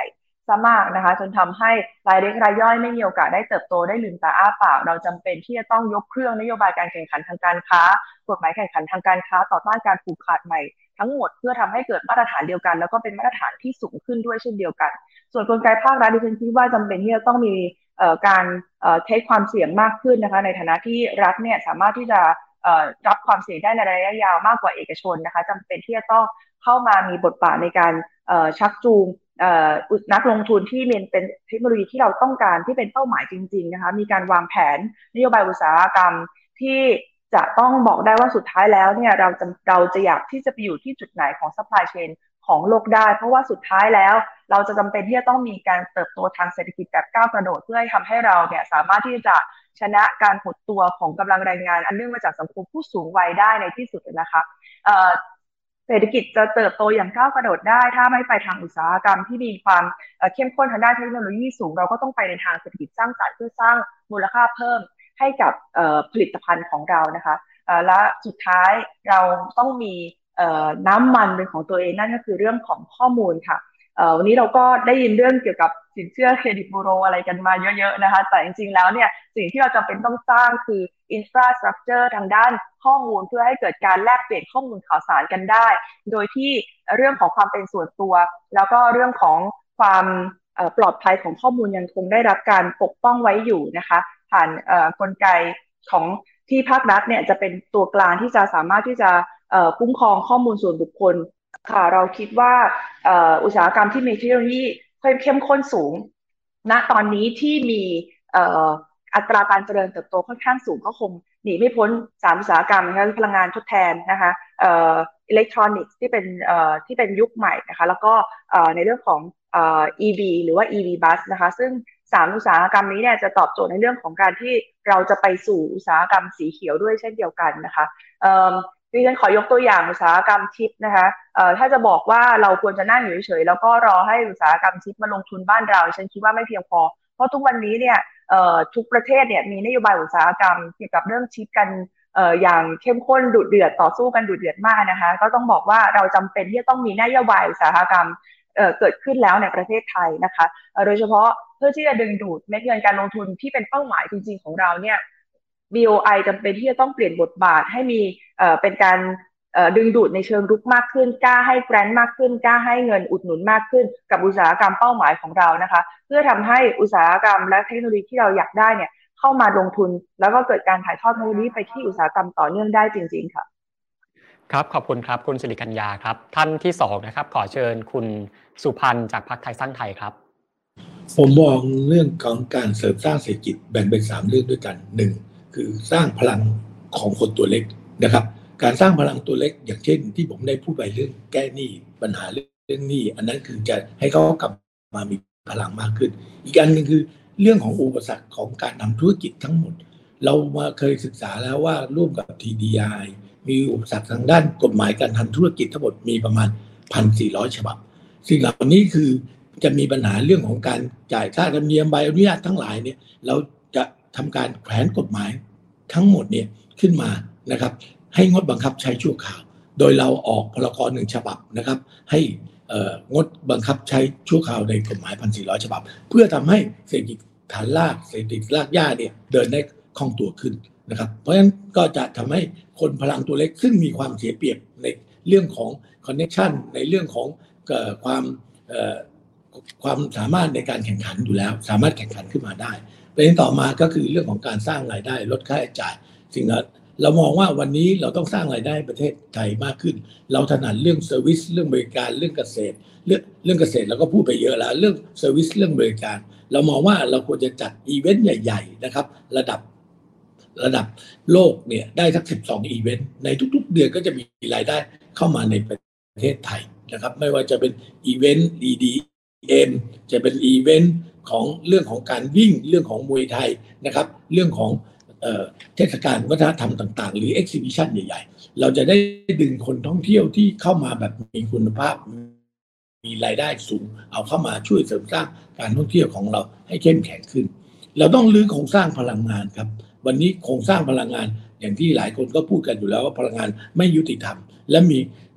ซะมากนะคะจนทำให้รายเล็กรายย่อยไม่มีโอกาสได้เติบโตได้ลืมตาอ้าปากเราจำเป็นที่จะต้องยกเครื่องนโยบายการแข่งขันทางการค้ากฎหมายแข่งขันทางการค้าต่อต้านการผูกขาดใหม่ทั้งหมดเพื่อทำให้เกิดมาตรฐานเดียวกันแล้วก็เป็นมาตรฐานที่สูงขึ้นด้วยเช่นเดียวกันส่วนกลไกภาครัฐดิฉันคิดว่าจำเป็นที่จะต้องมีการเทคความเสี่ยงมากขึ้นนะคะในฐานะที่รัฐเนี่ยสามารถที่จะรับความเสี่ยงได้ในระยะยาวมากกว่าเอกชนนะคะจำเป็นที่จะต้องเข้ามามีบทบาทในการชักจูงนักลงทุนที่เป็นเทคโนโลยีที่เราต้องการที่เป็นเป้าหมายจริงๆนะคะมีการวางแผนนโยบายอุตสาหกรรมที่จะต้องบอกได้ว่าสุดท้ายแล้วเนี่ยเราจะเราจะอยากที่จะไปอยู่ที่จุดไหนของ supply chain ของโลกได้เพราะว่าสุดท้ายแล้วเราจะจำเป็นที่จะต้องมีการเติบโตทางเศรษฐกิจแบบก้าวกระโดดเพื่อให้ทำให้เราเนี่ยสามารถที่จะชนะการหดตัวของกำลังแรงงานอันเนื่องมาจากสังคมผู้สูงวัยได้ในที่สุดนะคะเศรษฐกิจจะเติบโตอย่างก้าวกระโดดได้ถ้าไม่ไปทางอุตสาหกรรมที่มีความเข้มข้นทางด้านเทคโนโลยีสูงเราก็ต้องไปในทางเศรษฐกิจสร้างสรรค์เพื่อสร้างมูลค่าเพิ่มให้กับผลิตภัณฑ์ของเรานะคะและสุดท้ายเราต้องมีน้ำมันเป็นของตัวเองนั่นก็คือเรื่องของข้อมูลค่ะวันนี้เราก็ได้ยินเรื่องเกี่ยวกับสินเชื่อเครดิตบูโรอะไรกันมาเยอะๆนะคะแต่จริงๆแล้วเนี่ยสิ่งที่เราจำเป็นต้องสร้างคือ infrastructure ทางด้านข้อมูลเพื่อให้เกิดการแลกเปลี่ยนข้อมูลข่าวสารกันได้โดยที่เรื่องของความเป็นส่วนตัวแล้วก็เรื่องของความปลอดภัยของข้อมูลยังคงได้รับการปกป้องไว้อยู่นะคะผ่านกลไกของที่ภาครัฐเนี่ยจะเป็นตัวกลางที่จะสามารถที่จะคุ้มครองข้อมูลส่วนบุคคลค่ะเราคิดว่าอุตสาหกรรมที่มีเทคโนโลยีเข้มข้นสูงณตอนนี้ที่มีอัตราการเจริญเติบโตค่อนข้างสูงก็คงหนีไม่พ้นสามอุตสาหกรรมนะคะพลังงานทดแทนนะคะเอิเล็กทรอนิกส์ที่เป็นที่เป็นยุคใหม่นะคะแล้วก็ในเรื่องของ อี วี หรือว่า อี วี Bus นะคะซึ่งสามอุตสาหกรรมนี้เนี่ยจะตอบโจทย์ในเรื่องของการที่เราจะไปสู่อุตสาหกรรมสีเขียวด้วยเช่นเดียวกันนะคะดิฉันขอยกตัวอย่างอุตสาหกรรมชิปนะคะเอ่อถ้าจะบอกว่าเราควรจะนั่งอยู่เฉยๆแล้วก็รอให้อุตสาหกรรมชิปมาลงทุนบ้านเราฉันคิดว่าไม่เพียงพอเพราะทุกวันนี้เนี่ยเอ่อทุกประเทศเนี่ยมีนโยบายอุตสาหกรรมเกี่ยวกับเรื่องชิปกันเอ่ออย่างเข้มข้นดุเดือดต่อสู้กันดุเดือดมากนะคะก็ต้องบอกว่าเราจำเป็นที่จะต้องมีนโยบายอุตสาหกรรมเอ่อเกิดขึ้นแล้วในประเทศไทยนะคะเอ่อโดยเฉพาะเพื่อที่จะดึงดูดเม็ดเงินการลงทุนที่เป็นเป้าหมายจริงๆของเราเนี่ย บี โอ ไอ จำเป็นที่จะต้องเปลี่ยนบทบาทให้มีเอ่อเป็นการดึงดูดในเชิงรุกมากขึ้นกล้าให้แกรนด์มากขึ้นกล้าให้เงินอุดหนุนมากขึ้นกับอุตสาหกรรมเป้าหมายของเรานะคะเพื่อทำให้อุตสาหกรรมและเทคโนโลยีที่เราอยากได้เนี่ยเข้ามาลงทุนแล้วก็เกิดการถ่ายทอดเทคโนโลยีไปที่อุตสาหกรรมต่อเนื่องได้จริงๆค่ะครับขอบคุณครับคุณสิริกัญญาครับท่านที่สองนะครับขอเชิญคุณสุพันธ์จากพรรคไทยสร้างไทยครับผมมองเรื่องของการเสริมสร้างเศรษฐกิจแบ่งเป็นสามเรื่องด้วยกันหนึ่งคือสร้างพลังของคนตัวเล็กนะครับการสร้างพลังตัวเล็กอย่างเช่นที่ผมได้พูดไปเรื่องแก้หนี้ปัญหาเรื่องหนี้อันนั้นคือจะให้เขากลับมามีพลังมากขึ้นอีกอันนึงคือเรื่องของอุปสรรคของการทำธุรกิจทั้งหมดเรามาเคยศึกษาแล้วว่าร่วมกับ ที ดี ไอ มีอุปสรรคทางด้านกฎหมายการทำธุรกิจทั้งหมดมีประมาณ หนึ่งพันสี่ร้อย ฉบับสิ่งเหล่านี้คือจะมีปัญหาเรื่องของการจ่ายค่าธรรมเนียมใบอนุญาตทั้งหลายเนี่ยเราจะทำการแขวนกฎหมายทั้งหมดเนี่ยขึ้นมานะครับให้งดบังคับใช้ชั่วคราวโดยเราออกพรกหนึ่งฉบับนะครับให้งดบังคับใช้ชั่วคราวในกฎหมาย หนึ่งพันสี่ร้อย ฉบับเพื่อทำให้เศรษฐกิจฐานรากเศรษฐกิจรากหญ้าเนี่ยเดินได้คล่องตัวขึ้นนะครับเพราะฉะนั้นก็จะทำให้คนพลังตัวเล็กซึ่งมีความเสียเปรียบในเรื่องของคอนเนคชั่นในเรื่องของความความสามารถในการแข่งขันอยู่แล้วสามารถแข่งขันขึ้นมาได้ประเด็นต่อมาก็คือเรื่องของการสร้างรายได้ลดค่าใช้จ่ายสิ่งนั้นเรามองว่าวันนี้เราต้องสร้างรายได้ประเทศไทยมากขึ้นเราถนัดเรื่องเซอร์วิสเรื่องบริการเรื่องเกษตรเรื่องเรื่องเกษตรเราก็พูดไปเยอะแล้วเรื่องเซอร์วิสเรื่องบริการเรามองว่าเราควรจะจัดอีเวนต์ใหญ่ๆนะครับระดับระดับโลกเนี่ยได้สักสิบสองอีเวนต์ในทุกๆเดือนก็จะมีรายได้เข้ามาในประเทศไทยนะครับไม่ว่าจะเป็นอีเวนต์ อี ดี เอ็ม จะเป็นอีเวนต์ของเรื่องของการวิ่งเรื่องของมวยไทยนะครับเรื่องของเทศกาลวัฒนธรรมต่างๆหรือเอ็กซิบิชันใหญ่ๆเราจะได้ดึงคนท่องเที่ยวที่เข้ามาแบบมีคุณภาพมีรายได้สูงเอาเข้ามาช่วยเสริมสร้างการท่องเที่ยวของเราให้เข้มแข็งขึ้นเราต้องรื้อโครงสร้างพลังงานครับวันนี้โครงสร้างพลังงานอย่างที่หลายคนก็พูดกันอยู่แล้วว่าพลังงานไม่ยุติธรรมและมี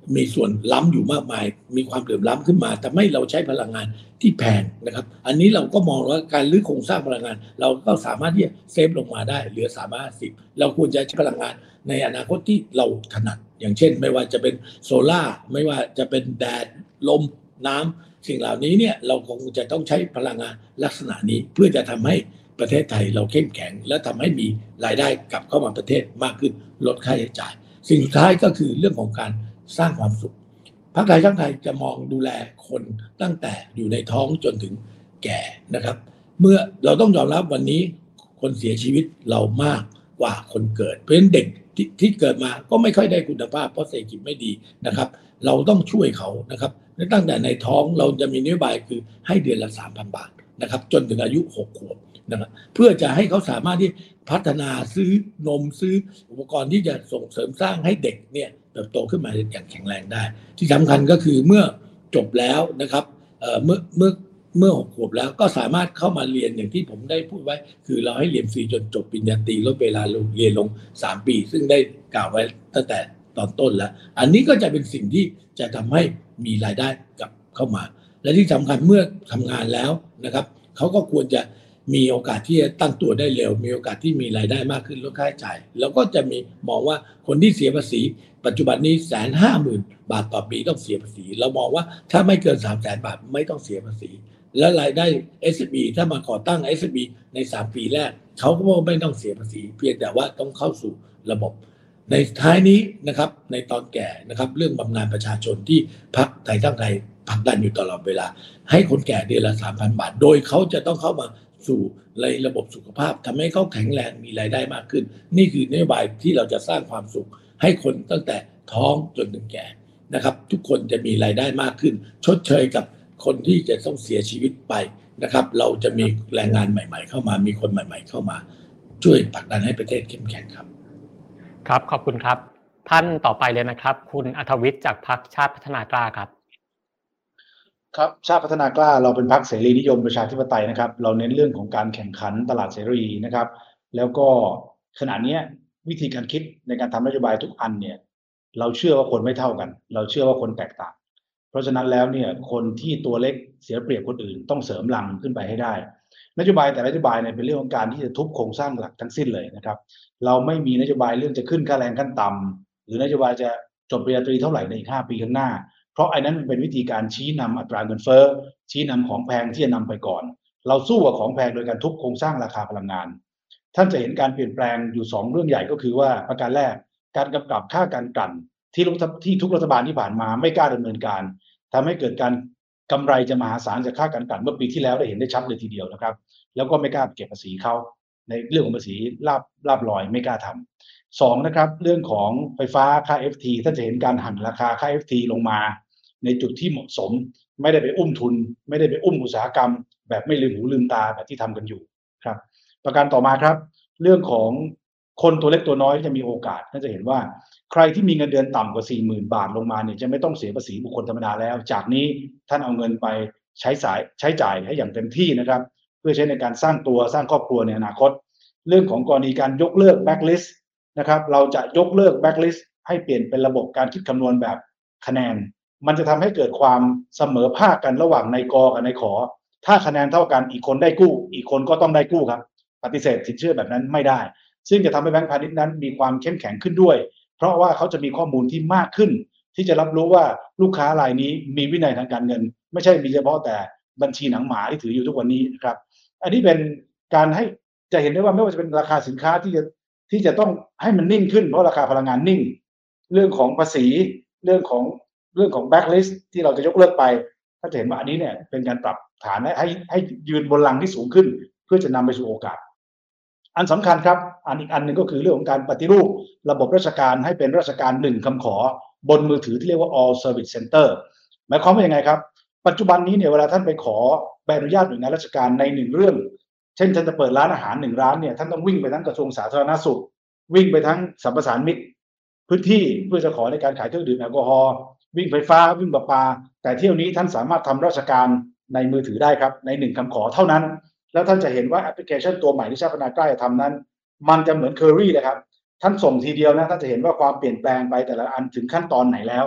มีส่วนล้ำอยู่มากมายมีความเหลื่อมล้ำขึ้นมาแต่ไม่เราใช้พลังงานที่แพงนะครับอันนี้เราก็มองว่าการรื้อโครงสร้างพลังงานเราก็สามารถที่จะเซฟลงมาได้เหลือสามร้อยห้าสิบเราควรจะใช้พลังงานในอนาคตที่เราถนัดอย่างเช่นไม่ว่าจะเป็นโซล่าไม่ว่าจะเป็นแดดลมน้ำสิ่งเหล่านี้เนี่ยเราคงจะต้องใช้พลังงานลักษณะนี้เพื่อจะทำให้ประเทศไทยเราเข้มแข็งและทำให้มีรายได้กลับเข้ามาประเทศมากขึ้นลดค่าใช้จ่ายสิ่งสุดท้ายก็คือเรื่องของการสร้างความสุขพรรคไทยสร้างไทยจะมองดูแลคนตั้งแต่อยู่ในท้องจนถึงแก่นะครับเมื่อเราต้องยอมรับวันนี้คนเสียชีวิตเรามากกว่าคนเกิดเพราะฉะนั้นเด็กทที่เกิดมาก็ไม่ค่อยได้คุณภาพเพราะเศรษฐกิจไม่ดีนะครับเราต้องช่วยเขานะครับตั้งแต่ในท้องเราจะมีนโยบายคือให้เดือนละ สามพัน บาทนะครับจนถึงอายุหกขวบนะครับเพื่อจะให้เขาสามารถที่พัฒนาซื้อนมซื้ออุปกรณ์ที่จะส่งเสริมสร้างให้เด็กเนี่ยเติบโตขึ้นมาอย่างแข็งแรงได้ที่สำคัญก็คือเมื่อจบแล้วนะครับเอ่อเมื่อเมื่อเมื่อหกขวบแล้วก็สามารถเข้ามาเรียนอย่างที่ผมได้พูดไว้คือเราให้เรียนฟรีจนจบปริญญาตรีลดเวลาลงเรียนลงสามปีซึ่งได้กล่าวไว้ตั้งแต่ตอนต้นแล้วอันนี้ก็จะเป็นสิ่งที่จะทำให้มีรายได้กลับเข้ามาและที่สำคัญเมื่อทำงานแล้วนะครับเขาก็ควรจะมีโอกาสที่จะตั้งตัวได้เร็วมีโอกาสที่มีรายได้มากขึ้นลดค่าใช้จ่ายแล้วก็จะมีมองว่าคนที่เสียภาษีปัจจุบันนี้แสนห้าหมื่นบาทต่อปีต้องเสียภาษีเรามองว่าถ้าไม่เกินสามแสนบาทไม่ต้องเสียภาษีและรายได้ เอส เอ็ม อี ถ้ามาก่อตั้ง เอส เอ็ม อี ในสามปีแรกเขาก็ไม่ต้องเสียภาษีเพียงแต่ว่าต้องเข้าสู่ระบบในท้ายนี้นะครับในตอนแก่นะครับเรื่องบำนาญประชาชนที่พรรคไทยสร้างไทยผลักดันอยู่ตลอดเวลาให้คนแก่เดือนละ สามพัน บาทโดยเขาจะต้องเข้ามาสู่ในระบบสุขภาพทำให้เขาแข็งแรงมีรายได้มากขึ้นนี่คือนโยบายที่เราจะสร้างความสุขให้คนตั้งแต่ท้องจนถึงแก่นะครับทุกคนจะมีรายได้มากขึ้นชดเชยกับคนที่จะต้องเสียชีวิตไปนะครับเราจะมีแรงงานใหม่ๆเข้ามามีคนใหม่ๆเข้ามาช่วยผลักดันให้ประเทศเข้มแข็งครับครับขอบคุณครับท่านต่อไปเลยนะครับคุณอัธวิทย์จากพรรคชาติพัฒนากล้าครับครับชาติพัฒนากล้าเราเป็นพรรคเสรีนิยมประชาธิปไตยนะครับเราเน้นเรื่องของการแข่งขันตลาดเสรีนะครับแล้วก็ขณะนี้วิธีการคิดในการทำนโยบายทุกอันเนี่ยเราเชื่อว่าคนไม่เท่ากันเราเชื่อว่าคนแตกต่างเพราะฉะนั้นแล้วเนี่ยคนที่ตัวเล็กเสียเปรียบคนอื่นต้องเสริมลังขึ้นไปให้ได้นโยบายแต่ละนโยบายเนี่ยเป็นเรื่องของการที่จะทุบโครงสร้างหลักทั้งสิ้นเลยนะครับเราไม่มีนโยบายเรื่องจะขึ้นค่าแรงขั้นต่ำหรือนโยบายจะจบปริญญาตรีเท่าไหร่ในอีกห้าปีข้างหน้าเพราะไอ้นั้นมันเป็นวิธีการชี้นำอัตราเงินเฟ้อชี้นำของแพงที่จะนำไปก่อนเราสู้กับของแพงโดยการทุบโครงสร้างราคาพลังงานท่านจะเห็นการเปลี่ยนแปลงอยู่สองเรื่องใหญ่ก็คือว่าประการแรกการกำกับค่าการกลั่นที่ที่ทุกรัฐบาลที่ผ่านมาไม่กล้าดำเนินการทำให้เกิดการกำไรจะมหาศาลจากค่าการกลั่นเมื่อปีที่แล้วได้เห็นได้ชัดเลยทีเดียวนะครับแล้วก็ไม่กล้าเก็บภาษีเขาในเรื่องของภาษีลาบลาบลอยไม่กล้าทำสองนะครับเรื่องของไฟฟ้าค่า เอฟ ที ท่านจะเห็นการหั่นราคาค่า เอฟ ที ลงมาในจุดที่เหมาะสมไม่ได้ไปอุ้มทุนไม่ได้ไปอุ้มอุตสาหกรรมแบบไม่ลืมหูลืมตาแบบที่ทำกันอยู่ครับประการต่อมาครับเรื่องของคนตัวเล็กตัวน้อยที่จะมีโอกาสท่านจะเห็นว่าใครที่มีเงินเดือนต่ำกว่า สี่หมื่น บาทลงมาเนี่ยจะไม่ต้องเสียภาษีบุคคลธรรมดาแล้วจากนี้ท่านเอาเงินไปใช้สายใช้จ่ายให้อย่างเต็มที่นะครับเพื่อใช้ในการสร้างตัวสร้างครอบครัวในอนาคตเรื่องของกรณีการยกเลิกแบ็คลิสต์นะครับเราจะยกเลิกแบ็คลิสต์ให้เปลี่ยนเป็นระบบการคิดคำนวณแบบคะแนนมันจะทำให้เกิดความเสมอภาคกันระหว่างนายกกับนายขอถ้าคะแนนเท่ากันอีกคนได้กู้อีกคนก็ต้องได้กู้ครับปฏิเสธสินเชื่อแบบนั้นไม่ได้ซึ่งจะทำให้แบงก์พาณิชย์นั้นมีความเข้มแข็งขึ้นด้วยเพราะว่าเขาจะมีข้อมูลที่มากขึ้นที่จะรับรู้ว่าลูกค้ารายนี้มีวินัยทางการเงินไม่ใช่มีเฉพาะแต่บัญชีหนังหมาที่ถืออยู่ทุกวันนี้นะครับอันนี้เป็นการให้จะเห็นได้ว่าไม่ว่าจะเป็นราคาสินค้าที่จะที่จะต้องให้มันนิ่งขึ้นเพราะราคาพลังงานนิ่งเรื่องของภาษีเรื่องของเรื่องของแบ็คลิสต์ที่เราจะยกเลิกไปถ้าจะเห็นว่าอันนี้เนี่ยเป็นการปรับฐานให้ให้ยืนบนหลังที่สูงขึ้นเพื่อจะนำไปสู่โอกาสอันสำคัญครับอันอีกอันหนึ่งก็คือเรื่องของการปฏิรูประบบราชการให้เป็นราชการหนึ่งคำขอบนมือถือที่เรียกว่า all service center หมายความว่ายังไงครับปัจจุบันนี้เนี่ยเวลาท่านไปขอใบอนุญาตหน่วยงานราชการในหนึ่งเรื่องเช่นท่านจะเปิดร้านอาหารหนึ่งร้านเนี่ยท่านต้องวิ่งไปทั้งกระทรวงสาธารณสุขวิ่งไปทั้งสัมปทานมิตรพื้นที่เพื่อจะขอในการขายเครื่องดื่มแอลกอฮอล์วิ่งไฟฟ้าวิ่งประปาแต่เที่ยวนี้ท่านสามารถทำราชการในมือถือได้ครับในหนึ่งคำขอเท่านั้นแล้วท่านจะเห็นว่าแอปพลิเคชันตัวใหม่ที่ชาติพัฒนากล้าจะทำนั้นมันจะเหมือนเคอรี่เลยครับท่านส่งทีเดียวนะท่านจะเห็นว่าความเปลี่ยนแปลงไปแต่ละอันถึงขั้นตอนไหนแล้ว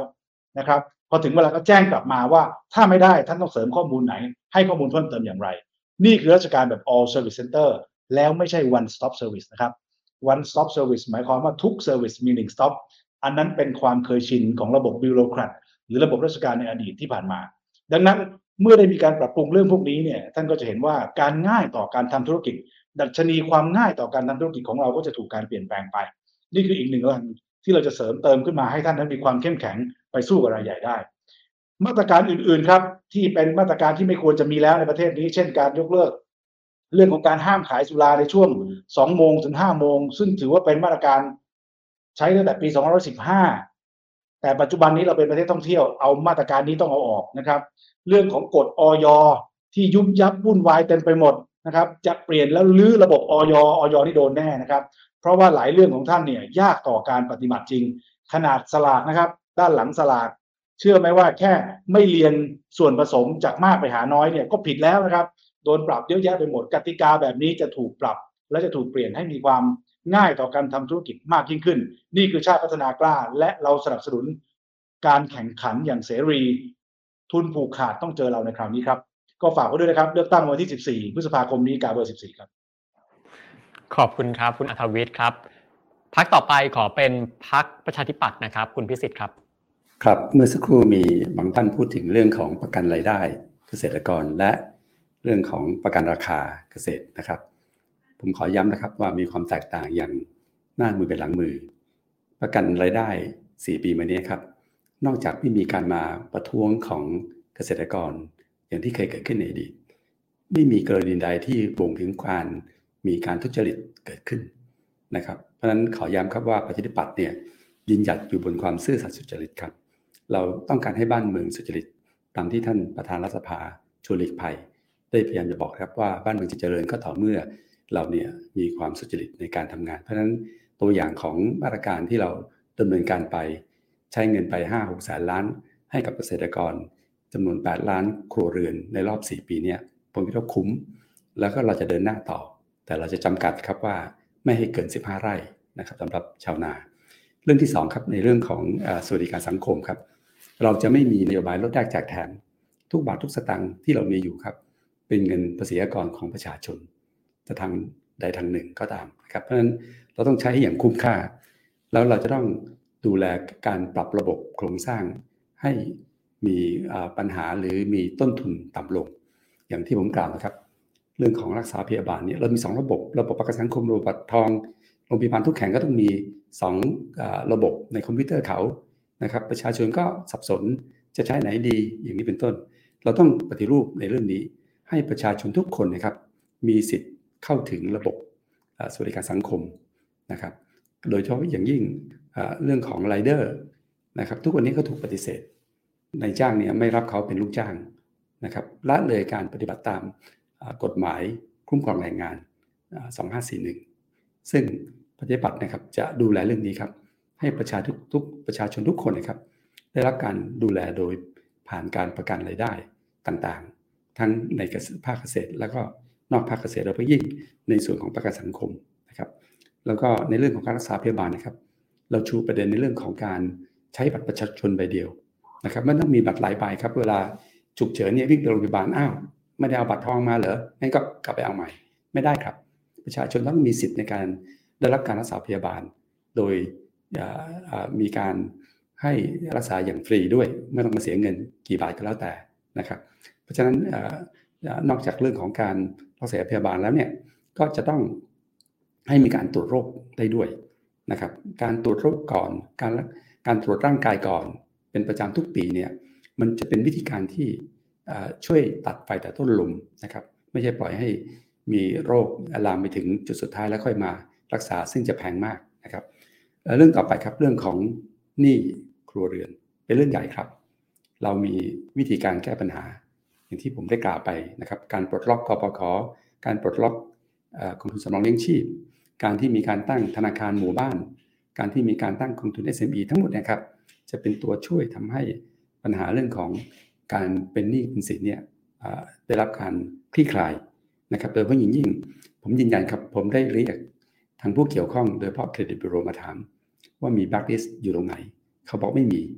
นะครับพอถึงเวลาก็แจ้งกลับมาว่าถ้าไม่ได้ท่านต้องเสริมข้อมูลไหนให้ข้อมูลเพิ่มเติมอย่างไรนี่คือราชการแบบ all service center แล้วไม่ใช่ one stop service นะครับ one stop service หมายความว่าทุก service มีหนึ่ง stop อันนั้นเป็นความเคยชินของระบบบิวโรแครตหรือระบบราชการในอดีตที่ผ่านมาดังนั้นเมื่อได้มีการปรับปรุงเรื่องพวกนี้เนี่ยท่านก็จะเห็นว่าการง่ายต่อการทำธุรกิจดัชนีความง่ายต่อการทำธุรกิจของเราก็จะถูกการเปลี่ยนแปลงไปนี่คืออีกหนึ่งเรื่องที่เราจะเสริมเติมขึ้นมาให้ท่านนั้นมีความเข้มแข็งไปสู้กับรายใหญ่ได้มาตรการอื่นๆครับที่เป็นมาตรการที่ไม่ควรจะมีแล้วในประเทศนี้เช่นการยกเลิกเรื่องของการห้ามขายสุราในช่วงสองโมงถึงห้าโมงซึ่งถือว่าเป็นมาตรการใช้ตั้งแต่ปีสองพันห้าร้อยสิบห้าแต่ปัจจุบันนี้เราเป็นประเทศท่องเที่ยวเอามาตรการนี้ต้องเอาออกนะครับเรื่องของกฎอย.ที่ยุบยับวุ่นวายเต็มไปหมดนะครับจะเปลี่ยนแล้วลื้อระบบอย.อย.นี่โดนแน่นะครับเพราะว่าหลายเรื่องของท่านเนี่ยยากต่อการปฏิบัติจริงขนาดสลากนะครับด้านหลังสลากเชื่อไหมว่าแค่ไม่เรียนส่วนผสมจากมากไปหาน้อยเนี่ยก็ผิดแล้วนะครับโดนปรับเยอะแยะไปหมดกติกาแบบนี้จะถูกปรับและจะถูกเปลี่ยนให้มีความง่ายต่อการทำธุรกิจมากยิ่งขึ้นนี่คือชาติพัฒนากล้าและเราสนับสนุนการแข่งขันอย่างเสรีทุนผูกขาดต้องเจอเราในคราวนี้ครับก็ฝากไว้ด้วยนะครับเลือกตั้งวันที่สิบสี่พฤษภาคมนี้กาเบอร์สิบสี่ครับขอบคุณครับคุณอัธวิทย์ครับพรรคต่อไปขอเป็นพรรคประชาธิปัตย์นะครับคุณพิสิทธิ์ครับครับเมื่อสักครู่มีบางท่านพูดถึงเรื่องของประกันรายได้เกษตรกรและเรื่องของประกันราคาเกษตรนะครับผมขอย้ำนะครับว่ามีความแตกต่างอย่างหน้ามือเป็นหลังมือประกันรายได้สี่ปีมานี้ครับนอกจากไม่มีการมาประท้วงของเกษตรกรอย่างที่เคยเกิดขึ้นในอดีตไม่มีกรณีใดที่บ่งถึงการมีการทุจริตเกิดขึ้นนะครับเพราะฉะนั้นขอย้ำครับว่าประชาธิปัตย์เนี่ยยืนหยัดอยู่บนความซื่อสัตย์สุจริตครับเราต้องการให้บ้านเมืองสุจริตตามที่ท่านประธานรัฐสภาชวนหลีกภัยได้พยายามจะบอกครับว่าบ้านเมืองจะเจริญก็ต่อเมื่อเราเนี่ยมีความสุจริตในการทำงานเพราะฉะนั้นตัวอย่างของมาตรการที่เราดำเนินการไปใช้เงินไป ห้าหก แสนล้านให้กับเกษตรกรจำนวนแปดล้านครัวเรือนในรอบสี่ปีเนี่ยผมคิดว่าคุ้มแล้วก็เราจะเดินหน้าต่อแต่เราจะจำกัดครับว่าไม่ให้เกินสิบห้าไร่นะครับสำหรับชาวนาเรื่องที่สองครับในเรื่องของสวัสดิการสังคมครับเราจะไม่มีนโยบายลดแลกแจกแถมทุกบาททุกสตางค์ที่เรามีอยู่ครับเป็นเงินภาษีอากรของประชาชนจะทางใดทางหนึ่งก็ตามนะครับเพราะฉะนั้นเราต้องใช้อย่างคุ้มค่าแล้วเราจะต้องดูแลการปรับระบบโครงสร้างให้มีปัญหาหรือมีต้นทุนต่ำลงอย่างที่ผมกล่าวนะครับเรื่องของรักษาพยาบาลเนี่ยเรามีสองระบบระบบประกันสังคมระบบบัตรทองโรงพยาบาลทุกแห่งก็ต้องมีสองระบบในคอมพิวเตอร์เขานะครับประชาชนก็สับสนจะใช้ไหนดีอย่างนี้เป็นต้นเราต้องปฏิรูปในเรื่องนี้ให้ประชาชนทุกคนนะครับมีสิทธิ์เข้าถึงระบบสวัสดิการสังคมนะครับโดยเฉพาะอย่างยิ่งเรื่องของไรเดอร์นะครับทุกวันนี้ก็ถูกปฏิเสธนายจ้างเนี่ยไม่รับเขาเป็นลูกจ้างนะครับละเลยการปฏิบัติตามกฎหมายคุ้มครองแรงงานสองพันห้าร้อยสี่สิบเอ็ดซึ่งประชาธิปัตย์นะครับจะดูแลเรื่องนี้ครับให้ประชาทุกทุกประชาชนทุกคนนะครับได้รับการดูแลโดยผ่านการประกันรายได้ต่างๆทั้งในภาคเกษตรแล้วก็นอกภาคเกษตรโดยเฉพาะยิ่งในส่วนของประกันสังคมนะครับแล้วก็ในเรื่องของการรักษาพยาบาลนะครับเราชูประเด็นในเรื่องของการใช้บัตรประชาชนใบเดียวนะครับไม่ต้องมีบัตรหลายใบครับเวลาฉุกเฉินเนี่ยวิ่งไปโรงพยาบาลอ้าวไม่ได้เอาบัตรทองมาเหรองั้นก็กลับไปเอาใหม่ไม่ได้ครับประชาชนต้องมีสิทธิ์ในการได้รับการรักษาพยาบาลโดยมีการให้รักษาอย่างฟรีด้วยไม่ต้องมาเสียเงินกี่บาทก็แล้วแต่นะครับเพราะฉะนั้นนอกจากเรื่องของการรักษาพยาบาลแล้วเนี่ยก็จะต้องให้มีการตรวจโรคได้ด้วยนะครับการตรวจโรคก่อนการการตรวจร่างกายก่อนเป็นประจำทุกปีเนี่ยมันจะเป็นวิธีการที่ช่วยตัดไฟแต่ต้นลมนะครับไม่ใช่ปล่อยให้มีโรคลามไปถึงจุดสุดท้ายแล้วค่อยมารักษาซึ่งจะแพงมากนะครับเรื่องต่อไปครับเรื่องของหนี้ครัวเรือนเป็นเรื่องใหญ่ครับเรามีวิธีการแก้ปัญหาอย่างที่ผมได้กล่าวไปนะครับการปลดล็อกกปข.การปลดล็อกกองทุนสำรองเลี้ยงชีพการที่มีการตั้งธนาคารหมู่บ้านการที่มีการตั้งกองทุน เอส เอ็ม อี ทั้งหมดนะครับจะเป็นตัวช่วยทำให้ปัญหาเรื่องของการเป็นหนี้เป็นสินเนี่ยได้รับการคลี่คลายนะครับโดยเฉพาะยิ่งยิ่งผมยืนยันครับผมได้เรียกทางผู้เกี่ยวข้องโดยเฉพาะเครดิตบูโรมาถามว่ามีแบล็คลิสต์อยู่ตรงไหนเขาบอกไม่มี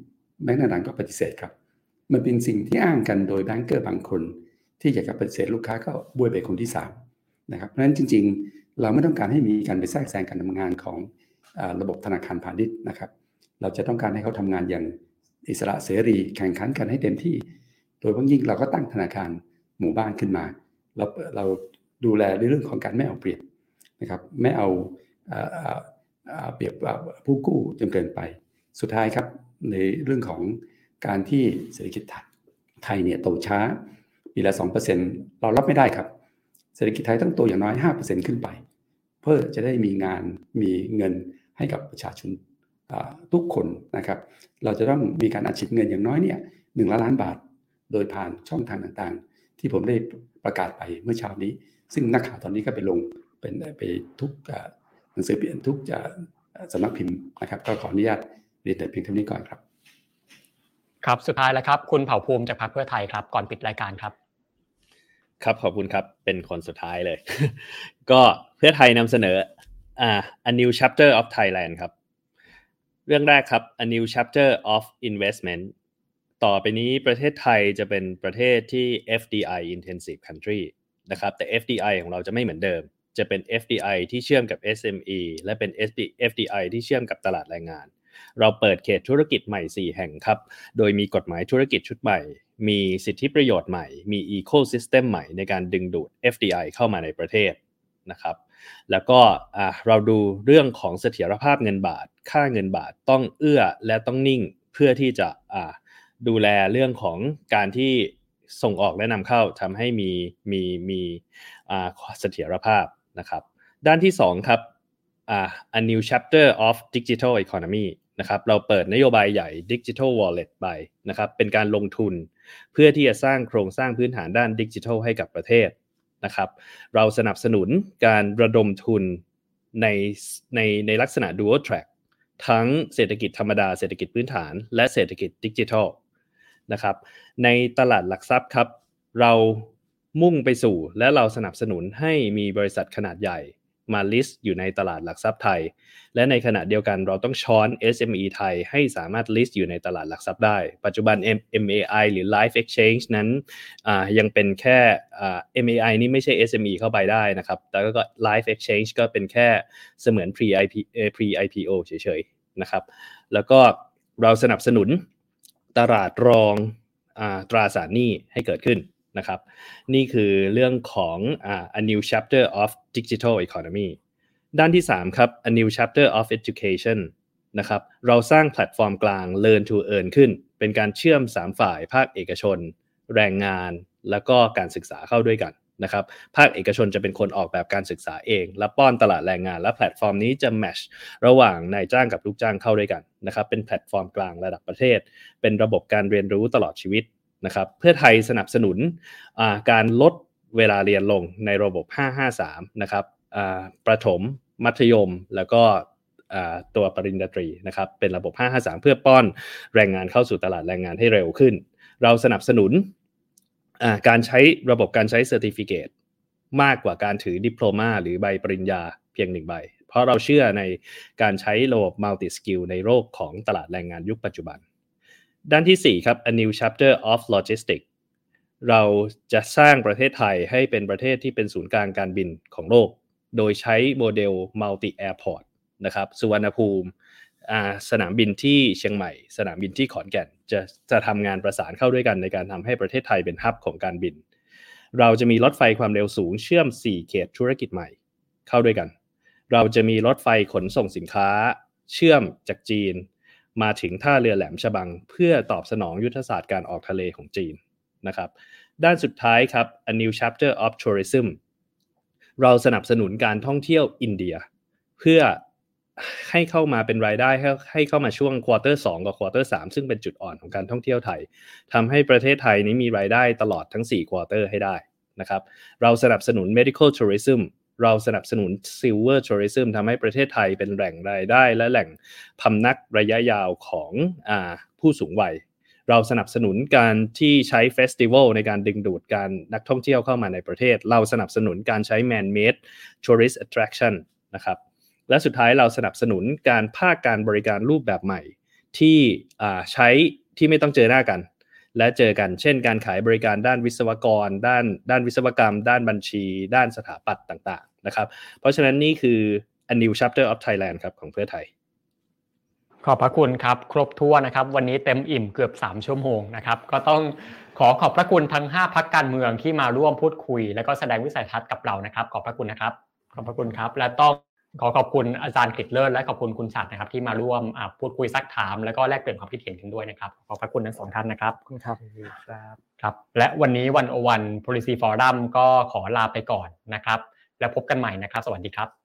แบงก์ต่างๆก็ปฏิเสธครับมันเป็นสิ่งที่อ้างกันโดยแบงก์เกอร์บางคนที่อยากจะปฏิเสธลูกค้าก็บวยไปคนที่สามนะครับเพราะฉะนั้นจริงๆเราไม่ต้องการให้มีการไปแทรกแซงการทำงานของระบบธนาคารพาณิชย์นะครับเราจะต้องการให้เขาทำงานอย่างอิสระเสรีแข่งขันกันให้เต็มที่โดยเฉพาะยิ่งเราก็ตั้งธนาคารหมู่บ้านขึ้นมาเราเราดูแลในเรื่องของการไม่เอาเปรียบนะครับไม่เอาเปรียบผู้กู้จนเกินไปสุดท้ายครับในเรื่องของการที่เศรษฐกิจไทยเนี่ยโตช้าปีละ สองเปอร์เซ็นต์ เรารับไม่ได้ครับเศรษฐกิจไทยต้องโตอย่างน้อย ห้าเปอร์เซ็นต์ ขึ้นไปเพื่อจะได้มีงานมีเงินให้กับประชาชนทุกคนนะครับเราจะต้องมีการอัดฉีดเงินอย่างน้อยเนี่ยหนึ่งล้านล้านบาทโดยผ่านช่องทางต่างๆที่ผมได้ประกาศไปเมื่อเช้านี้ซึ่งนักข่าวตอนนี้ก็ไปลงเป็นไปทุกหนังสือพิมพ์ทุกสำนักพิมพ์นะครับก็ขออนุญาตเรียนแต่เพียงเท่านี้ก่อนครับครับสุดท้ายแล้วครับคุณเผ่าภูมิจากพรรคเพื่อไทยครับก่อนปิดรายการครับครับขอบคุณครับเป็นคนสุดท้ายเลย ก็เพื่อไทยนำเสนออ่า A New Chapter of Thailand ครับเรื่องแรกครับ A New Chapter of Investment ต่อไปนี้ประเทศไทยจะเป็นประเทศที่ เอฟ ดี ไอ Intensive Country นะครับแต่ เอฟ ดี ไอ ของเราจะไม่เหมือนเดิมจะเป็น เอฟ ดี ไอ ที่เชื่อมกับ เอส เอ็ม อี และเป็น เอฟ ดี ไอ ที่เชื่อมกับตลาดแรงงานเราเปิดเขตธุรกิจใหม่สี่แห่งครับโดยมีกฎหมายธุรกิจชุดใหม่มีสิทธิประโยชน์ใหม่มี Ecosystem ใหม่ในการดึงดูด เอฟ ดี ไอ เข้ามาในประเทศนะครับแล้วก็เราดูเรื่องของเสถียรภาพเงินบาทค่าเงินบาทต้องเอื้อและต้องนิ่งเพื่อที่จะดูแลเรื่องของการที่ส่งออกและนำเข้าทำให้มีมีมีเสถียรภาพนะครับด้านที่สองครับA New Chapter of Digital Economy นะครับเราเปิดนโยบายใหญ่ Digital Wallet ไปนะครับเป็นการลงทุนเพื่อที่จะสร้างโครงสร้างพื้นฐานด้านดิจิทัลให้กับประเทศนะครับเราสนับสนุนการระดมทุนในในในลักษณะ Dual Track ทั้งเศรษฐกิจธรรมดาเศรษฐกิจพื้นฐานและเศรษฐกิจดิจิทัลนะครับในตลาดหลักทรัพย์ครับเรามุ่งไปสู่และเราสนับสนุนให้มีบริษัทขนาดใหญ่มา list อยู่ในตลาดหลักทรัพย์ไทยและในขณะเดียวกันเราต้องช้อน เอส เอ็ม อี ไทยให้สามารถ list อยู่ในตลาดหลักทรัพย์ได้ปัจจุบัน เอ็ม เอ ไอ หรือ Live Exchange นั้นยังเป็นแค่ เอ็ม เอ ไอ นี่ไม่ใช่ เอส เอ็ม อี เข้าไปได้นะครับแต่ก็ Live Exchange ก็เป็นแค่เสมือน pre ไอ พี pre ไอ พี โอ เฉยๆนะครับแล้วก็เราสนับสนุนตลาดรองตราสารหนี้ให้เกิดขึ้นนะครับนี่คือเรื่องของอ่า A New Chapter of Digital Economy ด้านที่สามครับ A New Chapter of Education นะครับเราสร้างแพลตฟอร์มกลาง Learn to Earn ขึ้นเป็นการเชื่อมสามฝ่ายภาคเอกชนแรงงานแล้วก็การศึกษาเข้าด้วยกันนะครับภาคเอกชนจะเป็นคนออกแบบการศึกษาเองและป้อนตลาดแรงงานและแพลตฟอร์มนี้จะแมชระหว่างนายจ้างกับลูกจ้างเข้าด้วยกันนะครับเป็นแพลตฟอร์มกลางระดับประเทศเป็นระบบการเรียนรู้ตลอดชีวิตนะครับเพื่อไทยสนับสนุนการลดเวลาเรียนลงในระบบห้า ห้า สามนะครับประถมมัธยมแล้วก็ตัวปริญญาตรีนะครับเป็นระบบห้า ห้า สามเพื่อป้อนแรงงานเข้าสู่ตลาดแรงงานให้เร็วขึ้นเราสนับสนุนการใช้ระบบการใช้เซอร์ติฟิเคตมากกว่าการถือดิโพลมาหรือใบปริญญาเพียงหนึ่งใบเพราะเราเชื่อในการใช้ระบบมัลติสกิลในโลกของตลาดแรงงานยุคปัจจุบันด้านที่สี่ครับ A New Chapter of Logistics เราจะสร้างประเทศไทยให้เป็นประเทศที่เป็นศูนย์กลางการบินของโลกโดยใช้โมเดล Multi Airport นะครับสุวรรณภูมิสนามบินที่เชียงใหม่สนามบินที่ขอนแก่นจะจะทำงานประสานเข้าด้วยกันในการทำให้ประเทศไทยเป็นฮับของการบินเราจะมีรถไฟความเร็วสูงเชื่อมสี่เขตธุรกิจใหม่เข้าด้วยกันเราจะมีรถไฟขนส่งสินค้าเชื่อมจากจีนมาถึงท่าเรือแหลมฉบังเพื่อตอบสนองยุทธศาสตร์การออกทะเลของจีนนะครับด้านสุดท้ายครับ A New Chapter of Tourism เราสนับสนุนการท่องเที่ยวอินเดียเพื่อให้เข้ามาเป็นรายได้ให้ให้เข้ามาช่วงควอเตอร์สองกับควอเตอร์สามซึ่งเป็นจุดอ่อนของการท่องเที่ยวไทยทำให้ประเทศไทยนี้มีรายได้ตลอดทั้งสี่ควอเตอร์ให้ได้นะครับเราสนับสนุน Medical Tourism เราสนับสนุน Silver Tourism ทำให้ประเทศไทยเป็นแหล่งรายได้และแหล่งพำนักระยะยาวของอ่าผู้สูงวัยเราสนับสนุนการที่ใช้เฟสติวัลในการดึงดูดการนักท่องเที่ยวเข้ามาในประเทศเราสนับสนุนการใช้ Man-made Tourist Attraction นะครับและสุดท้ายเราสนับสนุนการภาคการบริการรูปแบบใหม่ที่ใช้ที่ไม่ต้องเจอหน้ากันและเจอกันเช่นการขายบริการด้านวิศวกรด้านด้านวิศวกรรมด้านบัญชีด้านสถาปัตย์ต่างๆนะครับเพราะฉะนั้นนี่คือ a new chapter of Thailand ครับของเพื่อไทยขอบพระคุณครับครบถ้วนนะครับวันนี้เต็มอิ่มเกือบสามชั่วโมงนะครับก็ต้องขอขอบพระคุณทั้งห้าพรรคการเมืองที่มาร่วมพูดคุยและก็แสดงวิสัยทัศน์กับเรานะครับขอบพระคุณนะครับขอบพระคุณครับและต้องขอขอบคุณอาจารย์กฤษเลิศและขอบคุณคุณฉัตรนะครับที่มาร่วมพูดคุยซักถามและก็แลกเปลี่ยนความคิดเห็นกันด้วยนะครับขอบพระคุณทั้งสองท่านนะครับขอบคุณครับครับและวันนี้วันโอวัน Policy Forum ก็ขอลาไปก่อนนะครับแล้วพบกันใหม่นะครับสวัสดีครับ